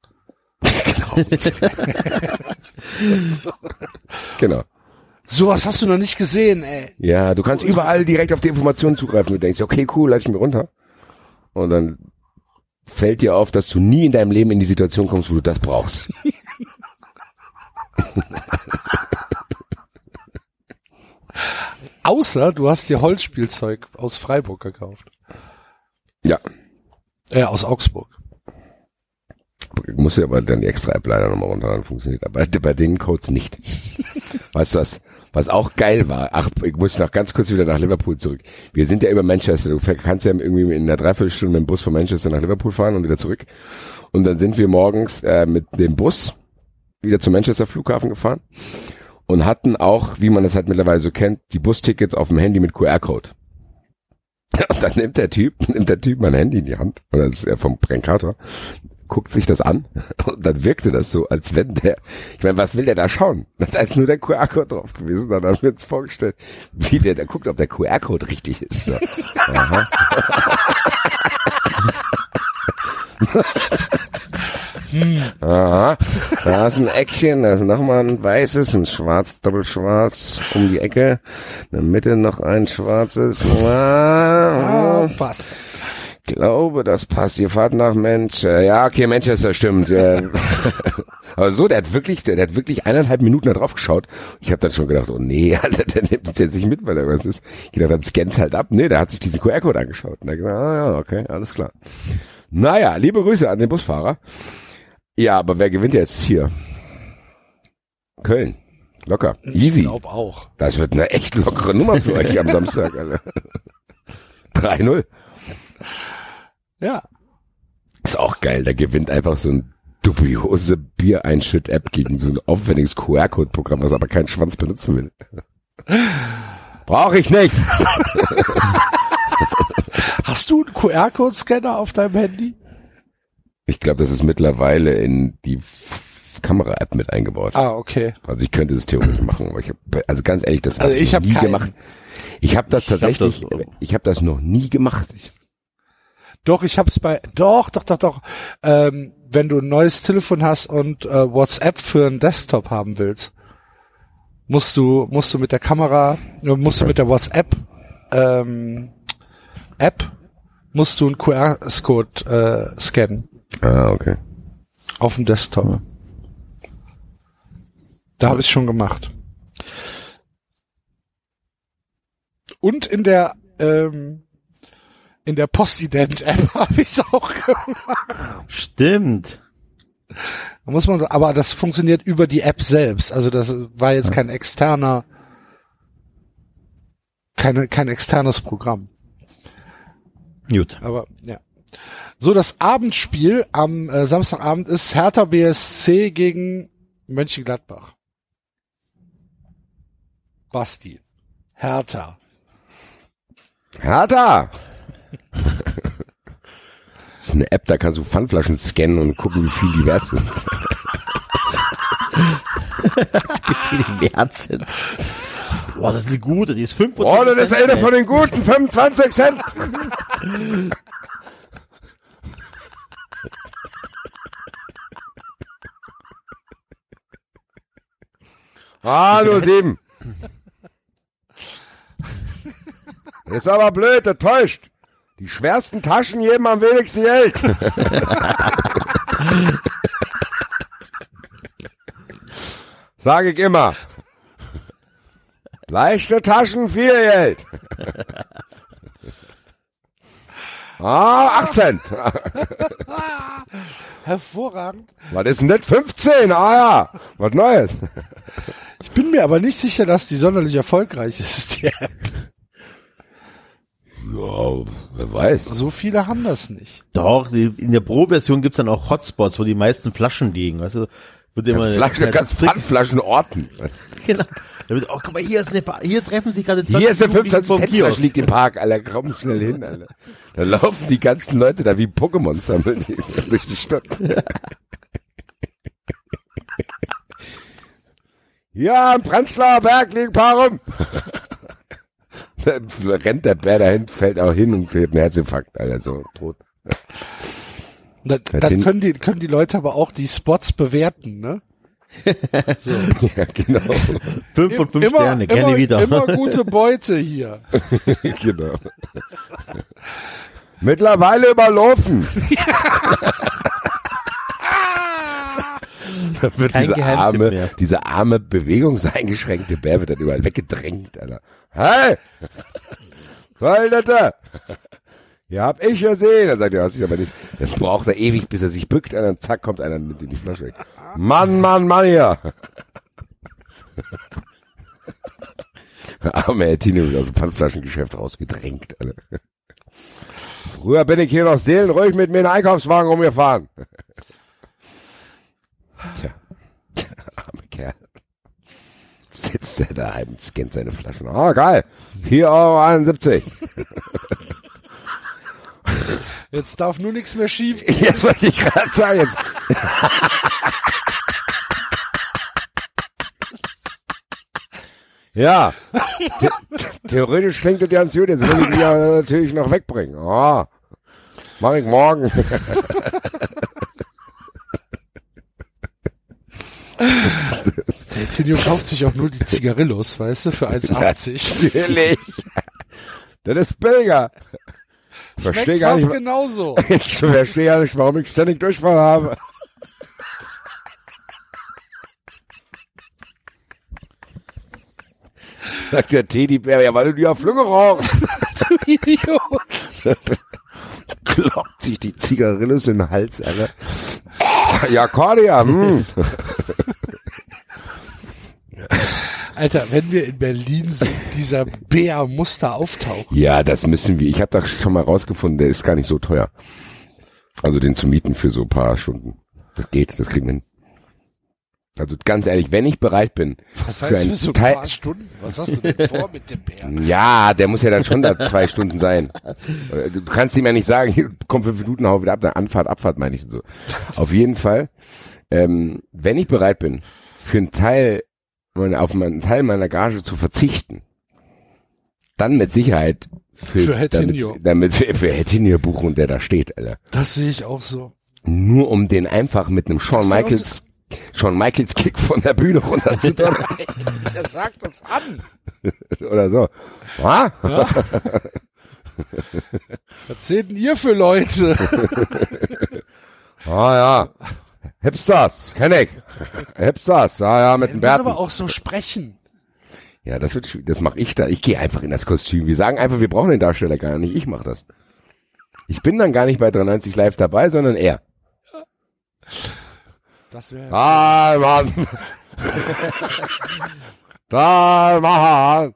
Genau. Sowas hast du noch nicht gesehen, ey. Ja, du kannst überall direkt auf die Informationen zugreifen. Du denkst, okay, cool, lade ich mir runter. Und dann fällt dir auf, dass du nie in deinem Leben in die Situation kommst, wo du das brauchst. Außer du hast dir Holzspielzeug aus Freiburg gekauft. Ja. Äh, aus Augsburg. Du musst ja aber dann die extra App leider nochmal runterladen, funktioniert aber bei den Codes nicht. Weißt du was, was auch geil war? Ach, ich muss noch ganz kurz wieder nach Liverpool zurück. Wir sind ja über Manchester. Du kannst ja irgendwie in einer Dreiviertelstunde mit dem Bus von Manchester nach Liverpool fahren und wieder zurück. Und dann sind wir morgens äh, mit dem Bus wieder zum Manchester Flughafen gefahren und hatten auch, wie man das halt mittlerweile so kennt, die Bustickets auf dem Handy mit Q R-Code. Und dann nimmt der Typ, nimmt der Typ mein Handy in die Hand, oder das ist ja vom Prankator, guckt sich das an und dann wirkte das so, als wenn der, ich meine, was will der da schauen? Da ist nur der Q R-Code drauf gewesen, dann haben wir uns vorgestellt, wie der da guckt, ob der Q R-Code richtig ist. So. Aha. hm. Aha. Da ist ein Eckchen, da ist nochmal ein weißes, ein schwarz, doppelschwarz um die Ecke, in der Mitte noch ein schwarzes. Ah, Ah, passt. Ich glaube, das passt. Ihr fahrt nach Manchester. Ja, okay, Manchester stimmt. Aber so, der hat wirklich, der, der hat wirklich eineinhalb Minuten da drauf geschaut. Ich habe dann schon gedacht, oh nee, Alter, der nimmt uns jetzt nicht mit, weil er was ist. Ich dachte, dann scannt's halt ab. Nee, der hat sich diesen Q R-Code angeschaut. Und er hat gesagt, ah ja, okay, alles klar. Naja, liebe Grüße an den Busfahrer. Ja, aber wer gewinnt jetzt hier? Köln. Locker. Easy. Ich glaube auch. Das wird eine echt lockere Nummer für euch am Samstag, Alter. drei null. Ja. Ist auch geil, da gewinnt einfach so ein dubiose Biereinschütt-App gegen so ein aufwendiges Q R-Code-Programm, das aber keinen Schwanz benutzen will. Brauche ich nicht. Hast du einen Q R-Code-Scanner auf deinem Handy? Ich glaube, das ist mittlerweile in die F- Kamera-App mit eingebaut. Ah, okay. Also ich könnte das theoretisch machen, aber ich habe, also ganz ehrlich, das Also hab ich hab nie keinen. gemacht. Ich habe das Ich hab tatsächlich, das- ich habe das noch nie gemacht. Doch, ich hab's bei, doch, doch, doch, doch, ähm, wenn du ein neues Telefon hast und äh, WhatsApp für einen Desktop haben willst, musst du, musst du mit der Kamera, musst du mit der WhatsApp ähm, App, musst du einen Q R-Code äh, scannen. Ah, okay. Auf dem Desktop. Da habe ich schon gemacht. Und in der ähm, in der Postident-App habe ich es auch gemacht. Stimmt. Da muss man, aber das funktioniert über die App selbst. Also das war jetzt kein externer, keine, kein externes Programm. Gut. Aber ja. So, das Abendspiel am äh, Samstagabend ist Hertha B S C gegen Mönchengladbach. Basti. Hertha. Hertha! Das ist eine App, da kannst du Pfandflaschen scannen und gucken, wie viel die wert sind. Wie viel die wert sind. Boah, das ist eine gute, die ist fünf Prozent. Oh, das ist eine von den guten, fünfundzwanzig Cent. Ah, nur sieben. Das ist aber blöd, das täuscht. Die schwersten Taschen geben am wenigsten Geld. Sage ich immer. Leichte Taschen, viel Geld. Ah, achtzehn. Hervorragend. Was ist denn das? fünfzehn? Ah ja, was Neues. Ich bin mir aber nicht sicher, dass die sonderlich erfolgreich ist, die App. Ja, wer weiß. So viele haben das nicht. Doch, die, in der Pro-Version gibt's dann auch Hotspots, wo die meisten Flaschen liegen. Weißt du, wird immer Kannst Flaschen, kannst Pfandflaschen orten. Genau. Da wird, oh, guck mal, hier ist eine, hier treffen sich gerade Hier ist eine fünfundzwanzig Cent Kiosk. Flasche liegt im Park, Alter, komm schnell hin, Alter. Da laufen die ganzen Leute da wie Pokémon sammeln die durch die Stadt. Ja, im Prenzlauer Berg liegen ein paar rum. Da rennt der Bär dahin, fällt auch hin und kriegt einen Herzinfarkt, Alter, so tot. Dann, dann können die, können die Leute aber auch die Spots bewerten, ne? So. Ja, genau. Fünf von fünf immer, Sterne, gerne immer, wieder. Immer gute Beute hier. Genau. Mittlerweile überlaufen. Da wird Kein diese Geheimtipp arme, mehr. diese arme, bewegungseingeschränkte Bär wird dann überall weggedrängt, Alter. Hey! Soll das da? Ja, hab ich gesehen. Dann sagt er, hast du aber nicht. Dann braucht er ewig, bis er sich bückt, und dann zack, kommt einer mit in die Flasche weg. Mann, Mann, Mann, hier. Arme Herr Tino wird aus dem Pfandflaschengeschäft rausgedrängt, Alter. Früher bin ich hier noch seelenruhig mit mir in den Einkaufswagen rumgefahren. Tja, arme Kerl. Sitzt er daheim und scannt seine Flaschen. Ah, geil. vier Euro einundsiebzig. Jetzt darf nur nichts mehr schief gehen. Jetzt wollte ich gerade sagen, jetzt. Ja, the theoretisch klingt das ganz gut, jetzt will ich die ja natürlich noch wegbringen. Ah, mach ich morgen. Der Tinio kauft sich auch nur die Zigarillos, weißt du, für eins achtzig. Natürlich. Das ist billiger. Ich verstehe Schmeckt gar fast nicht, genauso. ich verstehe gar nicht, warum ich ständig Durchfall habe. Sagt der Teddybär, ja, weil du die auf Flügge rauchst. Du Idiot. Kloppt sich die Zigarillos in den Hals, Alter. Ja, Cordia, hm. Alter, wenn wir in Berlin sind, dieser Bär muss da auftauchen. Ja, das müssen wir. Ich habe da schon mal rausgefunden, der ist gar nicht so teuer. Also den zu mieten für so ein paar Stunden. Das geht, das kriegen wir hin. Also ganz ehrlich, wenn ich bereit bin. Was heißt für, für so ein Teil paar Stunden? Was hast du denn vor mit dem Bär? Ja, der muss ja dann schon da zwei Stunden sein. Du kannst ihm ja nicht sagen, hier, komm fünf Minuten, hau wieder ab, dann Anfahrt, Abfahrt meine ich und so. Auf jeden Fall, ähm, wenn ich bereit bin, für einen Teil, auf einen Teil meiner Gage zu verzichten, dann mit Sicherheit für, Für Hertinho. damit, damit wir für Hertinho buchen, der da steht, Alter. Das sehe ich auch so. Nur um den einfach mit einem Shawn Michaels, Shawn Michaels Kick von der Bühne runterzudonnern. Er sagt uns an. Oder so. Ah? Ja. Was seht denn ihr für Leute? Ah ja. Hipsters, kenn ich. Hipsters, ja, ja, mit dem Das Bärten. aber auch so sprechen. Ja, das wird, schwierig. Das mache ich da. Ich gehe einfach in das Kostüm. Wir sagen einfach, wir brauchen den Darsteller gar nicht. Ich mache das. Ich bin dann gar nicht bei dreiundneunzig Live dabei, sondern er. Das wäre Ah, Mann. Da, Mann.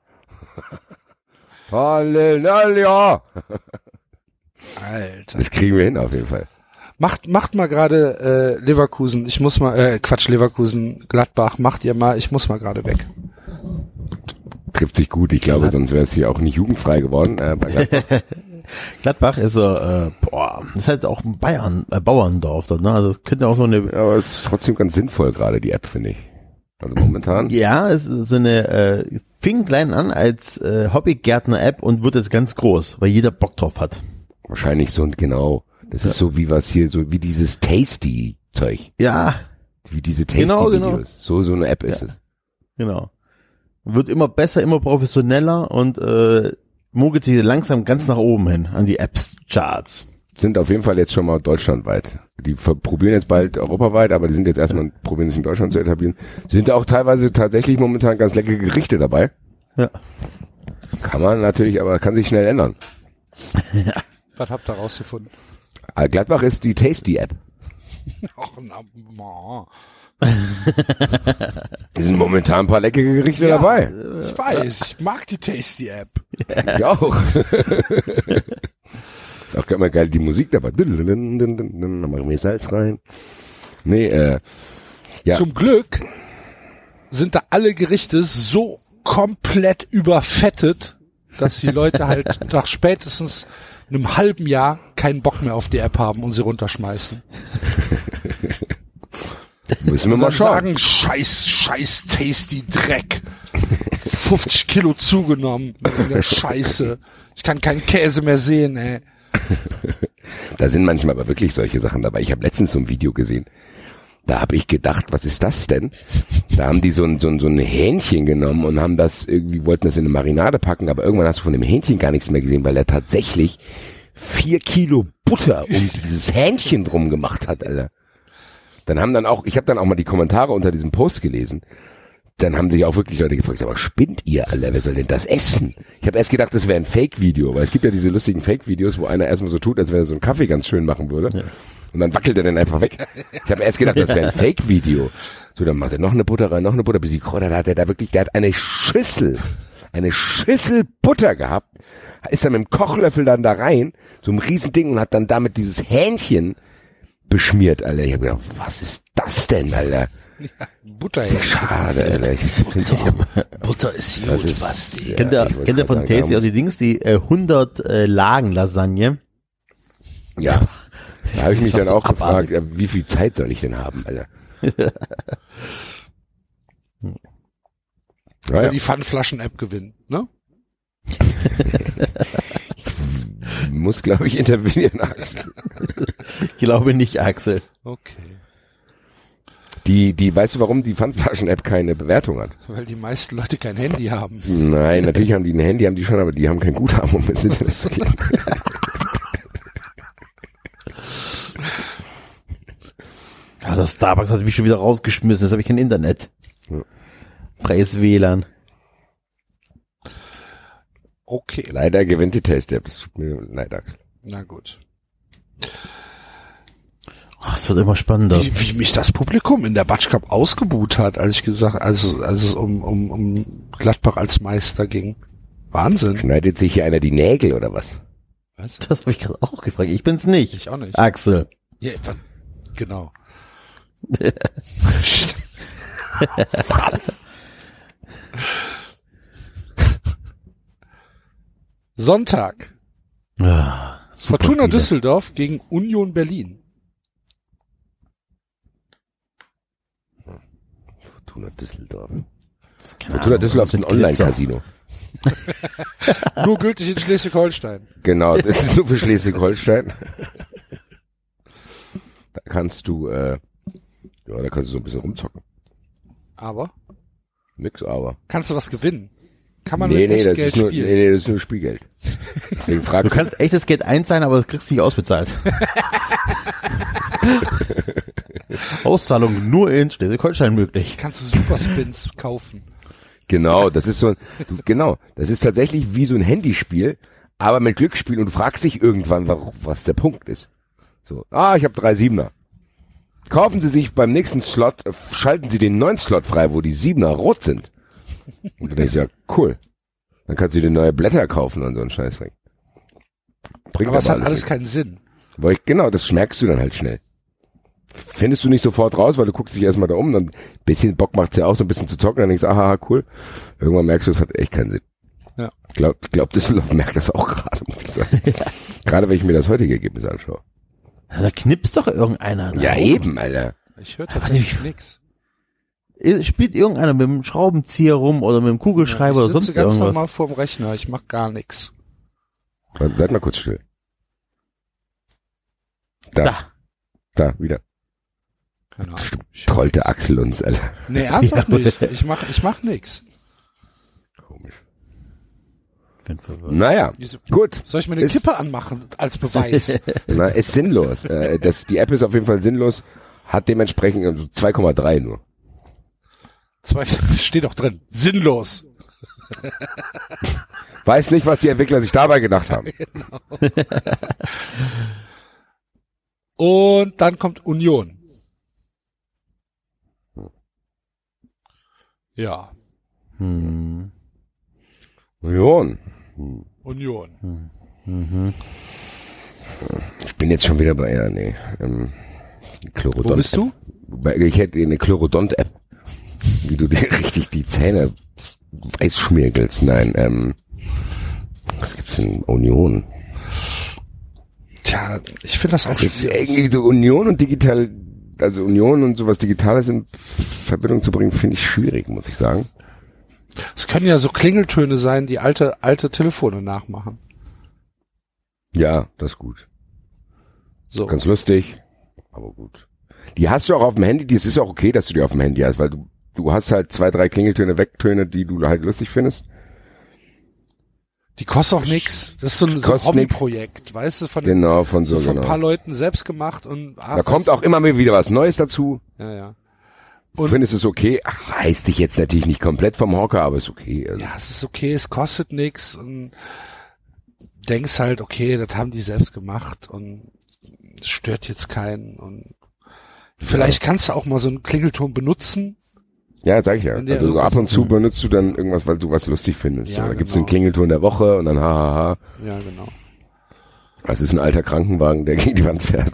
Halleluja. Alter. Das kriegen wir hin auf jeden Fall. Macht, macht mal gerade äh, Leverkusen. Ich muss mal, äh, Quatsch, Leverkusen, Gladbach. Macht ihr mal. Ich muss mal gerade weg. Trifft sich gut. Ich glaube, sonst wäre es hier auch nicht jugendfrei geworden. Äh, bei Gladbach. Gladbach ist so, äh, boah, das ist halt auch ein Bayern, äh, Bauerndorf dort, ne? Also das könnte auch so eine, Aber es ist trotzdem ganz sinnvoll gerade, die App, finde ich. Also momentan. ja, es ist so eine, äh, fing klein an als äh, Hobbygärtner-App und wird jetzt ganz groß, weil jeder Bock drauf hat. Wahrscheinlich so und genau. Das ist so wie was hier, so wie dieses Tasty-Zeug. Ja, Wie diese Genau, Tasty-Videos. genau. So, so eine App ist Ja. es. genau. Wird immer besser, immer professioneller und äh, mogelt sich langsam ganz nach oben hin an die Apps-Charts. Sind auf jeden Fall jetzt schon mal deutschlandweit. Die ver- probieren jetzt bald europaweit, aber die sind jetzt erstmal, probieren es in Deutschland zu etablieren. Sind auch teilweise tatsächlich momentan ganz leckere Gerichte dabei. Ja. Kann man natürlich, aber kann sich schnell ändern. Was habt ihr rausgefunden? Äh, Gladbach ist die Tasty-App. Ach, na, ma. Es sind momentan ein paar leckere Gerichte Ja, dabei. Ich weiß, ich mag die Tasty-App. Ich auch. Ist auch immer geil, die Musik dabei. Dann machen wir Salz rein. Nee, äh, ja. Zum Glück sind da alle Gerichte so komplett überfettet, dass die Leute halt nach spätestens einem halben Jahr keinen Bock mehr auf die App haben und sie runterschmeißen. Müssen wir Und mal dann schauen. sagen, scheiß, scheiß Tasty Dreck. fünfzig Kilo zugenommen in der Scheiße. Ich kann keinen Käse mehr sehen, ey. Da sind manchmal aber wirklich solche Sachen dabei. Ich habe letztens so ein Video gesehen. Da habe ich gedacht, was ist das denn? Da haben die so ein, so ein, so ein Hähnchen genommen und haben das irgendwie, wollten das in eine Marinade packen, aber irgendwann hast du von dem Hähnchen gar nichts mehr gesehen, weil er tatsächlich vier Kilo Butter um dieses Hähnchen drum gemacht hat, Alter. Dann haben dann auch, ich habe dann auch mal die Kommentare unter diesem Post gelesen. Dann haben sich auch wirklich Leute gefragt, aber spinnt ihr, Alter, wer soll denn das essen? Ich habe erst gedacht, das wäre ein Fake-Video, weil es gibt ja diese lustigen Fake-Videos, wo einer erstmal so tut, als wenn er so einen Kaffee ganz schön machen würde. Ja. Und dann wackelt er den einfach weg. Ich habe erst gedacht, das wäre ein Fake-Video. So, dann macht er noch eine Butter rein, noch eine Butter, bis die Kräuter, da hat er da wirklich, der hat eine Schüssel, eine Schüssel Butter gehabt, ist dann mit dem Kochlöffel dann da rein, so ein Riesending und hat dann damit dieses Hähnchen beschmiert, Alter. Ich habe gedacht, was ist das denn, Alter? Ja, Butterhähnchen. Schade, Alter. Ich find's auch, Butter ist gut, das ist, Basti. ja, Kennt ihr, ich wollte kennt ihr von gerade sagen, Tasty auch die Dings, die äh, hundert äh, Lagen Lasagne? ja. Da habe ich mich Das ist dann doch auch so gefragt, abartig. ja, wie viel Zeit soll ich denn haben, Alter? Ja, ja, die Pfandflaschen-App gewinnt, ne? muss, glaube ich, intervenieren. Axel. Ich glaube nicht, Axel. Okay. Die, die, weißt du, warum die Pfandflaschen-App keine Bewertung hat? Weil die meisten Leute kein Handy haben. Nein, natürlich haben die ein Handy, haben die schon, aber die haben kein Guthaben, um ins Internet zu gehen. Ja, das Starbucks hat mich schon wieder rausgeschmissen, jetzt habe ich kein Internet. Ja. Freies W L A N. Okay, Leider gewinnt die Taste-App, das tut mir leid, Axel. na gut. Oh, es wird immer spannender. Wie, wie mich das Publikum in der Batsch Cup ausgebuht hat, als ich gesagt, als, als es um, um, um Gladbach als Meister ging. Wahnsinn. Schneidet sich hier einer die Nägel oder was? Was? Das habe ich gerade auch gefragt. Ich bin's nicht. Ich auch nicht. Axel. Ja, was? Genau. Sonntag. Ah, super Fortuna Spiele. Düsseldorf gegen Union Berlin. Fortuna Düsseldorf. Keine Fortuna Ahnung, Düsseldorf ist ein mit Glitzer. Online-Casino. Nur gültig in Schleswig-Holstein. Genau, das ist nur für Schleswig-Holstein. Da kannst du, äh, ja, da kannst du so ein bisschen rumzocken. Aber? Nix, aber. Kannst du was gewinnen? Kann man nee, mit nee, echtem das Geld ist nur, spielen? nee, nee, das ist nur Spielgeld. Deswegen Du fragst kannst echtes Geld einzahlen, aber das kriegst du nicht ausbezahlt. Auszahlung nur in Schleswig-Holstein möglich. Kannst du Superspins kaufen? Genau, das ist so ein, du, genau, das ist tatsächlich wie so ein Handyspiel, aber mit Glücksspiel und du fragst dich irgendwann, warum, was der Punkt ist. So, ah, ich habe drei Siebener. Kaufen Sie sich beim nächsten Slot, äh, schalten Sie den neuen Slot frei, wo die Siebener rot sind. Und du denkst, ja, cool. Dann kannst du dir neue Blätter kaufen und so einen Scheißdreck. Bringt Aber es hat alles nichts. keinen Sinn. Aber ich, genau, das merkst du dann halt schnell. Findest du nicht sofort raus, weil du guckst dich erstmal da um, dann ein bisschen Bock macht's ja auch, so ein bisschen zu zocken, dann denkst du, aha, cool. Irgendwann merkst du, es hat echt keinen Sinn. Ja. Ich glaub, ich glaub, Düsseldorf merkt das auch gerade, muss ich sagen. Gerade wenn ich mir das heutige Ergebnis anschaue. Da knipst doch irgendeiner. Da Ja, rum. eben, Alter. Ich höre tatsächlich nix. Spielt irgendeiner mit dem Schraubenzieher rum oder mit dem Kugelschreiber ich oder sonst sitze ganz irgendwas. normal vorm Rechner, ich mach gar nix. Dann seid mal kurz still. Da. Da. Da, wieder. Keine Ahnung. Ich, Trollte Axel uns, Alter. nee, ernsthaft nicht. Ich mach, ich mach nix. Komisch. Bin verwirrt. Naja, Wieso- gut. Soll ich mir eine Ist- Kippe anmachen als Beweis? Na, ist sinnlos. Äh, das, die App ist auf jeden Fall sinnlos, hat dementsprechend also zwei Komma drei nur. Zwei, steht doch drin. Sinnlos. Weiß nicht, was die Entwickler sich dabei gedacht haben. Und dann kommt Union. Ja, Hm. Union. Union. Ich bin jetzt schon wieder bei, ja, nee, ähm, Chlorodont. Wo bist du? Bei, ich hätte eine Chlorodont-App, wie du dir richtig die Zähne weiß schmirgelst. Nein, ähm, was gibt's in Union? Tja, ich finde das auch Das ist irgendwie so Union und digital, also Union und sowas Digitales in Verbindung zu bringen, finde ich schwierig, muss ich sagen. Es können ja so Klingeltöne sein, die alte, alte Telefone nachmachen. Ja, das ist gut. So. Ganz lustig, aber gut. Die hast du auch auf dem Handy, das ist auch okay, dass du die auf dem Handy hast, weil du, du hast halt zwei, drei Klingeltöne, Wegtöne, die du halt lustig findest. Die kostet auch nix. Das ist so ein, so ein Kostet nix. Hobbyprojekt, weißt du, von, Genau, von so, so von genau. ein paar Leuten selbst gemacht und ah, Da kommt auch immer wieder was Neues dazu. ja, ja. Du Und- findest es okay. Ach, reißt dich jetzt natürlich nicht komplett vom Hocker, aber ist okay. Also, Ja, es ist okay, es kostet nix und denkst halt, okay, das haben die selbst gemacht und es stört jetzt keinen und vielleicht kannst du auch mal so einen Klingelton benutzen. ja, sag ich ja. Wenn dir Also so irgendwas- ab und zu benutzt du dann irgendwas, weil du was lustig findest. Ja, so, da gibt's genau. den Klingelton der Woche und dann hahaha. Ja, genau. Das ist ein alter Krankenwagen, der gegen die Wand fährt.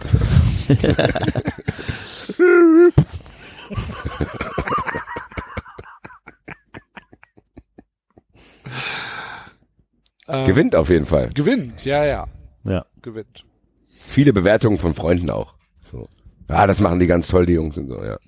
Ähm, Gewinnt auf jeden Fall. Gewinnt, ja, ja, Ja. gewinnt. Viele Bewertungen von Freunden auch. So. Ja, das machen die ganz toll, die Jungs und so, ja.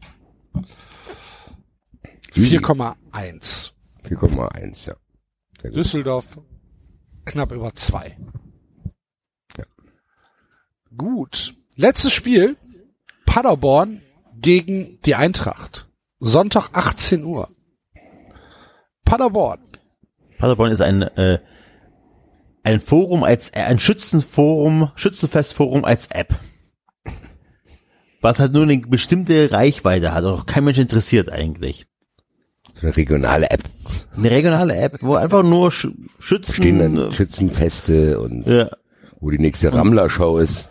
vier Komma eins. vier Komma eins, ja. Sehr gut. Düsseldorf knapp über zwei. Ja. Gut. Letztes Spiel. Paderborn gegen die Eintracht. Sonntag achtzehn Uhr. Paderborn. Paderborn ist ein äh, ein Forum als äh, ein Schützenforum, Schützenfestforum als App. Was halt nur eine bestimmte Reichweite hat, auch kein Mensch interessiert eigentlich. So eine regionale App. Eine regionale App, wo einfach nur Sch Schützen Stehen dann äh, Schützenfeste und ja, wo die nächste Rammler-Show ist.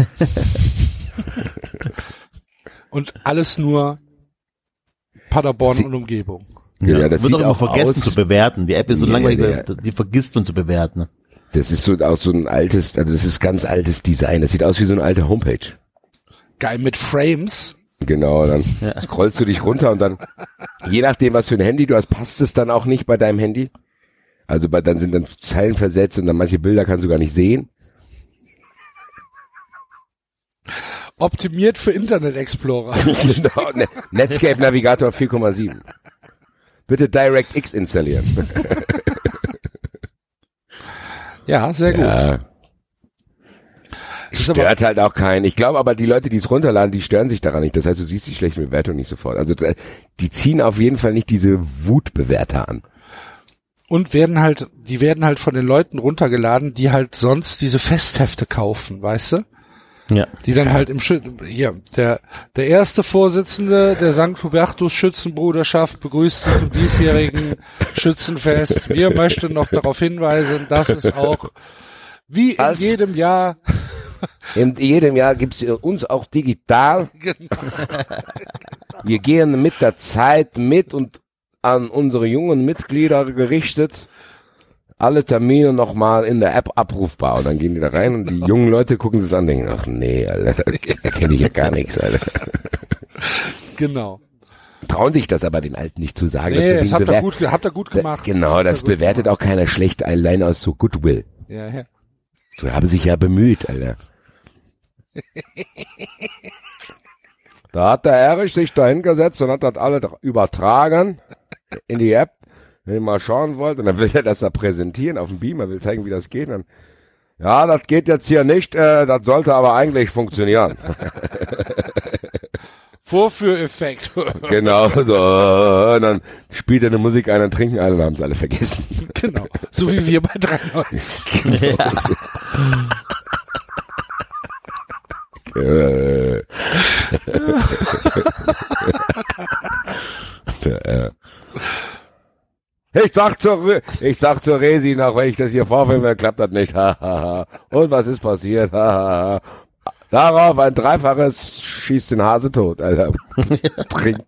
Und alles nur Paderborn Sie- und Umgebung. Ja, ja, das wird sieht auch immer auch vergessen aus. zu bewerten. Die App ist so Nee, langweilig, nee. die vergisst man zu bewerten. Das ist so auch so ein altes, also das ist ganz altes Design. Das sieht aus wie so eine alte Homepage. Geil mit Frames. Genau, dann scrollst du dich runter und dann, je nachdem, was für ein Handy du hast, passt es dann auch nicht bei deinem Handy. Also bei, dann sind dann Zeilen versetzt und dann manche Bilder kannst du gar nicht sehen. Optimiert für Internet Explorer. Genau, ne, Netscape Navigator vier Komma sieben. bitte DirectX installieren. Ja, sehr gut. Ja. Es ist aber, Stört halt auch keinen. Ich glaube aber, die Leute, die es runterladen, die stören sich daran nicht. Das heißt, du siehst die schlechten Bewertungen nicht sofort. Also die ziehen auf jeden Fall nicht diese Wutbewerter an. und werden halt, die werden halt von den Leuten runtergeladen, die halt sonst diese Festhefte kaufen, weißt du? Ja. Die dann halt im Schüt, hier, der, der erste Vorsitzende der Sankt Hubertus Schützenbruderschaft begrüßt Sie zum diesjährigen Schützenfest. Wir möchten noch darauf hinweisen, dass es auch, wie in Als jedem Jahr, in jedem Jahr gibt's uns auch digital. genau, Wir gehen mit der Zeit mit und an unsere jungen Mitglieder gerichtet. Alle Termine nochmal in der App abrufbar. Und dann gehen die da rein und die jungen Leute gucken sich das an und denken, ach nee, Alter, da kenne ich ja gar nichts, Alter. genau. Trauen sich das aber den Alten nicht zu sagen. Nee, dass das wir habt ihr bewer- gut, habt ihr gut gemacht. Genau, Habt ihr das gut bewertet gemacht. auch keiner schlecht, allein aus so Goodwill. Ja, ja. So haben sich ja bemüht, Alter. Da hat der Erich sich da hingesetzt und hat das alle übertragen in die App, wenn ihr mal schauen wollt. Und dann will er das da präsentieren auf dem Beamer, will zeigen, wie das geht. Und dann, ja, das geht jetzt hier nicht, äh, das sollte aber eigentlich funktionieren. Vorführeffekt. Genau, so. Und dann spielt er eine Musik ein, dann trinken alle und haben es alle vergessen. Genau. So wie wir bei dreiundneunzig. Genau so. Äh. äh. Ich sag zur, Re- ich sag zur Resi nach, wenn ich das hier vorfilme, klappt das nicht. Und was ist passiert? Darauf ein Dreifaches schießt den Hase tot, Alter. Trinkt.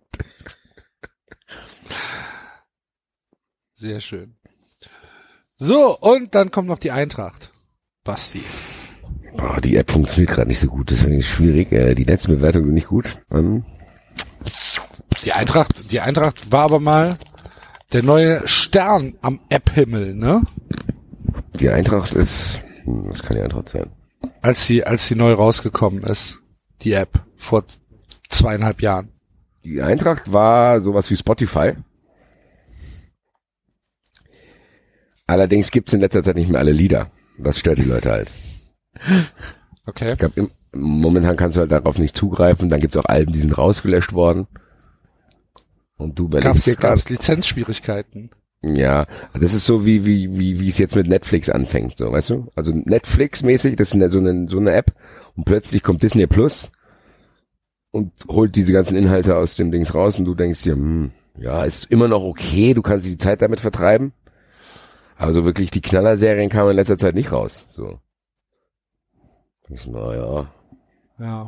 Sehr schön. So, und dann kommt noch die Eintracht. Basti. Boah, die App funktioniert gerade nicht so gut. Das finde ich schwierig. Äh, die letzten Bewertungen sind nicht gut. Ähm, Die Eintracht, die Eintracht war aber mal der neue Stern am App-Himmel, ne? die Eintracht ist, hm, was kann die Eintracht sein? Als sie, als sie neu rausgekommen ist. Die App. Vor zweieinhalb Jahren. Die Eintracht war sowas wie Spotify. Allerdings gibt's in letzter Zeit nicht mehr alle Lieder. Das stört die Leute halt. Okay. Ich glaub, im, momentan kannst du halt darauf nicht zugreifen. Dann gibt's auch Alben, die sind rausgelöscht worden. Und du überlegst Gab's, dir grad- gab's Lizenzschwierigkeiten? Ja, das ist so wie wie wie wie es jetzt mit Netflix anfängt, so, weißt du? Also Netflix-mäßig, das ist eine, so eine so eine App und plötzlich kommt Disney Plus und holt diese ganzen Inhalte aus dem Dings raus und du denkst dir, hm, ja, ist immer noch okay, du kannst die Zeit damit vertreiben. Aber so wirklich die Knallerserien kamen in letzter Zeit nicht raus, so. Ich so, na ja. Ja.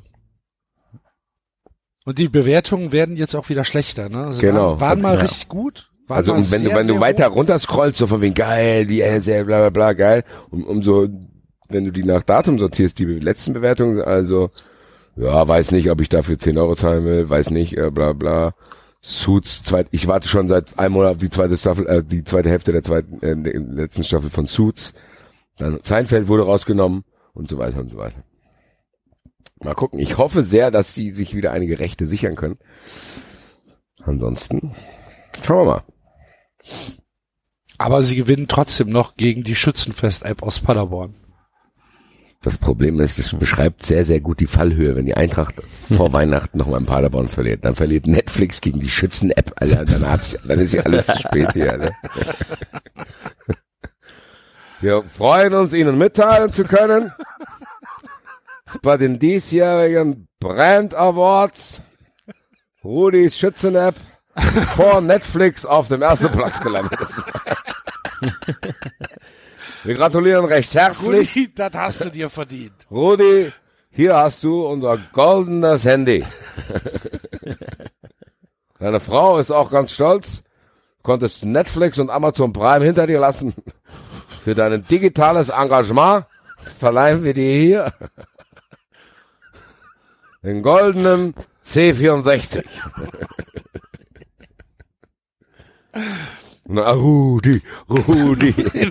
Und die Bewertungen werden jetzt auch wieder schlechter, ne? Also Genau. Waren, waren mal Ja. richtig gut. Waren Also mal und wenn sehr, du wenn du sehr weiter hoch. runter scrollst, so von wegen geil, die äh, sehr bla bla bla geil, um, umso wenn du die nach Datum sortierst, die letzten Bewertungen, also ja, weiß nicht, ob ich dafür zehn Euro zahlen will, weiß nicht, äh, bla bla. Suits, zweit, ich warte schon seit einem Monat auf die zweite Staffel, äh, die zweite Hälfte der zweiten, äh, der letzten Staffel von Suits. Dann Seinfeld wurde rausgenommen und so weiter und so weiter. Mal gucken. Ich hoffe sehr, dass die sich wieder einige Rechte sichern können. Ansonsten schauen wir mal. Aber sie gewinnen trotzdem noch gegen die Schützenfest-App aus Paderborn. Das Problem ist, es beschreibt sehr, sehr gut die Fallhöhe, wenn die Eintracht vor Weihnachten nochmal in Paderborn verliert. Dann verliert Netflix gegen die Schützen-App, Alter. Dann, hat, dann ist ja alles zu spät hier, Alter. Wir freuen uns, Ihnen mitteilen zu können, dass bei den diesjährigen Brand Awards Rudis Schützen-App vor Netflix auf dem ersten Platz gelandet ist. Wir gratulieren recht herzlich. Rudi, das hast du dir verdient. Rudi, hier hast du unser goldenes Handy. Deine Frau ist auch ganz stolz. Du konntest Netflix und Amazon Prime hinter dir lassen. Für dein digitales Engagement verleihen wir dir hier den goldenen C vierundsechzig. Na, Rudi, Rudi.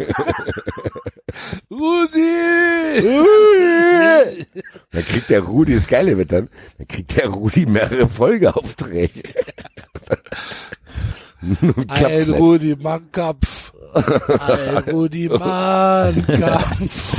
Rudi! Rudi! Dann kriegt der Rudi, das Geile wird dann, dann kriegt der Rudi mehrere Folgeaufträge. Ein Rudi Mannkampf. Ein Rudi Mannkampf.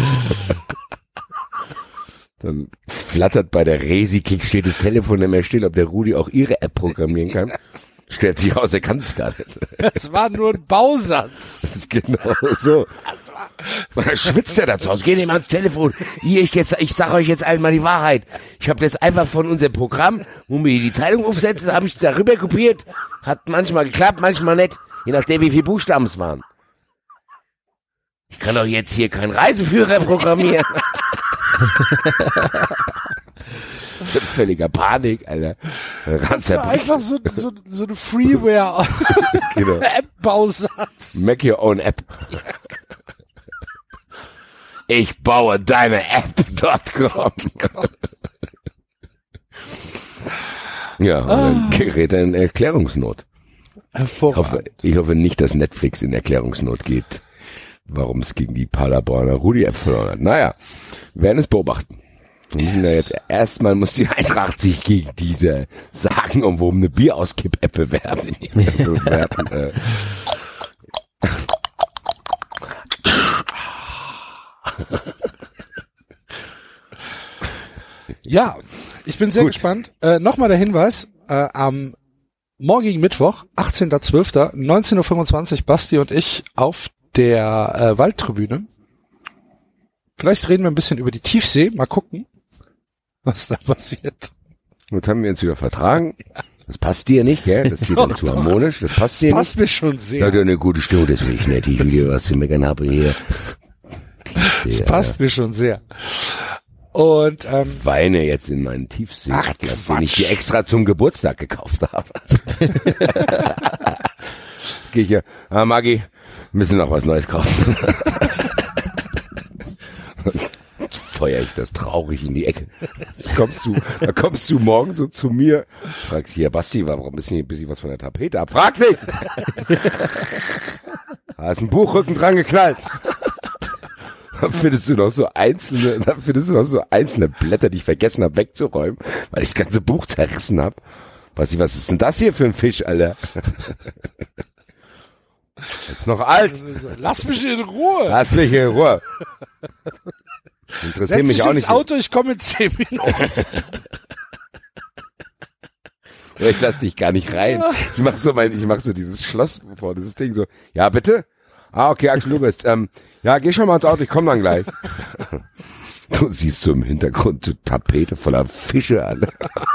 Dann flattert bei der Resi-Klick, steht das Telefon nicht mehr still, ob der Rudi auch ihre App programmieren kann. Stellt sich raus, er kann es gar nicht. Das war nur ein Bausatz. Das ist genau so. Man schwitzt ja dazu aus. Geht ihm ans Telefon. Hier, ich, jetzt, ich sag euch jetzt einmal die Wahrheit. Ich habe das einfach von unserem Programm, wo wir die Zeitung aufsetzen, habe ich darüber kopiert. Hat manchmal geklappt, manchmal nicht. Je nachdem, wie viele Buchstaben es waren. Ich kann doch jetzt hier keinen Reiseführer programmieren. Völliger Panik, Alter. Das war einfach so, so, so eine Freeware genau. App-Bausatz. Make your own App. Ich baue deine App Punkt com. Ja, und dann gerät er in Erklärungsnot. Ich hoffe, ich hoffe nicht, dass Netflix in Erklärungsnot geht, warum es gegen die Paderborner Rudi-App verloren hat. Naja, wir werden es beobachten. Wir müssen ja jetzt erstmal muss die Eintracht sich gegen diese sagen, um wo eine Bierauskipp-App bewerben. bewerben äh. Ja, ich bin sehr Gut. gespannt. Äh, Nochmal der Hinweis, äh, am morgigen Mittwoch, achtzehnter zwölfter, neunzehn Uhr fünfundzwanzig, Basti und ich auf der äh, Waldtribüne. Vielleicht reden wir ein bisschen über die Tiefsee, mal gucken, was da passiert. Jetzt haben wir uns wieder vertragen. Das passt dir nicht, gell? Das ist dir dann zu harmonisch. Das passt dir Passt nicht. mir schon sehr. Ja, eine gute Stimmung, deswegen ich nicht hier was zu meckern habe hier. Das passt mir schon sehr. Und ähm, Weine jetzt in meinen Tiefsee-Atlas, den ich dir extra zum Geburtstag gekauft habe. Geh ich hier, ah Maggi, müssen noch was Neues kaufen. Feuer ich das traurig in die Ecke. Kommst du, da kommst du morgen so zu mir, fragst hier, Basti, warum ist hier ein bisschen was von der Tapete ab? Frag nicht! Da ist ein Buchrücken dran geknallt. Dann findest du noch so einzelne, dann findest du noch so einzelne Blätter, die ich vergessen habe wegzuräumen, weil ich das ganze Buch zerrissen habe. Basti, was ist denn das hier für ein Fisch, Alter? Das ist noch alt. lass mich in Ruhe. Lass mich in Ruhe. Interessiert Setz mich dich auch ins nicht. Auto, ich komme in zehn Minuten. Oder ich lass dich gar nicht rein. Ich mach so mein, ich mach so dieses Schloss vor, dieses Ding so. Ja, bitte? Ah, okay, Axel, du bist. Ähm, ja, geh schon mal ins Auto, ich komme dann gleich. Du siehst so im Hintergrund so Tapete voller Fische, Alter.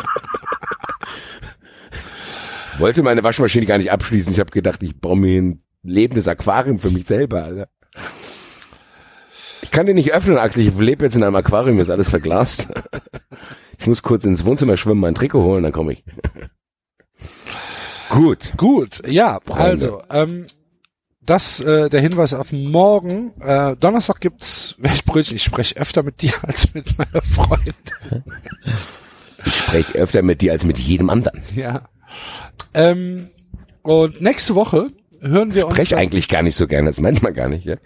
Wollte meine Waschmaschine gar nicht abschließen. Ich habe gedacht, ich baue mir ein lebendes Aquarium für mich selber, Alter. Ich kann den nicht öffnen, Axel. Ich lebe jetzt in einem Aquarium, ist alles verglast. Ich muss kurz ins Wohnzimmer schwimmen, mein Trikot holen, dann komme ich. Gut. Gut, ja, Freunde. also, ähm, das, äh, der Hinweis auf morgen. Äh, Donnerstag gibt's Weltbrötchen. Ich spreche öfter mit dir als mit meiner Freundin. Ich spreche öfter mit dir als mit jedem anderen. Ja. Ähm, und nächste Woche hören wir uns. Ich spreche eigentlich gar nicht so gerne, das meint man gar nicht, ja.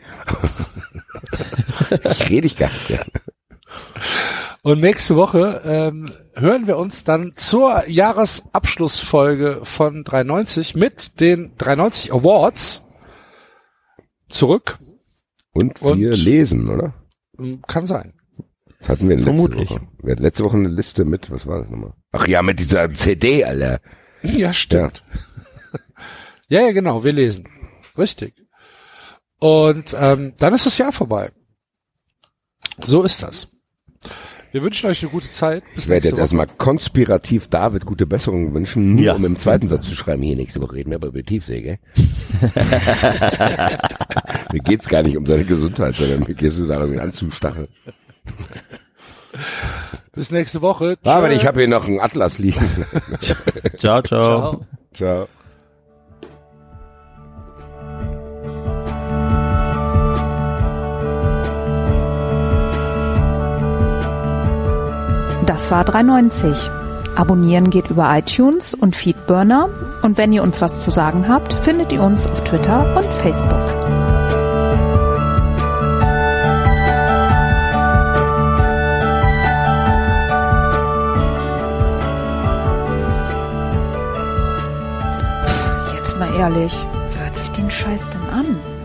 Ich rede ich gar nicht gerne. Und nächste Woche ähm, hören wir uns dann zur Jahresabschlussfolge von dreiundneunzig mit den dreiundneunzig Awards zurück. Und wir Und- lesen, oder? Kann sein. Das hatten wir letzte Vermutlich. Woche. Wir hatten letzte Woche eine Liste mit, was war das nochmal? Ach ja, mit dieser C D, Alter. Ja, stimmt. Ja, ja, genau, wir lesen. Richtig. Und ähm, dann ist das Jahr vorbei. So ist das. Wir wünschen euch eine gute Zeit. Bis Ich werde nächste jetzt Woche. erstmal konspirativ David gute Besserung wünschen, nur Ja. um im zweiten Satz zu schreiben, hier nächste Woche reden wir aber über Tiefsee, gell? Mir geht's gar nicht um seine Gesundheit, sondern mir geht's nur darum, ihn anzustacheln. Bis nächste Woche. Aber Tschö. ich habe hier noch einen Atlas liegen. Ciao, ciao. Ciao. Ciao. Das war dreihundertneunzig. Abonnieren geht über iTunes und Feedburner. Und wenn ihr uns was zu sagen habt, findet ihr uns auf Twitter und Facebook. Jetzt mal eher lächerlich. Wer hört sich den Scheiß denn an?